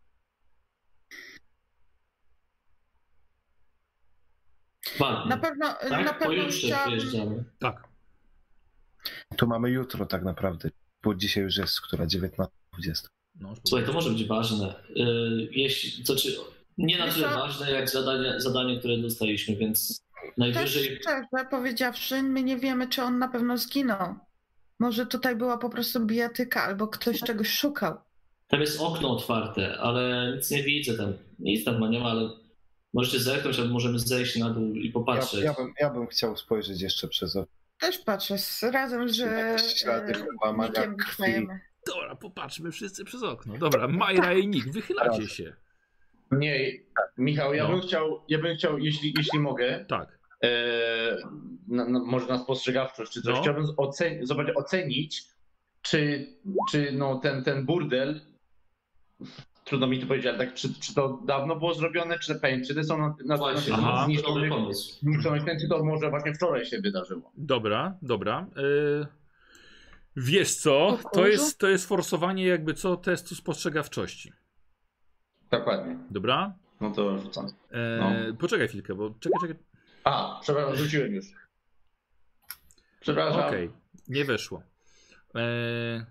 S4: Ładnie.
S5: Na pewno,
S4: Tak?
S5: na pewno
S4: Pojutrze
S5: chciałabym...
S4: przyjeżdżamy.
S2: Tak.
S3: To mamy jutro tak naprawdę, bo dzisiaj już jest która dziewiętnasta dwudziesta.
S2: No,
S4: Słuchaj, to może być ważne. Yy, jeśli, to czy nie na tyle
S5: Wiesz co?
S4: ważne jak zadanie, zadanie, które dostaliśmy, więc najwyżej...
S5: Też szczerze powiedziawszy, my nie wiemy, czy on na pewno zginął. Może tutaj była po prostu bijatyka, albo ktoś czegoś szukał.
S4: Tam jest okno otwarte, ale nic nie widzę tam. Nic tam nie ma, ale możecie zerknąć, albo możemy zejść na dół i
S3: Ja,
S4: popatrzeć.
S3: ja, bym, ja bym chciał spojrzeć jeszcze przez okno.
S5: Też patrzę, z, razem z
S3: Jakieś ślady
S5: e,
S3: łamania
S5: Nickiem
S3: krwi.
S5: wstajemy.
S2: Dobra, popatrzmy wszyscy przez okno. Dobra, Majra i Nick, wychylacie się.
S6: Nie, Michał, ja
S2: No.
S6: bym chciał, ja bym chciał, jeśli, jeśli mogę,
S2: Tak.
S6: e, na, na, może na spostrzegawczość czy coś,
S2: No.
S6: chciałbym ocen- zobaczyć, ocenić, czy, czy no, ten, ten burdel, trudno mi to powiedzieć, ale tak, czy, czy to dawno było zrobione, czy te pajęczyny są na, na,
S4: Właśnie,
S6: na,
S2: Aha.
S6: na
S4: to dobry
S6: zniszczonych,
S4: pomysł.
S6: zniszczonych, czy to może właśnie wczoraj się wydarzyło.
S2: Dobra, dobra. Yy, wiesz co, to jest, to jest forsowanie jakby co testu spostrzegawczości.
S6: Dokładnie.
S2: Dobra?
S6: No to rzucam.
S2: Yy,
S6: No.
S2: Poczekaj chwilkę, bo czekaj, czekaj.
S6: A, przepraszam, rzuciłem już. Przepraszam.
S2: Okej, nie weszło. Yy...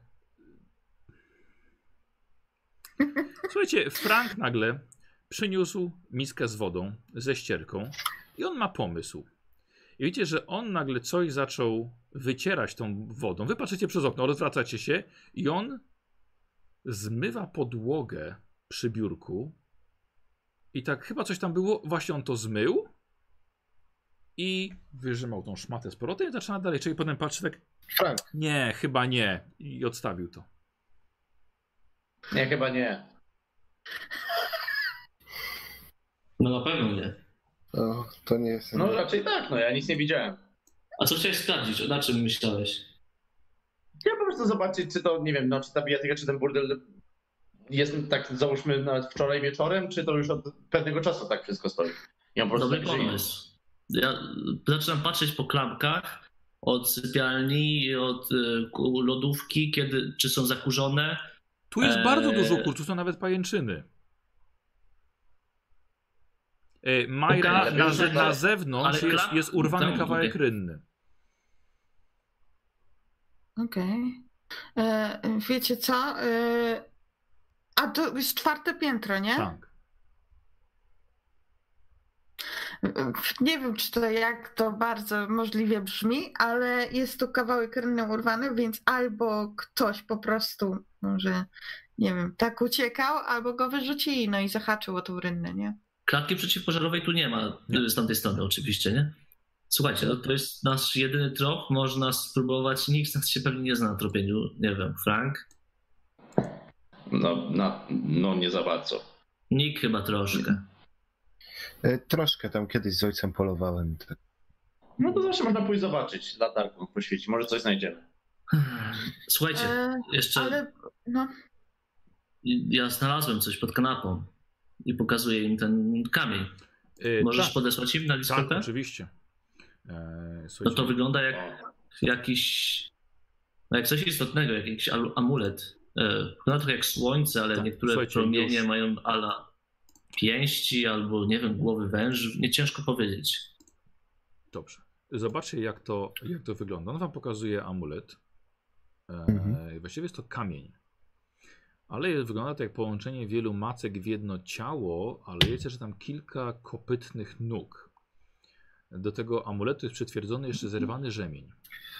S2: Słuchajcie, Frank nagle przyniósł miskę z wodą, ze ścierką i on ma pomysł. I widzicie, że on nagle coś zaczął wycierać tą wodą. Wy patrzycie przez okno, rozwracacie się i on zmywa podłogę przy biurku i tak chyba coś tam było, właśnie on to zmył i wyrzymał tą szmatę z powrotem i zaczyna dalej, czyli potem patrzy tak,
S3: Frank,
S2: nie, chyba nie i odstawił to.
S6: Nie, chyba nie.
S4: No na pewno nie.
S3: o, to nie jest...
S6: No raczej tak, no ja nic nie widziałem.
S4: A co chciałeś sprawdzić? Na czym myślałeś?
S6: Ja po prostu zobaczyć, czy to, nie wiem, no, czy ta bijatyka, czy ten burdel jest tak, załóżmy, nawet wczoraj wieczorem, czy to już od pewnego czasu tak wszystko stoi. Ja po prostu
S4: Dobry
S6: tak żyję.
S4: pomysł. Ja zaczynam patrzeć po klamkach od sypialni, od y, ku- lodówki, kiedy, czy są zakurzone.
S2: Tu jest
S4: Eee.
S2: bardzo dużo kur, tu są nawet pajęczyny. E, Majra,
S4: Okej, ale
S2: na,
S4: wiesz,
S2: ze- na
S4: ale-
S2: zewnątrz
S4: ale
S2: jest,
S4: klam-
S2: jest urwany
S4: tam-
S2: kawałek
S4: okej.
S2: rynny.
S5: Okej. E, Wiecie co? E, A to jest czwarte piętro, nie?
S2: Tak.
S5: Nie wiem, czy to jak to bardzo możliwie brzmi, ale jest to kawałek rynny urwany, więc albo ktoś po prostu może, nie wiem, tak uciekał, albo go wyrzucili, no i zahaczył o tą rynnę, nie?
S4: Klatki przeciwpożarowej tu nie ma, z tamtej strony oczywiście, nie? Słuchajcie, no to jest nasz jedyny trop, można spróbować, nikt z nas się pewnie nie zna na tropieniu, nie wiem, Frank?
S6: No, no, no nie za bardzo.
S4: Nick chyba troszkę.
S3: E, Troszkę tam kiedyś z ojcem polowałem. Tak.
S6: No to zawsze można pójść zobaczyć latarką po świecie, może coś znajdziemy.
S4: Słuchajcie,
S5: E,
S4: jeszcze
S5: Ale, no,
S4: ja znalazłem coś pod kanapą i pokazuję im ten kamień.
S2: Yy,
S4: Możesz
S2: tak,
S4: podesłać im na
S2: tak,
S4: Discorda?
S2: oczywiście. Eee,
S4: No
S2: słuchajcie,
S4: to wygląda jak jakiś, no jak coś istotnego, jak jakiś al- amulet. E, Wygląda trochę jak słońce, ale
S2: Tak,
S4: niektóre
S2: słuchajcie,
S4: promienie
S2: już-
S4: mają ala pięści albo, nie wiem, głowy węży. Nie ciężko powiedzieć.
S2: Dobrze. Zobaczcie, jak to, jak to wygląda. On wam pokazuje amulet. Eee,
S3: Mhm.
S2: Właściwie jest to kamień. Ale jest, wygląda to jak połączenie wielu macek w jedno ciało, ale jest też tam kilka kopytnych nóg. Do tego amuletu jest przytwierdzony jeszcze zerwany rzemień.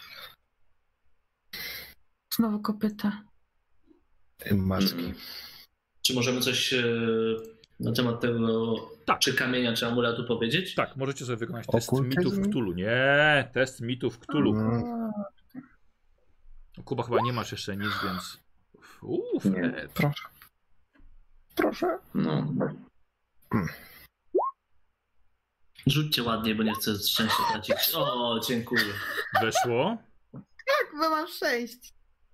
S5: znowu kopyta.
S3: E, Macki.
S4: Czy możemy coś e, na temat tego,
S2: Tak.
S4: czy kamienia, czy amuletu powiedzieć?
S2: Tak, możecie sobie wykonać test
S3: Okultyzm?
S2: mitów Cthulhu. Nie, test mitów Cthulhu.
S3: Mm.
S2: Kuba, chyba nie masz jeszcze nic, więc... Uff,
S6: Nie.
S3: Proszę. Proszę.
S6: No.
S4: Rzućcie ładnie, bo nie chcę szczęścia tracić. O, dziękuję.
S2: weszło.
S5: Tak, bo mam sześć.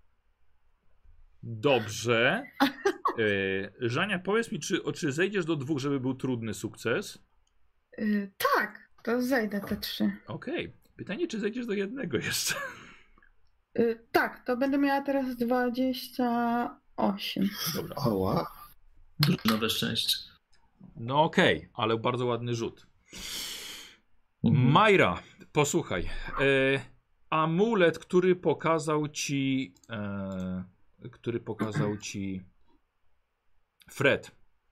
S2: Dobrze. Yy, Żania, powiedz mi, czy, o, czy zejdziesz do dwóch, żeby był trudny sukces?
S5: Y, tak, to zejdę te trzy.
S2: Okej. Pytanie, czy zejdziesz do jednego jeszcze?
S5: Y, tak, to będę miała teraz dwadzieścia osiem.
S2: Dobra.
S3: Oła.
S4: Nowe szczęście.
S2: No okej, ale bardzo ładny rzut.
S4: Mhm.
S2: Majra, posłuchaj. E, amulet, który pokazał ci, e, który pokazał ci Fred.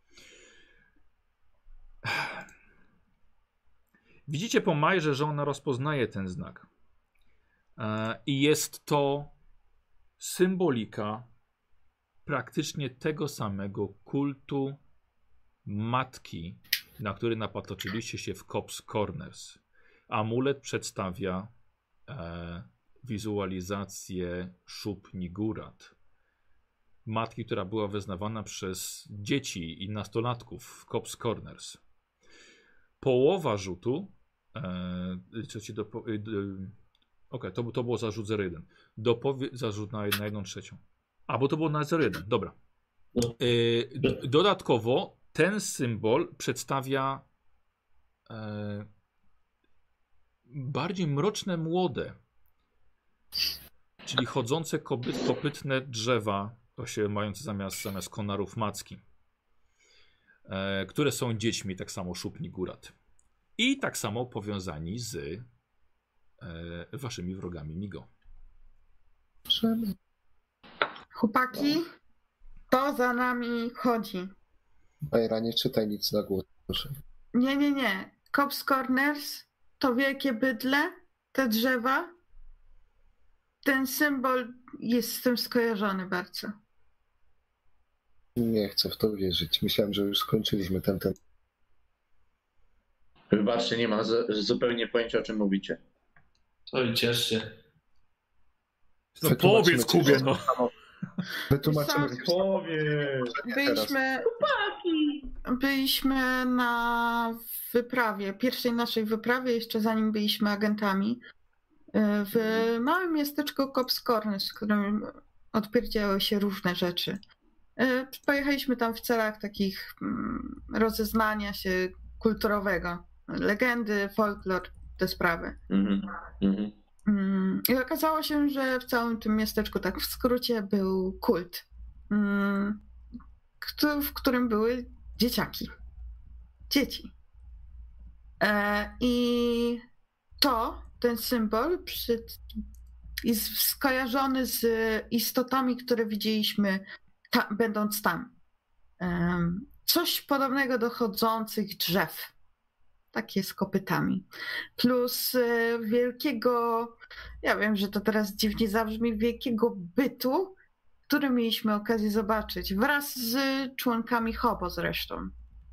S2: Widzicie po Majrze, że ona rozpoznaje ten znak. E, I jest to symbolika praktycznie tego samego kultu matki, na który napatoczyliście się w Cops Corners. Amulet przedstawia e, wizualizację Szub Nigurat. Matki, która była wyznawana przez dzieci i nastolatków w Cops Corners. Połowa rzutu e, co ci dopo, e, d- Okej, to, to było za rzut zero jeden. Dopowie, za rzut na, na jedną trzecią. A, bo to było na zero jeden, dobra.
S4: No.
S2: E, d- dodatkowo ten symbol przedstawia e, bardziej mroczne młode, czyli chodzące kobyt, kopytne drzewa, to się mające zamiast, zamiast konarów macki, e, które są dziećmi, tak samo Szub Nigurat. I tak samo powiązani z e, waszymi wrogami Migo.
S5: Chłopaki, to za nami chodzi.
S3: Majra, nie czytaj nic na głos, proszę.
S5: Nie, nie, nie. Cops Corners, to wielkie bydle, te drzewa. Ten symbol jest z tym skojarzony bardzo.
S3: Nie chcę w to wierzyć. Myślałem, że już skończyliśmy ten ten.
S6: Wybaczcie, nie mam z, zupełnie pojęcia, o czym mówicie.
S4: Oj, ciesz się.
S2: No
S3: Wytłumaczymy
S2: powiedz
S3: ci
S2: Kubie,
S3: to.
S2: no.
S3: Wytłumaczymy
S5: Wiesz
S3: ci
S6: Powiedz!
S5: Byliśmy, byliśmy na wyprawie, pierwszej naszej wyprawie, jeszcze zanim byliśmy agentami, w małym miasteczku Cops Corners, w którym odpierdziały się różne rzeczy. Pojechaliśmy tam w celach takich mm, rozeznania się kulturowego. Legendy, folklor, te sprawy.
S6: Mhm. Mhm.
S5: Mm, I okazało się, że w całym tym miasteczku, tak w skrócie, był kult, mm, kto- w którym były dzieciaki. Dzieci. E, I to, ten symbol przy, jest skojarzony z istotami, które widzieliśmy ta, będąc tam. Em, Coś podobnego do chodzących drzew. takie z kopytami. Plus e, wielkiego, ja wiem, że to teraz dziwnie zabrzmi, wielkiego bytu, który mieliśmy okazję zobaczyć wraz z członkami Hobo zresztą.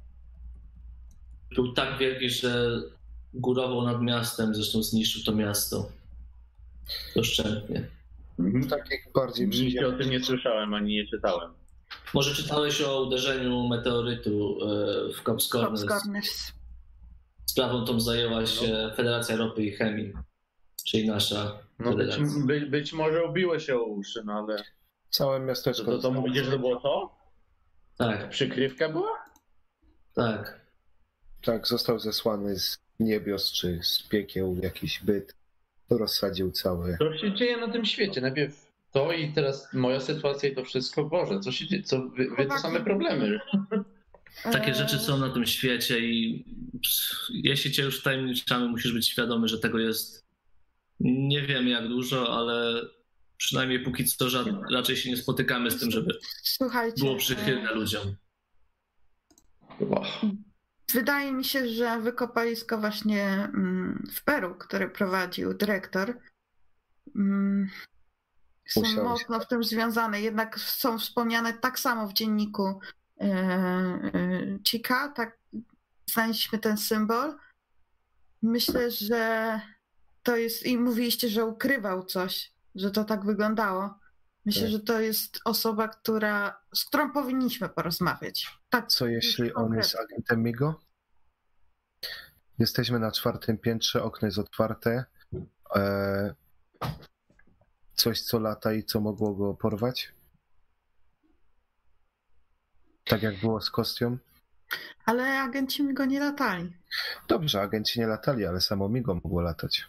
S4: Był tak wielki, że górował nad miastem, zresztą zniszczył to miasto. Doszczętnie.
S6: Mhm.
S3: Takich bardziej
S6: Nigdy o
S3: przyjemnych.
S6: tym nie słyszałem, ani nie czytałem.
S4: Może czytałeś o uderzeniu meteorytu e, w Cops Corners.
S5: Cops Corners.
S4: Sprawą tą zajęła się Federacja Ropy i Chemii, czyli nasza
S6: No być,
S4: federacja.
S6: by, być może ubiło się o uszy, no ale...
S3: Całe
S6: To,
S3: miasteczko.
S6: to, to mówicie, że to było to?
S4: Tak,
S6: Przykrywka była?
S4: tak.
S3: Tak, został zesłany z niebios czy z piekieł jakiś byt. Rozsadził całe.
S6: To się dzieje na tym świecie. Najpierw to i teraz moja sytuacja i to wszystko. Boże, co się dzieje? Co, wy, wy to same problemy.
S4: Takie
S5: E,
S4: rzeczy są na tym świecie i jeśli cię już wtajemniczamy, musisz być świadomy, że tego jest nie wiem jak dużo, ale przynajmniej póki co żad- raczej się nie spotykamy z tym, żeby
S5: Słuchajcie,
S4: było przychylne ludziom.
S6: Wow.
S5: wydaje mi się, że wykopalisko właśnie mm, w Peru, które prowadził dyrektor, mm, są
S3: Musiało się.
S5: mocno w tym związane. Jednak są wspomniane tak samo w dzienniku e, e, Chica, tak znaleźliśmy ten symbol. Myślę, że to jest, i mówiliście, że ukrywał coś, że to tak wyglądało. Myślę,
S3: Tak.
S5: że to jest osoba, która, z którą powinniśmy porozmawiać. Tak,
S3: Co jeśli
S5: już
S3: on jest agentem Migo? Jesteśmy na czwartym piętrze, okno jest otwarte. E, coś, co lata i co mogło go porwać? Tak jak było z kostią?
S5: ale agenci mi go nie latali.
S3: Dobrze, agenci nie latali, ale samo Migo mogło latać.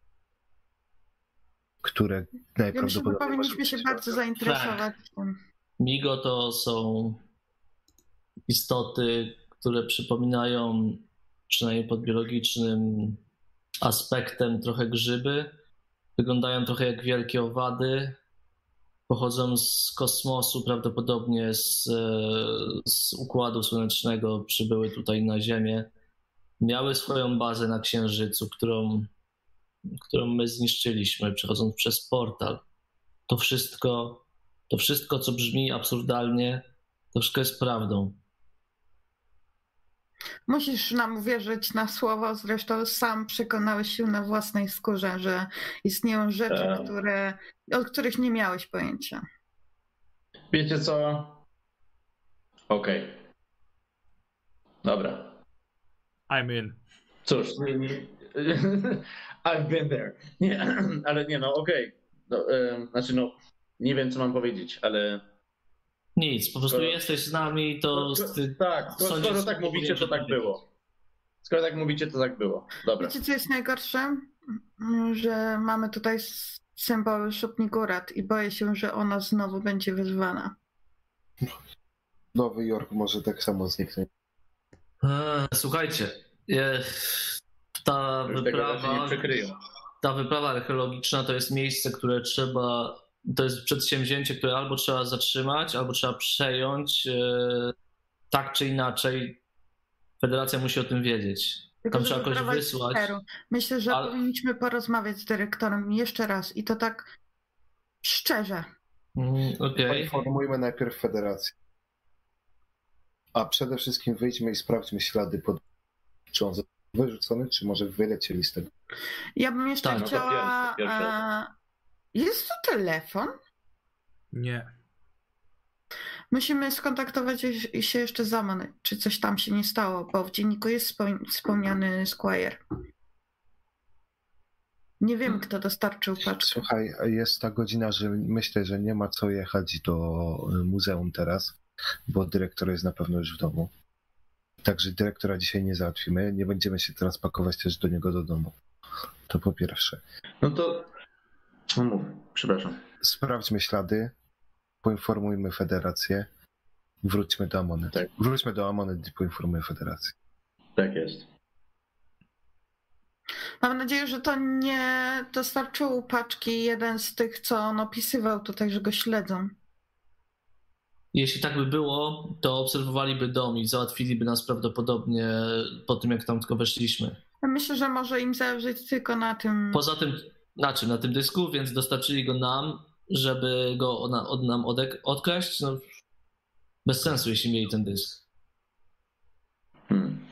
S3: Które
S5: Ja myślę, że
S3: najprawdopodobniej...
S5: powinniśmy
S3: może
S5: się
S3: być
S5: bardzo zainteresować tym.
S4: Migo to są istoty, które przypominają przynajmniej pod biologicznym aspektem trochę grzyby. Wyglądają trochę jak wielkie owady. Pochodzą z kosmosu, prawdopodobnie z, z Układu Słonecznego, przybyły tutaj na Ziemię. Miały swoją bazę na Księżycu, którą, którą my zniszczyliśmy, przechodząc przez portal. To wszystko, to wszystko, co brzmi absurdalnie, to wszystko jest prawdą.
S5: Musisz nam uwierzyć na słowo, zresztą sam przekonałeś się na własnej skórze, że istnieją rzeczy,
S6: Tak.
S5: które, o których nie miałeś pojęcia.
S6: Wiecie co? Okej. Dobra.
S2: I'm in.
S6: Cóż, nie, nie. I've been there. Nie, ale nie, no okej. No, em, znaczy no, nie wiem co mam powiedzieć, ale...
S4: Nic, po prostu
S6: Skoro-
S4: jesteś z nami, to...
S6: Skoro-
S4: ty-
S6: tak, skoro,
S4: sądzisz,
S6: skoro tak
S4: że
S6: mówicie, to
S4: powinien
S6: tak
S4: być.
S6: było. Skoro tak mówicie, to tak było. Dobra.
S5: Wiecie, co jest najgorsze? Że mamy tutaj symbol Szupnigurat i boję się, że ona znowu będzie wyzwana.
S3: Nowy Jork może tak samo zniknąć.
S4: Eee, Słuchajcie, e, ta
S6: Już tego raczej nie
S4: wyprawa,
S6: przekryją.
S4: ta wyprawa archeologiczna to jest miejsce, które trzeba, to jest przedsięwzięcie, które albo trzeba zatrzymać, albo trzeba przejąć. e, Tak czy inaczej, Federacja musi o tym wiedzieć.
S5: Tylko,
S4: Tam
S5: że
S4: trzeba kogoś
S5: wyprawa jest z
S4: wysłać.
S5: Peru. Myślę, że
S4: ale-
S5: powinniśmy porozmawiać z dyrektorem jeszcze raz i to tak szczerze.
S4: Mm, Okej.
S3: Poinformujmy najpierw Federację. A przede wszystkim wyjdźmy i sprawdźmy ślady pod... Czy on został wyrzucony, czy może wylecieli z tego.
S5: Ja bym jeszcze
S4: Tak, no to
S5: chciała...
S6: pierwszy, pierwszy.
S5: e, Jest to telefon?
S2: Nie.
S5: Musimy skontaktować się jeszcze z Amon, czy coś tam się nie stało, bo w dzienniku jest wspom- wspomniany Squire. Nie wiem, kto dostarczył paczkę.
S3: Słuchaj, jest ta godzina, że myślę, że nie ma co jechać do muzeum teraz, bo dyrektor jest na pewno już w domu. Także dyrektora dzisiaj nie załatwimy. Nie będziemy się teraz pakować też do niego do domu. To po pierwsze.
S6: No to... No mów, przepraszam.
S3: Sprawdźmy ślady, poinformujmy Federację, wróćmy do Amony.
S6: Tak.
S3: Wróćmy do Amony i poinformujmy Federację.
S6: Tak jest.
S5: Mam nadzieję, że to nie dostarczył paczki jeden z tych, co on opisywał tutaj, że go śledzą.
S4: jeśli tak by było, to obserwowaliby dom i załatwiliby nas prawdopodobnie po tym, jak tam tylko weszliśmy.
S5: Myślę, że może im zależeć tylko na tym...
S4: Poza tym, na czym? Na tym dysku, więc dostarczyli go nam, żeby go od, od nam odek- odkraść. No, bez sensu, jeśli mieli ten dysk.
S6: Hmm.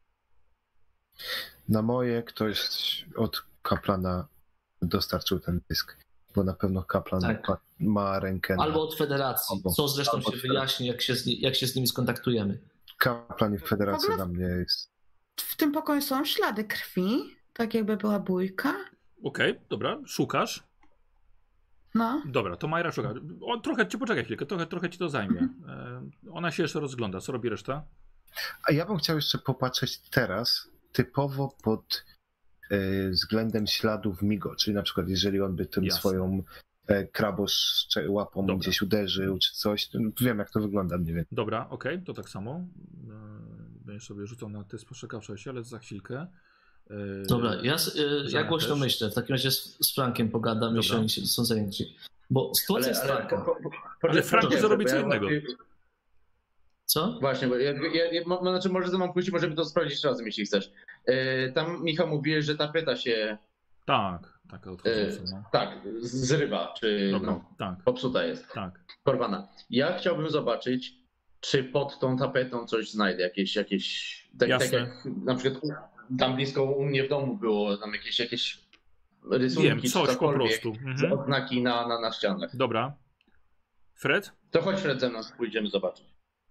S3: Na moje ktoś od kaplana dostarczył ten dysk, bo na pewno kaplan
S4: Tak.
S3: ma, ma rękę na...
S4: Albo od Federacji,
S3: Albo-
S4: co zresztą
S3: albo
S4: się
S3: od
S4: wyjaśni, jak się, z, ni- jak się z nimi skontaktujemy.
S3: Kaplan i Federacja
S5: W ogóle-
S3: dla mnie jest...
S5: W tym pokoju są ślady krwi, tak jakby była bójka.
S2: Okej, okay, dobra, szukasz.
S5: No.
S2: Dobra, to Majra szuka. O, trochę ci poczekaj chwilkę, trochę, trochę ci to zajmie. E, ona się jeszcze rozgląda. Co robi reszta?
S3: A ja bym chciał jeszcze popatrzeć teraz typowo pod e, względem śladów Migo, czyli na przykład jeżeli on by tym
S2: Jasne.
S3: swoją e, krabosz łapą
S2: Dobra.
S3: gdzieś uderzył czy coś, to wiem jak to wygląda mniej więcej.
S2: Dobra, okej, okay, to tak samo. E, będziesz sobie rzucał na test postrzegawczości, ale za chwilkę. E,
S4: Dobra, ja, s- y, ja głośno
S2: też.
S4: myślę. W takim razie z, z Frankiem pogadam, jeśli
S2: Dobra.
S4: oni się- są zajęci. Bo sytuacja jest taka.
S6: po, po, po,
S2: Ale Frank
S6: poczekaj,
S2: zarobi
S6: bo
S2: co
S6: ja
S2: innego.
S6: właśnie-
S4: Co?
S6: Właśnie, bo ja, ja, ja, mo- znaczy może za mam pójść, możemy to sprawdzić razem, jeśli chcesz. E, tam Michał mówiłeś, że tapeta się
S2: Tak, tak,
S6: e,
S2: odchodząca. No.
S6: tak, zrywa, czy
S2: Dobra,
S6: no,
S2: tak,
S6: popsuta jest,
S2: tak.
S6: porwana. Ja chciałbym zobaczyć, czy pod tą tapetą coś znajdę, jakieś, jakieś tak, tak
S2: Jasne.
S6: jak na przykład tam blisko u mnie w domu było, tam jakieś, jakieś rysunki,
S2: Wiem,
S6: czy
S2: coś po
S6: cokolwiek,
S2: prostu.
S6: z
S2: Mhm.
S6: odznaki na, na, na ścianach.
S2: Dobra. Fred?
S6: To chodź Fred ze mną, pójdziemy zobaczyć.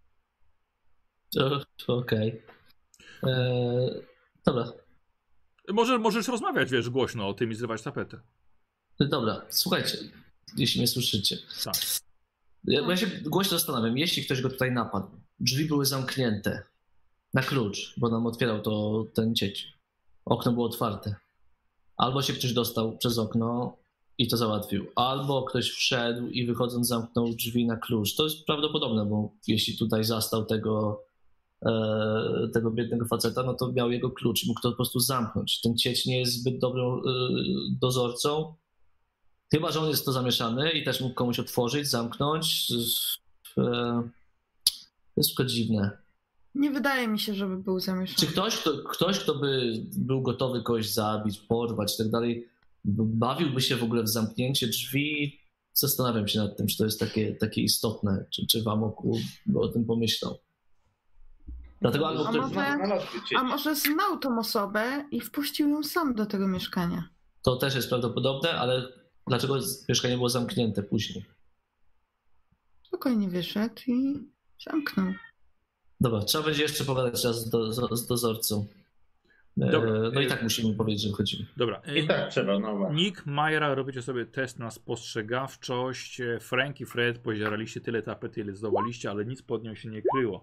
S4: To- to Okej. Eee, Dobra.
S2: Może, możesz rozmawiać, wiesz, głośno o tym i zrywać tapetę.
S4: Dobra, słuchajcie, jeśli mnie słyszycie.
S2: Tak.
S4: Ja, bo ja się głośno zastanawiam, jeśli ktoś go tutaj napadł, drzwi były zamknięte na klucz, bo nam otwierał to ten cieć. Okno było otwarte. Albo się ktoś dostał przez okno i to załatwił, albo ktoś wszedł i wychodząc zamknął drzwi na klucz. To jest prawdopodobne, bo jeśli tutaj zastał tego, e, tego biednego faceta, no to miał jego klucz i mógł to po prostu zamknąć. Ten cieć nie jest zbyt dobrym e, dozorcą, chyba że on jest w to zamieszany i też mógł komuś otworzyć, zamknąć. E, to jest tylko dziwne.
S5: Nie wydaje mi się, żeby był
S4: Czy
S5: zamieszany.
S4: ktoś, kto, ktoś, kto by był gotowy kogoś zabić, porwać i tak dalej, bawiłby się w ogóle w zamknięcie drzwi? Zastanawiam się nad tym, czy to jest takie, takie istotne, czy, czy Wamoku by o tym pomyślał. Dlatego albo
S5: A
S4: ktoś,
S5: może-
S6: Znalazłby cię.
S5: A może znał tą osobę i wpuścił ją sam do tego mieszkania?
S4: to też jest prawdopodobne, ale dlaczego mieszkanie było zamknięte później?
S5: Spokojnie wyszedł i zamknął.
S4: Dobra, trzeba będzie jeszcze pogadać raz z, do, z dozorcą. E,
S2: Dobra.
S4: No i tak musimy powiedzieć, że wchodzimy.
S2: Dobra.
S6: I tak trzeba, no właśnie.
S2: Nick, Majra, robicie sobie test na spostrzegawczość. Frank i Fred pozieraliście tyle tapety, ile zdołaliście, ale nic pod nią się nie kryło.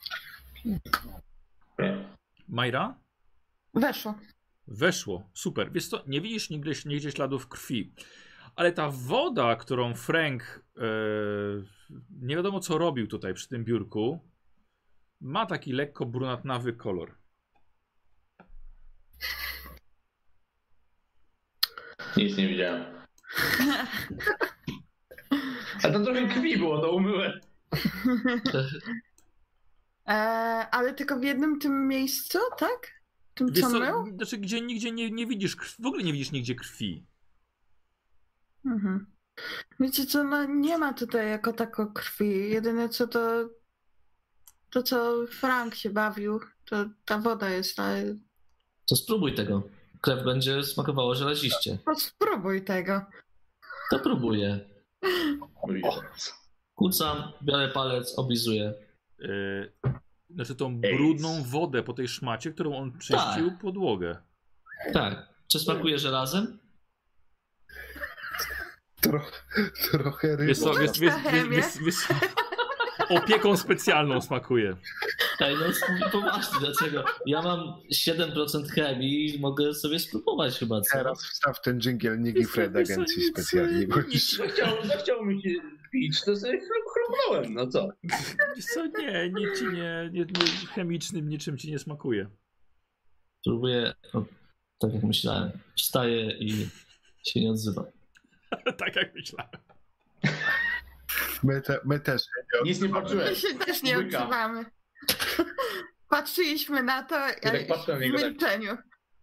S2: Majra?
S5: Weszło.
S2: Weszło. Super. Wiesz co, nie widzisz nigdzie, nigdzie śladów krwi. Ale ta woda, którą Frank e, nie wiadomo co robił tutaj przy tym biurku, ma taki lekko brunatnawy kolor.
S6: Nic nie widziałem. A to trochę krwi było, to umyłem.
S5: E, ale tylko w jednym tym miejscu, tak? Tym
S2: Wiesz
S5: co
S2: co,
S5: mył?
S2: znaczy, gdzie nigdzie nie, nie widzisz krwi, w ogóle nie widzisz nigdzie krwi.
S5: Mhm. Wiecie co, no nie ma tutaj jako tako krwi. Jedyne co to to co Frank się bawił, to ta woda jest, ale
S4: To spróbuj tego. Krew będzie smakowała żelaziście.
S5: no spróbuj tego.
S4: To próbuję.
S6: O.
S4: Kucam, biorę palec, oblizuję.
S2: Yy, znaczy tą brudną wodę po tej szmacie, którą on czyścił
S4: Tak.
S2: podłogę.
S4: Tak. Czy smakuje żelazem?
S3: Trochę, trochę rybo.
S2: Wiesz co, wiesz, wiesz, wiesz, wiesz, wiesz, opieką specjalną smakuje.
S4: Ej, no poważnie, dlaczego? Ja mam siedem procent chemii i mogę sobie spróbować chyba, co?
S3: Teraz wstaw ten dżingiel Nick i
S2: Wiesz co,
S3: Fred
S2: wiesz co,
S3: agencji
S2: nic,
S3: specjalnie. Bo
S2: nic,
S3: już...
S6: Zachciało, zachciało mi się pić, to sobie chrupnąłem, no co?
S2: Wiesz co, nie, nic ci nie, nie, nie, chemicznym niczym ci nie smakuje.
S4: Próbuję, o, tak jak myślałem, wstaję i się nie odzywam.
S2: Tak jak myślałem.
S3: My, te, my też. Nie
S6: Nic nie
S5: My
S6: poczułem.
S5: się też nie
S6: Łyka.
S5: odzywamy. Patrzyliśmy na to
S6: tak
S5: ale
S6: patrzę na
S5: w
S6: niego tak.
S5: milczeniu.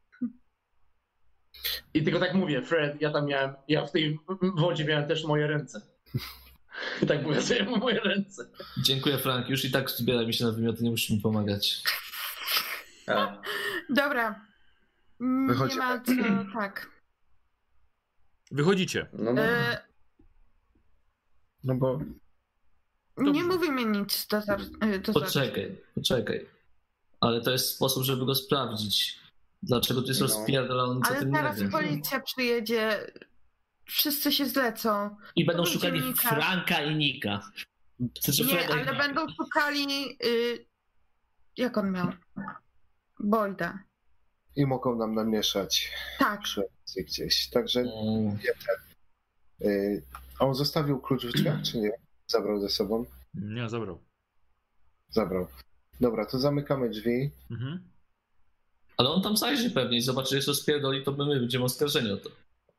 S6: I tylko tak mówię, Fred, ja tam miałem, ja w tej wodzie miałem też moje ręce. I tak pokazuję mu moje ręce.
S4: Dziękuję, Frank. Już i tak zbiera mi się na wymioty, nie musisz mi pomagać.
S6: A.
S5: Dobra. Nie
S3: Wychodzimy.
S5: ma co, tak.
S2: Wychodzicie.
S6: No, no.
S5: E,
S3: No bo
S2: Dobrze.
S5: nie mówimy nic do, do
S4: Poczekaj, poczekaj. Ale to jest sposób, żeby go sprawdzić. Dlaczego tu jest
S6: No.
S4: rozpierdolony, co
S5: Ale
S4: ty nie
S5: zaraz
S4: wiesz.
S5: policja przyjedzie. Wszyscy się zlecą.
S4: I będą
S5: To
S4: szukali
S5: będzie Nika.
S4: Franka i Nika. Znaczy
S5: Nie,
S4: Freda i
S5: ale
S4: Nika.
S5: będą szukali. Y, jak on miał? Boyda.
S3: i mogą nam namieszać
S5: Tak.
S3: przy akcji gdzieś. Także
S4: Mm.
S3: y, a on zostawił klucz w drzwiach, czy nie? Zabrał ze sobą?
S2: Nie, zabrał.
S3: Zabrał. Dobra, to zamykamy drzwi.
S2: Mhm.
S4: Ale on tam zajrzy pewnie i zobaczy, że jest rozpierdoli, to my będziemy oskarżeni o to.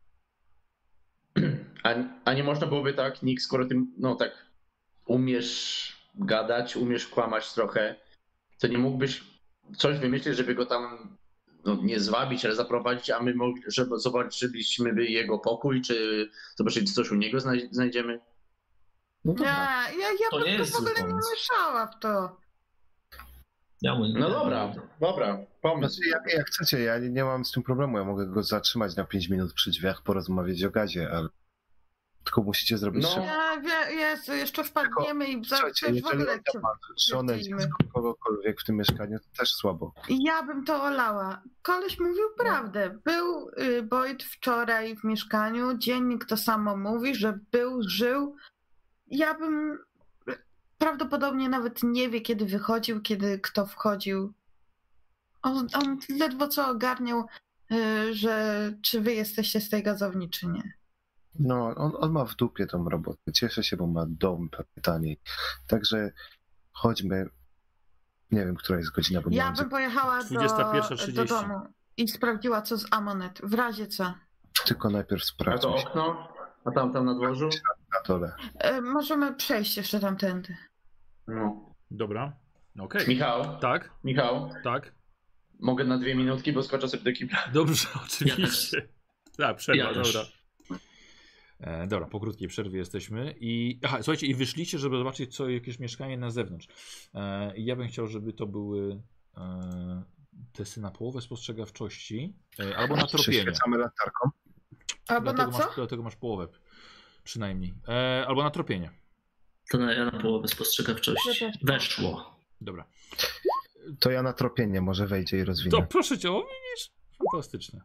S6: A, a nie można byłoby tak, Nick, skoro ty, no tak, umiesz gadać, umiesz kłamać trochę, to nie mógłbyś coś wymyślić, żeby go tam, no nie zwabić, ale zaprowadzić, a my mogli, żeby zobaczyliśmy by jego pokój, czy zobaczyć, czy coś u niego znaj- znajdziemy?
S3: No
S5: Ja,
S3: dobra.
S5: ja, ja
S4: To
S5: bym
S4: nie
S5: tu
S4: jest
S5: w ogóle
S4: zły
S5: nie
S4: pomysł.
S5: mieszała w to.
S4: Ja mu nie
S6: No dobra, dobra, pomysł.
S3: Znaczy, jak, jak chcecie, ja nie, nie mam z tym problemu. Ja mogę go zatrzymać na pięć minut przy drzwiach, porozmawiać o gazie, ale tylko musicie zrobić
S6: No.
S3: szybko.
S5: Ja, ja, Jezu, jeszcze wpadniemy i za,
S3: Słuchajcie,
S5: też w
S3: jeżeli
S5: ogóle
S3: on
S5: cię
S3: ma żonę,
S5: lecimy.
S3: dziecko, kogokolwiek w tym mieszkaniu, to też słabo.
S5: Ja bym to olała. Koleś mówił prawdę. Był y, Boyd wczoraj w mieszkaniu, dziennik to samo mówi, że był, żył. Ja bym prawdopodobnie nawet nie wie, kiedy wychodził, kiedy kto wchodził. On, on ledwo co ogarniał, y, że czy wy jesteście z tej gazowni, czy nie.
S3: No, on, on ma w dupie tą robotę. Cieszę się, bo ma dom pewnie taniej. Także chodźmy. Nie wiem, która jest godzina, bo nie
S5: Ja
S3: mam
S5: bym pojechała
S2: dwudziesta pierwsza
S5: do,
S2: trzydzieści.
S5: do domu i sprawdziła, co z Amonet. W razie co.
S3: tylko najpierw
S6: A to
S3: sprawdźmy się
S6: okno? A tam, tam na dworzu?
S3: na dole.
S5: Y, możemy przejść jeszcze tamtędy.
S6: No.
S2: Dobra. Okej.
S6: Michał,
S2: Tak,
S6: Michał,
S2: tak.
S6: mogę na dwie minutki, bo skoczę sobie do kibla.
S2: Dobrze, oczywiście. Tak, przerwa,
S4: Ja też.
S2: dobra. E, dobra, po krótkiej przerwie jesteśmy i... Aha, słuchajcie, i wyszliście, żeby zobaczyć, co jakieś mieszkanie na zewnątrz. E, I ja bym chciał, żeby to były e, testy na połowę spostrzegawczości e, albo na tropienie.
S3: Przyświecamy latarką.
S5: Albo
S2: Dlatego
S5: na co?
S2: masz, dlatego masz połowę przynajmniej. E, albo na tropienie.
S4: To na, ja na połowę spostrzegawczości.
S5: Ja też.
S4: Weszło.
S2: Dobra.
S3: To ja na tropienie może wejdzie i rozwinę.
S2: To proszę cię, o widzisz? Fantastyczne.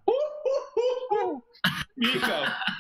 S6: Michał!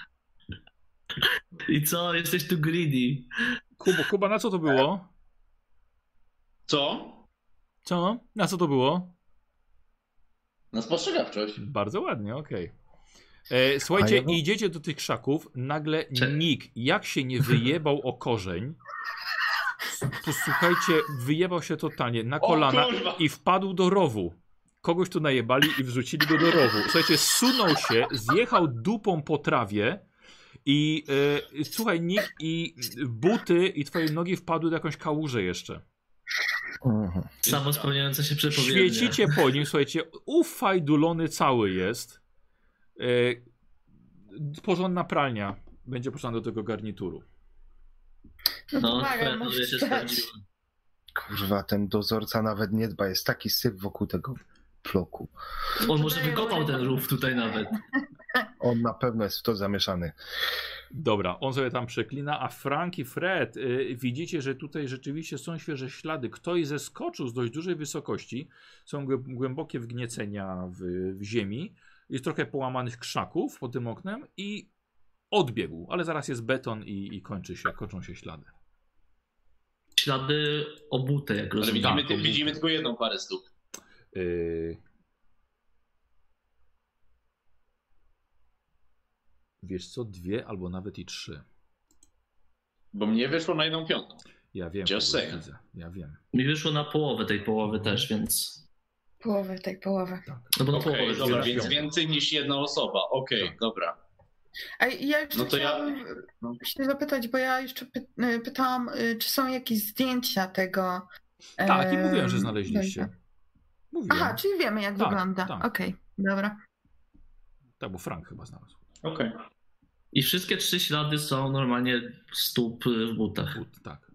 S4: I co? Jesteś tu greedy.
S2: Kuba, Kuba, na co to było?
S6: Co?
S2: Co? Na co to było?
S6: Na spostrzegawczość.
S2: Bardzo ładnie, okej. E, Słuchajcie,
S3: A ja bym-
S2: idziecie do tych krzaków, nagle
S4: Cze-
S2: Nick, jak się nie wyjebał o korzeń, posłuchajcie, wyjebał się totalnie na kolana
S6: kurwa!
S2: i wpadł do rowu. Kogoś tu najebali i wrzucili go do rowu. Słuchajcie, zsunął się, zjechał dupą po trawie i e, słuchaj, Nick, i buty i twoje nogi wpadły do jakąś kałużę jeszcze.
S3: Mhm.
S4: Samo spełniające się przepowiednie.
S2: Świecicie po nim, słuchajcie, ufajdulony cały jest. E, porządna pralnia będzie potrzebna do tego garnituru.
S5: No,
S4: No,
S5: pomaga,
S4: twoja
S5: musisz
S4: teoria się
S5: stać.
S4: sprawdziła.
S3: Kurwa, ten dozorca nawet nie dba. Jest taki syf wokół tego bloku.
S4: On może wykopał ten rów tutaj nawet.
S3: On na pewno jest w to zamieszany.
S2: Dobra, on sobie tam przeklina, a Frank i Fred, y, widzicie, że tutaj rzeczywiście są świeże ślady. Ktoś zeskoczył z dość dużej wysokości, są głę- głębokie wgniecenia w, w ziemi, jest trochę połamanych krzaków pod tym oknem i odbiegł, ale zaraz jest beton i, i kończy się, kończą się ślady.
S4: Ślady obute, jak
S6: Ale
S4: rozumiem.
S6: widzimy,
S2: Tak,
S6: ty, widzimy tylko jedną parę stóp.
S2: Yy... Wiesz co, dwie albo nawet i trzy.
S6: Bo mnie wyszło na jedną piątą.
S2: Ja wiem,
S6: Just
S2: kogoś
S6: saying.
S2: widzę, ja wiem.
S4: Mi wyszło na połowę tej połowy też, więc...
S5: Połowę tej połowy.
S4: No bo na
S6: Okej,
S4: połowę
S6: dobra,
S4: wyszło.
S6: więc więcej niż jedna osoba. Okej,
S2: Tak.
S6: dobra.
S5: A ja jeszcze
S6: No to ja-
S5: chciałam
S6: no.
S5: się zapytać, bo ja jeszcze py pytałam, y, czy są jakieś zdjęcia tego.
S2: Tak, i
S5: e,
S2: mówiłem, że znaleźliście. Mówiłem.
S5: Aha, czyli wiemy, jak
S2: Tak,
S5: wygląda.
S2: tak.
S5: Okej, dobra.
S2: Tak, bo Frank chyba znalazł.
S6: Okej.
S4: I wszystkie trzy ślady są normalnie stóp w butach.
S2: But, tak.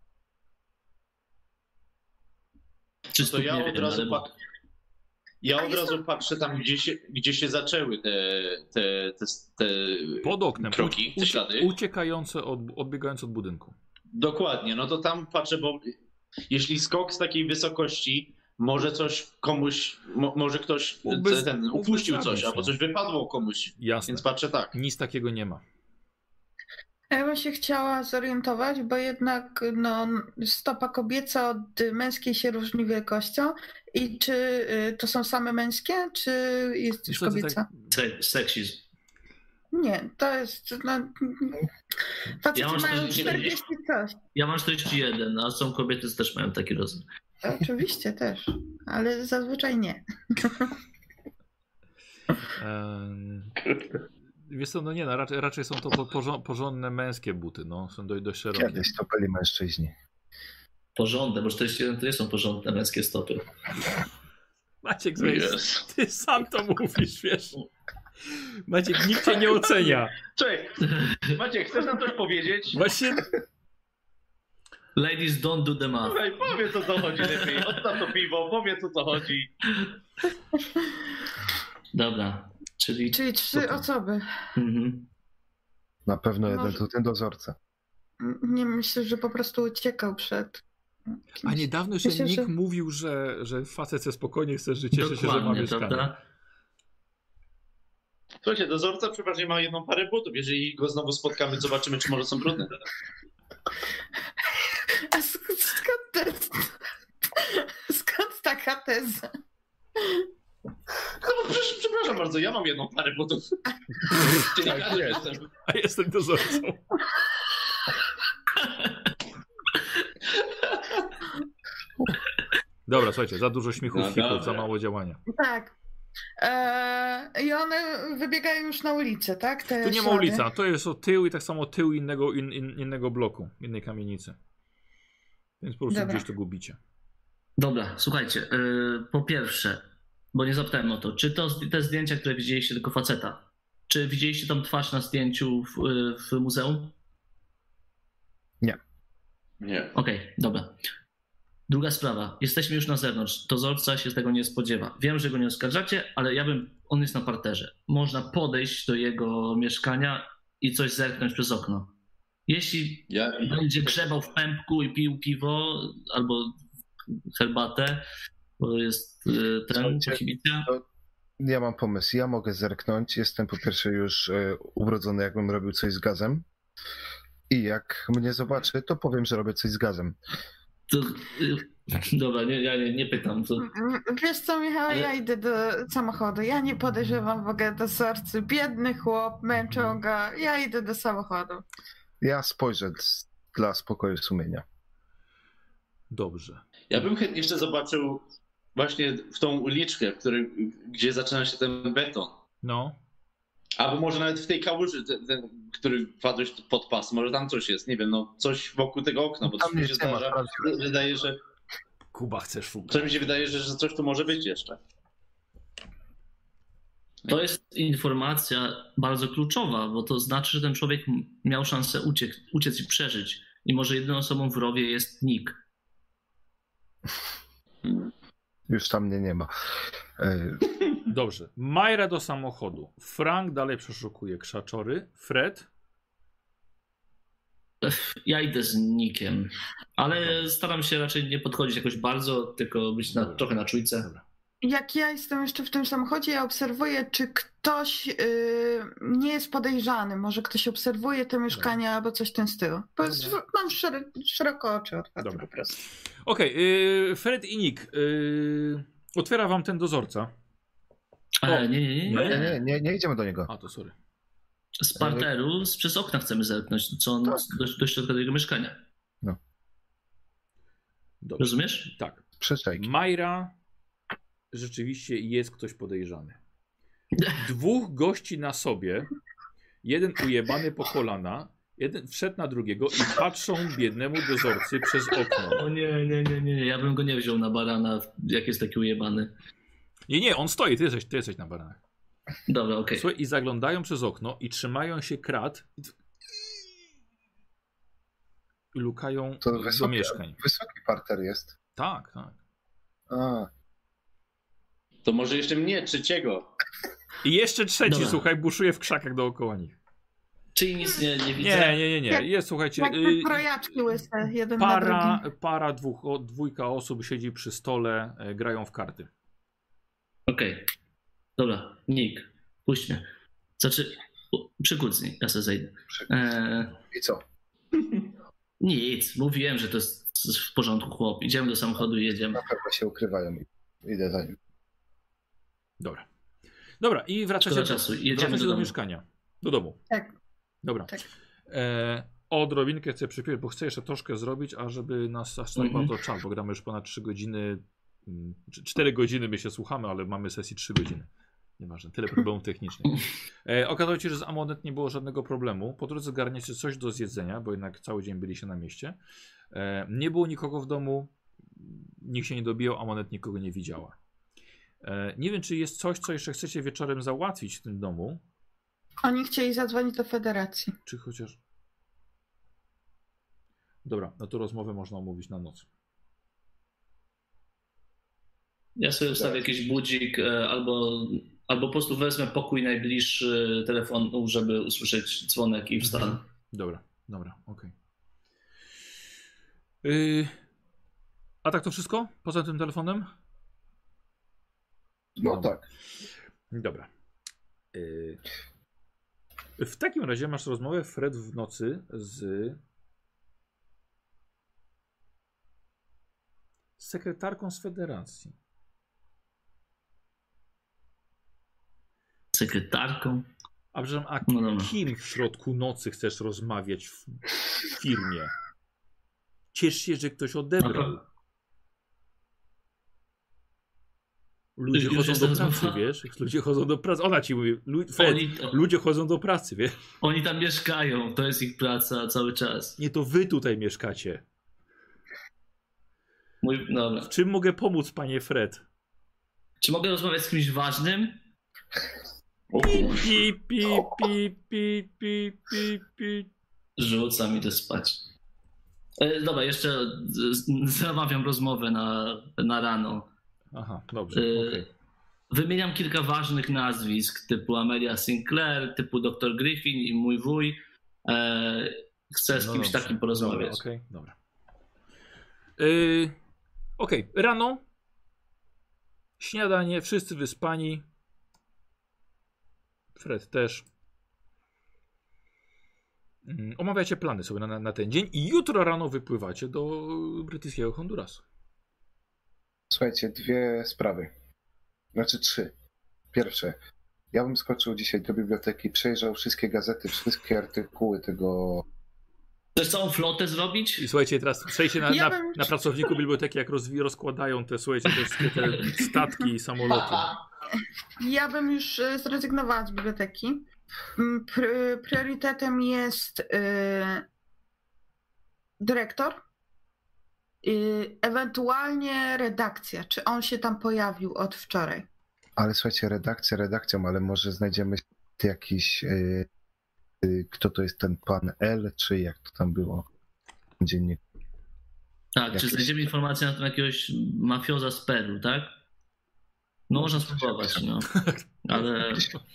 S4: Czy
S6: No to
S4: stóp,
S6: ja
S4: nie
S6: od
S4: wiem,
S6: razu
S4: ale...
S6: pat- Ja
S5: A
S6: od
S5: jest
S6: razu patrzę tam, gdzie się, gdzie się zaczęły te, te, te, te
S2: Pod oknem.
S6: kroki, te
S2: ucie-
S6: ślady.
S2: Uciekające, od, odbiegające od budynku.
S6: Dokładnie, no to tam patrzę, bo jeśli skok z takiej wysokości, może coś komuś, mo, może ktoś
S2: Mógłby z-
S6: ten,
S2: mógłby
S6: upuścił
S2: zabić,
S6: coś,
S2: no.
S6: albo coś wypadło komuś,
S2: Jasne.
S6: więc patrzę tak.
S2: Nic takiego nie ma.
S5: Ja bym się chciała zorientować, bo jednak no, stopa kobieca od męskiej się różni wielkością. I czy y, to są same męskie, czy jest też
S2: Co ty
S5: kobieca?
S4: Se- Seksizm.
S5: Nie, to jest. No, faceci
S4: Ja mam
S5: mają
S4: czterdzieści-
S5: czterdzieści coś.
S4: Ja mam czterdzieści jeden, a są kobiety, co też mają taki rozmiar.
S5: Oczywiście też, ale zazwyczaj nie.
S2: Ehm, wiesz co, no nie, no, raczej, raczej są to po- porzo- porządne męskie buty, no. Są dość, dość szerokie.
S3: Kiedyś to byli mężczyźni.
S4: Porządne, bo czterdzieści jeden to nie są porządne męskie stopy.
S2: Maciek, weź,
S6: Yes.
S2: ty sam to mówisz, wiesz. Maciek, nikt cię nie ocenia.
S6: Cześć, Maciek, chcesz nam coś powiedzieć?
S2: Właśnie
S4: Ladies, don't do the math.
S6: Słuchaj, powiedz o co chodzi lepiej, odstaw to piwo, powiedz o co chodzi.
S4: Dobra, czyli...
S5: Czyli trzy
S2: Super.
S5: osoby.
S4: Mhm.
S3: Na pewno
S5: Może-
S3: jeden to ten dozorca.
S5: Nie myślę, że po prostu uciekał przed.
S2: A niedawno jeszcze
S5: Myślę,
S2: Nick
S5: że-
S2: mówił, że, że facet se spokojnie chce, że cieszy się, że ma
S4: Dokładnie,
S2: mieszkanie.
S4: prawda?
S6: Słuchajcie, dozorca przeważnie ma jedną parę butów, jeżeli go znowu spotkamy, zobaczymy, czy może są brudne.
S5: A sk- skąd, te... skąd taka teza?
S6: No bo przecież, przepraszam bardzo, ja mam jedną parę butów.
S3: Tak jest.
S2: A jestem dozorcą. Dobra, słuchajcie, za dużo śmiechów,
S6: No
S2: fików,
S6: dobra.
S2: za mało działania.
S5: Tak. Eee, I one wybiegają już na ulicę, tak? Te
S2: Tu nie ma
S5: ślady.
S2: ulica, to jest o tył i tak samo tył innego, in, in, innego bloku, innej kamienicy. Więc po prostu
S5: Dobra.
S2: gdzieś to gubicie.
S4: Dobra, słuchajcie, yy, po pierwsze, bo nie zapytałem o to, czy to te zdjęcia, które widzieliście tylko faceta, czy widzieliście tam twarz na zdjęciu w, yy, w muzeum?
S6: Nie.
S4: Okej, dobra. Druga sprawa, jesteśmy już na zewnątrz, dozorca się tego nie spodziewa. Wiem, że go nie oskarżacie, ale ja bym, on jest na parterze. Można podejść do jego mieszkania i coś zerknąć przez okno. Jeśli
S6: Ja,
S4: będzie grzebał w pępku i pił piwo albo herbatę, bo jest y, ten
S3: Słuchajcie,
S4: prohibicja.
S3: Ja mam pomysł. Ja mogę zerknąć. Jestem po pierwsze już e, ubrudzony, jakbym robił coś z gazem. I jak mnie zobaczy, to powiem, że robię coś z gazem.
S4: To, y, dobra, nie, ja nie, nie pytam. To,
S5: Wiesz co, Michał,
S4: Ale-
S5: ja idę do samochodu. Ja nie podejrzewam w ogóle dozorcy. Biedny chłop, męczą go. Ja idę do samochodu.
S3: Ja spojrzę z, dla spokoju sumienia.
S2: Dobrze.
S6: ja bym chętnie jeszcze zobaczył właśnie w tą uliczkę, w której, gdzie zaczyna się ten beton.
S2: No,
S6: Albo może nawet w tej kałuży, ten, ten, który wpadłeś pod pas, może tam coś jest, nie wiem, no coś wokół tego okna, bo coś
S3: Tam
S6: mi się
S3: nic nie ma,
S6: zdarza.
S3: sprawdziłem.
S6: Wydaje, że
S2: Kuba, chcesz fugę.
S6: coś mi się wydaje, że, że coś tu może być jeszcze.
S4: to jest informacja bardzo kluczowa, bo to znaczy, że ten człowiek m- miał szansę uciec, uciec i przeżyć. I może jedyną osobą w rowie jest Nick.
S3: Już tam mnie nie ma. E,
S2: Dobrze. Majra do samochodu. Frank dalej przeszukuje krzaczory. Fred?
S4: Ja idę z Nickiem, ale staram się raczej nie podchodzić jakoś bardzo, tylko być na, trochę na czujce.
S2: Dobra.
S5: Jak ja jestem jeszcze w tym samochodzie, ja obserwuję, czy ktoś yy, nie jest podejrzany. Może ktoś obserwuje te mieszkania albo coś w tym stylu. Bo jest, mam szere- szeroko oczy otwarte
S2: Dobra.
S5: po prostu.
S2: Okej, yy, Fred i Nick. Yy, otwiera wam ten dozorca.
S4: E, nie, nie, nie,
S3: nie,
S4: nie.
S3: nie, nie, nie idziemy do niego.
S2: A, to sorry.
S4: Z parteru, z, przez okna chcemy zerknąć, co on
S3: Tak.
S4: do, do środka do jego mieszkania.
S2: Dobrze.
S4: Rozumiesz?
S2: Tak.
S3: Przyczajki.
S2: Majra, rzeczywiście jest ktoś podejrzany. Dwóch gości na sobie Jeden ujebany po kolana, jeden wszedł na drugiego i patrzą biednemu dozorcy przez okno.
S4: O nie, nie, nie, nie, ja bym go nie wziął na barana, jak jest taki ujebany.
S2: Nie, nie, on stoi, ty jesteś, ty jesteś na baranach.
S4: Dobra, okej.
S2: Słuchaj, i zaglądają przez okno i trzymają się krat i lukają
S3: To
S2: do
S3: wysoki,
S2: mieszkań.
S3: wysoki parter jest.
S2: Tak, tak.
S3: A,
S6: To może jeszcze mnie, trzeciego.
S2: I jeszcze trzeci,
S4: Dobra.
S2: słuchaj, buszuje w krzakach dookoła nich.
S4: Czyli nic nie, nie widzę.
S2: Nie, nie, nie, nie.
S5: Jak-
S2: Jest, słuchajcie,
S5: Jak
S2: y,
S5: te brojaczki łyse, jeden na
S2: para,
S5: drugim.
S2: para dwóch, o, dwójka osób siedzi przy stole, e, grają w karty.
S4: Okej. Dobra, Nick, puść mnie. Znaczy, u- przykucnij, ja sobie zejdę. Eee,
S3: i co?
S4: nic, mówiłem, że to jest w porządku, chłop. Idziemy do samochodu i jedziemy.
S3: Na pewno się ukrywają. Idę za nim.
S2: Dobra. Dobra, i wracacie,
S4: Szkoda
S2: do,
S4: czasu. Jedziemy
S2: wracacie
S4: do
S2: do,
S4: domu.
S2: mieszkania. Do domu.
S5: Tak.
S2: Dobra.
S5: Tak.
S2: E, odrobinkę chcę przypierać, bo chcę jeszcze troszkę zrobić, a żeby nas aż tak
S4: Mhm.
S2: bardzo czas, bo gramy już ponad trzy godziny, mm, czy cztery godziny my się słuchamy, ale mamy sesji trzy godziny. Nieważne, tyle problemów technicznych. E, okazało się, że z Amonet nie było żadnego problemu. Po drodze zgarniacie coś do zjedzenia, bo jednak cały dzień byliście na mieście. E, nie było nikogo w domu, nikt się nie dobijał, Amonet nikogo nie widziała. E, nie wiem, czy jest coś, co jeszcze chcecie wieczorem załatwić w tym domu,
S5: Oni chcieli zadzwonić do federacji.
S2: czy chociaż... Dobra, no to rozmowę można omówić na noc.
S4: Ja sobie ustawię jakiś budzik e, albo, albo po prostu wezmę pokój najbliższy telefonu, żeby usłyszeć dzwonek i wstanę.
S2: Dobra, dobra, okej. Yy, a tak to wszystko? Poza tym telefonem?
S3: No
S2: Dobra.
S3: tak.
S2: Dobra. Yy, w takim razie masz rozmowę, Fred, w nocy z sekretarką z Federacji.
S4: Sekretarką?
S2: A przepraszam, a
S4: No dobra.
S2: kim w środku nocy chcesz rozmawiać w firmie? Ciesz się, że ktoś odebrał.
S4: Aha.
S2: Ludzie
S4: Już
S2: chodzą
S4: jest
S2: do
S4: rozmowa?
S2: pracy, wiesz? Ludzie chodzą do pracy. Ona ci mówi, lu- Fred,
S4: Oni,
S2: ludzie chodzą do pracy, wiesz?
S4: oni tam mieszkają, to jest ich praca cały czas.
S2: Nie, to wy tutaj mieszkacie.
S4: Mój, dobra.
S2: W czym mogę pomóc, panie Fred?
S4: Czy mogę rozmawiać z kimś ważnym?
S2: Pi, pi, pi, pi, pi, pi, pi, pi.
S4: Rzuca mi to spać. E, dobra, jeszcze z- zamawiam rozmowę na, na rano.
S2: Aha, dobrze,
S4: E,
S2: okej.
S4: Wymieniam kilka ważnych nazwisk, typu Amelia Sinclair, typu doktor Griffin i mój wuj. E, chcę z
S2: No
S4: kimś
S2: dobrze.
S4: takim porozmawiać.
S2: Dobra, okej, dobra. Yy, okej, rano. Śniadanie, wszyscy wyspani. Fred też. Mm, Omawiacie plany sobie na, na, na ten dzień i jutro rano wypływacie do brytyjskiego Hondurasu.
S3: Słuchajcie, dwie sprawy. Znaczy trzy. Pierwsze. Ja bym skoczył dzisiaj do biblioteki, przejrzał wszystkie gazety, wszystkie artykuły tego...
S4: Chcesz całą flotę zrobić?
S2: I słuchajcie, teraz przejście na,
S5: Ja
S2: na,
S5: bym-
S2: na pracowniku biblioteki, jak rozwi- rozkładają te, słuchajcie, te wszystkie te statki i samoloty.
S5: Ja bym już e, zrezygnowała z biblioteki. Mm, pr- priorytetem jest e, dyrektor, e, ewentualnie redakcja. Czy on się tam pojawił od wczoraj?
S3: Ale słuchajcie, redakcja redakcją, ale może znajdziemy jakiś... Yy, yy, kto to jest ten pan L, czy jak to tam było? Dziennik.
S4: Tak, czy
S3: Jakieś-
S4: znajdziemy informację na temat jakiegoś mafioza z Peru, tak? No można spróbować, no. Ale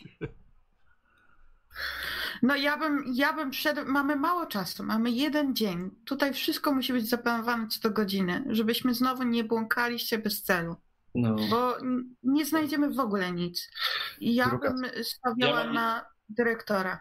S5: No ja bym, ja bym przed... Mamy mało czasu, mamy jeden dzień. Tutaj wszystko musi być zaplanowane co do godziny, żebyśmy znowu nie błąkali się bez celu.
S4: no.
S5: Bo n- nie znajdziemy w ogóle nic. I ja
S3: Druga-
S5: bym stawiała
S6: Ja mam-
S5: na dyrektora.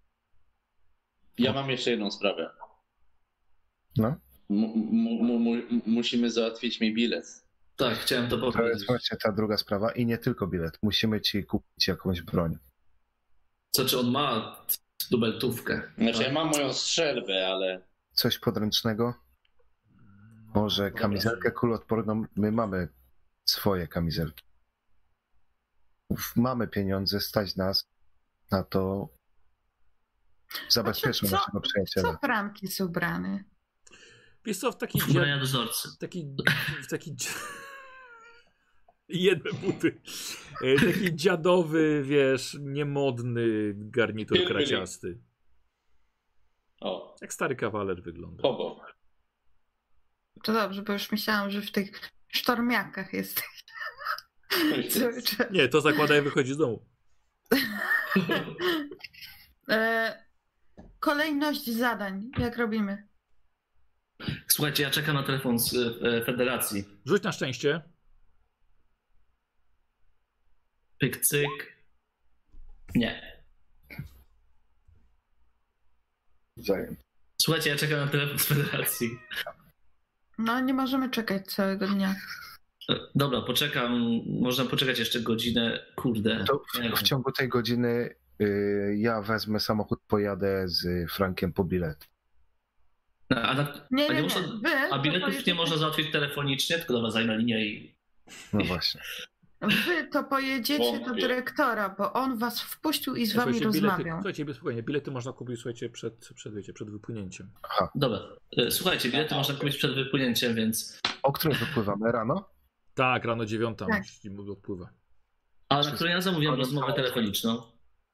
S6: Ja mam jeszcze jedną sprawę.
S3: No.
S6: M- m- m- m- musimy załatwić mi bilet.
S4: Tak, chciałem to
S3: To jest
S4: powiedzieć.
S3: właśnie ta druga sprawa i nie tylko bilet. Musimy ci kupić jakąś broń.
S4: Znaczy on ma dubeltówkę.
S6: Znaczy
S4: tak?
S6: ja mam moją strzelbę, ale
S3: Coś podręcznego? Może kamizelkę kuloodporną? My mamy swoje kamizelki. Uf, Mamy pieniądze, stać nas na to. zabezpieczą
S5: Co-
S3: naszego przyjaciela.
S5: Co Frank jest ubrany?
S2: Wiesz co, w taki
S4: Ubrania
S2: dzia...
S4: dozorcy.
S2: taki, w taki jedne buty. E, Taki dziadowy, wiesz, niemodny garnitur
S6: Byli, byli.
S2: kraciasty.
S6: O,
S2: Jak stary kawaler wygląda.
S6: Bobo.
S5: To dobrze, bo już myślałam, że w tych sztormiakach jest. Cały czas.
S2: Nie, to zakłada i wychodzi z domu.
S5: E, Kolejność zadań. Jak robimy?
S4: Słuchajcie, ja czekam na telefon z e, Federacji.
S2: Rzuć na szczęście.
S4: Pyk, cyk. Nie.
S3: Wzajem.
S4: Słuchajcie, ja czekam na telefon z Federacji.
S5: No, nie możemy czekać całego dnia.
S4: E, Dobra, poczekam. Można poczekać jeszcze godzinę. Kurde.
S3: To
S4: nie wiem.
S3: w, w ciągu tej godziny y, ja wezmę samochód, pojadę z Frankiem po bilet.
S4: No, a, na,
S5: Nie,
S4: a,
S5: nie,
S4: nie
S5: nie.
S4: można,
S5: Wy,
S4: a
S5: to
S4: biletów
S5: pojedziecie-
S4: nie można załatwić telefonicznie, tylko dobra, zajmę linię i...
S3: No właśnie.
S5: Wy to pojedziecie do
S6: Wątpię.
S5: dyrektora, bo on was wpuścił i z wami
S2: Słuchajcie, bilety,
S5: rozmawiał.
S2: słuchajcie, spokojnie, bilety można kupić, słuchajcie, przed, przed, wiecie, przed wypłynięciem.
S4: Dobra, e, słuchajcie, bilety można kupić przed wypłynięciem, więc...
S3: O której wypływamy? Rano?
S2: Tak, rano dziewiąta,
S5: Tak.
S2: jeśli mówię, odpływa.
S4: Ale na której ja zamówiłem rozmowę telefoniczną,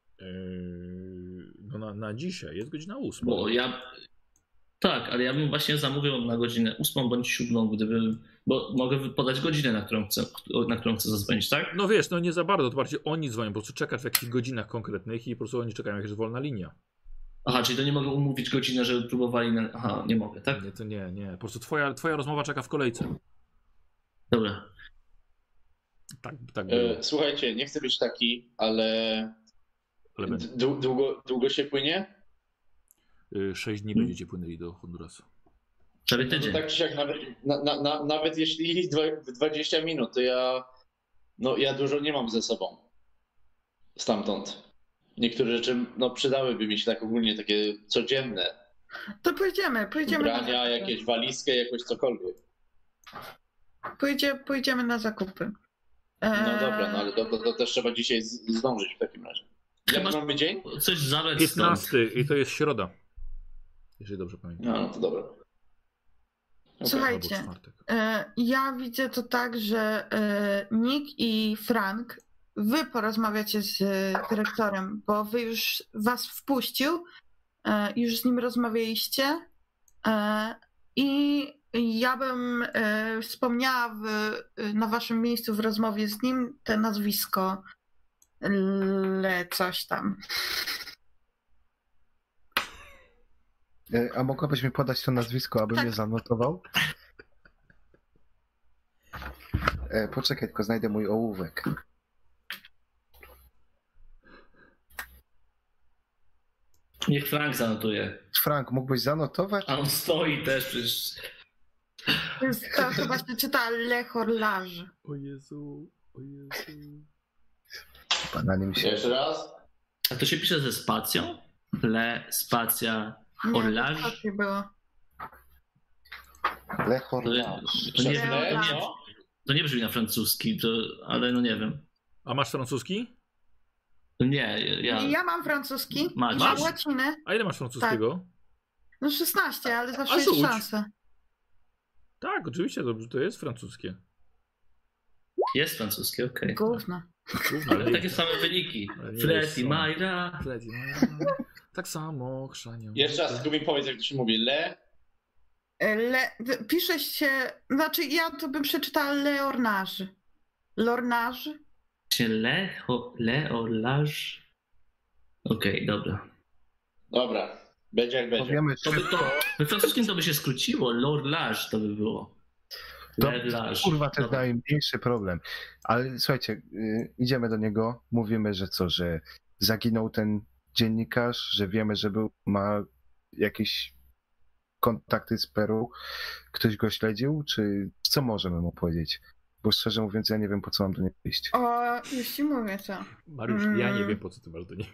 S2: Yy, no na, na dzisiaj jest godzina ósma.
S4: bo ja... Tak, ale ja bym właśnie zamówił na godzinę ósmą bądź siódmą, gdybym... Bo mogę podać godzinę, na którą chcę, na którą chcę zadzwonić, tak?
S2: No wiesz, no nie za bardzo, to bardziej oni dzwonią, po prostu czekać w jakichś godzinach konkretnych i po prostu oni czekają, jak jest wolna linia.
S4: Aha, czyli to nie mogę umówić godzinę, żeby próbowali na... Aha, nie mogę, tak?
S2: Nie, to nie, nie, po prostu twoja, twoja rozmowa czeka w kolejce.
S4: Dobra.
S2: Tak, tak było,
S6: E, słuchajcie, nie chcę być taki, ale
S2: ale będzie.
S6: d- długo, długo się płynie?
S2: Yy, Sześć dni będziecie płynęli do Hondurasu.
S4: Prawie
S6: No
S4: tydzień.
S6: tak czy siak, nawet, na, na, na, nawet jeśli dwa- dwadzieścia minut, to ja, no, ja dużo nie mam ze sobą stamtąd. Niektóre rzeczy no, przydałyby mi się tak ogólnie takie codzienne.
S5: To pójdziemy, pójdziemy na
S6: Ubrania,
S5: zakupy.
S6: jakieś walizkę, jakoś cokolwiek.
S5: Pójdzie, pójdziemy na zakupy. E,
S6: No dobra, no ale to, to, to też trzeba dzisiaj z- zdążyć w takim razie. Jak
S4: Chyba-
S6: mamy dzień?
S4: Coś zabrać stąd.
S2: piętnasty i to jest środa. Jeżeli dobrze pamiętam.
S6: No, no to dobra. Okay.
S5: Słuchajcie,
S2: Albo czwartek.
S5: e, ja widzę to tak, że e, Nick i Frank, wy porozmawiacie z e, dyrektorem, bo wy już was wpuścił, e, już z nim rozmawialiście e, i ja bym e, wspomniała w, na waszym miejscu w rozmowie z nim te nazwisko Le coś tam.
S3: Y, A mogłabyś mi podać to nazwisko, abym
S5: Tak.
S3: je zanotował? E, Poczekaj, tylko znajdę mój ołówek.
S4: Niech Frank zanotuje.
S3: Frank, mógłbyś zanotować?
S4: A on stoi też przecież.
S5: To, jest, to chyba się czyta Le Horlage.
S2: O Jezu, o Jezu.
S3: Na nim się...
S6: Jeszcze raz?
S4: A to się pisze ze spacją? Le, spacja,
S5: Nie,
S4: Horlage?
S5: to takie było.
S3: Le
S4: To,
S3: Horlage.
S4: to, nie,
S6: Przez
S4: to,
S6: le,
S4: nie,
S6: co?
S4: to nie brzmi na francuski, to, ale no nie wiem.
S2: A masz francuski?
S4: Nie, ja...
S5: Ja mam francuski,
S4: Masz?
S5: mam
S2: Masz?
S5: łacinę.
S2: A ile masz francuskiego?
S5: No szesnaście, ale zawsze
S2: A
S5: jest
S2: rzuć.
S5: szansa.
S2: Tak, oczywiście, dobrze, to jest francuskie.
S4: Jest francuski, okej.
S5: Gówno.
S2: Gówno,
S4: Ale takie same wyniki.
S2: Ale nie
S4: Fred
S2: jest
S4: i
S2: są.
S4: Majra.
S2: Freddy, no, tak samo, chrzanią.
S6: Jeszcze raz, tylko mi powiedz, jak to się mówi. Le?
S5: Le, pisze się, znaczy ja to bym przeczytała Leornage. Lornage?
S4: Czy Le, ho, le Horlage? Okej, dobra.
S6: Dobra, będzie jak będzie.
S3: Powiemy
S4: To by
S3: szybko.
S4: to, we francuskim to by się skróciło. L'Horlage to by było.
S3: To,
S4: L'Horlage.
S3: kurwa, to
S4: Dobra.
S3: daje mniejszy problem. Ale słuchajcie, y, idziemy do niego, mówimy, że co, że zaginął ten dziennikarz, że wiemy, że był, ma jakieś kontakty z Peru, ktoś go śledził, czy co możemy mu powiedzieć? Bo szczerze mówiąc, ja nie wiem, po co mam do niego iść.
S5: O, już ci mówię co.
S2: Mariusz, ja nie
S5: Mm.
S2: wiem, po co ty masz do niego.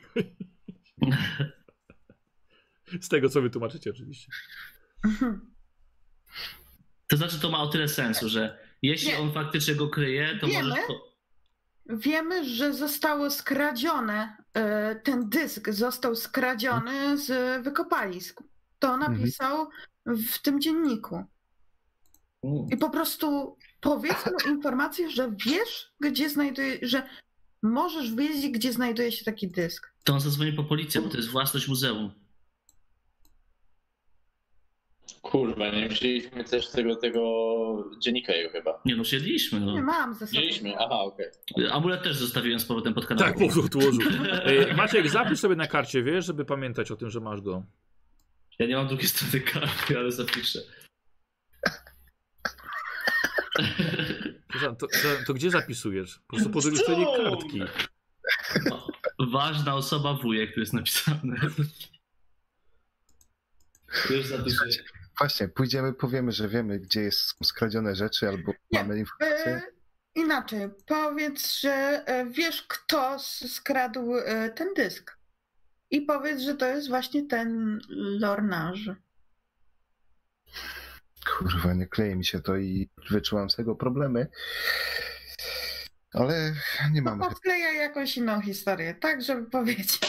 S2: Z tego, co wy tłumaczycie oczywiście.
S4: To znaczy to ma o tyle sensu, że jeśli
S5: Nie.
S4: on faktycznie go kryje, to
S5: Wiemy.
S4: możesz... Po...
S5: Wiemy, że zostało skradzione e, ten dysk został skradziony z wykopalisk. To napisał w tym dzienniku. I po prostu powiedz mu informację, że wiesz, gdzie znajduje, że możesz wiedzieć, gdzie znajduje się taki dysk.
S4: To on zadzwoni po policję, bo to jest własność muzeum.
S6: Kurwa, nie wzięliśmy też tego, tego dziennika jego chyba.
S4: Nie no, siedliśmy. No.
S5: Nie mam ze sobą.
S6: Wzięliśmy, aha, okej. Okay.
S4: Amulet też zostawiłem z powrotem pod kanałem.
S2: Tak, po prostu ułożył. E, Maciek, zapisz sobie na karcie, wiesz, żeby pamiętać o tym, że masz go.
S4: Ja nie mam drugiej strony karty, ale zapiszę.
S2: To, to, to gdzie zapisujesz? Po prostu po drugiej stronie kartki.
S4: No, ważna osoba wujek, tu jest napisane. Już zapiszę.
S3: Właśnie, pójdziemy, powiemy, że wiemy, gdzie jest skradzione rzeczy, albo
S5: Nie,
S3: mamy informacje.
S5: E, inaczej, powiedz, że e, wiesz, kto s- skradł e, ten dysk. I powiedz, że to jest właśnie ten Lornage.
S3: Kurwa, nie klei mi się to i wyczułam z tego problemy. Ale nie
S5: No
S3: mamy.
S5: podklejaj jakąś inną historię, tak, żeby powiedział.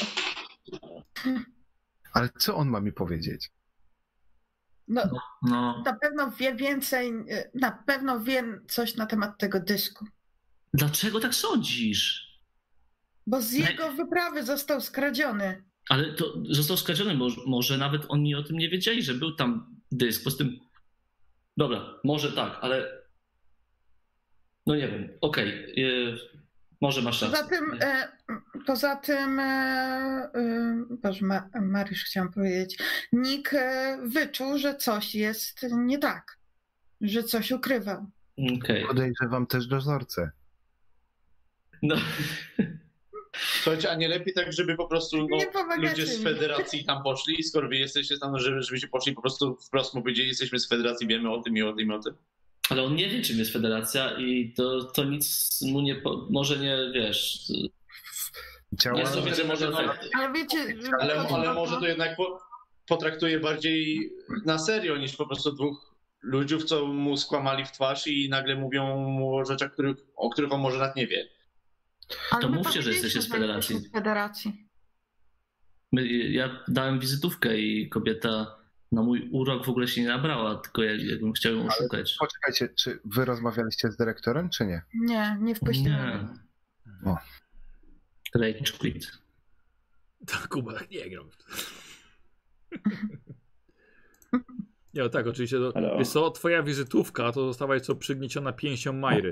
S3: Ale co on ma mi powiedzieć?
S5: No,
S4: No,
S5: na pewno wie więcej, e, na pewno wie coś na temat tego dysku.
S4: dlaczego tak sądzisz?
S5: Bo z jego wyprawy został skradziony.
S4: Ale to został skradziony, bo może nawet oni o tym nie wiedzieli, że był tam dysk. Poza tym, dobra, może tak, ale no nie wiem, okej, okay. Może masz rację.
S5: Poza tym, e, poza tym, e, e, Boże, Ma, Mariusz chciałam powiedzieć, Nick e, wyczuł, że coś jest nie tak, że coś ukrywał.
S4: Okay.
S3: Podejrzewam też dozorcę.
S4: No.
S6: Słuchajcie, a nie lepiej tak, żeby po prostu no,
S5: Nie pomagacie
S6: ludzie z
S5: mi.
S6: federacji tam poszli, skoro wy jesteście tam, żeby, żebyście poszli po prostu wprost mu powiedzieli, jesteśmy z federacji, wiemy o tym i o tym i o tym.
S4: Ale on nie wie, czym jest federacja i to, to nic mu nie, po, może nie, wiesz...
S3: Działa...
S6: Nie sądzę, że może no,
S5: Ale wiecie,
S6: ale,
S5: chodzi
S6: ale
S5: o
S6: może to jednak po, potraktuje bardziej na serio niż po prostu dwóch ludzi, co mu skłamali w twarz i nagle mówią mu o rzeczach, których, o których on może nawet nie wie.
S5: Ale
S4: To
S5: my
S4: mówcie, że
S5: powiedzieliśmy,
S4: jesteście z federacji.
S5: jesteśmy z federacji.
S4: My, ja dałem wizytówkę i kobieta na mój urok w ogóle się nie nabrała, tylko ja, jakbym chciał ją oszukać.
S3: Poczekajcie, czy wy rozmawialiście z dyrektorem, czy nie?
S5: Nie, nie wpuściłem.
S4: Nie.
S3: O.
S4: Rage quit.
S2: Tak, Kuba, nie gram. Nie, no tak, oczywiście. To,
S6: Hello.
S2: wiesz co, twoja wizytówka to została co przygnieciona pięścią Majry.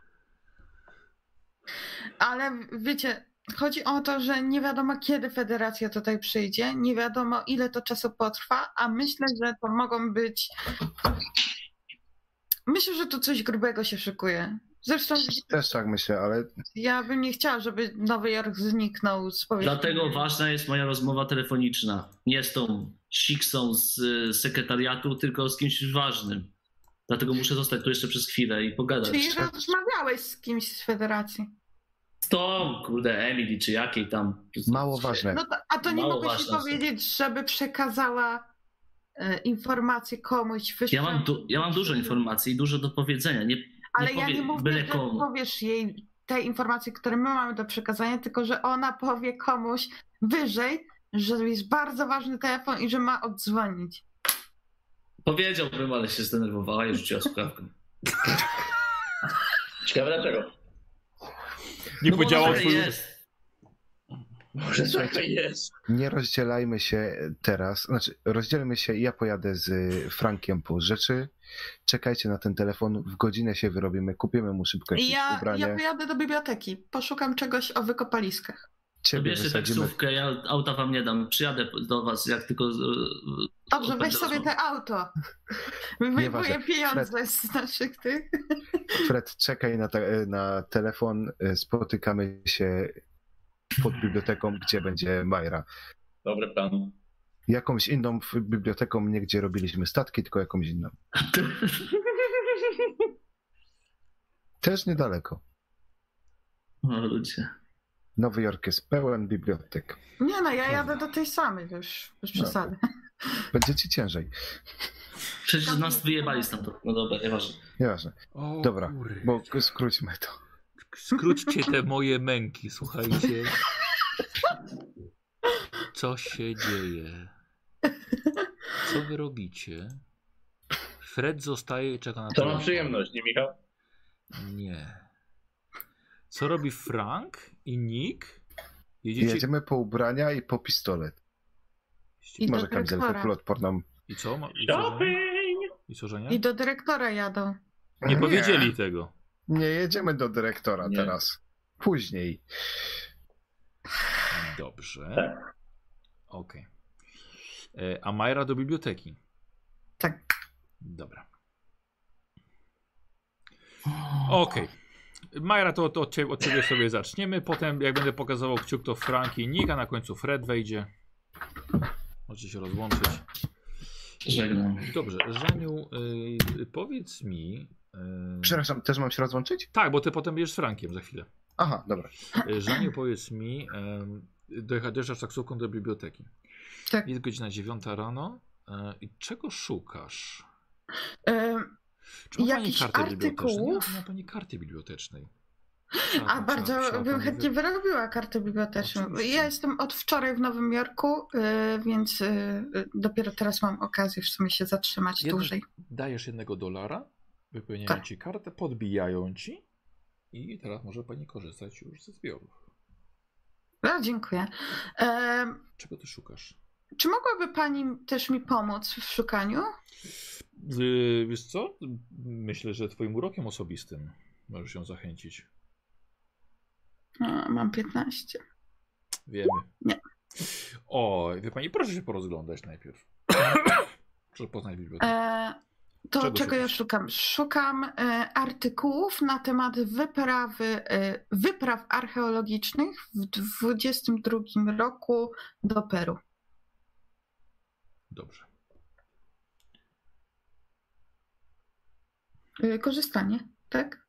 S5: Ale wiecie, chodzi o to, że nie wiadomo kiedy federacja tutaj przyjdzie, nie wiadomo ile to czasu potrwa, a myślę, że to mogą być... Myślę, że tu coś grubego się szykuje. Zresztą
S3: Też tak myślę, ale
S5: ja bym nie chciała, żeby Nowy Jork zniknął z powierzchni.
S4: Dlatego ważna jest moja rozmowa telefoniczna. Nie z tą siksą z y, sekretariatu, tylko z kimś ważnym. Dlatego muszę zostać tu jeszcze przez chwilę i pogadać.
S5: Czyli rozmawiałeś z kimś z federacji.
S4: Z tą, kurde, Emily, czy jakiej tam.
S3: mało ważne.
S5: No to, a to nie
S4: Mało
S5: mogłeś
S4: ważne
S5: mi powiedzieć, żeby przekazała e, informacje komuś wyższemu?
S4: Ja mam, du- ja mam dużo informacji i dużo do powiedzenia. Nie,
S5: Ale
S4: nie
S5: ja
S4: powie,
S5: nie mówię,
S4: byle
S5: że
S4: komu.
S5: powiesz jej te informacje, które my mamy do przekazania, tylko że ona powie komuś wyżej, że jest bardzo ważny telefon i że ma oddzwonić.
S4: Powiedziałbym, ale się zdenerwowała i rzuciła słuchawkę.
S6: Ciekawe dlaczego.
S2: Nie
S4: No bo
S2: powiedziała o
S4: może
S2: twoim...
S4: jest.
S6: Może tak jest.
S3: Nie rozdzielajmy się teraz, znaczy rozdzielmy się i ja pojadę z Frankiem po rzeczy. Czekajcie na ten telefon, w godzinę się wyrobimy, kupimy mu szybko
S5: I
S3: jakieś
S5: ja,
S3: ubranie.
S5: ja pojadę do biblioteki, poszukam czegoś o wykopaliskach.
S3: Ciebie
S4: Bierzcie
S3: wysadzimy.
S4: taksówkę, ja auta wam nie dam. Przyjadę do was, jak tylko... e,
S5: Dobrze, weź
S4: odbędę
S5: sobie
S4: rozmowę.
S5: te auto. Wyjmuję
S3: Nieważne.
S5: pieniądze z naszych tych.
S3: Fred, czekaj na, te, na telefon, spotykamy się pod biblioteką, gdzie będzie Majra.
S6: Dobry plan.
S3: Jakąś inną biblioteką, nie gdzie robiliśmy statki, tylko jakąś inną. Też niedaleko.
S4: O ludzie.
S3: Nowy Jork jest pełen bibliotek.
S5: Nie no, ja jadę do tej samej, już bez
S3: No.
S5: przesady.
S3: Będzie ci ciężej.
S4: Przecież nas wyjebali stamtąd. No dobra, nieważne.
S3: Nieważne.
S2: O,
S3: Dobra,
S2: kury.
S3: bo skróćmy to.
S2: Skróćcie te moje męki, słuchajcie. Co się dzieje? Co wy robicie? Fred zostaje i czeka na
S6: To
S2: telefon.
S6: mam przyjemność, nie Michał?
S2: Nie. Co robi Frank i Nick? Jedziecie...
S3: Jedziemy po ubrania i po pistolet.
S5: I
S3: Może
S5: do
S3: kamizelkę
S5: dyrektora.
S3: kuloodporną.
S2: I co? Ma- I co, Żenia?
S6: Shopping!
S2: I co, Żenia?
S5: I do dyrektora jadą.
S2: Nie powiedzieli tego.
S3: Nie jedziemy do dyrektora
S6: Nie.
S3: teraz. Później.
S2: Dobrze.
S6: Tak.
S2: Okej. Okay. A Majra do biblioteki.
S5: Tak.
S2: Dobra. Okej. Okay. Majra, to, to od, ciebie, od ciebie sobie zaczniemy. Potem, jak będę pokazywał kciuk, to Frank i Nick, a na końcu Fred wejdzie. Możecie się rozłączyć.
S4: Żegnam.
S2: Dobrze, Żaniu, yy, powiedz mi... Yy...
S3: Przepraszam, też mam się rozłączyć?
S2: Tak, bo ty potem będziesz z Frankiem za chwilę.
S3: Aha, dobra.
S2: Yy, Żaniu, powiedz mi, yy, dojeżdżasz taksówką do biblioteki.
S5: Tak.
S2: Jest godzina dziewiąta rano. Yy, I czego szukasz?
S5: Ym,
S2: Czy ma pani
S5: Jakichś
S2: kartę biblioteczną? Nie
S5: artykułów?
S2: ma pani karty bibliotecznej.
S5: A
S2: Trzeba-
S5: bardzo
S2: trzeba- trzeba
S5: bym
S2: pani
S5: chętnie
S2: wy-
S5: wyrobiła kartę biblioteczną.
S2: Oczywiście.
S5: Ja jestem od wczoraj w Nowym Jorku, yy, więc yy, dopiero teraz mam okazję w sumie się zatrzymać
S2: Jedno-
S5: dłużej.
S2: Dajesz jednego dolara, wypełniają
S5: Tak.
S2: ci kartę, podbijają ci i teraz może pani korzystać już ze zbiorów.
S5: No, dziękuję. Ym,
S2: Czego ty szukasz?
S5: czy mogłaby pani też mi pomóc w szukaniu?
S2: Yy, wiesz co? Myślę, że twoim urokiem osobistym możesz ją zachęcić.
S5: No, mam piętnaście.
S2: Wiemy.
S5: Nie.
S2: O, wie pani, proszę się porozglądać najpierw. Proszę poznać bibliotekę.
S5: E, to
S2: Czego
S5: czego ja
S2: szukasz?
S5: szukam? Szukam e, artykułów na temat wyprawy, e, wypraw archeologicznych w dwudziestym drugim roku do Peru.
S2: Dobrze.
S5: E, korzystanie, tak?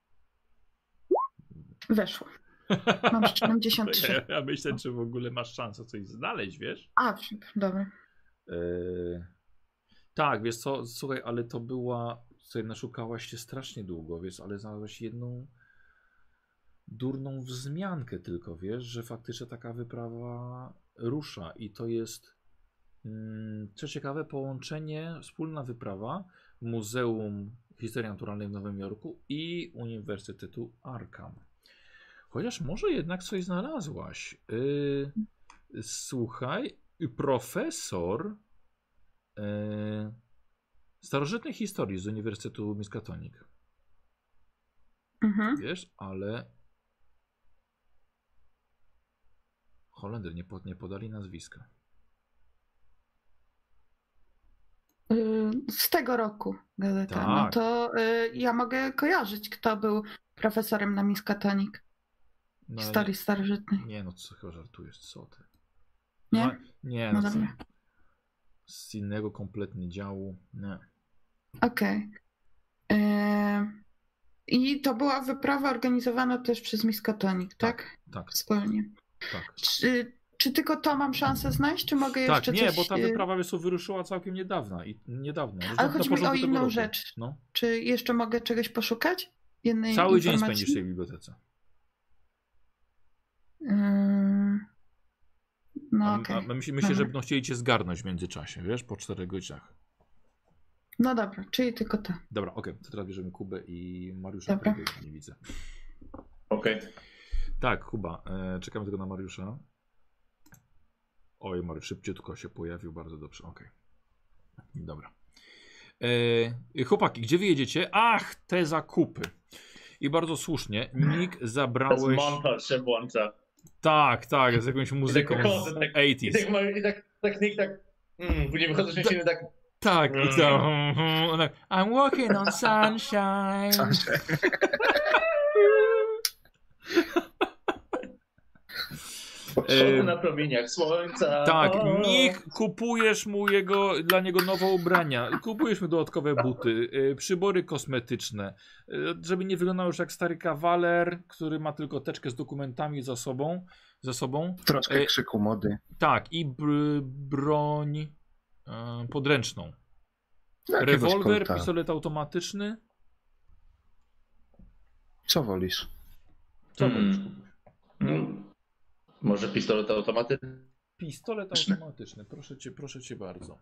S5: Weszło. Mam siedemdziesiąt trzy.
S2: Ja myślę, czy w ogóle masz szansę coś znaleźć, wiesz?
S5: A, dobra.
S2: Yy, tak, wiesz co, słuchaj, ale to była, słuchaj, naszukałaś się strasznie długo, wiesz, ale znalazłaś jedną durną wzmiankę tylko, wiesz, że faktycznie taka wyprawa rusza i to jest, mm, co ciekawe, połączenie, wspólna wyprawa Muzeum Historii Naturalnej w Nowym Jorku i Uniwersytetu Arkham. Chociaż może jednak coś znalazłaś. Yy, słuchaj, profesor yy, starożytnej historii z Uniwersytetu Miskatonic.
S5: Mhm.
S2: Wiesz, ale Holender nie, pod, nie podali nazwiska.
S5: E, z tego roku gazeta.
S2: Tak.
S5: No to e, ja mogę kojarzyć, kto był profesorem na Miskatonic.
S2: No,
S5: Historii starożytnej.
S2: nie, nie, no co chyba żartujesz, co ty?
S5: Nie?
S2: No, nie,
S5: No
S2: no, co?
S5: dobra.
S2: Z innego kompletnie działu. Nie.
S5: Okej. E, I to była wyprawa organizowana też przez Miskatonic, tak?
S2: Tak,
S5: Wspólnie.
S2: tak.
S5: Czy, czy tylko to mam szansę znaleźć, czy mogę
S2: Tak,
S5: jeszcze
S2: nie,
S5: coś...
S2: bo ta
S5: e,
S2: wyprawa wiesz, co, wyruszyła całkiem niedawna i niedawno. już
S5: Ale
S2: na-
S5: chodzi
S2: na
S5: mi o
S2: początku tego
S5: inną
S2: roku.
S5: rzecz.
S2: No.
S5: Czy jeszcze mogę czegoś poszukać? Jednej
S2: Cały dzień
S5: informacji?
S2: spędzisz w tej bibliotece.
S5: Yy, No
S2: A,
S5: okej.
S2: a myśl, myślę, że
S5: Dobra.
S2: będą chcieli cię zgarnąć w międzyczasie, wiesz, po czterech godzinach.
S5: No dobra, czyli tylko to.
S2: Dobra, okej, to teraz bierzemy Kubę i Mariusza,
S5: Dobra.
S2: którego nie widzę.
S6: Okej.
S2: Tak, Kuba, e, czekamy tylko na Mariusza. Oj, Mariusz szybciutko się pojawił, bardzo dobrze, okej. Dobra. E, chłopaki, gdzie wy jedziecie? Ach, te zakupy. I bardzo słusznie, Nick,
S6: Teraz
S2: zabrałeś...
S6: montaż się włącza.
S2: Tak, tak, z jakąś muzyką
S6: wychodzę,
S2: z
S6: tak- I
S2: osiemdziesiątych.
S6: tak, ma- i tak, tak, Nick tak, mm, później wychodzę z mieściny tak,
S2: Tak, i
S6: Mm.
S2: to, ona, I'm walking on sunshine.
S6: Schody
S2: Em,
S6: na promieniach słońca.
S2: Tak,
S6: O.
S2: Nick, kupujesz mu jego, dla niego nowe ubrania, kupujesz mu dodatkowe buty, y, przybory kosmetyczne, y, żeby nie wyglądał już jak stary kawaler, który ma tylko teczkę z dokumentami za sobą, za sobą.
S3: Troszkę
S2: E,
S3: krzyku mody.
S2: Tak, i br broń y, podręczną.
S3: Jakiegoś
S2: Rewolwer,
S3: kolta.
S2: pistolet automatyczny.
S3: Co wolisz?
S2: Co
S6: Mm.
S2: wolisz kupić?
S6: Mm. Może pistolet automatyczny?
S2: Pistolet automatyczny, proszę cię, proszę cię bardzo.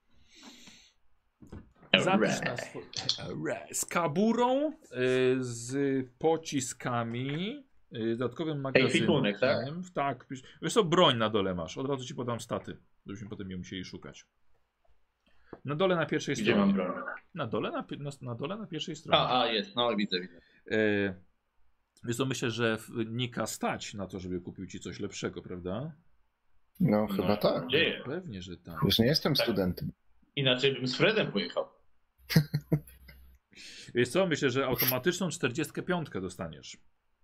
S2: Zapisz na swój... Z kaburą, z pociskami, dodatkowym magazynem.
S6: Ekwipunek, tak?
S2: Tak. Wiesz co, broń na dole masz. Od razu ci podam staty, żebyśmy potem nie musieli szukać. Na dole na pierwszej
S6: Gdzie
S2: stronie.
S6: mam broń?
S2: Na dole na, na, na dole na pierwszej stronie.
S6: A, a jest, no widzę, widzę.
S2: E, więc to myślę, że Nika stać na to, żeby kupił ci coś lepszego, prawda?
S3: No, chyba
S6: No,
S3: tak.
S6: Dzieje.
S2: Pewnie, że tak.
S3: Już nie jestem
S6: Tak.
S3: studentem.
S6: Inaczej bym z Fredem pojechał.
S2: Wiesz co, myślę, że automatyczną czterdziestkę pięć dostaniesz.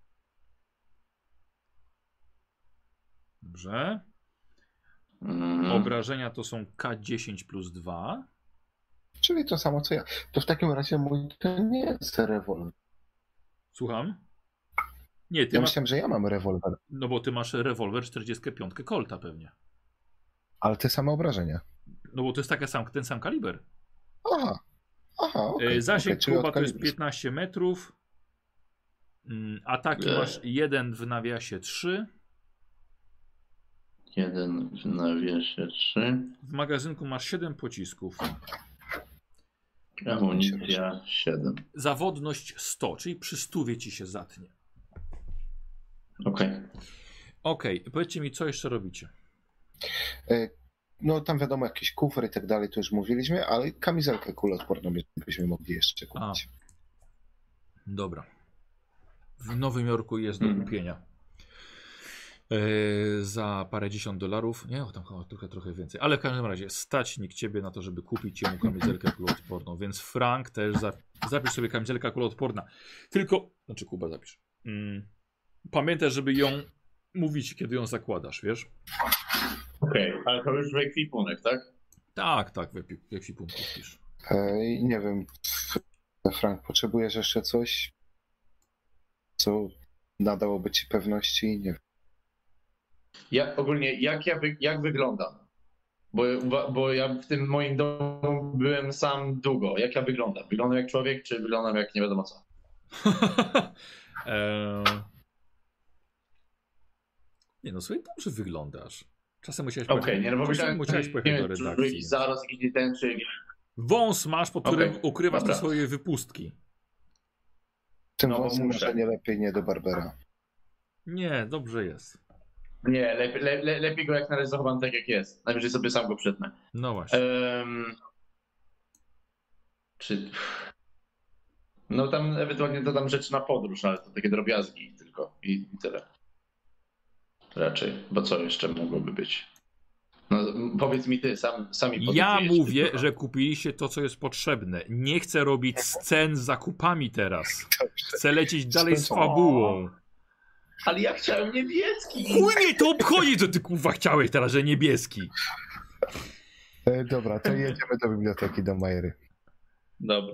S2: Dobrze.
S6: Mm.
S2: Obrażenia to są K dziesięć plus dwa.
S3: Czyli to samo co ja. To w takim razie mój to nie jest rewolwer.
S2: Słucham? Nie, ty
S3: Ja
S2: masz...
S3: myślałem, że ja mam rewolwer,
S2: No bo ty masz rewolwer czterdziestkę pięć Colta pewnie.
S3: ale te same obrażenia.
S2: No bo to jest taka sam, ten sam kaliber.
S3: Aha. Aha, okay,
S2: E, Zasięg
S3: okay, czyli
S2: kluba
S3: od
S2: to jest
S3: kalibru.
S2: piętnaście metrów. Mm, Ataki
S6: Ech.
S2: masz jeden w nawiasie trzy.
S6: Jeden w nawiasie trzy.
S2: W magazynku masz siedem pocisków.
S6: Amunicja siedem.
S2: Zawodność sto, czyli przy stówie ci się zatnie.
S6: Okej.
S2: Okej, okay, powiedzcie mi, co jeszcze robicie?
S3: E, No tam wiadomo, jakiś kufer i tak dalej, to już mówiliśmy, ale kamizelkę kuloodporną byśmy mogli jeszcze kupić.
S2: Dobra. W Nowym Jorku jest do
S6: Mhm.
S2: kupienia. Yy, za parę dziesiąt dolarów. Nie, o, tam chyba trochę, trochę więcej. Ale w każdym razie stać nikt ciebie na to, żeby kupić jemu kamizelkę kuloodporną. Więc Frank też za, zapisz sobie kamizelka kuloodporna. Tylko, znaczy Kuba zapisz. Mm, pamiętaj, żeby ją mówić, kiedy ją zakładasz, wiesz?
S6: Okej, okay. Ale to już w ekwipunek, tak?
S2: Tak, tak, w epi- w ekwipunku pisz.
S3: E, nie wiem, Frank, potrzebujesz jeszcze coś, co nadałoby ci pewności? Nie wiem.
S6: Jak, ogólnie, jak ja wy, jak wyglądam? Bo, bo ja w tym moim domu byłem sam długo. Jak ja wyglądam? Wyglądam jak człowiek, czy wyglądam jak nie wiadomo co?
S2: eee... Nie no, słuchaj, dobrze wyglądasz. Czasem musiałeś
S6: Okej,
S2: pojechać,
S6: nie no bo
S2: czasem
S6: myślałem,
S2: musiałeś pojechać
S6: nie
S2: do
S6: wiem, czy
S2: redakcji.
S6: zaraz idzie ten, czy...
S2: Wąs masz, pod którym
S6: Okej,
S2: ukrywasz te
S6: dobra.
S2: swoje wypustki.
S3: Tym
S6: No, bo
S3: wąsem
S6: muszę.
S3: może nie lepiej nie do Barbera.
S2: Nie, dobrze jest.
S6: Nie, lepiej, le, le, lepiej go jak na razie zachowam tak jak jest. Najwyżej sobie sam go przetnę.
S2: No właśnie.
S6: Um, czy... No tam ewentualnie dodam rzeczy na podróż, ale to takie drobiazgi tylko i, i tyle. Raczej, bo co jeszcze mogłoby być? No powiedz mi ty, sam, sami
S2: Ja
S6: podecydujesz,
S2: mówię,
S6: tylko.
S2: że kupiliście to, co jest potrzebne. Nie chcę robić scen z zakupami teraz. Chcę lecieć dalej z fabułą.
S6: Ale ja chciałem niebieski!
S2: Chuj mnie to obchodzi, co ty kurwa chciałeś teraz, że niebieski.
S3: E, dobra, to jedziemy do biblioteki, do Majery.
S6: Dobra.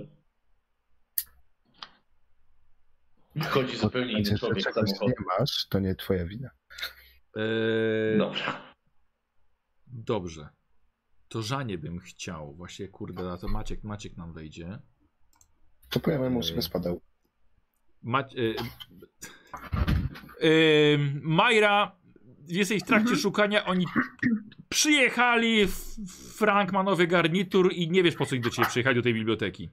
S6: Wchodzi zupełnie inny
S3: Że
S6: człowiek
S3: czegoś
S6: samochodu.
S3: nie masz, to nie twoja wina.
S2: Eee,
S6: Dobra.
S2: Dobrze. To Żanie bym chciał. Właśnie, kurde, a to Maciek, Maciek nam wejdzie.
S3: To powiemy mu,
S2: Eee.
S3: żeby spadał.
S2: Mac... Yy... Yy... Majra, jesteś w trakcie
S5: Mhm.
S2: szukania. Oni przyjechali. F- Frank ma nowy garnitur i nie wiesz, po co ich do ciebie przyjechali do tej biblioteki.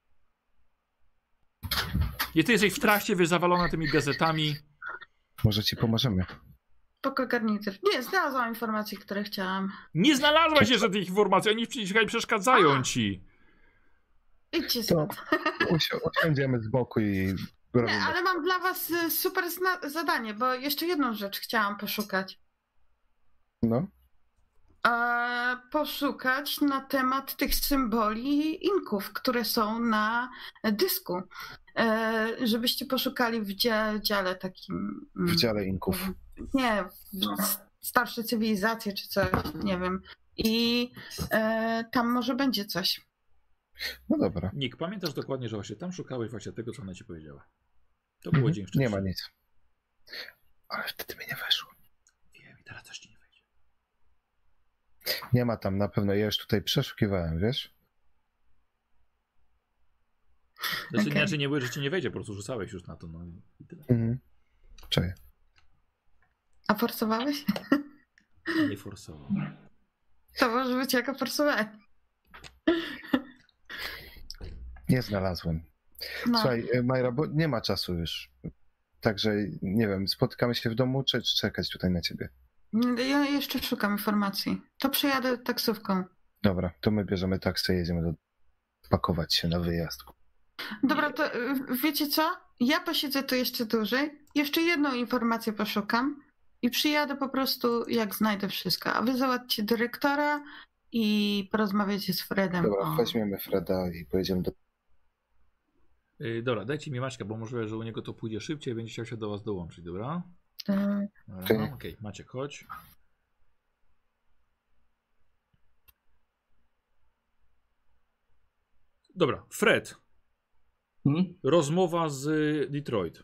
S2: I ty jesteś w trakcie, wiesz, zawalona tymi gazetami.
S3: Może ci pomożemy.
S5: Spoko garnitur. Nie, znalazłam informacje, które chciałam.
S2: Nie znalazłaś jeszcze tych informacji. Oni przyjechali, przeszkadzają
S5: A.
S2: ci.
S5: Idźcie
S3: To
S5: stąd.
S3: usi- usiądziemy z boku i
S5: Nie,
S3: robimy.
S5: ale mam dla was y, super zna- zadanie, bo jeszcze jedną rzecz chciałam poszukać.
S3: No,
S5: E, poszukać na temat tych symboli inków, które są na dysku. E, żebyście poszukali w dzia- dziale takim...
S3: w
S5: mm,
S3: dziale inków.
S5: Nie, w s- starsze cywilizacje czy coś, nie wiem. I e, tam może będzie coś.
S3: No dobra,
S2: Nick, pamiętasz dokładnie, że właśnie tam szukałeś właśnie tego, co ona ci powiedziała. To było
S3: Mhm,
S2: dzień wcześniej.
S3: nie ma nic. Ale wtedy mi nie weszło.
S2: Wiem, i teraz coś ci nie wejdzie.
S3: Nie ma tam na pewno, ja już tutaj przeszukiwałem, wiesz?
S2: Znaczy,
S5: Okej.
S2: inaczej nie było, że ci nie wejdzie, po prostu rzucałeś już na to. No i tyle.
S3: Mhm. Cześć.
S5: A forsowałeś?
S2: Nie forsował.
S5: To może być jako forsowanie.
S3: Nie znalazłem.
S5: No.
S3: Słuchaj, Majra, bo nie ma czasu już. Także, nie wiem, spotykamy się w domu, czy, czy czekać tutaj na ciebie?
S5: Ja jeszcze szukam informacji. To przyjadę taksówką.
S3: Dobra, to my bierzemy taksę, jedziemy do... pakować się na wyjazd.
S5: Dobra, to y, wiecie co? Ja posiedzę tu jeszcze dłużej. Jeszcze jedną informację poszukam i przyjadę po prostu, jak znajdę wszystko. A wy załatwcie dyrektora i porozmawiacie z Fredem.
S3: Dobra,
S5: o...
S3: weźmiemy Freda i pojedziemy do...
S2: Yy, dobra, dajcie mi Maćka, bo możliwe, że u niego to pójdzie szybciej, będzie chciał się do was dołączyć, dobra?
S5: Y,
S2: Dobra,
S3: Okej.
S2: Okej, okay. Maciek, chodź. Dobra, Fred.
S4: Hmm?
S2: Rozmowa z Detroit.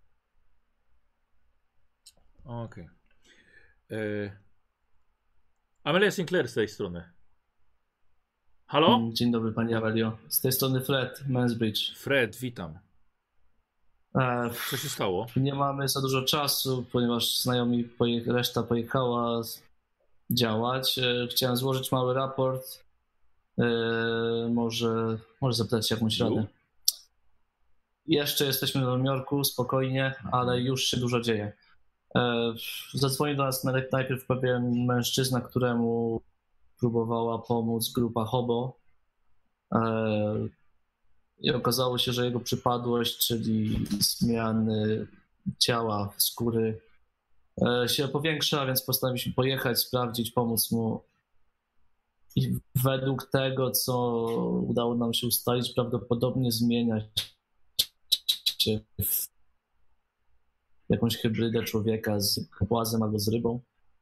S2: Okej. Okay. Amelia Sinclair z tej strony. Halo?
S4: Dzień dobry, pani Amelio. Z tej strony Fred, Mansbridge.
S2: Fred, witam.
S4: E,
S2: Co się stało?
S4: nie mamy za dużo czasu, ponieważ znajomi, poje, reszta pojechała działać. E, chciałem złożyć mały raport. E, może, może zapytać jakąś radę. Jeszcze jesteśmy w Nowym Jorku, spokojnie, ale już się dużo dzieje. E, zadzwonił do nas najpierw pewien mężczyzna, któremu próbowała pomóc grupa Hobo. E, I okazało się, że jego przypadłość, czyli zmiany ciała, skóry, e, się powiększa, więc postanowiliśmy pojechać, sprawdzić, pomóc mu. I według tego, co udało nam się ustalić, prawdopodobnie zmienia się w jakąś hybrydę człowieka z płazem albo z rybą.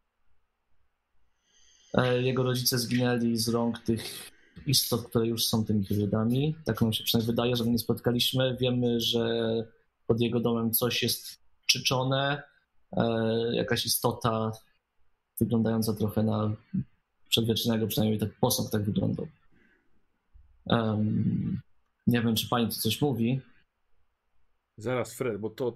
S4: Jego rodzice zginęli z rąk tych istot, które już są tymi hybrydami. Tak nam się przynajmniej wydaje, że my nie spotkaliśmy. Wiemy, że pod jego domem coś jest czyczone. Jakaś istota wyglądająca trochę na przedwiecznego, przynajmniej tak posąg tak wyglądał. Um, nie wiem, czy pani tu coś mówi.
S2: Zaraz, Fred, bo to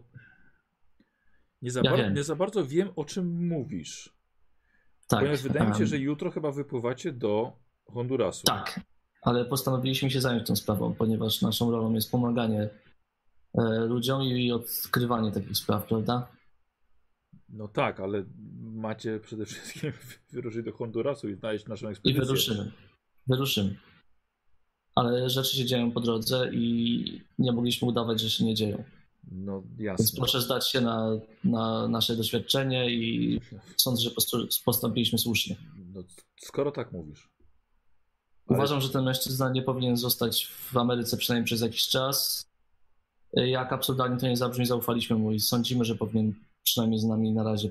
S2: nie za,
S4: Ja
S2: bar-
S4: wiem.
S2: nie za bardzo wiem, o czym mówisz.
S4: Tak.
S2: Ponieważ wydaje mi się,
S4: um,
S2: że jutro chyba wypływacie do Hondurasu.
S4: Tak, ale postanowiliśmy się zająć tą sprawą, ponieważ naszą rolą jest pomaganie e, ludziom i odkrywanie takich spraw, prawda?
S2: No tak, ale macie przede wszystkim wyruszyć do Hondurasu i znaleźć naszą
S4: I
S2: ekspedycję.
S4: wyruszymy. Wyruszymy. Ale rzeczy się dzieją po drodze i nie mogliśmy udawać, że się nie dzieją.
S2: No
S4: Więc
S2: jasne.
S4: proszę zdać się na, na nasze doświadczenie i sądzę, że postu- postąpiliśmy słusznie.
S2: No, skoro tak mówisz. Ale-
S4: Uważam, że ten mężczyzna nie powinien zostać w Ameryce przynajmniej przez jakiś czas. Jak absurdalnie to nie zabrzmi, zaufaliśmy mu i sądzimy, że powinien przynajmniej z nami na razie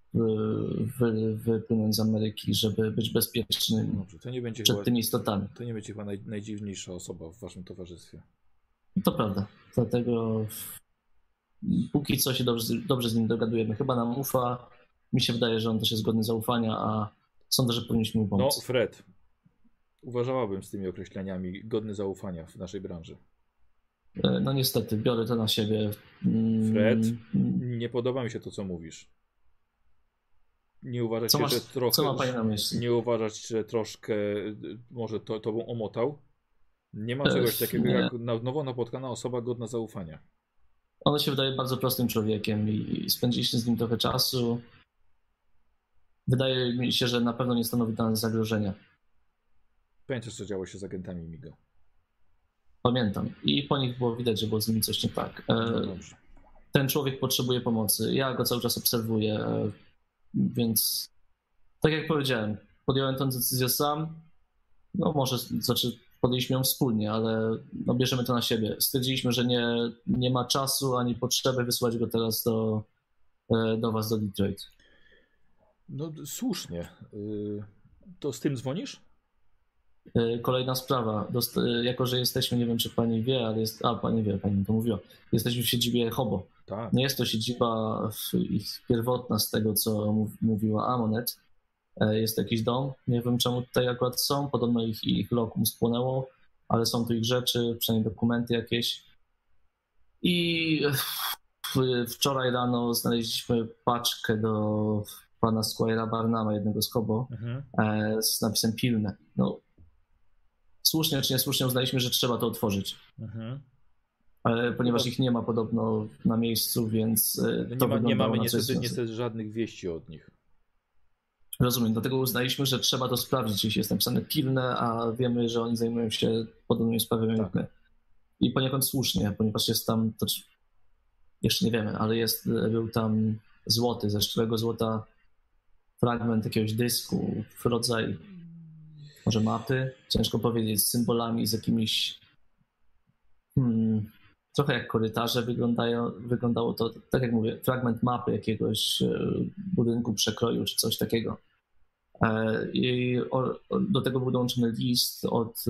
S4: wy, wypłynąć z Ameryki, żeby być bezpieczny
S2: Dobrze, to nie będzie
S4: przed
S2: chyba,
S4: tymi istotami.
S2: to nie będzie chyba naj, najdziwniejsza osoba w waszym towarzystwie.
S4: To prawda. Dlatego póki co się dobrze, dobrze z nim dogadujemy. Chyba nam ufa. Mi się wydaje, że on też jest godny zaufania, a sądzę, że powinniśmy mu
S2: No,
S4: pomóc.
S2: Fred, uważałabym z tymi określeniami godny zaufania w naszej branży.
S4: No niestety, biorę to na siebie. Mm,
S2: Fred, nie podoba mi się to, co mówisz. Nie uważać,
S4: Co,
S2: się,
S4: masz,
S2: że trochę,
S4: co ma pani na myśli?
S2: nie uważać, że troszkę może to, tobą omotał? Nie ma
S4: E,
S2: czegoś takiego
S4: nie.
S2: jak na, nowo napotkana osoba godna zaufania.
S4: On się wydaje bardzo prostym człowiekiem i spędziliśmy z nim trochę czasu. Wydaje mi się, że na pewno nie stanowi dla nas zagrożenia.
S2: Pamiętasz, co działo się z agentami Migo?
S4: Pamiętam. I po nich było widać, że było z nimi coś nie tak. E,
S2: No dobrze.
S4: Ten człowiek potrzebuje pomocy. Ja go cały czas obserwuję, e, więc tak jak powiedziałem, podjąłem tę decyzję sam. No może, znaczy podjęliśmy ją wspólnie, ale no, bierzemy to na siebie. Stwierdziliśmy, że nie, nie ma czasu ani potrzeby wysłać go teraz do, e, do was, do Detroit.
S2: No słusznie. Yy, to z tym dzwonisz?
S4: E, Kolejna sprawa. Dost, e, jako, że jesteśmy, nie wiem czy pani wie, ale jest, a pani wie, pani mi to mówiła, jesteśmy w siedzibie Hobo.
S2: Tak.
S4: Nie jest to siedziba w- ich pierwotna z tego, co mów, mówiła Amonet. E, Jest jakiś dom, nie wiem czemu tutaj akurat są, podobno ich, ich lokum spłonęło, ale są tu ich rzeczy, przynajmniej dokumenty jakieś. I wczoraj rano znaleźliśmy paczkę do pana Squire'a Barnama, jednego z Kobo,
S2: Mhm.
S4: e, z napisem pilne. No, słusznie czy niesłusznie uznaliśmy, że trzeba to otworzyć.
S2: Mhm.
S4: E, ponieważ ich nie ma podobno na miejscu, więc e,
S2: No
S4: to
S2: nie, ma, nie
S4: wyglądało
S2: mamy
S4: na coś
S2: niestety,
S4: związane.
S2: niestety żadnych wieści od nich.
S4: Rozumiem, dlatego uznaliśmy, że trzeba to sprawdzić, jeśli jest napisane pilne, a wiemy, że oni zajmują się podobnymi sprawami jak my. I poniekąd słusznie, ponieważ jest tam, to jeszcze nie wiemy, ale jest, był tam złoty, ze szczerego złota fragment jakiegoś dysku, rodzaj może mapy, ciężko powiedzieć, z symbolami, z jakimiś hmm, trochę jak korytarze wyglądają, wyglądało to, tak jak mówię, fragment mapy jakiegoś budynku przekroju czy coś takiego. I do tego był dołączony list od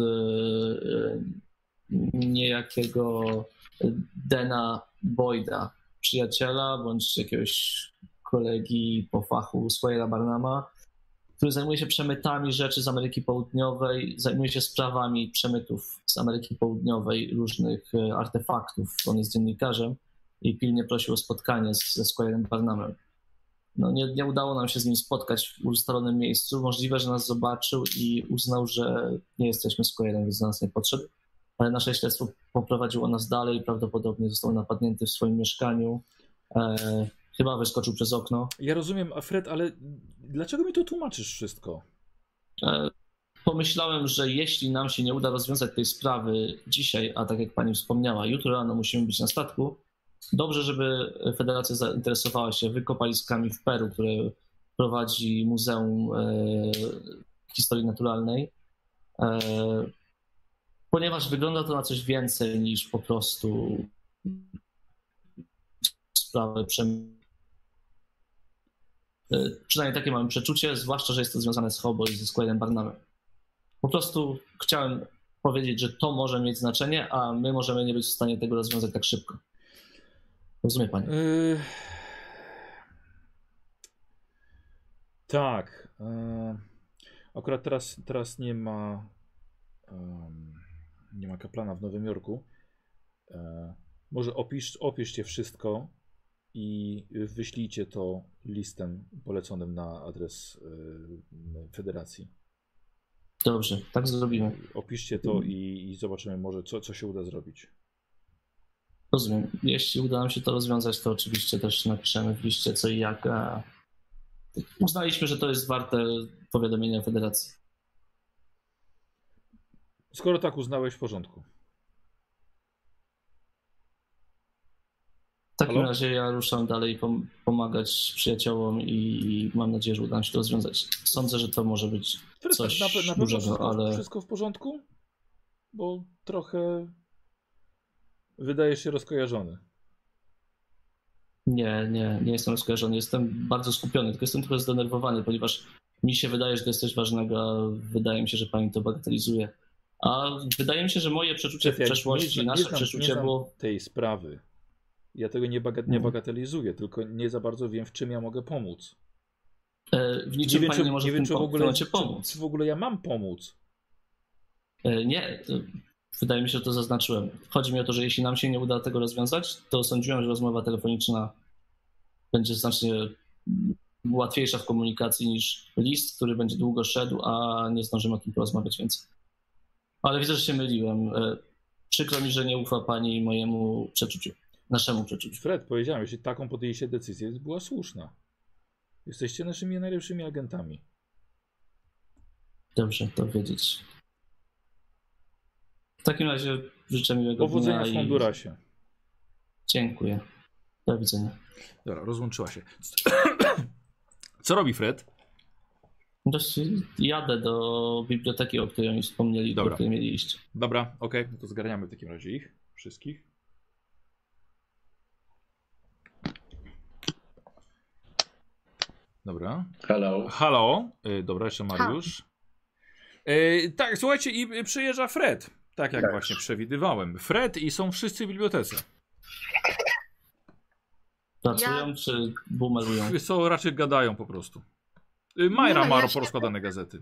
S4: niejakiego Dana Boyda, przyjaciela bądź jakiegoś kolegi po fachu Squire'a Barnama, który zajmuje się przemytami rzeczy z Ameryki Południowej, zajmuje się sprawami przemytów z Ameryki Południowej, różnych artefaktów. On jest dziennikarzem i pilnie prosił o spotkanie z, ze Squire'em Barnamem. No nie, nie udało nam się z nim spotkać w ustalonym miejscu. Możliwe, że nas zobaczył i uznał, że nie jesteśmy Squire'em, więc do nas nie podszedł. Ale nasze śledztwo poprowadziło nas dalej i prawdopodobnie został napadnięty w swoim mieszkaniu. E, chyba wyskoczył przez okno.
S2: Ja rozumiem, a Fred, ale dlaczego mi to tłumaczysz wszystko?
S4: E, pomyślałem, że jeśli nam się nie uda rozwiązać tej sprawy dzisiaj, a tak jak pani wspomniała, jutro rano musimy być na statku, dobrze, żeby Federacja zainteresowała się wykopaliskami w Peru, które prowadzi Muzeum e, Historii Naturalnej, e, ponieważ wygląda to na coś więcej niż po prostu sprawę przemysłu. E, przynajmniej takie mamy przeczucie, zwłaszcza, że jest to związane z Hobo i ze Squire'em Barnamem. Po prostu chciałem powiedzieć, że to może mieć znaczenie, a my możemy nie być w stanie tego rozwiązać tak szybko. Rozumie pani?
S2: Yy... Tak. Yy... Akurat teraz, teraz nie ma um, nie ma kaplana w Nowym Jorku. Yy... Może opisz, opiszcie wszystko i wyślijcie to listem poleconym na adres yy, Federacji.
S4: Dobrze, tak zrobimy.
S2: Opiszcie to i, i zobaczymy może co, co się uda zrobić.
S4: Rozumiem. Jeśli uda nam się to rozwiązać, to oczywiście też napiszemy w liście co i jak. A uznaliśmy, że to jest warte powiadomienia Federacji.
S2: Skoro tak uznałeś, w porządku.
S4: W takim
S2: Halo?
S4: razie ja ruszam dalej pom- pomagać przyjaciołom i mam nadzieję, że uda nam się to rozwiązać. Sądzę, że to może być
S2: Fred,
S4: coś
S2: na, pe- na pewno
S4: dużego,
S2: wszystko,
S4: ale...
S2: wszystko w porządku? Bo trochę wydajesz się rozkojarzony.
S4: Nie, nie, nie jestem rozkojarzony. Jestem bardzo skupiony, tylko jestem trochę zdenerwowany, ponieważ mi się wydaje, że to jest coś ważnego, a wydaje mi się, że pani to bagatelizuje. A wydaje mi się, że moje przeczucie w
S2: Fred, ja
S4: przeszłości,
S2: nie,
S4: nasze
S2: nie znam,
S4: przeczucie
S2: nie znam
S4: było...
S2: tej sprawy. Ja tego nie, baga- nie bagatelizuję, tylko nie za bardzo wiem, w czym ja mogę pomóc.
S4: W niczym
S2: nie wiem,
S4: pani
S2: czy,
S4: nie może
S2: nie
S4: w
S2: wiem,
S4: tym
S2: czy w ogóle,
S4: czy, pomóc.
S2: Czy, czy w ogóle ja mam pomóc.
S4: Nie, wydaje mi się, że to zaznaczyłem. Chodzi mi o to, że jeśli nam się nie uda tego rozwiązać, to sądziłem, że rozmowa telefoniczna będzie znacznie łatwiejsza w komunikacji niż list, który będzie długo szedł, a nie zdążymy o tym porozmawiać więcej. Ale widzę, że się myliłem. Przykro mi, że nie ufa pani mojemu przeczuciu, naszemu przeczuciu.
S2: Fred, powiedziałem, jeśli taką podjęliście decyzję, była słuszna. Jesteście naszymi najlepszymi agentami.
S4: Dobrze to wiedzieć. W takim razie życzę miłego
S2: Powodzenia
S4: dnia
S2: w Hondurasie.
S4: I... Dziękuję. Do widzenia.
S2: Dobra, rozłączyła się. Co robi Fred?
S4: Dość jadę do biblioteki, o której oni wspomnieli,
S2: Dobra.
S4: do której mieli iść.
S2: Dobra, okej, okay. No to zgarniamy w takim razie ich, wszystkich. Dobra.
S6: Hello.
S2: Halo. Yy, dobra, jeszcze Mariusz. Yy, tak, słuchajcie, i przyjeżdża Fred. Tak jak
S3: Tak.
S2: właśnie przewidywałem. Fred i są wszyscy w bibliotece.
S4: Pracują
S5: Ja-
S4: czy bumelują?
S2: Wiesz co, raczej gadają po prostu. Yy, Majra
S5: Nie,
S2: ma
S5: ja się-
S2: porozkładane gazety.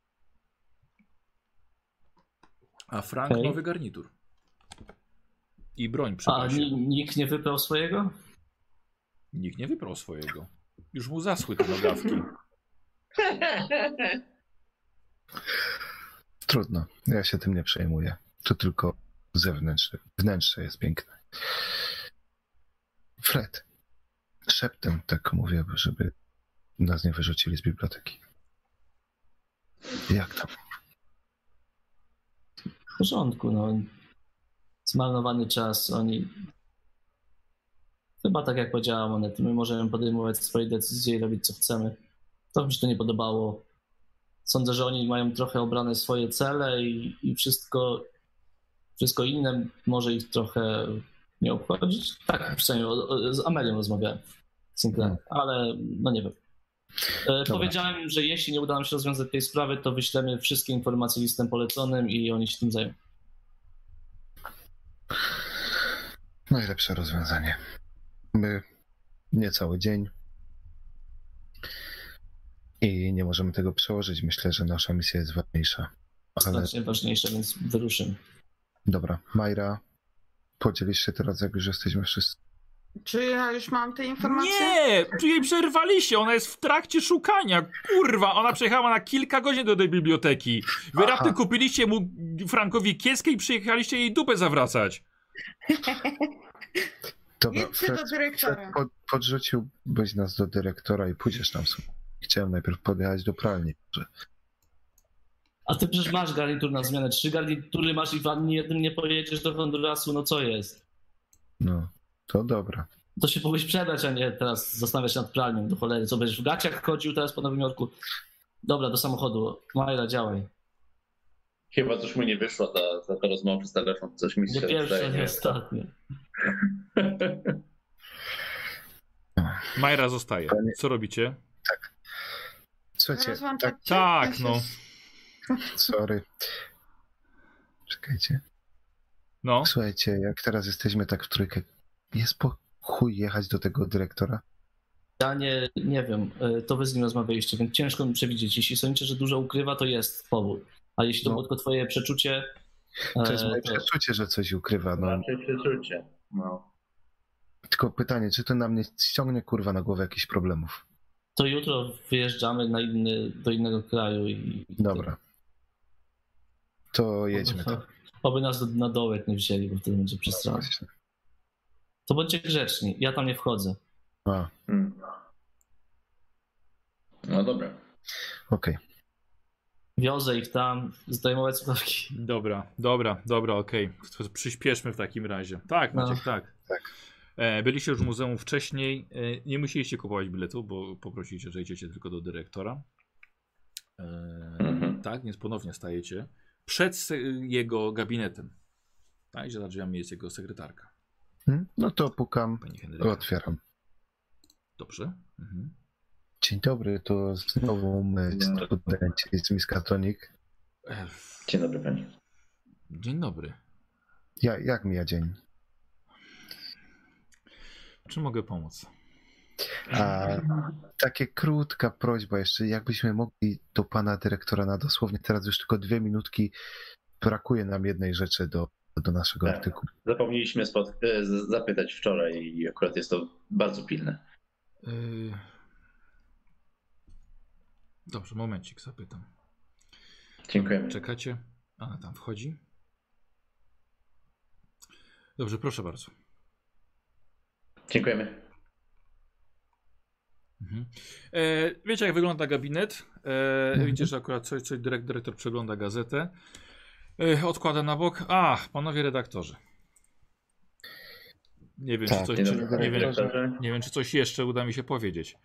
S2: A Frank
S4: Okej.
S2: nowy garnitur. I broń
S4: A
S2: przepraszam.
S4: ni- nikt nie wybrał swojego?
S2: Nikt nie wybrał swojego. Już mu zaschły te nogawki.
S3: Trudno, ja się tym nie przejmuję. To tylko zewnętrzne, wnętrze jest piękne. Fred, szeptem tak mówię, żeby nas nie wyrzucili z biblioteki. Jak tam?
S4: W porządku, no. Zmarnowany czas, oni... Chyba tak jak powiedziała Monet, my możemy podejmować swoje decyzje i robić co chcemy. To mi się to nie podobało. Sądzę, że oni mają trochę obrane swoje cele i, i wszystko, wszystko inne może ich trochę nie obchodzić. Tak, przynajmniej o, o, z Amelią rozmawiałem, Sinclair, ale no nie wiem. E, powiedziałem im, że jeśli nie uda nam się rozwiązać tej sprawy, to wyślemy wszystkie informacje listem poleconym i oni się tym zajmą.
S3: Najlepsze rozwiązanie. My nie cały dzień i nie możemy tego przełożyć. Myślę, że nasza misja jest ważniejsza. Ale...
S4: Znacznie ważniejsze, więc wyruszymy.
S3: Dobra, Majra, podzielisz się teraz, jak już jesteśmy wszyscy.
S5: Czy ja już mam te informacje?
S2: Nie! Tu jej przerwaliście, ona jest w trakcie szukania. Kurwa, ona przyjechała na kilka godzin do tej biblioteki. Wy raptem kupiliście mu Frankowi kieskę i przyjechaliście jej dupę zawracać.
S3: Dobra,
S5: Jedźcie
S3: Fred,
S5: do dyrektora.
S3: Fred, pod, podrzuciłbyś nas do dyrektora i pójdziesz tam sobie. Chciałem najpierw podjechać do pralni. Że...
S4: A ty przecież masz garnitur na zmianę. Trzy garnitury masz i w ani jednym nie pojedziesz do Hondurasu, no co jest?
S3: No, to dobra.
S4: To się mogłeś przebrać, a nie teraz zastanawiać się nad pralnią do cholery. Co, będziesz w gaciach chodził teraz po Nowym Jorku? Dobra, do samochodu. Majra, działaj.
S6: Chyba coś mu nie wyszło, ta, ta, ta rozmowa przez telefon. Coś mi się
S4: Nie pierwsze,
S6: wydaje,
S4: nie ostatnie.
S2: Majra zostaje. Co robicie?
S3: Słuchajcie,
S5: Rozłączać
S3: tak,
S5: się?
S2: Tak,
S5: Ja się-
S2: no.
S3: sorry. Czekajcie.
S2: No.
S3: Słuchajcie, jak teraz jesteśmy tak w trójkę, jest po chuj jechać do tego dyrektora?
S4: Ja nie, nie wiem, to wy z nim rozmawialiście, więc ciężko mi przewidzieć. Jeśli sądzicie, że dużo ukrywa, to jest powód. A jeśli to
S3: No.
S4: było tylko twoje przeczucie,
S3: To jest moje
S4: e, to,
S3: przeczucie, że coś ukrywa. No.
S6: Raczej przeczucie. No.
S3: Tylko pytanie, czy to nam nie ściągnie kurwa na głowę jakichś problemów?
S4: to jutro wyjeżdżamy na inny, do innego kraju. I,
S3: Dobra. To jedźmy tam.
S4: Oby nas do, na dołek nie wzięli, bo wtedy będzie przesrane.
S3: Właśnie.
S4: To bądźcie grzeczni, ja tam nie wchodzę.
S3: A,
S6: Hmm. No dobra.
S3: okej.
S4: Wiozę ich tam, zdejmować słuchawki.
S2: Dobra, dobra, dobra, okej. To Przyspieszmy w takim razie. Tak,
S4: No.
S2: Maciek, tak.
S3: Tak.
S2: E, byliście już w muzeum wcześniej. E, nie musieliście kupować biletu, bo poprosiliście, że idziecie tylko do dyrektora. E,
S6: Mhm.
S2: Tak, więc ponownie stajecie przed se- jego gabinetem. Tak, że za drzwiami jest jego sekretarka,
S3: Hmm? No to pukam,
S2: pani Henryka.
S3: otwieram.
S2: Dobrze. Mhm.
S3: Dzień dobry, to znowu my, studenci z Miskatonik.
S2: E,
S6: Dzień dobry pani.
S2: Dzień dobry.
S3: Ja, jak mija dzień?
S2: Czy mogę pomóc?
S3: A takie krótka prośba jeszcze, jakbyśmy mogli do pana dyrektora na dosłownie teraz już tylko dwie minutki, brakuje nam jednej rzeczy do, do naszego
S6: Tak.
S3: artykułu.
S6: Zapomnieliśmy spot- e, z- zapytać wczoraj i akurat jest to bardzo pilne.
S2: E, Dobrze, momencik, zapytam.
S6: Dziękujemy.
S2: Czekacie? Ona tam wchodzi. Dobrze, proszę bardzo.
S6: Dziękujemy.
S2: Mhm. E, wiecie, jak wygląda gabinet? E,
S3: Mhm.
S2: Widzicie, że akurat coś, coś dyrek, dyrektor przegląda gazetę. E, odkłada na bok. A, panowie redaktorzy. Nie wiem,
S3: Tak,
S2: czy coś,
S6: Dzień
S2: czy,
S6: dobry,
S2: nie,
S6: panie
S2: wiem,
S6: dyrektorze.
S2: nie wiem, czy coś jeszcze uda mi się powiedzieć.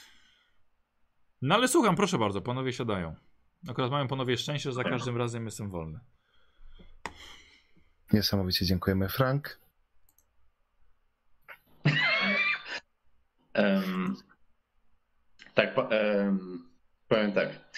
S2: No ale słucham, proszę bardzo, panowie siadają. Akurat mają panowie szczęście, że za każdym razem jestem wolny.
S3: Niesamowicie dziękujemy. Frank?
S6: Em, tak, po, em, powiem tak.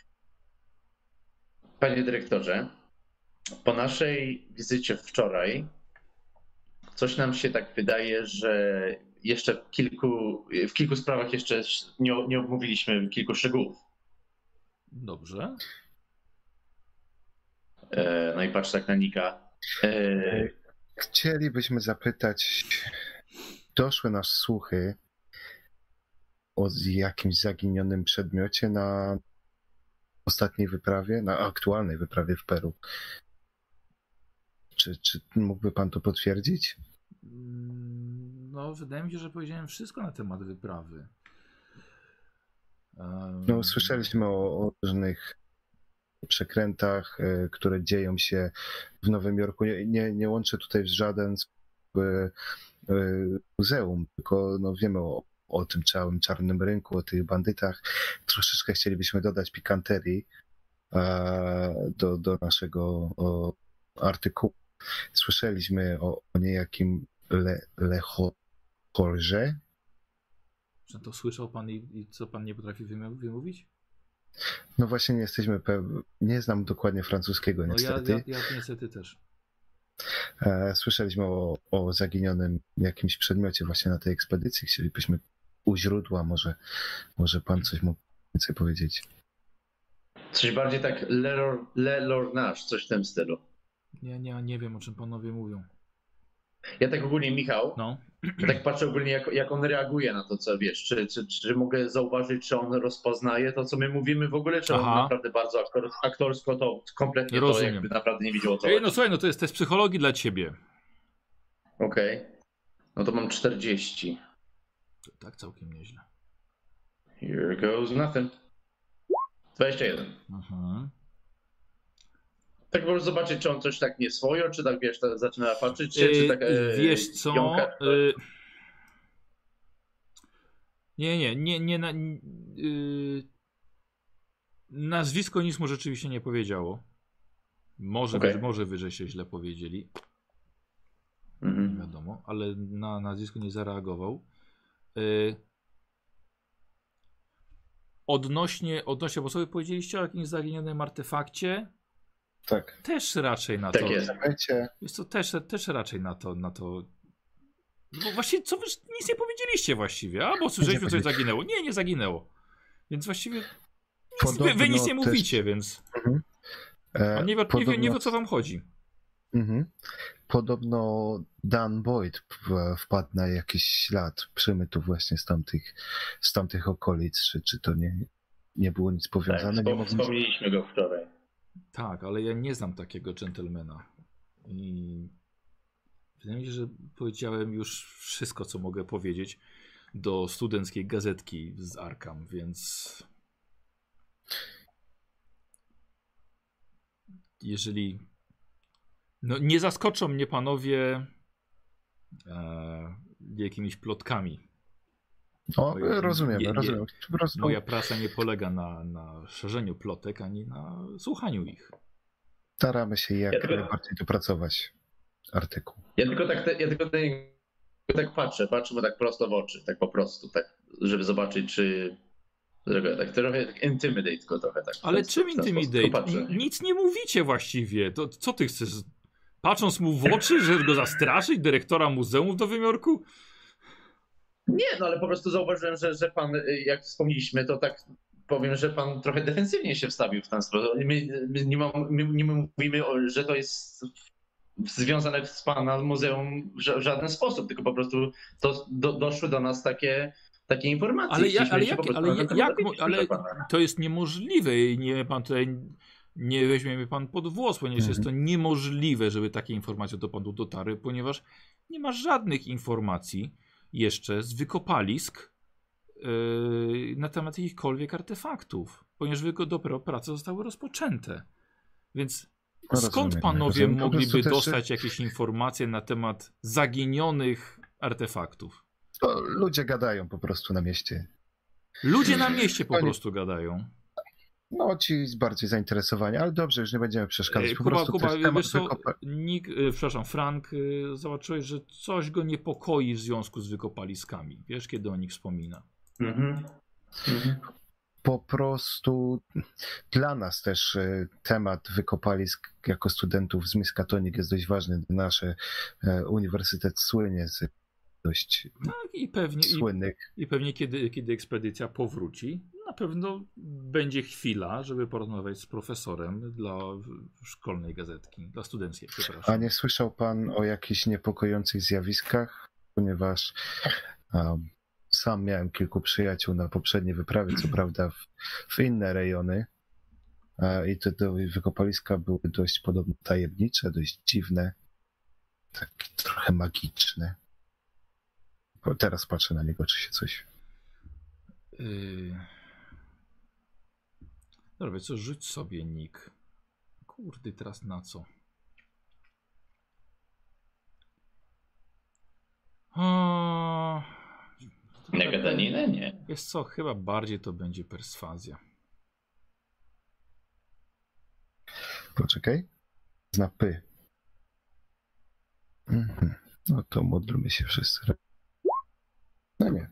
S6: Panie dyrektorze, po naszej wizycie wczoraj coś nam się tak wydaje, że jeszcze w kilku, w kilku sprawach jeszcze nie, nie omówiliśmy kilku szczegółów.
S2: Dobrze.
S6: E, no i patrz tak na Nika. E,
S3: Chcielibyśmy zapytać, doszły nas słuchy o jakimś zaginionym przedmiocie na ostatniej wyprawie, na aktualnej wyprawie w Peru. Czy, czy mógłby pan to potwierdzić?
S2: No, wydaje mi się, że powiedziałem wszystko na temat wyprawy. Um...
S3: No, słyszeliśmy o, o różnych przekrętach, y, które dzieją się w Nowym Jorku. Nie, nie, nie łączę tutaj w żaden y, y, muzeum, tylko no, wiemy o, o tym całym czarnym rynku, o tych bandytach. Troszeczkę chcielibyśmy dodać pikanterii y, do, do naszego o, artykułu. Słyszeliśmy o, o niejakim Le, Lechorze.
S2: Czy to słyszał pan i, i co pan nie potrafi wymówić?
S3: No właśnie nie jesteśmy pewni, nie znam dokładnie francuskiego niestety.
S2: No ja, ja, ja niestety też.
S3: Słyszeliśmy o, o zaginionym jakimś przedmiocie właśnie na tej ekspedycji. Chcielibyśmy u źródła, może, może pan coś mógł więcej powiedzieć.
S6: Coś bardziej tak Le, Le Lornage, coś w tym stylu.
S2: Nie, nie, nie wiem, o czym panowie mówią.
S6: Ja tak ogólnie, Michał,
S2: no.
S6: ja tak patrzę ogólnie, jak, jak on reaguje na to, co wiesz. Czy, czy, czy mogę zauważyć, czy on rozpoznaje to, co my mówimy w ogóle, czy
S2: Aha.
S6: on naprawdę bardzo aktor, aktorsko to kompletnie
S2: Rozumiem.
S6: to jakby naprawdę nie widział o co
S2: Ej,
S6: chodzi.
S2: no słuchaj, no to jest test psychologii dla ciebie.
S6: Okej. Okay. No to mam czterdzieści.
S2: To tak całkiem nieźle.
S6: Here goes nothing. dwadzieścia jeden.
S2: Mhm.
S6: Tak możesz zobaczyć, czy on coś tak nie swojo, czy tak wiesz, tak zaczyna patrzeć, czy, czy tak
S2: Yy, wiesz co?
S6: jąka,
S2: Yy... Nie, nie, nie, nie na... Yy... Nazwisko nic mu rzeczywiście nie powiedziało. Może,
S6: okay.
S2: wy, może wyżej się źle powiedzieli.
S6: Mhm.
S2: Nie wiadomo, ale na nazwisko nie zareagował. Yy... Odnośnie, odnośnie, bo sobie powiedzieliście o jakimś zaginionym artefakcie.
S3: Tak.
S2: Też raczej na
S6: tak
S2: to.
S6: Jest.
S2: Jest to też, też raczej na to, na to. Bo właściwie co wy nic nie powiedzieliście właściwie, a bo słyszeliśmy, coś zaginęło. Nie, nie zaginęło. Więc właściwie nic, wy, wy nic nie też... mówicie, więc. Mhm. E, a nie, wie, podobno... nie, wie, nie wie, o co wam chodzi.
S3: Mhm. Podobno Dan Boyd wpadł na jakiś ślad przemytu właśnie z tamtych, z tamtych okolic, czy, czy to nie, nie było nic powiązane?
S6: Tak,
S3: nie
S6: wspomnieliśmy go wczoraj.
S2: Tak, ale ja nie znam takiego dżentelmena. I wydaje mi się, że powiedziałem już wszystko, co mogę powiedzieć do studenckiej gazetki z Arkham, więc jeżeli no nie zaskoczą mnie panowie e, jakimiś plotkami.
S3: O, rozumiemy, nie, rozumiem.
S2: Po prostu... Moja praca nie polega na, na szerzeniu plotek, ani na słuchaniu ich.
S3: Staramy się jak
S6: ja tylko...
S3: najbardziej dopracować artykuł.
S6: Ja tylko tak, te, ja tylko te, tak patrzę, patrzę mu tak prosto w oczy, tak po prostu, tak, żeby zobaczyć, czy tak trochę tak intimidate go trochę tak.
S2: Ale czym intimidate? Nic nie mówicie właściwie. To co ty chcesz? Patrząc mu w oczy, żeby go zastraszyć, dyrektora muzeum w Nowym Jorku?
S6: Nie, no ale po prostu zauważyłem, że, że pan, jak wspomnieliśmy, to tak powiem, że pan trochę defensywnie się wstawił w ten sposób. My, my, nie, mam, my nie mówimy, że to jest związane z pana muzeum w żaden sposób, tylko po prostu to do, doszły do nas takie, takie informacje.
S2: Ale, ja, ale, jak, ale, jak, jak, ale to jest niemożliwe i nie pan tutaj nie weźmie mnie pan pod włos, ponieważ mhm. jest to niemożliwe, żeby takie informacje do panu dotarły, ponieważ nie ma żadnych informacji jeszcze z wykopalisk yy, na temat jakichkolwiek artefaktów, ponieważ dopiero prace zostały rozpoczęte. Więc
S3: no,
S2: skąd
S3: rozumiem,
S2: panowie
S3: rozumiem.
S2: mogliby dostać też... jakieś informacje na temat zaginionych artefaktów?
S3: To ludzie gadają po prostu na mieście.
S2: Ludzie na mieście po Oni... prostu gadają.
S3: No, ci bardziej zainteresowani, ale dobrze, już nie będziemy przeszkadzać. Po
S2: Kuba,
S3: prostu
S2: Kuba,
S3: temat
S2: wiesz co,
S3: wykopa...
S2: Nick, przepraszam, Frank, zobaczyłeś, że coś go niepokoi w związku z wykopaliskami. Wiesz, kiedy o nich wspomina.
S6: Mhm. Mhm.
S3: Po prostu dla nas też temat wykopalisk jako studentów z Miskatonic jest dość ważny. Nasz uniwersytet słynie z dość
S2: tak, i pewnie,
S3: słynnych.
S2: I, i pewnie kiedy, kiedy ekspedycja powróci, na pewno będzie chwila, żeby porozmawiać z profesorem dla szkolnej gazetki, dla studenckiej, przepraszam.
S3: A nie słyszał pan o jakichś niepokojących zjawiskach? Ponieważ um, sam miałem kilku przyjaciół na poprzedniej wyprawie, co prawda w, w inne rejony. A, I te do wykopaliska były dość podobno tajemnicze, dość dziwne, takie trochę magiczne. Bo teraz patrzę na niego, czy się coś...
S2: Yy... Dobra, co, rzuć sobie nick. Kurde, teraz na co? O...
S6: Na gadaninę? Nie.
S2: Wiesz co, chyba bardziej to będzie perswazja.
S3: Poczekaj. Zna py. Mhm. No to módlmy się wszyscy. No nie.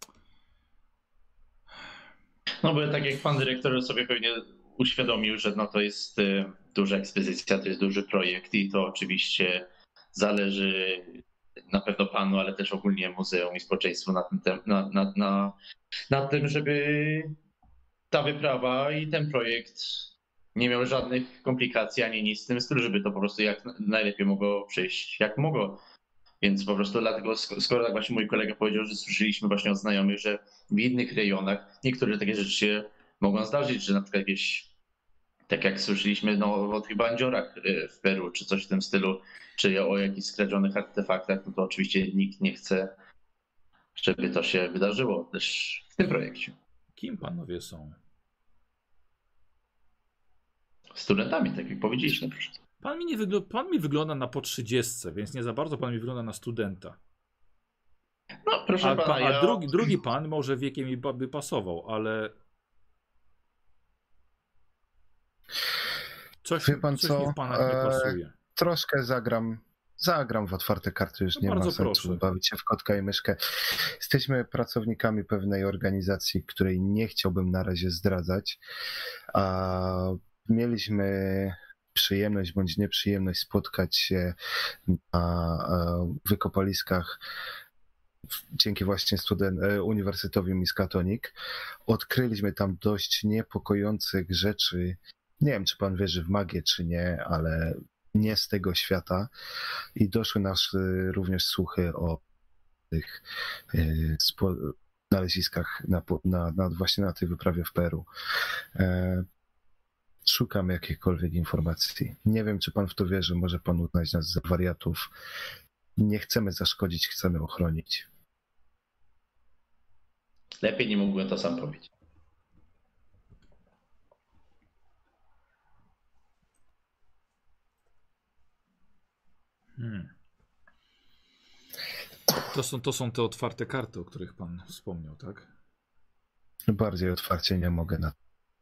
S6: No bo tak jak pan dyrektor sobie pewnie uświadomił, że no to jest y, duża ekspozycja, to jest duży projekt i to oczywiście zależy na pewno panu, ale też ogólnie muzeum i społeczeństwu na tym, tem- na, na, na, na tym, żeby ta wyprawa i ten projekt nie miał żadnych komplikacji ani nic w tym stylu, żeby to po prostu jak najlepiej mogło przejść, jak mogło. Więc po prostu dlatego, skoro tak właśnie mój kolega powiedział, że słyszeliśmy właśnie od znajomych, że w innych rejonach niektóre takie rzeczy się mogą zdarzyć, że na przykład jakieś, tak jak słyszeliśmy no, o tych bandziorach w Peru, czy coś w tym stylu, czy o jakichś skradzionych artefaktach, no to oczywiście nikt nie chce, żeby to się wydarzyło też w tym projekcie.
S2: Kim panowie są?
S6: Studentami, tak jak powiedzieliśmy. Proszę.
S2: Pan mi, nie wygl- pan mi wygląda na po trzydziestce, więc nie za bardzo pan mi wygląda na studenta.
S6: No proszę
S2: A,
S6: pana,
S2: pa, a
S6: ja...
S2: drugi, drugi pan może wiekiem mi by pasował, ale coś,
S3: Wie pan
S2: coś
S3: co?
S2: mi w panach nie pasuje.
S3: E, troszkę zagram, zagram w otwarte karty, już
S2: No
S3: nie ma
S2: bardzo
S3: sensu
S2: proszę.
S3: bawić się w kotka i myszkę. Jesteśmy pracownikami pewnej organizacji, której nie chciałbym na razie zdradzać. A mieliśmy przyjemność bądź nieprzyjemność spotkać się na wykopaliskach dzięki właśnie student, Uniwersytetowi Miskatonic. Odkryliśmy tam dość niepokojących rzeczy. Nie wiem, czy pan wierzy w magię, czy nie, ale nie z tego świata. I doszły nas również słuchy o tych spo- znaleziskach na, na, na, właśnie na tej wyprawie w Peru. Szukam jakichkolwiek informacji. Nie wiem, czy pan w to wierzy, może pan uznać nas za wariatów. Nie chcemy zaszkodzić, chcemy ochronić.
S6: Lepiej nie mógłbym to sam powiedzieć.
S2: Hmm. To są, to są te otwarte karty, o których pan wspomniał, tak?
S3: Bardziej otwarcie nie mogę na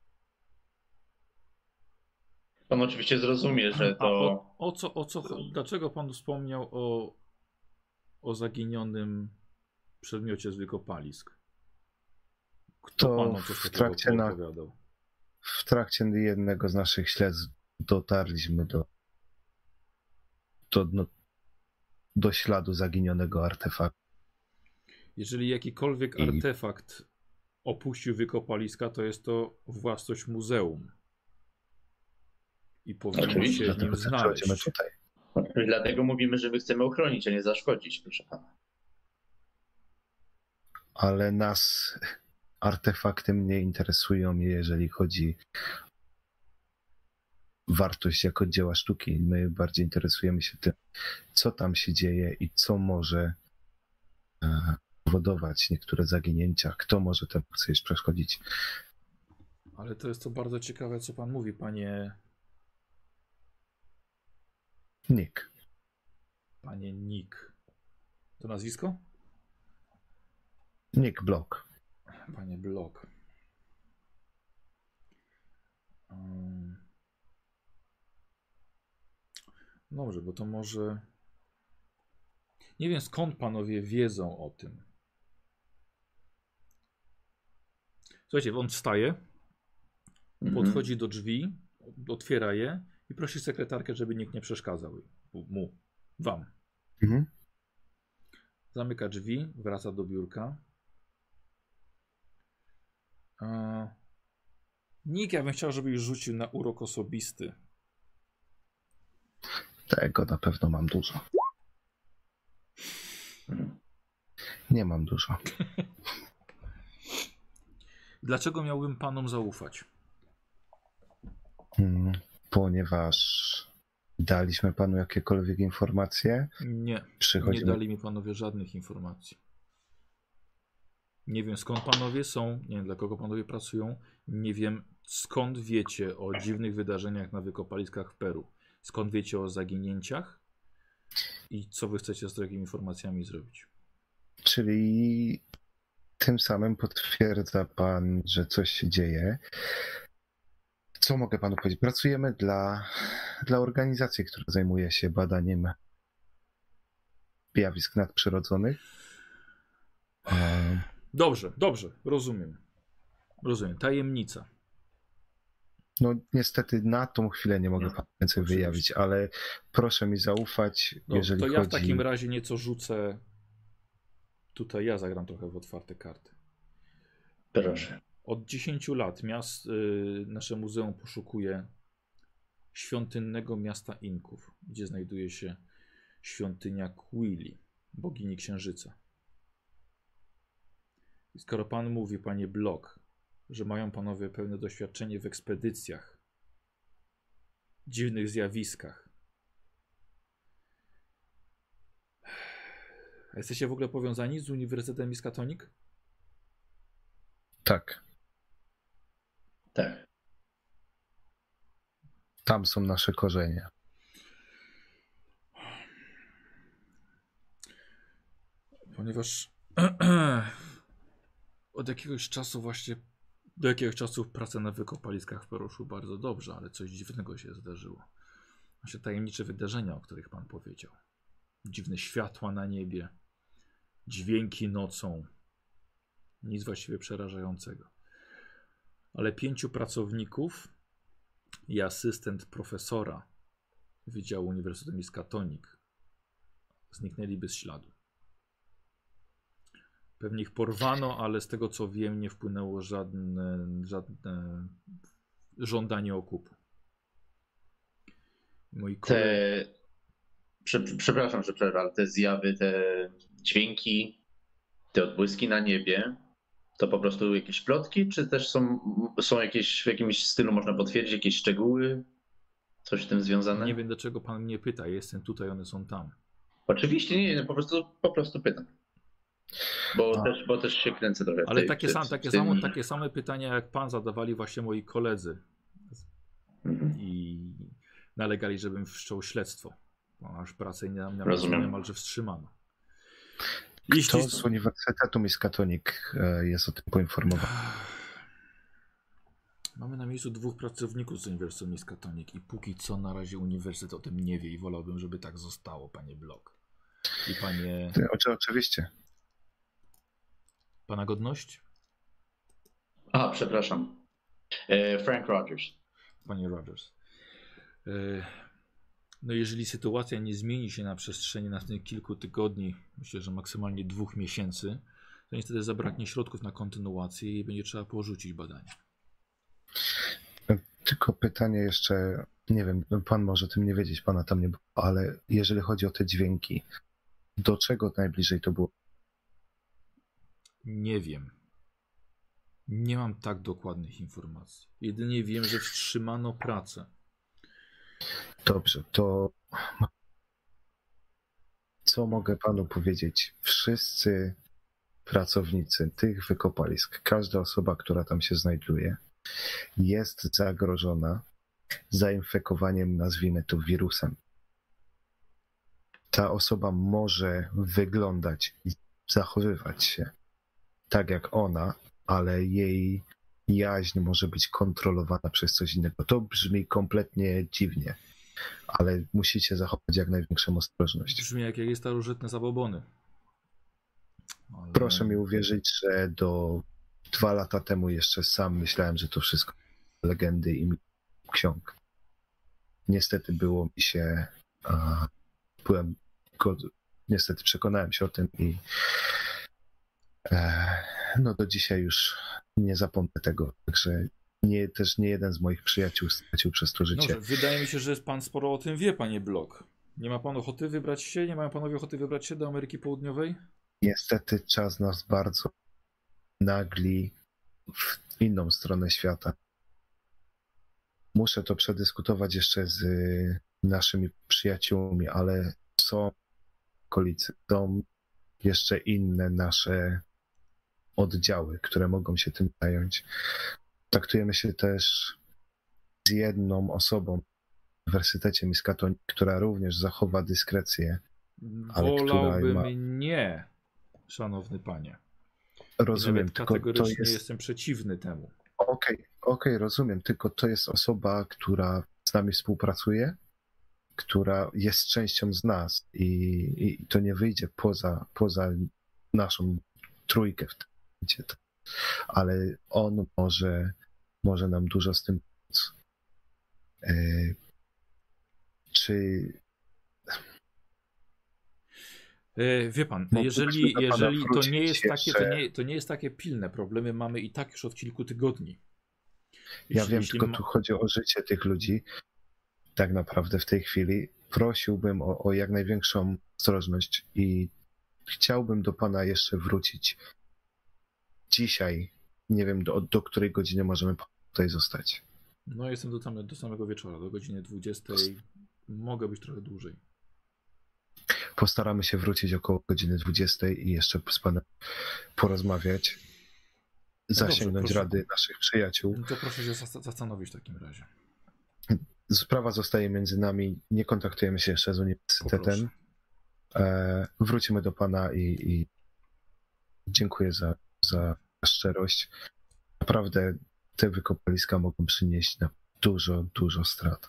S6: Pan oczywiście zrozumie, że to...
S2: O, o co, o co, dlaczego pan wspomniał o, o zaginionym przedmiocie z wykopalisk? Kto
S3: To
S2: panu coś
S3: w
S2: takiego
S3: trakcie na-
S2: opowiadał?
S3: W trakcie jednego z naszych śledztw dotarliśmy do, do, no, do śladu zaginionego artefaktu.
S2: Jeżeli jakikolwiek
S3: I-
S2: artefakt opuścił wykopaliska, to jest to własność muzeum. I powinno
S6: Oczywiście,
S2: się nim
S3: Dlatego przechodzimy
S2: znaleźć.
S3: tutaj.
S6: Dlatego mówimy, że my chcemy ochronić, a nie zaszkodzić, proszę pana.
S3: Ale nas artefakty mnie interesują, jeżeli chodzi o wartość jako dzieła sztuki. My bardziej interesujemy się tym, co tam się dzieje i co może e, powodować niektóre zaginięcia, kto może temu coś przeszkodzić.
S2: Ale to jest to bardzo ciekawe, co pan mówi, panie,
S3: Nick.
S2: panie Nick. To nazwisko?
S3: Nick Block.
S2: Panie Blok. Um. Dobrze, bo to może... Nie wiem, skąd panowie wiedzą o tym. Słuchajcie, on wstaje, podchodzi do drzwi, otwiera je i prosi sekretarkę, żeby nikt nie przeszkadzał mu, wam.
S3: Mhm.
S2: Zamyka drzwi, wraca do biurka. Nick, ja bym chciał, żebyś rzucił na urok osobisty.
S3: Tego na pewno mam dużo. Nie mam dużo.
S2: Dlaczego miałbym panom zaufać?
S3: Hmm, ponieważ daliśmy panu jakiekolwiek informacje.
S2: Nie,
S3: Przychodzimy...
S2: nie dali mi panowie żadnych informacji. Nie wiem, skąd panowie są, nie wiem, dla kogo panowie pracują. Nie wiem, skąd wiecie o dziwnych wydarzeniach na wykopaliskach w Peru. Skąd wiecie o zaginięciach i co wy chcecie z takimi informacjami zrobić.
S3: Czyli tym samym potwierdza pan, że coś się dzieje. Co mogę panu powiedzieć? Pracujemy dla, dla organizacji, która zajmuje się badaniem zjawisk nadprzyrodzonych.
S2: Dobrze, dobrze, rozumiem. Rozumiem. Tajemnica.
S3: No niestety na tą chwilę nie mogę panu więcej
S2: Oczywiście.
S3: wyjawić, ale proszę mi zaufać,
S2: No,
S3: jeżeli
S2: to
S3: chodzi...
S2: ja w takim razie nieco rzucę. Tutaj ja zagram trochę w otwarte karty.
S6: Proszę.
S2: Od dziesięciu lat miast, y, nasze muzeum poszukuje świątynnego miasta Inków, gdzie znajduje się świątynia Quili, bogini księżyca. I skoro pan mówi, panie Block, że mają panowie pełne doświadczenie w ekspedycjach, dziwnych zjawiskach, a jesteście w ogóle powiązani z Uniwersytetem Miskatonic?
S3: Tak,
S6: Tak.
S3: tam są nasze korzenie.
S2: Ponieważ od jakiegoś czasu właśnie, do jakiegoś czasu prace na wykopaliskach w Peru szły bardzo dobrze, ale coś dziwnego się zdarzyło. Właśnie tajemnicze wydarzenia, o których pan powiedział. Dziwne światła na niebie, dźwięki nocą. Nic właściwie przerażającego. Ale pięciu pracowników i asystent profesora Wydziału Uniwersytetu Miskatonic zniknęli bez śladu. Pewnie ich porwano, ale z tego co wiem, nie wpłynęło żadne, żadne żądanie okupu. Moi koledzy...
S6: Te... Prze, przepraszam, że przerwę, ale te zjawy, te dźwięki, te odbłyski na niebie, to po prostu jakieś plotki, czy też są, są jakieś w jakimś stylu, można potwierdzić jakieś szczegóły? Coś z tym związane?
S2: Nie wiem, dlaczego pan mnie pyta. Jestem tutaj, one są tam.
S6: Oczywiście nie, nie po prostu, po prostu pytam. Bo też, bo też się kręcę trochę.
S2: Ale
S6: tej,
S2: takie,
S6: w,
S2: sam,
S6: w
S2: takie,
S6: tym...
S2: samo, takie same pytania jak pan zadawali właśnie moi koledzy.
S6: Mhm.
S2: I nalegali, żebym wszczął śledztwo. Aż pracę nie,
S6: Rozumiem.
S2: niemalże wstrzymano.
S3: Kto
S2: Jeśli...
S3: z Uniwersytetu Miskatonic jest o tym poinformowany?
S2: Mamy na miejscu dwóch pracowników z Uniwersytetu Miskatonic i póki co na razie uniwersytet o tym nie wie i wolałbym, żeby tak zostało, panie Block. I panie...
S3: Oczy, oczywiście.
S2: Pana godność?
S6: A, przepraszam. E, Frank Rogers.
S2: Panie Rogers. E, no jeżeli sytuacja nie zmieni się na przestrzeni następnych kilku tygodni, myślę, że maksymalnie dwóch miesięcy, to niestety zabraknie środków na kontynuację i będzie trzeba porzucić badania.
S3: Tylko pytanie jeszcze, nie wiem, pan może o tym nie wiedzieć, pana tam nie było, ale jeżeli chodzi o te dźwięki, do czego najbliżej to było?
S2: Nie wiem. Nie mam tak dokładnych informacji. Jedynie wiem, że wstrzymano pracę.
S3: Dobrze, to co mogę panu powiedzieć? Wszyscy pracownicy tych wykopalisk, każda osoba, która tam się znajduje, jest zagrożona zainfekowaniem, nazwijmy to, wirusem. Ta osoba może wyglądać i zachowywać się tak jak ona, ale jej jaźń może być kontrolowana przez coś innego. To brzmi kompletnie dziwnie, ale musicie zachować jak największą ostrożność.
S2: Brzmi jak jakieś starożytne zabobony. Ale...
S3: Proszę mi uwierzyć, że do dwa lata temu jeszcze sam myślałem, że to wszystko legendy i ksiąg. Niestety było mi się... A, byłem... Niestety przekonałem się o tym i e, no do dzisiaj już nie zapomnę tego. Także nie, też nie jeden z moich przyjaciół stracił przez to życie.
S2: Dobrze, wydaje mi się, że pan sporo o tym wie, panie Blok. Nie ma pan ochoty wybrać się? Nie mają panowie ochoty wybrać się do Ameryki Południowej?
S3: Niestety czas nas bardzo nagli w inną stronę świata. Muszę to przedyskutować jeszcze z naszymi przyjaciółmi, ale są okolicy, są jeszcze inne nasze oddziały, które mogą się tym zająć. Kontaktujemy się też z jedną osobą w Uniwersytecie Miskatonic, która również zachowa dyskrecję, ale
S2: Wolałbym
S3: która ma...
S2: nie, szanowny panie.
S3: Rozumiem,
S2: Nawet
S3: tylko
S2: kategorycznie
S3: to jest...
S2: jestem przeciwny temu.
S3: Okej, okay, okej, okay, rozumiem, tylko to jest osoba, która z nami współpracuje, która jest częścią z nas i, i to nie wyjdzie poza, poza naszą trójkę w tym momencie. Ale on może, może nam dużo z tym pomóc. E, czy...
S2: E, wie pan,
S3: No,
S2: jeżeli, jeżeli to, nie jest
S3: jeszcze...
S2: takie, to, nie, to nie jest takie pilne, problemy mamy i tak już od kilku tygodni.
S3: Ja
S2: Jeśli,
S3: wiem,
S2: jeśli
S3: tylko
S2: ma...
S3: tu chodzi o życie tych ludzi. Tak naprawdę w tej chwili prosiłbym o, o jak największą ostrożność i chciałbym do pana jeszcze wrócić dzisiaj. Nie wiem, do, do której godziny możemy tutaj zostać.
S2: No jestem do, tam, do samego wieczora, do godziny dwudziestej. Mogę być trochę dłużej.
S3: Postaramy się wrócić około godziny dwudziestej i jeszcze z panem porozmawiać. Zasięgnąć
S2: dobrze,
S3: rady naszych przyjaciół.
S2: No to proszę się zastanowić w takim razie.
S3: Sprawa zostaje między nami. Nie kontaktujemy się jeszcze z uniwersytetem. E, wrócimy do pana i, i dziękuję za, za szczerość. Naprawdę te wykopaliska mogą przynieść nam dużo, dużo strat.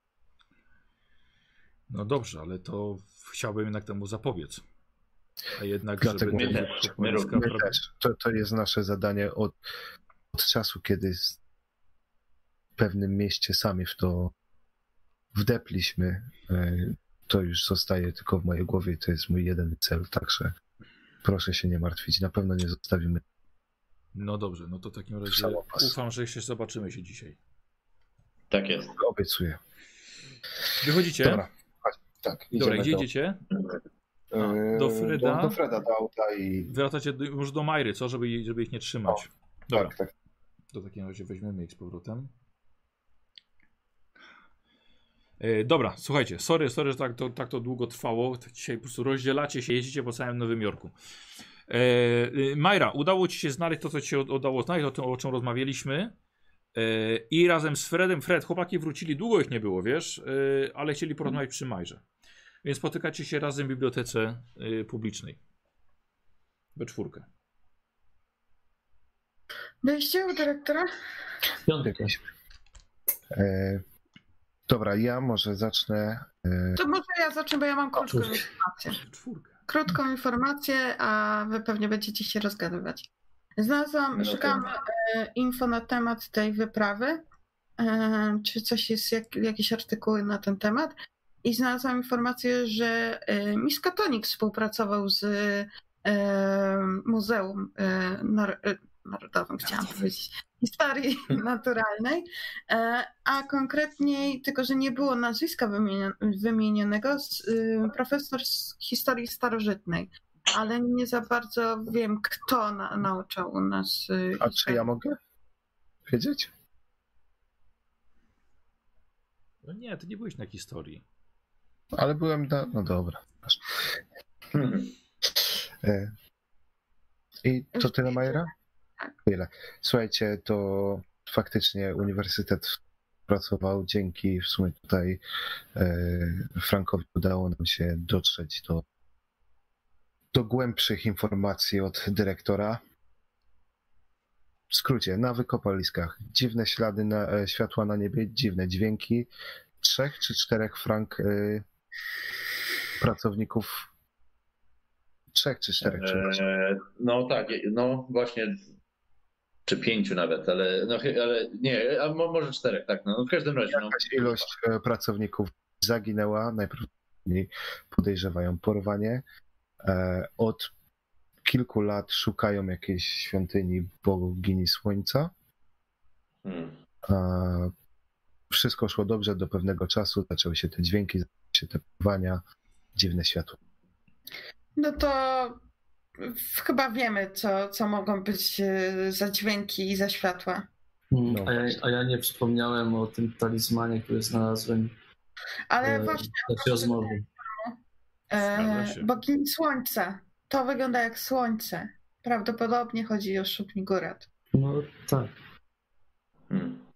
S2: No dobrze, ale to chciałbym jednak temu zapobiec. A jednak,
S3: Dlatego
S2: żeby...
S6: my
S2: te
S6: też,
S2: wykopaliska
S3: My
S2: pra-
S3: też. To, to jest nasze zadanie od, od czasu, kiedy w pewnym mieście sami w to wdepliśmy. E, to już zostaje tylko w mojej głowie i to jest mój jedyny cel, także proszę się nie martwić, na pewno nie zostawimy.
S2: No dobrze, no to w takim razie
S3: Samopas.
S2: ufam, że jeszcze zobaczymy się dzisiaj.
S6: Tak jest.
S3: Obiecuję.
S2: Wychodzicie?
S3: Dobra, chodź, tak.
S2: Dobra, gdzie
S3: do,
S2: idziecie?
S3: e,
S2: do Freda?
S3: Do, do Freda, do auta i...
S2: Wracacie do, już do Majry, co? Żeby, żeby ich nie trzymać. Dobra,
S3: Tak, tak.
S2: to w takim razie weźmiemy ich z powrotem. E, dobra, słuchajcie, sorry, sorry, że tak to, tak to długo trwało. Tak dzisiaj po prostu rozdzielacie się, jeździcie po całym Nowym Jorku. E, e, Majra, udało ci się znaleźć to, co ci się udało znaleźć, o tym, o czym rozmawialiśmy. E, I razem z Fredem, Fred, chłopaki wrócili, długo ich nie było, wiesz, e, ale chcieli porozmawiać przy Majrze. Więc spotykacie się razem w bibliotece e, publicznej. We czwórkę.
S5: Byliście u dyrektora?
S4: Piątek.
S3: E, dobra, ja może zacznę. E,
S5: To może ja zacznę, bo ja mam krótką informację.
S2: Czwórkę.
S5: Krótką informację, a wy pewnie będziecie się rozgadywać. Znalazłam,
S6: No
S5: szukam
S6: to-
S5: e, info na temat tej wyprawy. E, czy coś jest, jak, jakieś artykuły na ten temat. I znalazłam informację, że e, Miskatonic współpracował z e, Muzeum e, Nar- e, Narodowym, chciałam powiedzieć, Historii Naturalnej, e, a konkretniej, tylko że nie było nazwiska wymienio- wymienionego, z, e, profesor z historii starożytnej, ale nie za bardzo wiem, kto na, nauczał u nas. e,
S3: a czy
S5: historii.
S3: ja mogę wiedzieć?
S2: No nie, ty nie byłeś na historii.
S3: Ale byłem na... No dobra. E, I to tyle, Majera? Tyle. Słuchajcie, to faktycznie uniwersytet pracował dzięki w sumie tutaj e, Frankowi udało nam się dotrzeć do, do głębszych informacji od dyrektora. W skrócie, na wykopaliskach dziwne ślady na, e, światła na niebie, dziwne dźwięki. Trzech czy czterech Frank e, pracowników. Trzech czy czterech, przepraszam.
S6: Eee, no tak, no właśnie, czy pięciu nawet, ale, no, chy- ale nie, a mo- może czterech, tak, no w każdym razie. No.
S3: Jakaś ilość e, pracowników zaginęła, najprawdopodobniej podejrzewają porwanie. E, Od kilku lat szukają jakiejś świątyni bogini słońca.
S6: Hmm.
S3: Wszystko szło dobrze do pewnego czasu, zaczęły się te dźwięki, zaczęły się te pływania, dziwne światło.
S5: No to chyba wiemy, co, co mogą być za dźwięki i za światła.
S3: No
S4: a, ja, a ja nie wspomniałem o tym talizmanie, który znalazłem.
S5: Ale
S4: e,
S5: właśnie...
S4: w rozmowy.
S5: E, bogini słońca. To wygląda jak słońce. Prawdopodobnie chodzi o Szub-Nigurat.
S4: No tak.
S6: Hmm.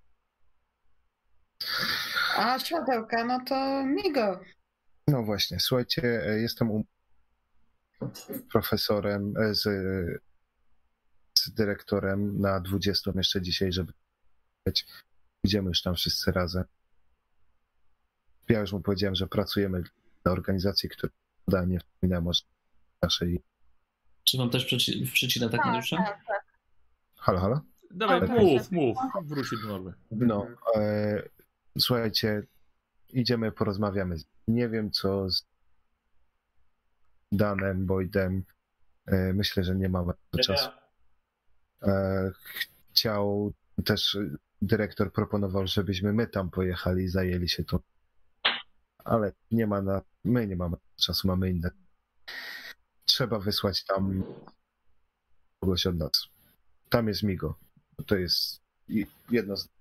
S5: A światełka, no to migo.
S3: No właśnie, słuchajcie, jestem um... profesorem, z, z dyrektorem na dwudziestym jeszcze dzisiaj, żeby idziemy już tam wszyscy razem. Ja już mu powiedziałem, że pracujemy dla organizacji, która nie wspomina może naszej...
S4: Czy mam też przyci przycinę tak na duszę?
S5: Tak, tak.
S3: Halo, halo?
S2: Dawaj,
S5: Ale
S2: mów, mów. Wróci do normy.
S3: No, e, słuchajcie, idziemy, porozmawiamy. Nie wiem, co z Danem, Boydem. E, myślę, że nie mamy czasu. E, chciał też, dyrektor proponował, żebyśmy my tam pojechali i zajęli się to. Ale nie ma na, my nie mamy czasu, mamy inne. Trzeba wysłać tam kogoś od nas. Tam jest Migo. To jest jedno z...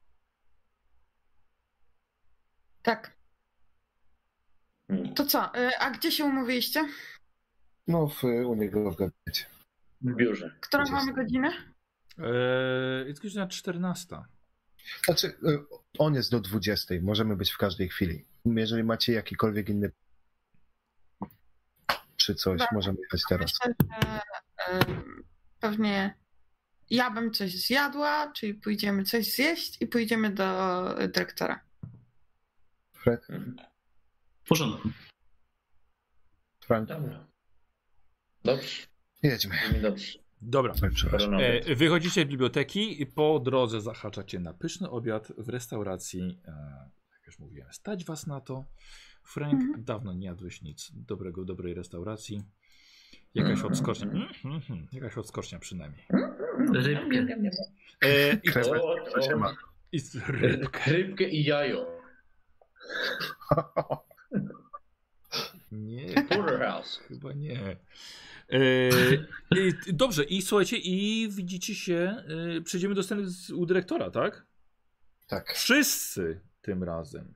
S5: Tak. To co? A gdzie się umówiliście?
S3: No, w, u niego w gabinecie.
S6: W biurze.
S5: Którą
S3: Gdzie
S5: mamy
S3: jest?
S5: godzinę?
S2: Eee, jest godzina czternasta.
S3: Znaczy, on jest do dwudziestej. Możemy być w każdej chwili. Jeżeli macie jakikolwiek inny czy coś,
S5: Dobra.
S3: możemy jechać teraz.
S5: Myślę, że e, pewnie ja bym coś zjadła, czyli pójdziemy coś zjeść i pójdziemy do dyrektora.
S3: Fred?
S4: W porządku.
S3: Frank?
S6: Dobra. Dobrze.
S3: Jedźmy.
S6: Dobrze.
S2: Dobra.
S3: Oj, przepraszam.
S2: E, wychodzicie z biblioteki i po drodze zahaczacie na pyszny obiad w restauracji. E, jak już mówiłem, stać was na to. Frank,
S5: Mhm.
S2: dawno nie jadłeś nic dobrego, dobrej restauracji. Jakaś odskocznia. Mm, mm, mm, jakaś odskocznia przynajmniej.
S4: Rybkę.
S2: E, i,
S3: Krewet,
S6: O,
S3: co się
S6: o.
S3: ma?
S2: i, rybkę.
S6: Rybkę i jajo.
S2: Nie,
S6: Porterhouse.
S2: chyba nie. E, i, dobrze, i słuchajcie, i widzicie się. E, przejdziemy do sceny z, u dyrektora, tak?
S3: Tak.
S2: Wszyscy tym razem.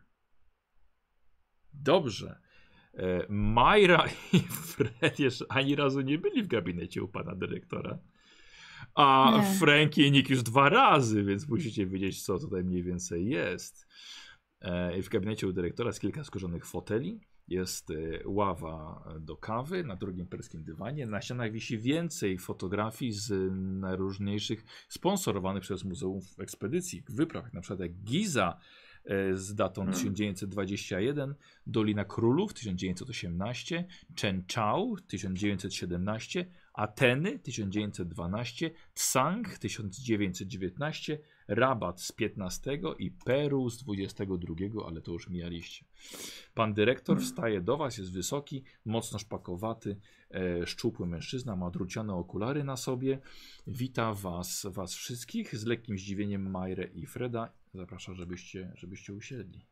S2: Dobrze. E, Majra i Fred jeszcze ani razu nie byli w gabinecie u pana dyrektora. A
S5: Nie.
S2: Frank i Nick już dwa razy, więc musicie wiedzieć, co tutaj mniej więcej jest. E, w gabinecie u dyrektora jest kilka skórzonych foteli. Jest e, ława do kawy na drugim perskim dywanie. Na ścianach wisi więcej fotografii z najróżniejszych sponsorowanych przez Muzeum Ekspedycji wypraw, na przykład jak Giza e, z datą tysiąc dziewięćset dwadzieścia jeden, Dolina Królów tysiąc dziewięćset osiemnaście, Chen Chao tysiąc dziewięćset siedemnaście, Ateny tysiąc dziewięćset dwanaście, Tsang tysiąc dziewięćset dziewiętnaście, Rabat z piętnastego i Peru z dwudziestego drugiego, ale to już mijaliście. Pan dyrektor wstaje do was, jest wysoki, mocno szpakowaty, e, szczupły mężczyzna, ma druciane okulary na sobie. Wita was, was wszystkich z lekkim zdziwieniem Majrę i Freda. Zaprasza, żebyście, żebyście usiedli.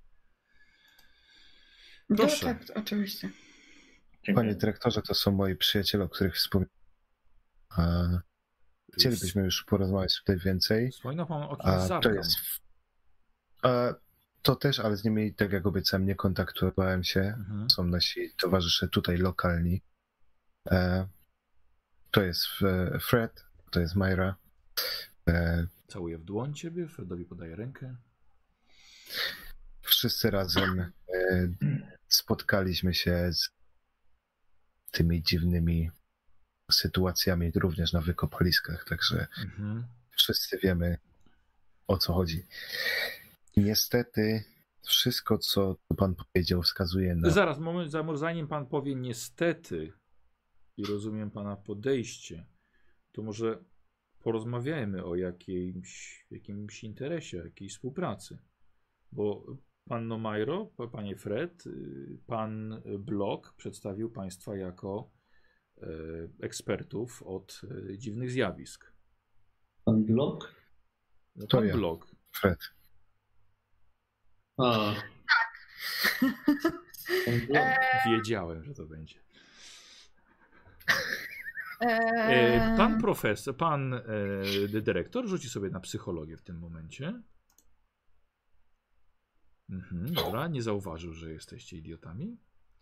S2: Proszę.
S5: No, tak, oczywiście.
S3: Panie dyrektorze, to są moi przyjaciele, o których wspomniałem. A Chcielibyśmy już porozmawiać tutaj więcej.
S2: Wspomina pan o kimś
S3: A, to
S2: Zarkan.
S3: jest. A, to też, ale z nimi, tak jak obiecałem, nie kontaktowałem się.
S2: Mhm.
S3: Są nasi towarzysze tutaj lokalni. E, to jest e, Fred, to jest Majra. E,
S2: Całuję w dłoń ciebie, Fredowi podaje rękę.
S3: wszyscy razem e, spotkaliśmy się z tymi dziwnymi sytuacjami również na wykopaliskach, także
S2: Mhm.
S3: wszyscy wiemy, o co chodzi. Niestety wszystko, co pan powiedział, wskazuje na...
S2: Zaraz, moment, zanim pan powie niestety i rozumiem pana podejście, to może porozmawiajmy o jakimś, jakimś interesie, jakiejś współpracy. Bo panno Majro, panie Fred, y, pan Blok przedstawił państwa jako e, ekspertów od e, dziwnych zjawisk.
S4: Pan Blok?
S2: No
S3: To
S2: pan
S3: ja.
S2: Blok.
S3: Fred.
S4: O,
S5: E,
S2: Wiedziałem, że to będzie.
S5: e,
S2: E, Pan profesor, pan e, dyrektor rzuci sobie na psychologię w tym momencie. Mhm, dobra, nie zauważył, że jesteście idiotami.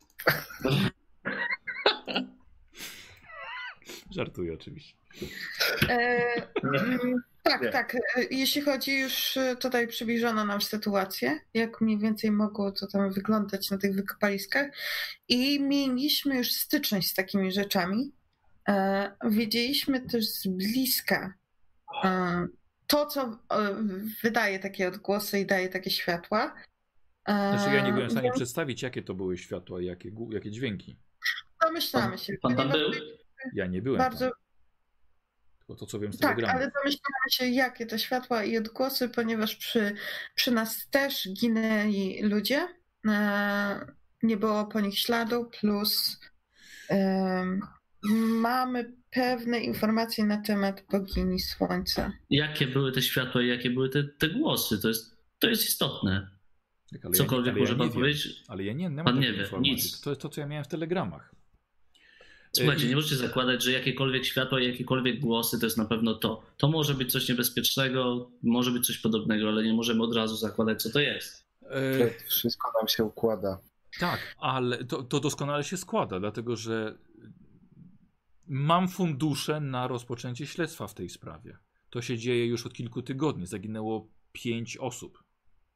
S2: Żartuję oczywiście.
S5: E, mm, tak,
S3: Nie.
S5: tak. E, Jeśli chodzi już e, tutaj przybliżono nam sytuację, jak mniej więcej mogło to tam wyglądać na tych wykopaliskach i mieliśmy już styczność z takimi rzeczami. E, Wiedzieliśmy też z bliska e, to, co e, wydaje takie odgłosy i daje takie światła. E,
S2: Znaczy ja nie byłem w stanie
S5: więc
S2: przedstawić, jakie to były światła i jakie, gu- jakie dźwięki.
S5: Domyślamy się.
S4: pan tam
S5: ponieważ
S4: był?
S2: Ja nie byłem
S5: Bardzo,
S2: tam. Tylko to, co wiem z
S5: tak,
S2: telegramu.
S5: ale domyślamy się, jakie to światła i odgłosy, ponieważ przy, przy nas też ginęli ludzie. E, nie było po nich śladu, plus e, mamy pewne informacje na temat bogini Słońca.
S4: Jakie były te światła i jakie były te, te głosy? To jest, to jest istotne.
S2: Tak, ale
S4: Cokolwiek
S2: ja, ale
S4: może
S2: ja
S4: pan
S2: nie wiem.
S4: powiedzieć?
S2: Ale ja nie, nie mam
S4: Pan
S2: takiej
S4: nie wie,
S2: informacji.
S4: nic.
S2: To jest to, co ja miałem w telegramach.
S4: Słuchajcie,
S2: I-
S4: nie możecie zakładać, że jakiekolwiek światła i jakiekolwiek głosy to jest na pewno to. To może być coś niebezpiecznego, może być coś podobnego, ale nie możemy od razu zakładać, co to jest.
S2: E,
S3: Fred, wszystko nam się układa.
S2: tak, ale to, to doskonale się składa, dlatego że mam fundusze na rozpoczęcie śledztwa w tej sprawie. To się dzieje już od kilku tygodni. Zaginęło pięć osób.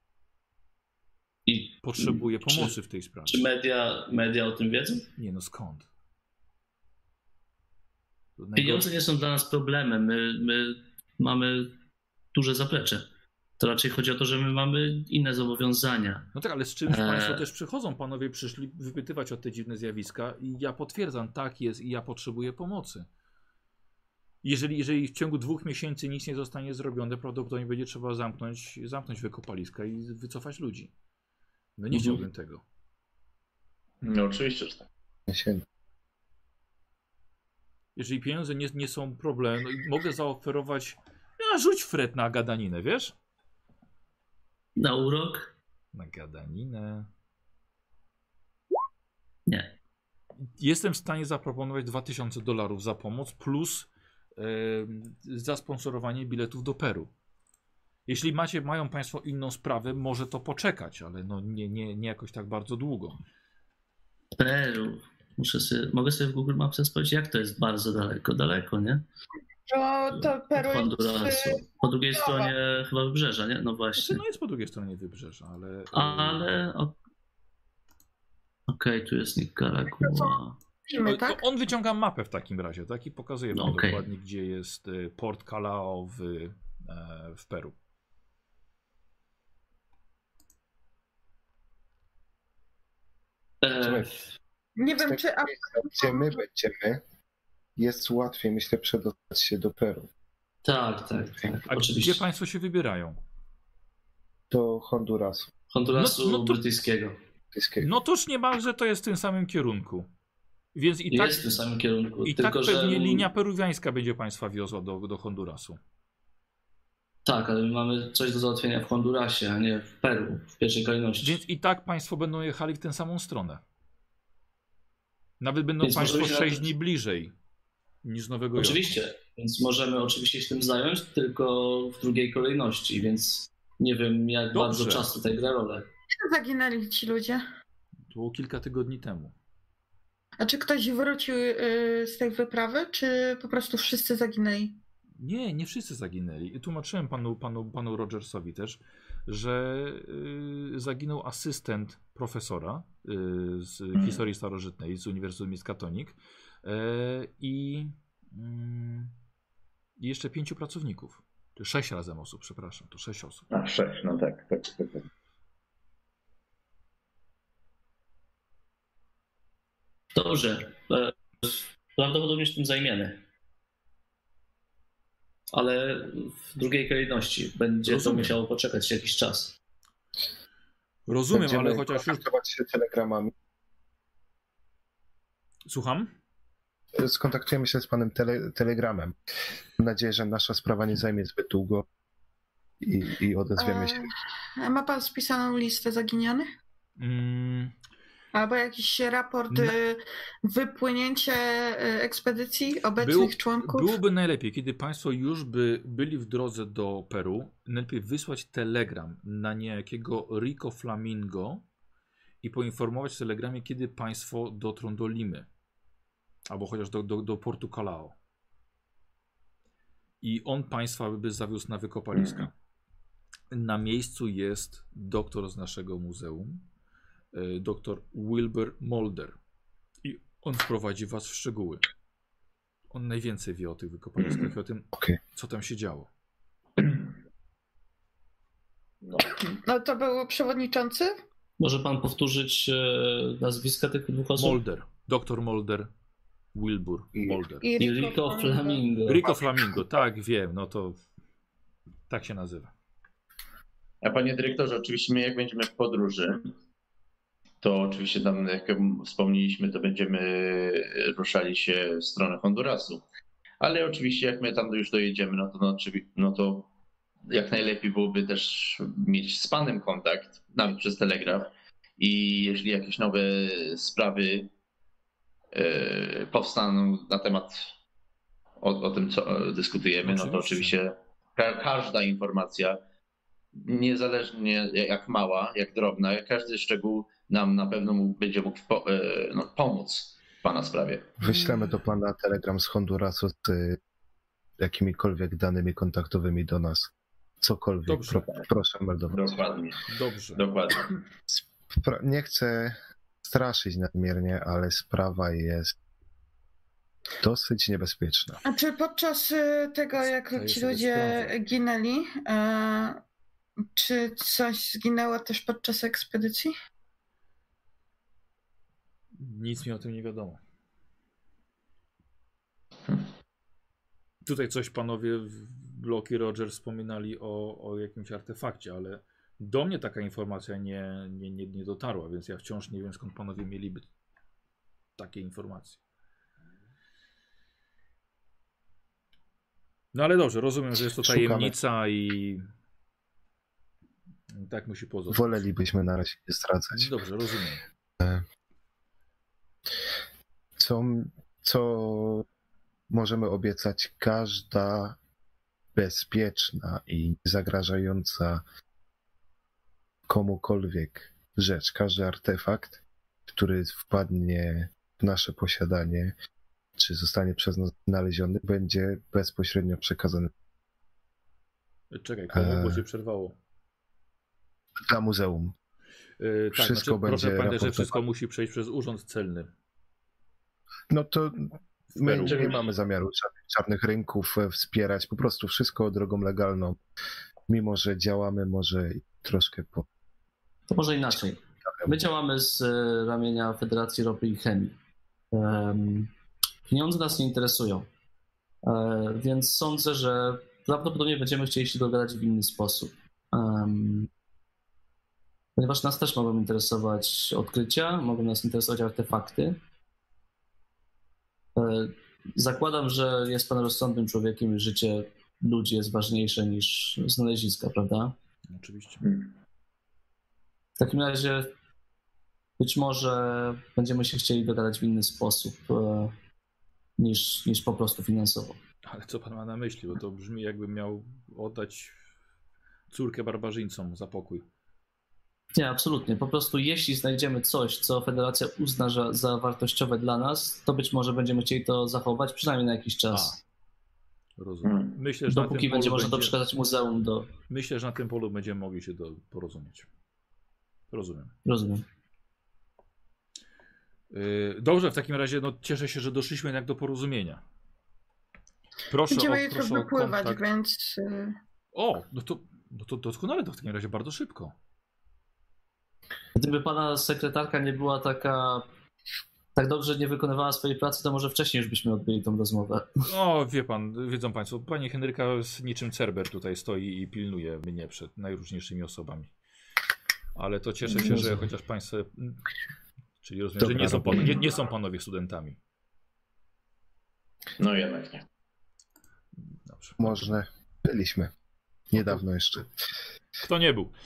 S4: I
S2: Potrzebuję
S4: Czy-
S2: pomocy w tej sprawie.
S4: czy media, media o tym wiedzą?
S2: Nie no, skąd? To najgor-
S4: Pieniądze nie są dla nas problemem. My, my mamy duże zaplecze. To raczej chodzi o to, że my mamy inne zobowiązania.
S2: No tak, ale z czymś
S4: Eee.
S2: Państwo też przychodzą. Panowie przyszli wypytywać o te dziwne zjawiska i ja potwierdzam, tak jest i ja potrzebuję pomocy. Jeżeli, jeżeli w ciągu dwóch miesięcy nic nie zostanie zrobione, prawdopodobnie będzie trzeba zamknąć, zamknąć wykopaliska i wycofać ludzi. No nie
S4: Mhm.
S2: chciałbym tego.
S6: No oczywiście, że tak.
S3: Się-
S2: Jeżeli pieniądze nie, nie są problemem, no i mogę zaoferować, a rzuć Fred na gadaninę, wiesz?
S4: Na urok?
S2: Na gadaninę.
S4: Nie.
S2: Jestem w stanie zaproponować dwa tysiące dolarów za pomoc plus e, zasponsorowanie biletów do Peru. Jeśli macie, mają Państwo inną sprawę, może to poczekać, ale no nie, nie, nie jakoś tak bardzo długo.
S4: Peru. Muszę sobie, mogę sobie w Google Maps sprawdzić, jak to jest bardzo daleko. Daleko, nie?
S5: To, to Peru jest,
S4: Hondurasu. Po drugiej stronie chyba wybrzeża, nie? No
S2: Znaczy,
S4: właśnie.
S2: no jest po drugiej stronie wybrzeża, ale...
S4: Ale... o- Okej, tu jest Nicaragua.
S5: Widzimy,
S2: O, to
S5: tak?
S2: on wyciąga mapę w takim razie, tak? I pokazuje wam
S4: No, okej.
S2: dokładnie, gdzie jest e, Port Callao w, e, w Peru.
S4: E,
S5: Nie
S3: Z
S5: wiem,
S3: tego
S5: czy... A,
S3: miejsca, gdzie my będziemy, jest łatwiej, myślę, przedostać się do Peru.
S4: tak, tak, tak.
S2: A
S4: Oczywiście.
S2: gdzie Państwo się wybierają?
S3: Do Hondurasu.
S4: Hondurasu
S2: No- no to-
S4: brytyjskiego.
S3: brytyjskiego.
S2: No toż niemalże to jest w tym samym kierunku. Więc i tak,
S4: Jest w tym samym kierunku.
S2: i
S4: tylko,
S2: tak
S4: że...
S2: pewnie linia peruwiańska będzie Państwa wiozła do, do Hondurasu.
S4: Tak, ale my mamy coś do załatwienia w Hondurasie, a nie w Peru w pierwszej kolejności.
S2: Więc i tak Państwo będą jechali w tę samą stronę. Nawet będą
S4: Więc
S2: Państwo
S4: możemy się
S2: sześć
S4: nawet-
S2: dni bliżej niż Nowego Jorku.
S4: Oczywiście, więc możemy oczywiście się tym zająć, tylko w drugiej kolejności, więc nie wiem, jak
S2: Dobrze.
S4: bardzo czas tutaj gra rolę.
S5: Kiedy zaginęli ci ludzie?
S2: To było kilka tygodni temu.
S5: A czy ktoś wrócił y, z tej wyprawy, czy po prostu wszyscy zaginęli?
S2: Nie, nie wszyscy zaginęli. I tłumaczyłem panu, panu, panu Rogersowi też, że y, zaginął asystent profesora y, z
S5: Mhm.
S2: historii starożytnej z Uniwersytetu Miskatonic y, i mm, i jeszcze pięciu pracowników. To sześć razem osób, przepraszam, to sześć osób.
S6: A sześć, no tak, tak, tak. tak.
S4: Dobrze, e, prawdopodobnie się tym zajmiemy. Ale w drugiej kolejności będzie
S2: Rozumiem.
S4: to musiało poczekać jakiś czas.
S2: Rozumiem,
S3: Będziemy
S2: ale chociaż już...
S3: kontaktować się telegramami.
S2: Słucham?
S3: Skontaktujemy się z panem tele, telegramem. Mam nadzieję, że nasza sprawa nie zajmie zbyt długo. i, i odezwiemy się.
S5: E, ma pan spisaną listę zaginionych?
S2: Mm,
S5: Albo jakiś raport,
S2: Na-
S5: y, wypłynięcie y, ekspedycji obecnych
S2: Było-
S5: członków?
S2: Byłoby najlepiej, kiedy Państwo już by byli w drodze do Peru, najlepiej wysłać telegram na niejakiego Rico Flamingo i poinformować w telegramie, kiedy Państwo dotrą do Limy. Albo chociaż do, do, do Portu Callao. I on Państwa by zawiózł na wykopaliska. Na miejscu jest doktor z naszego muzeum, y, doktor Wilbur Mulder. I on wprowadzi Was w szczegóły. On najwięcej wie o tych wykopaliskach i o tym,
S3: Okej.
S2: co tam się działo.
S6: No.
S5: No to był przewodniczący?
S4: Może pan powtórzyć e, nazwiska tych dwóch osób?
S2: Mulder. Doktor Mulder. Wilbur
S3: I-
S2: Mulder.
S5: I
S4: I Rico Flamingo.
S2: Rico Flamingo, tak, wiem, no to tak się nazywa.
S6: A panie dyrektorze, oczywiście my jak będziemy w podróży, to oczywiście tam, jak wspomnieliśmy, to będziemy ruszali się w stronę Hondurasu. Ale oczywiście jak my tam już dojedziemy, no to, no, oczywi- no to jak najlepiej byłoby też mieć z panem kontakt, nawet przez telegraf. I jeżeli jakieś nowe sprawy e, powstaną na temat o, o tym, co dyskutujemy, no to
S2: Oczywiście.
S6: oczywiście ka- każda informacja, niezależnie jak mała, jak drobna, każdy szczegół nam na pewno mógł, będzie mógł po, e, no, pomóc w pana sprawie.
S3: Wyślemy do pana telegram z Hondurasu z y, jakimikolwiek danymi kontaktowymi do nas. Cokolwiek.
S2: Dobrze.
S3: Pro, proszę meldować.
S6: Dokładnie,
S2: Dobrze.
S6: dokładnie.
S3: Spra- nie chcę straszyć nadmiernie, ale sprawa jest dosyć niebezpieczna.
S5: A czy podczas y, tego, jak
S2: Zdaję
S5: ci
S2: sobie
S5: ludzie
S2: sprawę.
S5: ginęli, e, czy coś zginęło też podczas ekspedycji?
S2: Nic mi o tym nie wiadomo. Tutaj coś panowie w Block i Roger wspominali o, o jakimś artefakcie, ale do mnie taka informacja nie, nie, nie, nie dotarła, więc ja wciąż nie wiem, skąd panowie mieliby takie informacje. No ale dobrze, rozumiem, że jest to
S3: Szukamy.
S2: tajemnica i tak musi pozostać.
S3: Wolelibyśmy na razie nie zdradzać.
S2: Dobrze, rozumiem.
S3: Co, co możemy obiecać? Każda bezpieczna i zagrażająca komukolwiek rzecz, każdy artefakt, który wpadnie w nasze posiadanie, czy zostanie przez nas znaleziony, będzie bezpośrednio przekazany
S2: Czekaj, komu, bo
S3: Eee.
S2: się przerwało.
S3: dla muzeum.
S2: Yy, tak,
S3: Wszystko
S2: znaczy, proszę
S3: będzie
S2: pamiętać, że
S3: raportowane.
S2: wszystko musi przejść przez urząd celny.
S3: No to
S2: W
S3: my
S2: Peru.
S3: nie mamy zamiaru czarnych, czarnych rynków e, wspierać, po prostu wszystko drogą legalną. Mimo że działamy może troszkę po...
S4: To może inaczej. My działamy z e, ramienia Federacji Ropy i Chemii. Em, Pieniądze nas nie interesują, E, więc sądzę, że prawdopodobnie będziemy chcieli się dogadać w inny sposób. Em, Ponieważ nas też mogą interesować odkrycia, mogą nas interesować artefakty. E, Zakładam, że jest pan rozsądnym człowiekiem i życie ludzi jest ważniejsze niż znaleziska, prawda?
S2: Oczywiście.
S4: W takim razie być może będziemy się chcieli dogadać w inny sposób e, niż, niż po prostu finansowo.
S2: Ale co pan ma na myśli? Bo to brzmi, jakby miał oddać córkę barbarzyńcom za pokój.
S4: Nie, absolutnie. Po prostu jeśli znajdziemy coś, co Federacja uzna za, za wartościowe dla nas, to być może będziemy chcieli to zachować przynajmniej na jakiś czas.
S2: Rozumiem.
S6: Hmm.
S2: Myślę, że na
S4: Dopóki
S2: tym
S4: będzie
S2: polu
S4: można to
S2: będzie...
S4: przekazać muzeum do...
S2: Myślę, że na tym polu będziemy mogli się do... porozumieć. Rozumiem.
S4: Rozumiem.
S2: Yy, dobrze, w takim razie no, cieszę się, że doszliśmy jednak do porozumienia. Proszę
S5: Będziemy
S2: o,
S5: jutro
S2: proszę o
S5: wypływać,
S2: kontakt.
S5: więc... y,
S2: O, no to, no to doskonale, to w takim razie bardzo szybko.
S4: Gdyby pana sekretarka nie była taka... tak dobrze nie wykonywała swojej pracy, to może wcześniej już byśmy odbyli tą rozmowę.
S2: O, wie pan, wiedzą państwo, pani Henryka z niczym Cerber tutaj stoi i pilnuje mnie przed najróżniejszymi osobami. Ale to cieszę się, że chociaż państwo... Czyli rozumiem,
S3: Dobra,
S2: że nie są, pan,
S3: dobra.
S2: nie, nie są panowie studentami.
S6: No jednak nie.
S2: Dobrze.
S3: Może byliśmy. Niedawno jeszcze.
S2: Kto nie był?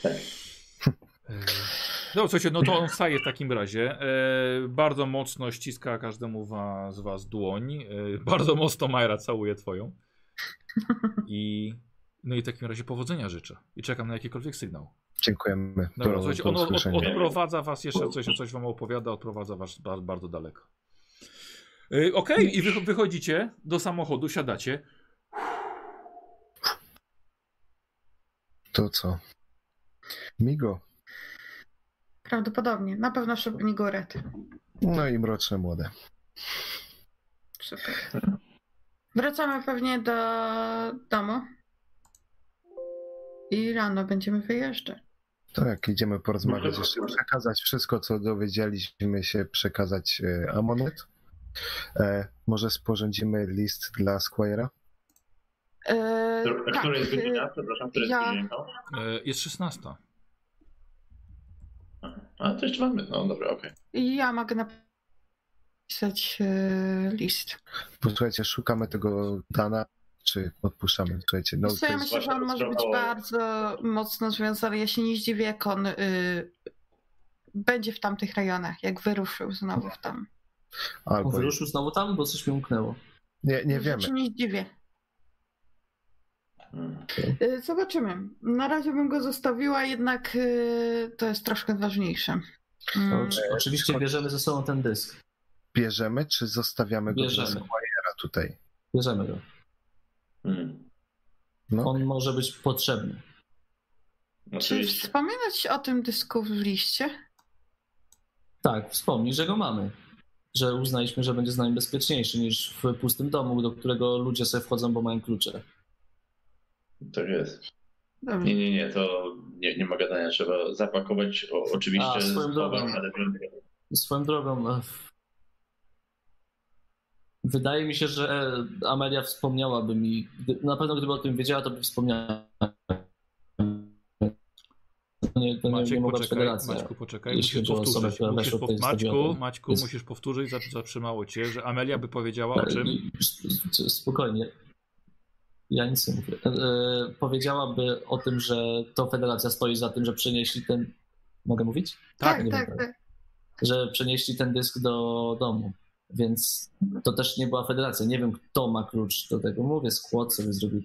S2: No słuchajcie, no to on wstaje w takim razie. E, bardzo mocno ściska każdemu was, z was dłoń. E, bardzo mocno Majra całuje twoją. I no i w takim razie powodzenia życzę. I czekam na jakikolwiek sygnał.
S3: Dziękujemy.
S2: Dobra,
S3: do,
S2: słuchajcie,
S3: do
S2: on od,
S3: usłyszenia.
S2: odprowadza was jeszcze, coś, coś wam opowiada, odprowadza was bardzo, bardzo daleko. E, Okej, okay. I wy, wychodzicie do samochodu, siadacie.
S3: To co? Migo.
S5: Prawdopodobnie. Na pewno szybki góret.
S3: No i mroczne młode.
S5: Super. Wracamy pewnie do domu. I rano będziemy wyjeżdżać.
S3: Tak, idziemy porozmawiać jeszcze, przekazać wszystko, co dowiedzieliśmy się, przekazać e, Amonet. E, może sporządzimy list dla Squire'a?
S5: E,
S6: A
S5: tak,
S6: które jest godzina?
S5: e,
S6: Przepraszam, które jest
S5: ja-
S6: godzina?
S2: E, jest szesnasta.
S6: A, to jeszcze mamy. No dobra, okej.
S5: Ja mogę napisać e, list.
S3: Posłuchajcie, szukamy tego Dana, czy odpuszczamy? Słuchajcie, no
S5: Wiesz co,
S3: to
S5: ja
S3: jest...
S5: myślę, że on może być bardzo mocno związany. Ja się nie zdziwię, jak on y, będzie w tamtych rejonach, jak wyruszył znowu w tam.
S3: Albo...
S4: On wyruszył znowu tam, bo coś mi umknęło.
S3: Nie, nie
S5: Ja
S3: wiemy.
S5: się nie zdziwię.
S6: Hmm.
S5: Y, Zobaczymy. Na razie bym go zostawiła, jednak y, to jest troszkę ważniejsze.
S4: To
S5: Mm.
S4: oczy- oczywiście bierzemy ze sobą ten dysk.
S3: Bierzemy, czy zostawiamy go
S4: Bierzemy.
S3: dla Squire'a tutaj?
S4: Bierzemy go.
S6: Hmm.
S3: No,
S4: On może być potrzebny.
S5: Czy
S6: Oczywiście.
S5: wspominać o tym dysku w liście?
S4: Tak, wspomnij, że go mamy. Że uznaliśmy, że będzie z nami bezpieczniejszy niż w pustym domu, do którego ludzie sobie wchodzą, bo mają klucze.
S6: Tak jest.
S5: Dobrze.
S6: Nie, nie, nie, to nie, nie ma gadania. Trzeba zapakować o, oczywiście
S4: A, swoją
S6: schować,
S4: drogą.
S6: ale
S4: Swoją drogą, e, wydaje mi się, że Amelia wspomniałaby mi, gdy- na pewno gdyby o tym wiedziała, to by wspomniała. To nie, to nie,
S2: Maciek,
S4: nie mogła być
S2: poczekaj,
S4: federacja.
S2: Maćku, poczekaj,
S4: jeśli
S2: musisz
S4: chodzi o osobę,
S2: powtórzyć.
S4: która
S2: Musisz
S4: weszła
S2: pow...
S4: tutaj
S2: Maćku,
S4: stadionem.
S2: Maćku,
S4: Jest-
S2: musisz powtórzyć, zap- zatrzymało cię, że Amelia by powiedziała o czym?
S4: Spokojnie. Ja nic nie mówię. E, e, powiedziałaby o tym, że to federacja stoi za tym, że przenieśli ten... Mogę mówić?
S5: Tak,
S4: nie
S5: tak,
S4: wiem,
S5: tak.
S4: Że przenieśli ten dysk do domu. Więc to też nie była federacja. Nie wiem, kto ma klucz do tego. Mówię, skład sobie zrobił.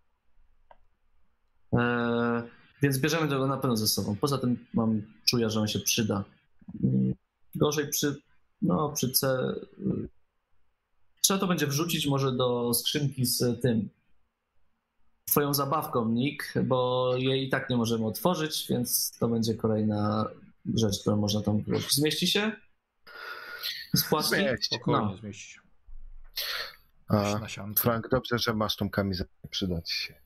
S4: E, więc bierzemy tego na pewno ze sobą. Poza tym mam, czuję, że on się przyda. Mm, Gorzej przy, no, przy C... Trzeba to będzie wrzucić może do skrzynki z tym, twoją zabawką, Nick, bo jej i tak nie możemy otworzyć, więc to będzie kolejna rzecz, którą można tam włożyć. Zmieści się? Z płaski?
S3: Zmieści.
S2: Spokojnie,
S4: No.
S2: zmieści się.
S3: A,
S2: Na siankę.
S3: Frank, dobrze, że masz tą kamizelę, przydać się.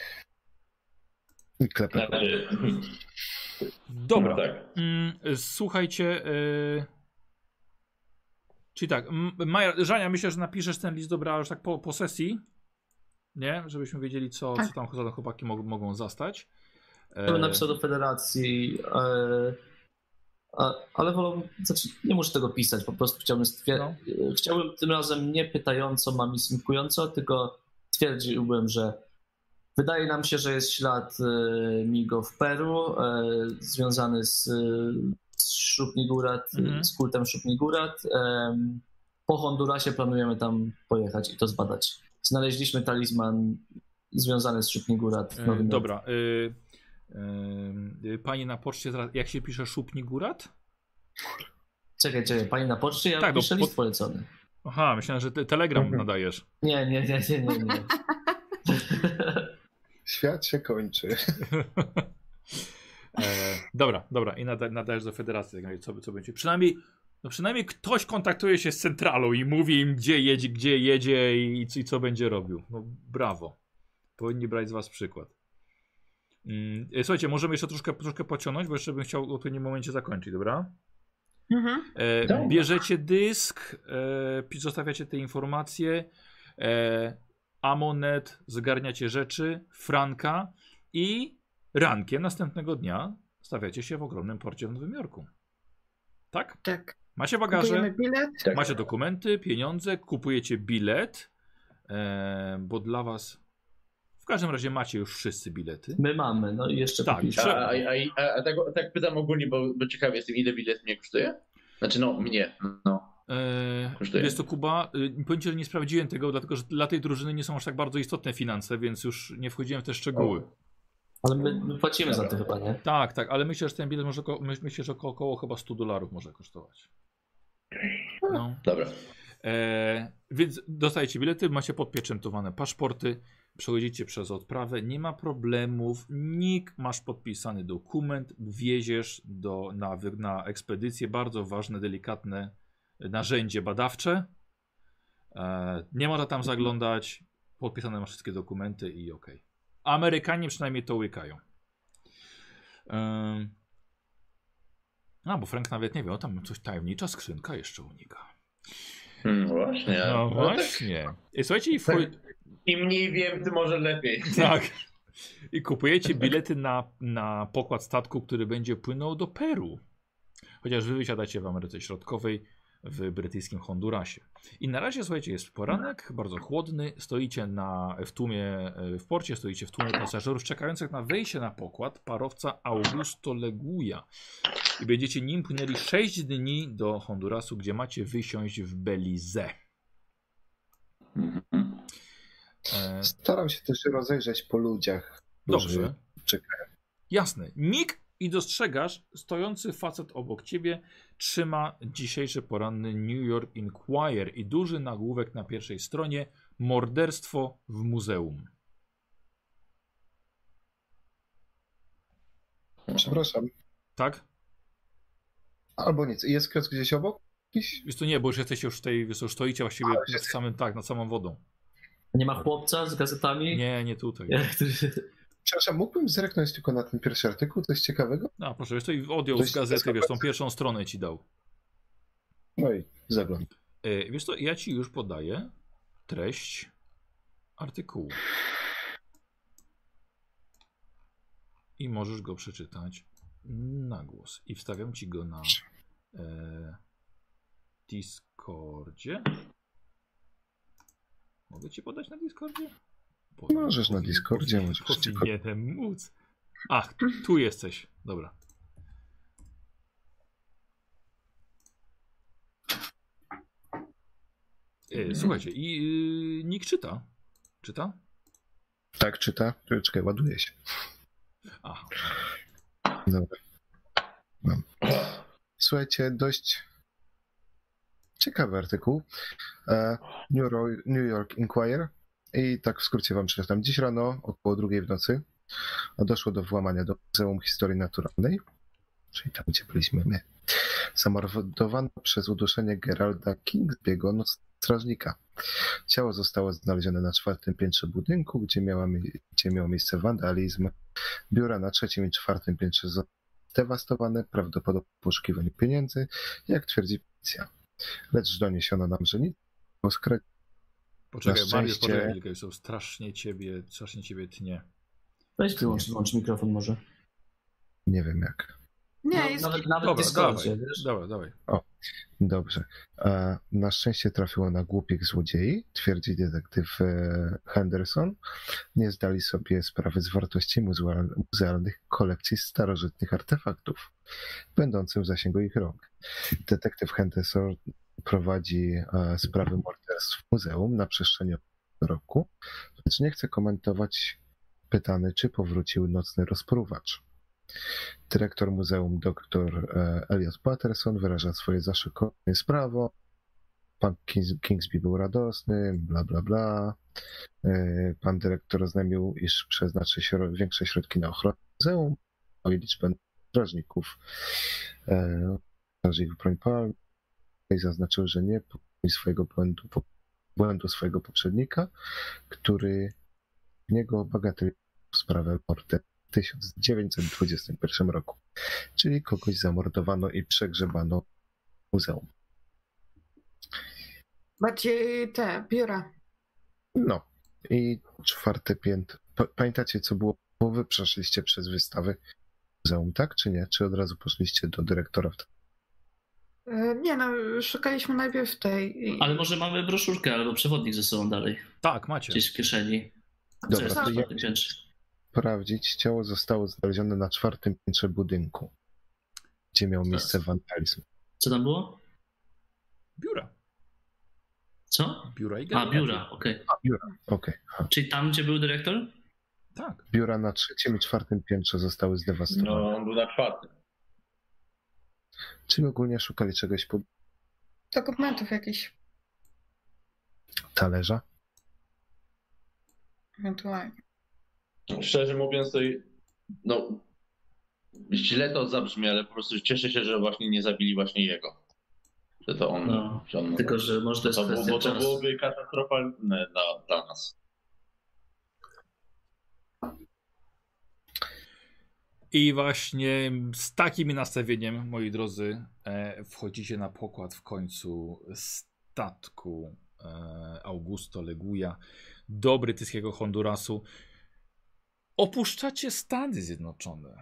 S3: I klepę.
S6: Znaczy,
S2: Dobra.
S6: no tak.
S2: Mm, słuchajcie. Y... Czyli tak, M- Maja, Żania, myślę, że napiszesz ten list dobra już tak po, po sesji. Nie? Żebyśmy wiedzieli, co, co tam co tam chłopaki mog- mogą zastać.
S4: Ja bym
S2: E,
S4: napisał do federacji, e, a, ale wolę, znaczy nie muszę tego pisać, po prostu chciałbym stwier-
S2: No.
S4: chciałbym tym razem nie pytająco, mamismikująco, tylko twierdziłbym, że wydaje nam się, że jest ślad e, Migo w Peru, e, związany z, z Szupnigurat,
S2: Mhm.
S4: z kultem Szupnigurat. E, po Hondurasie planujemy tam pojechać i to zbadać. Znaleźliśmy talizman związany z Szupnigurat w
S2: e,
S4: Nowym Jorku.
S2: dobra. Y, y, y, pani na poczcie, zaraz- jak się pisze Szupnigurat?
S4: Czekaj, czekaj, pani na poczcie, ja
S2: Tak, no,
S4: piszę
S2: po-
S4: list polecony.
S2: Aha, myślałem, że ty telegram
S3: Mhm.
S2: nadajesz.
S4: Nie, nie, nie, nie, nie. nie.
S3: Świat się kończy.
S2: E, dobra, dobra. I nada, nadajesz do federacji, co, co będzie. Przynajmniej, no przynajmniej ktoś kontaktuje się z centralą i mówi im, gdzie jedzie, gdzie jedzie i, i co będzie robił. No brawo. Powinni brać z was przykład. Mm, e, słuchajcie, możemy jeszcze troszkę, troszkę pociągnąć, bo jeszcze bym chciał o tym momencie zakończyć, dobra?
S5: Mhm.
S2: E,
S6: Dobra.
S2: bierzecie dysk, e, pi- zostawiacie te informacje, e, Amonet, zgarniacie rzeczy, Franka i rankiem następnego dnia stawiacie się w ogromnym porcie w Nowym Jorku. Tak?
S5: Tak.
S2: Macie bagaże,
S5: Kupujemy bilet.
S6: Tak.
S2: macie dokumenty, pieniądze, kupujecie bilet, e, bo dla was W każdym razie macie już wszyscy bilety.
S4: My mamy, no i jeszcze
S2: Tak,
S4: kupić.
S6: A, a, a, a, a tak, tak pytam ogólnie, bo, bo ciekawy jestem, ile bilet mnie kosztuje? Znaczy no, mnie, no.
S2: Eee, jest to Kuba. Yy, powiem ci, że nie sprawdziłem tego, dlatego że dla tej drużyny nie są aż tak bardzo istotne finanse, więc już nie wchodziłem w te szczegóły.
S6: O.
S4: Ale my, my płacimy
S6: Dobra.
S4: za to chyba, nie?
S2: Tak, tak, ale myślę, że ten bilet może, ko- my- myślę, że około, około chyba sto dolarów może kosztować. No.
S6: Dobra.
S2: Eee, więc dostajecie bilety, macie podpieczętowane paszporty, przechodzicie przez odprawę, nie ma problemów, nikt, masz podpisany dokument, wieziesz do, na, wy- na ekspedycję, bardzo ważne, delikatne narzędzie badawcze. Eee, nie można tam zaglądać, podpisane masz wszystkie dokumenty i ok. Amerykanie przynajmniej to łykają. Eee, a, bo Frank nawet nie wie, o tam coś tajemnicza skrzynka jeszcze unika.
S6: Hmm, właśnie.
S2: No
S6: tak,
S2: właśnie. I słuchajcie, i wcho-
S6: im mniej wiem, tym może lepiej.
S2: tak. I kupujecie bilety na, na pokład statku, który będzie płynął do Peru. Chociaż wy wysiadacie w Ameryce Środkowej, w brytyjskim Hondurasie. I na razie, słuchajcie, jest poranek, bardzo chłodny. Stoicie na, w tłumie, w porcie, stoicie w tłumie pasażerów czekających na wejście na pokład parowca Augusto Leguia. I będziecie nim płynęli sześć dni do Hondurasu, gdzie macie wysiąść w Belize.
S6: Mhm.
S2: E,
S3: Staram się też rozejrzeć po ludziach.
S2: Dobrze.
S3: którzy czekają.
S2: Jasne. Nick i dostrzegasz, stojący facet obok ciebie trzyma dzisiejszy poranny New York Inquirer i duży nagłówek na pierwszej stronie: morderstwo w muzeum.
S3: Przepraszam.
S2: Tak?
S3: Albo nic. Jest kiosk gdzieś obok? Jakiś?
S2: Wiesz to nie, bo już jesteście już w tej, wiesz, co, stoicie właściwie
S3: Ale
S2: nad
S3: jest-
S2: samym, tak, nad samą wodą.
S4: Nie ma chłopca z gazetami?
S2: Nie, nie tutaj.
S4: Nie, który się...
S3: Przepraszam, mógłbym zerknąć tylko na ten pierwszy artykuł? Coś ciekawego?
S2: A proszę, wiesz to i odjął
S3: Dość
S2: z gazety,
S3: ciekawe.
S2: wiesz, tą pierwszą stronę ci dał.
S3: No i zagląd.
S2: E, wiesz to, ja ci już podaję treść artykułu. I możesz go przeczytać na głos. I wstawiam ci go na e, Discordzie. Mogę ci podać na Discordzie? Po-
S3: Możesz na
S2: powin-
S3: Discordzie,
S2: powin-
S3: możesz ci
S2: Powinienem móc. Ach, tu jesteś. Dobra. E, słuchajcie, i y, Nick czyta. Czyta?
S3: Tak, czyta? Czekaj, ładuje się.
S2: Aha.
S3: Dobra. Mam. Słuchajcie, dość ciekawy artykuł. E, New, Ro- New York Inquirer. I tak w skrócie wam przeczytam. Dziś rano, około drugiej w nocy, doszło do włamania do Muzeum Historii Naturalnej, czyli tam, gdzie byliśmy my. Zamordowano przez uduszenie Geralda Kingsby'ego nocnego strażnika. Ciało zostało znalezione na czwartym piętrze budynku, gdzie, miała, mie- gdzie miał miejsce wandalizm. Biura na trzecim i czwartym piętrze zostały zdewastowane, prawdopodobnie w poszukiwaniu pieniędzy, jak twierdzi policja. Lecz doniesiono nam, że nic było skradziono.
S2: Poczekaj,
S3: Na
S2: Mariusz,
S3: szczęście-
S2: poczekaj chwilkę, są strasznie ciebie, strasznie ciebie tnie.
S4: Weź wyłącz, wyłącz mikrofon może.
S3: Nie wiem jak.
S5: Nie,
S4: No,
S5: jest
S4: nawet nawet w
S2: Dobra,
S4: Discordzie,
S2: dawaj,
S4: wiesz?
S2: dawaj, dawaj.
S3: Dobrze. E, Na szczęście trafiło na głupich złodziei, twierdzi detektyw e, Henderson. Nie zdali sobie sprawy z wartości muzeal- muzealnych kolekcji starożytnych artefaktów, będących w zasięgu ich rąk. Detektyw Henderson prowadzi e, sprawy morderstw w muzeum na przestrzeni roku, lecz nie chce komentować pytany, czy powrócił nocny rozpruwacz. Dyrektor muzeum dr Elliot Patterson wyraża swoje zaszokowanie sprawą. Pan Kings- Kingsby był radosny, bla bla bla. E, Pan dyrektor oznajmił, iż przeznaczy śro- większe środki na ochronę muzeum i liczbę strażników. E, Strażnik broń palną i zaznaczył, że nie popełnił swojego błędu, po- błędu swojego poprzednika, który w niego bagatelizował sprawę morderstwa w tysiąc dziewięćset dwudziestym pierwszym roku, czyli kogoś zamordowano i przegrzebano w muzeum.
S5: bardziej te biura.
S3: No i czwarte piętro. Pa- Pamiętacie, co było? Bo wy przeszliście przez wystawy muzeum, tak czy nie? Czy od razu poszliście do dyrektora? W
S5: E, Nie no, szukaliśmy najpierw tej.
S4: Ale może mamy broszurkę albo przewodnik ze sobą dalej,
S2: Tak, macie.
S4: gdzieś w kieszeni.
S3: Dobra,
S4: jest
S3: to
S4: na
S3: jak
S4: czwartym piętrze?
S3: sprawdzić? Ciało zostało znalezione na czwartym piętrze budynku, gdzie miał miejsce wandalizm.
S4: Co tam było?
S2: Biura.
S4: Co?
S2: Biura i
S4: A,
S2: gabinety.
S4: biura, okej.
S3: A, biura. Okej. Okay.
S4: Czyli tam, gdzie był dyrektor?
S2: Tak.
S3: Biura na trzecim i czwartym piętrze zostały zdewastowane.
S6: No, on był na czwartym.
S3: Czy ogólnie szukali czegoś po
S5: Dokumentów jakichś
S3: talerza?
S5: ewentualnie.
S6: Szczerze mówiąc, to no, źle to zabrzmi, ale po prostu cieszę się, że właśnie nie zabili właśnie jego. Że to on...
S4: No,
S6: że on
S4: tylko, że może to jest
S6: to, było,
S4: kwestia
S6: bo to
S4: czasu.
S6: byłoby katastrofalne dla, dla nas.
S2: I właśnie z takim nastawieniem, moi drodzy, e, wchodzicie na pokład w końcu statku e, Augusto Leguia do brytyjskiego Hondurasu. Opuszczacie Stany Zjednoczone.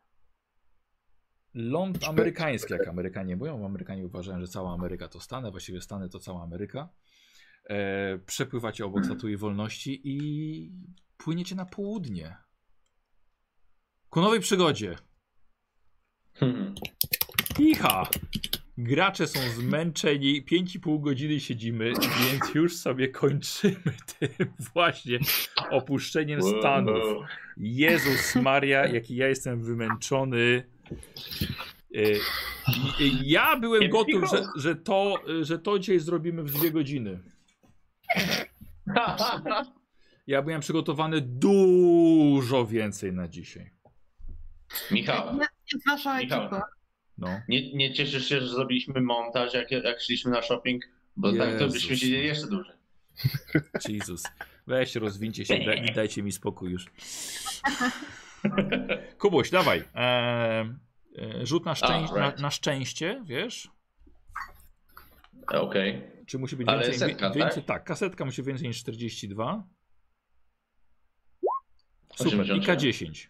S2: Ląd amerykański, jak Amerykanie mówią, bo Amerykanie uważają, że cała Ameryka to Stany, właściwie Stany to cała Ameryka. E, przepływacie obok Statui Wolności i płyniecie na południe. Ku nowej przygodzie.
S6: Hmm.
S2: Icha! Gracze są zmęczeni, pięć i pół godziny siedzimy, więc już sobie kończymy tym właśnie opuszczeniem Stanów. Jezus Maria, jaki ja jestem wymęczony. Y, y, Ja byłem gotów, że, że, to, że to dzisiaj zrobimy w dwie godziny. Ja byłem przygotowany dużo więcej na dzisiaj.
S6: Michał,
S5: Jest nasza
S6: Michał.
S5: ekipa.
S2: No.
S6: nie, nie cieszysz się, że zrobiliśmy montaż, jak, jak szliśmy na shopping? Bo tak to
S2: Jezus.
S6: byśmy siedzieli jeszcze dłużej.
S2: Jezus. Weźcie, rozwincie się i da, i dajcie mi spokój już. Kubuś, dawaj. E, e, rzut na, szczęś
S6: A, right.
S2: na, na szczęście, wiesz?
S6: Okej. Okay.
S2: Czy musi być
S6: Ale
S2: więcej?
S6: setka,
S2: więcej
S6: tak?
S2: tak, kasetka musi więcej niż czterdzieści dwa. Super,
S6: osiemdziesiąt
S2: i K dziesięć.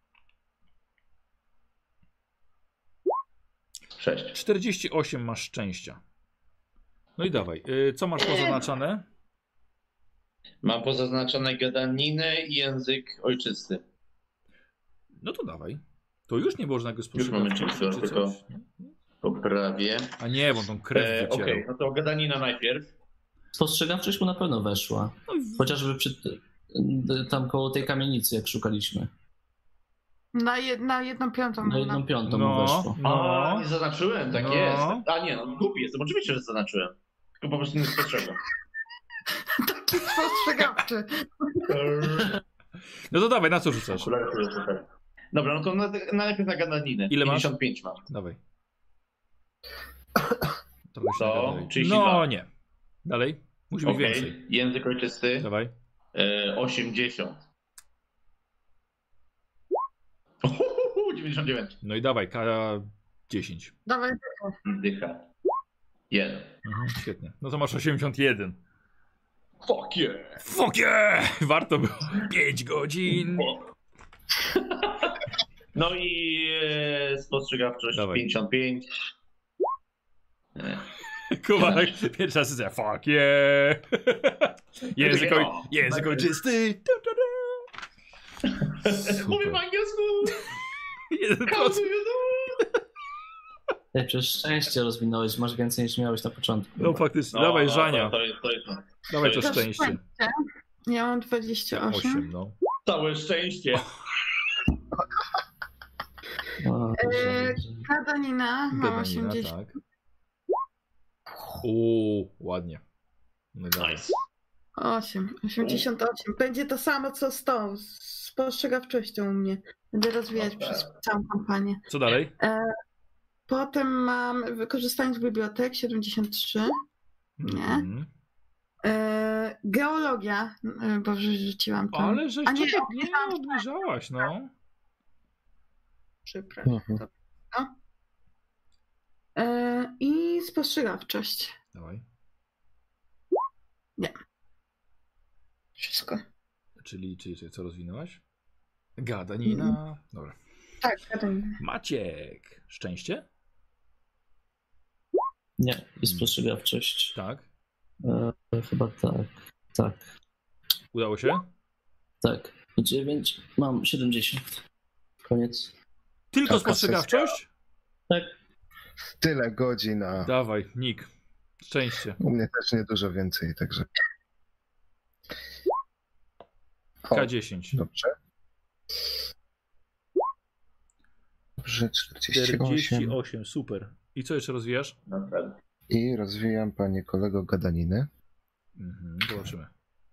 S6: sześć.
S2: czterdzieści osiem masz szczęścia. No i dawaj. Y, co masz pozaznaczane?
S6: Mam pozaznaczone gadaninę i język ojczysty.
S2: No to dawaj. To już nie można go
S6: Już mamy
S2: spostrzegać.
S6: czas, tylko poprawię.
S2: A nie, bo tą krew
S6: E,
S2: wycierał.
S6: Okej, okay, no to gadanina najpierw.
S4: Spostrzegawczość mu na pewno weszła.
S2: No i w-
S4: Chociażby przy, tam koło tej kamienicy, jak szukaliśmy.
S5: Na, jed, na jedną piątą.
S4: Na jedną piątą mu
S2: No,
S4: weszło.
S2: no.
S6: A, nie zaznaczyłem, tak
S2: No.
S6: jest. A nie, no głupi jestem, oczywiście, że zaznaczyłem. Tylko po prostu nie spostrzegłem.
S5: Taki spostrzegawczy.
S2: No to dawaj, na co rzucasz?
S6: Dobra, no to na, na, najpierw na gadaninę.
S2: Ile masz?
S6: pięćdziesiąt pięć mam.
S2: Dawaj. Trochę się
S6: To
S2: nagadaj.
S6: trzydzieści dwa.
S2: No nie. Dalej. Musi być
S6: Okej,
S2: więcej.
S6: język ojczysty.
S2: Dawaj.
S6: E, osiemdziesiąt. Uhuhu, dziewięćdziesiąt dziewięć.
S2: No i dawaj, K dziesięć.
S5: Dawaj.
S6: Dycha. Jeden.
S2: Mhm, świetnie. No to masz osiemdziesiąt jeden.
S6: Fuck yeah!
S2: Fuck yeah! Warto było pięć godzin.
S6: No i e, spostrzegawczość
S2: Dawaj.
S6: pięćdziesiąt pięć. E,
S2: Kuba, pierwsza sesja. Fuck yeah! Język, oj, język ojczysty. Tu, tu, tu.
S6: Mówię
S2: Super.
S6: po angielsku!
S2: jeden
S6: How
S2: procent.
S6: do you do?
S4: Ej, przecież szczęście rozwinąłeś, masz więcej niż miałeś na początku.
S2: No faktycznie.
S6: No,
S2: Dawaj,
S6: no,
S2: Żania.
S6: To, to, jest, to jest
S2: Dawaj to
S6: to
S5: jest
S2: szczęście.
S5: Ja mam dwadzieścia osiem.
S2: osiem, no.
S6: całe szczęście.
S4: O,
S5: Eee, Gadanina mam
S2: Gadanina,
S5: osiemdziesiąt.
S2: tak. Uuu, ładnie. No i dawaj.
S6: Nice.
S5: osiem, osiemdziesiąt osiem. Będzie to samo co z tą, z spostrzegawczością u mnie. Będę rozwijać
S6: Dobra.
S5: przez całą kampanię.
S2: Co dalej?
S5: Potem mam wykorzystanie z bibliotek siedemdziesiąt trzy. Nie.
S2: Mhm.
S5: E, geologia, e, bo rzuciłam tam.
S2: Ale żeś
S5: A nie,
S2: nie, nie
S5: obniżałam
S2: obniżałaś, no.
S5: Przepraszam.
S3: Mhm.
S5: To- no. E, I spostrzegawczość.
S2: Dawaj.
S5: Wszystko.
S2: Czyli, czyli, czyli co rozwinęłaś? Gadanina. Dobra.
S5: Tak, gadanina.
S2: Maciek. Szczęście?
S4: nie, i spostrzegawczość.
S2: Tak.
S4: E, chyba tak. Tak.
S2: Udało się?
S4: Tak. dziewięć, mam siedemdziesiąt. Koniec.
S2: Tylko
S3: Taka
S2: spostrzegawczość?
S4: Tak.
S3: Tyle godzin, a
S2: Dawaj, Nick. Szczęście.
S3: u mnie też nie dużo więcej, także... O,
S2: K dziesięć.
S3: dobrze. Dobrze, czterdzieści
S2: czterdzieści
S3: osiem.
S2: osiem, super. I co jeszcze rozwijasz?
S6: Naprawdę.
S3: I rozwijam, panie kolego, gadaniny.
S2: Mhm, zobaczymy.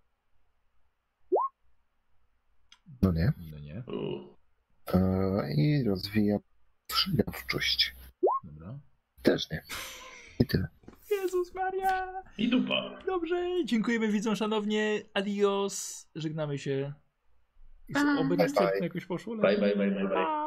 S3: No nie.
S2: No nie.
S6: U.
S3: E, I rozwijam spostrzegawczość.
S2: Dobra.
S3: Też nie. I tyle.
S2: Jezus Maria!
S6: I dupa.
S2: Dobrze, dziękujemy widzom szanownie. Adios. Żegnamy się.
S5: Pa.
S2: Oby
S3: Bye,
S2: następne
S3: bye.
S2: jakoś poszło
S6: Bye,
S2: lepiej.
S6: bye, bye, bye, bye.
S2: Pa.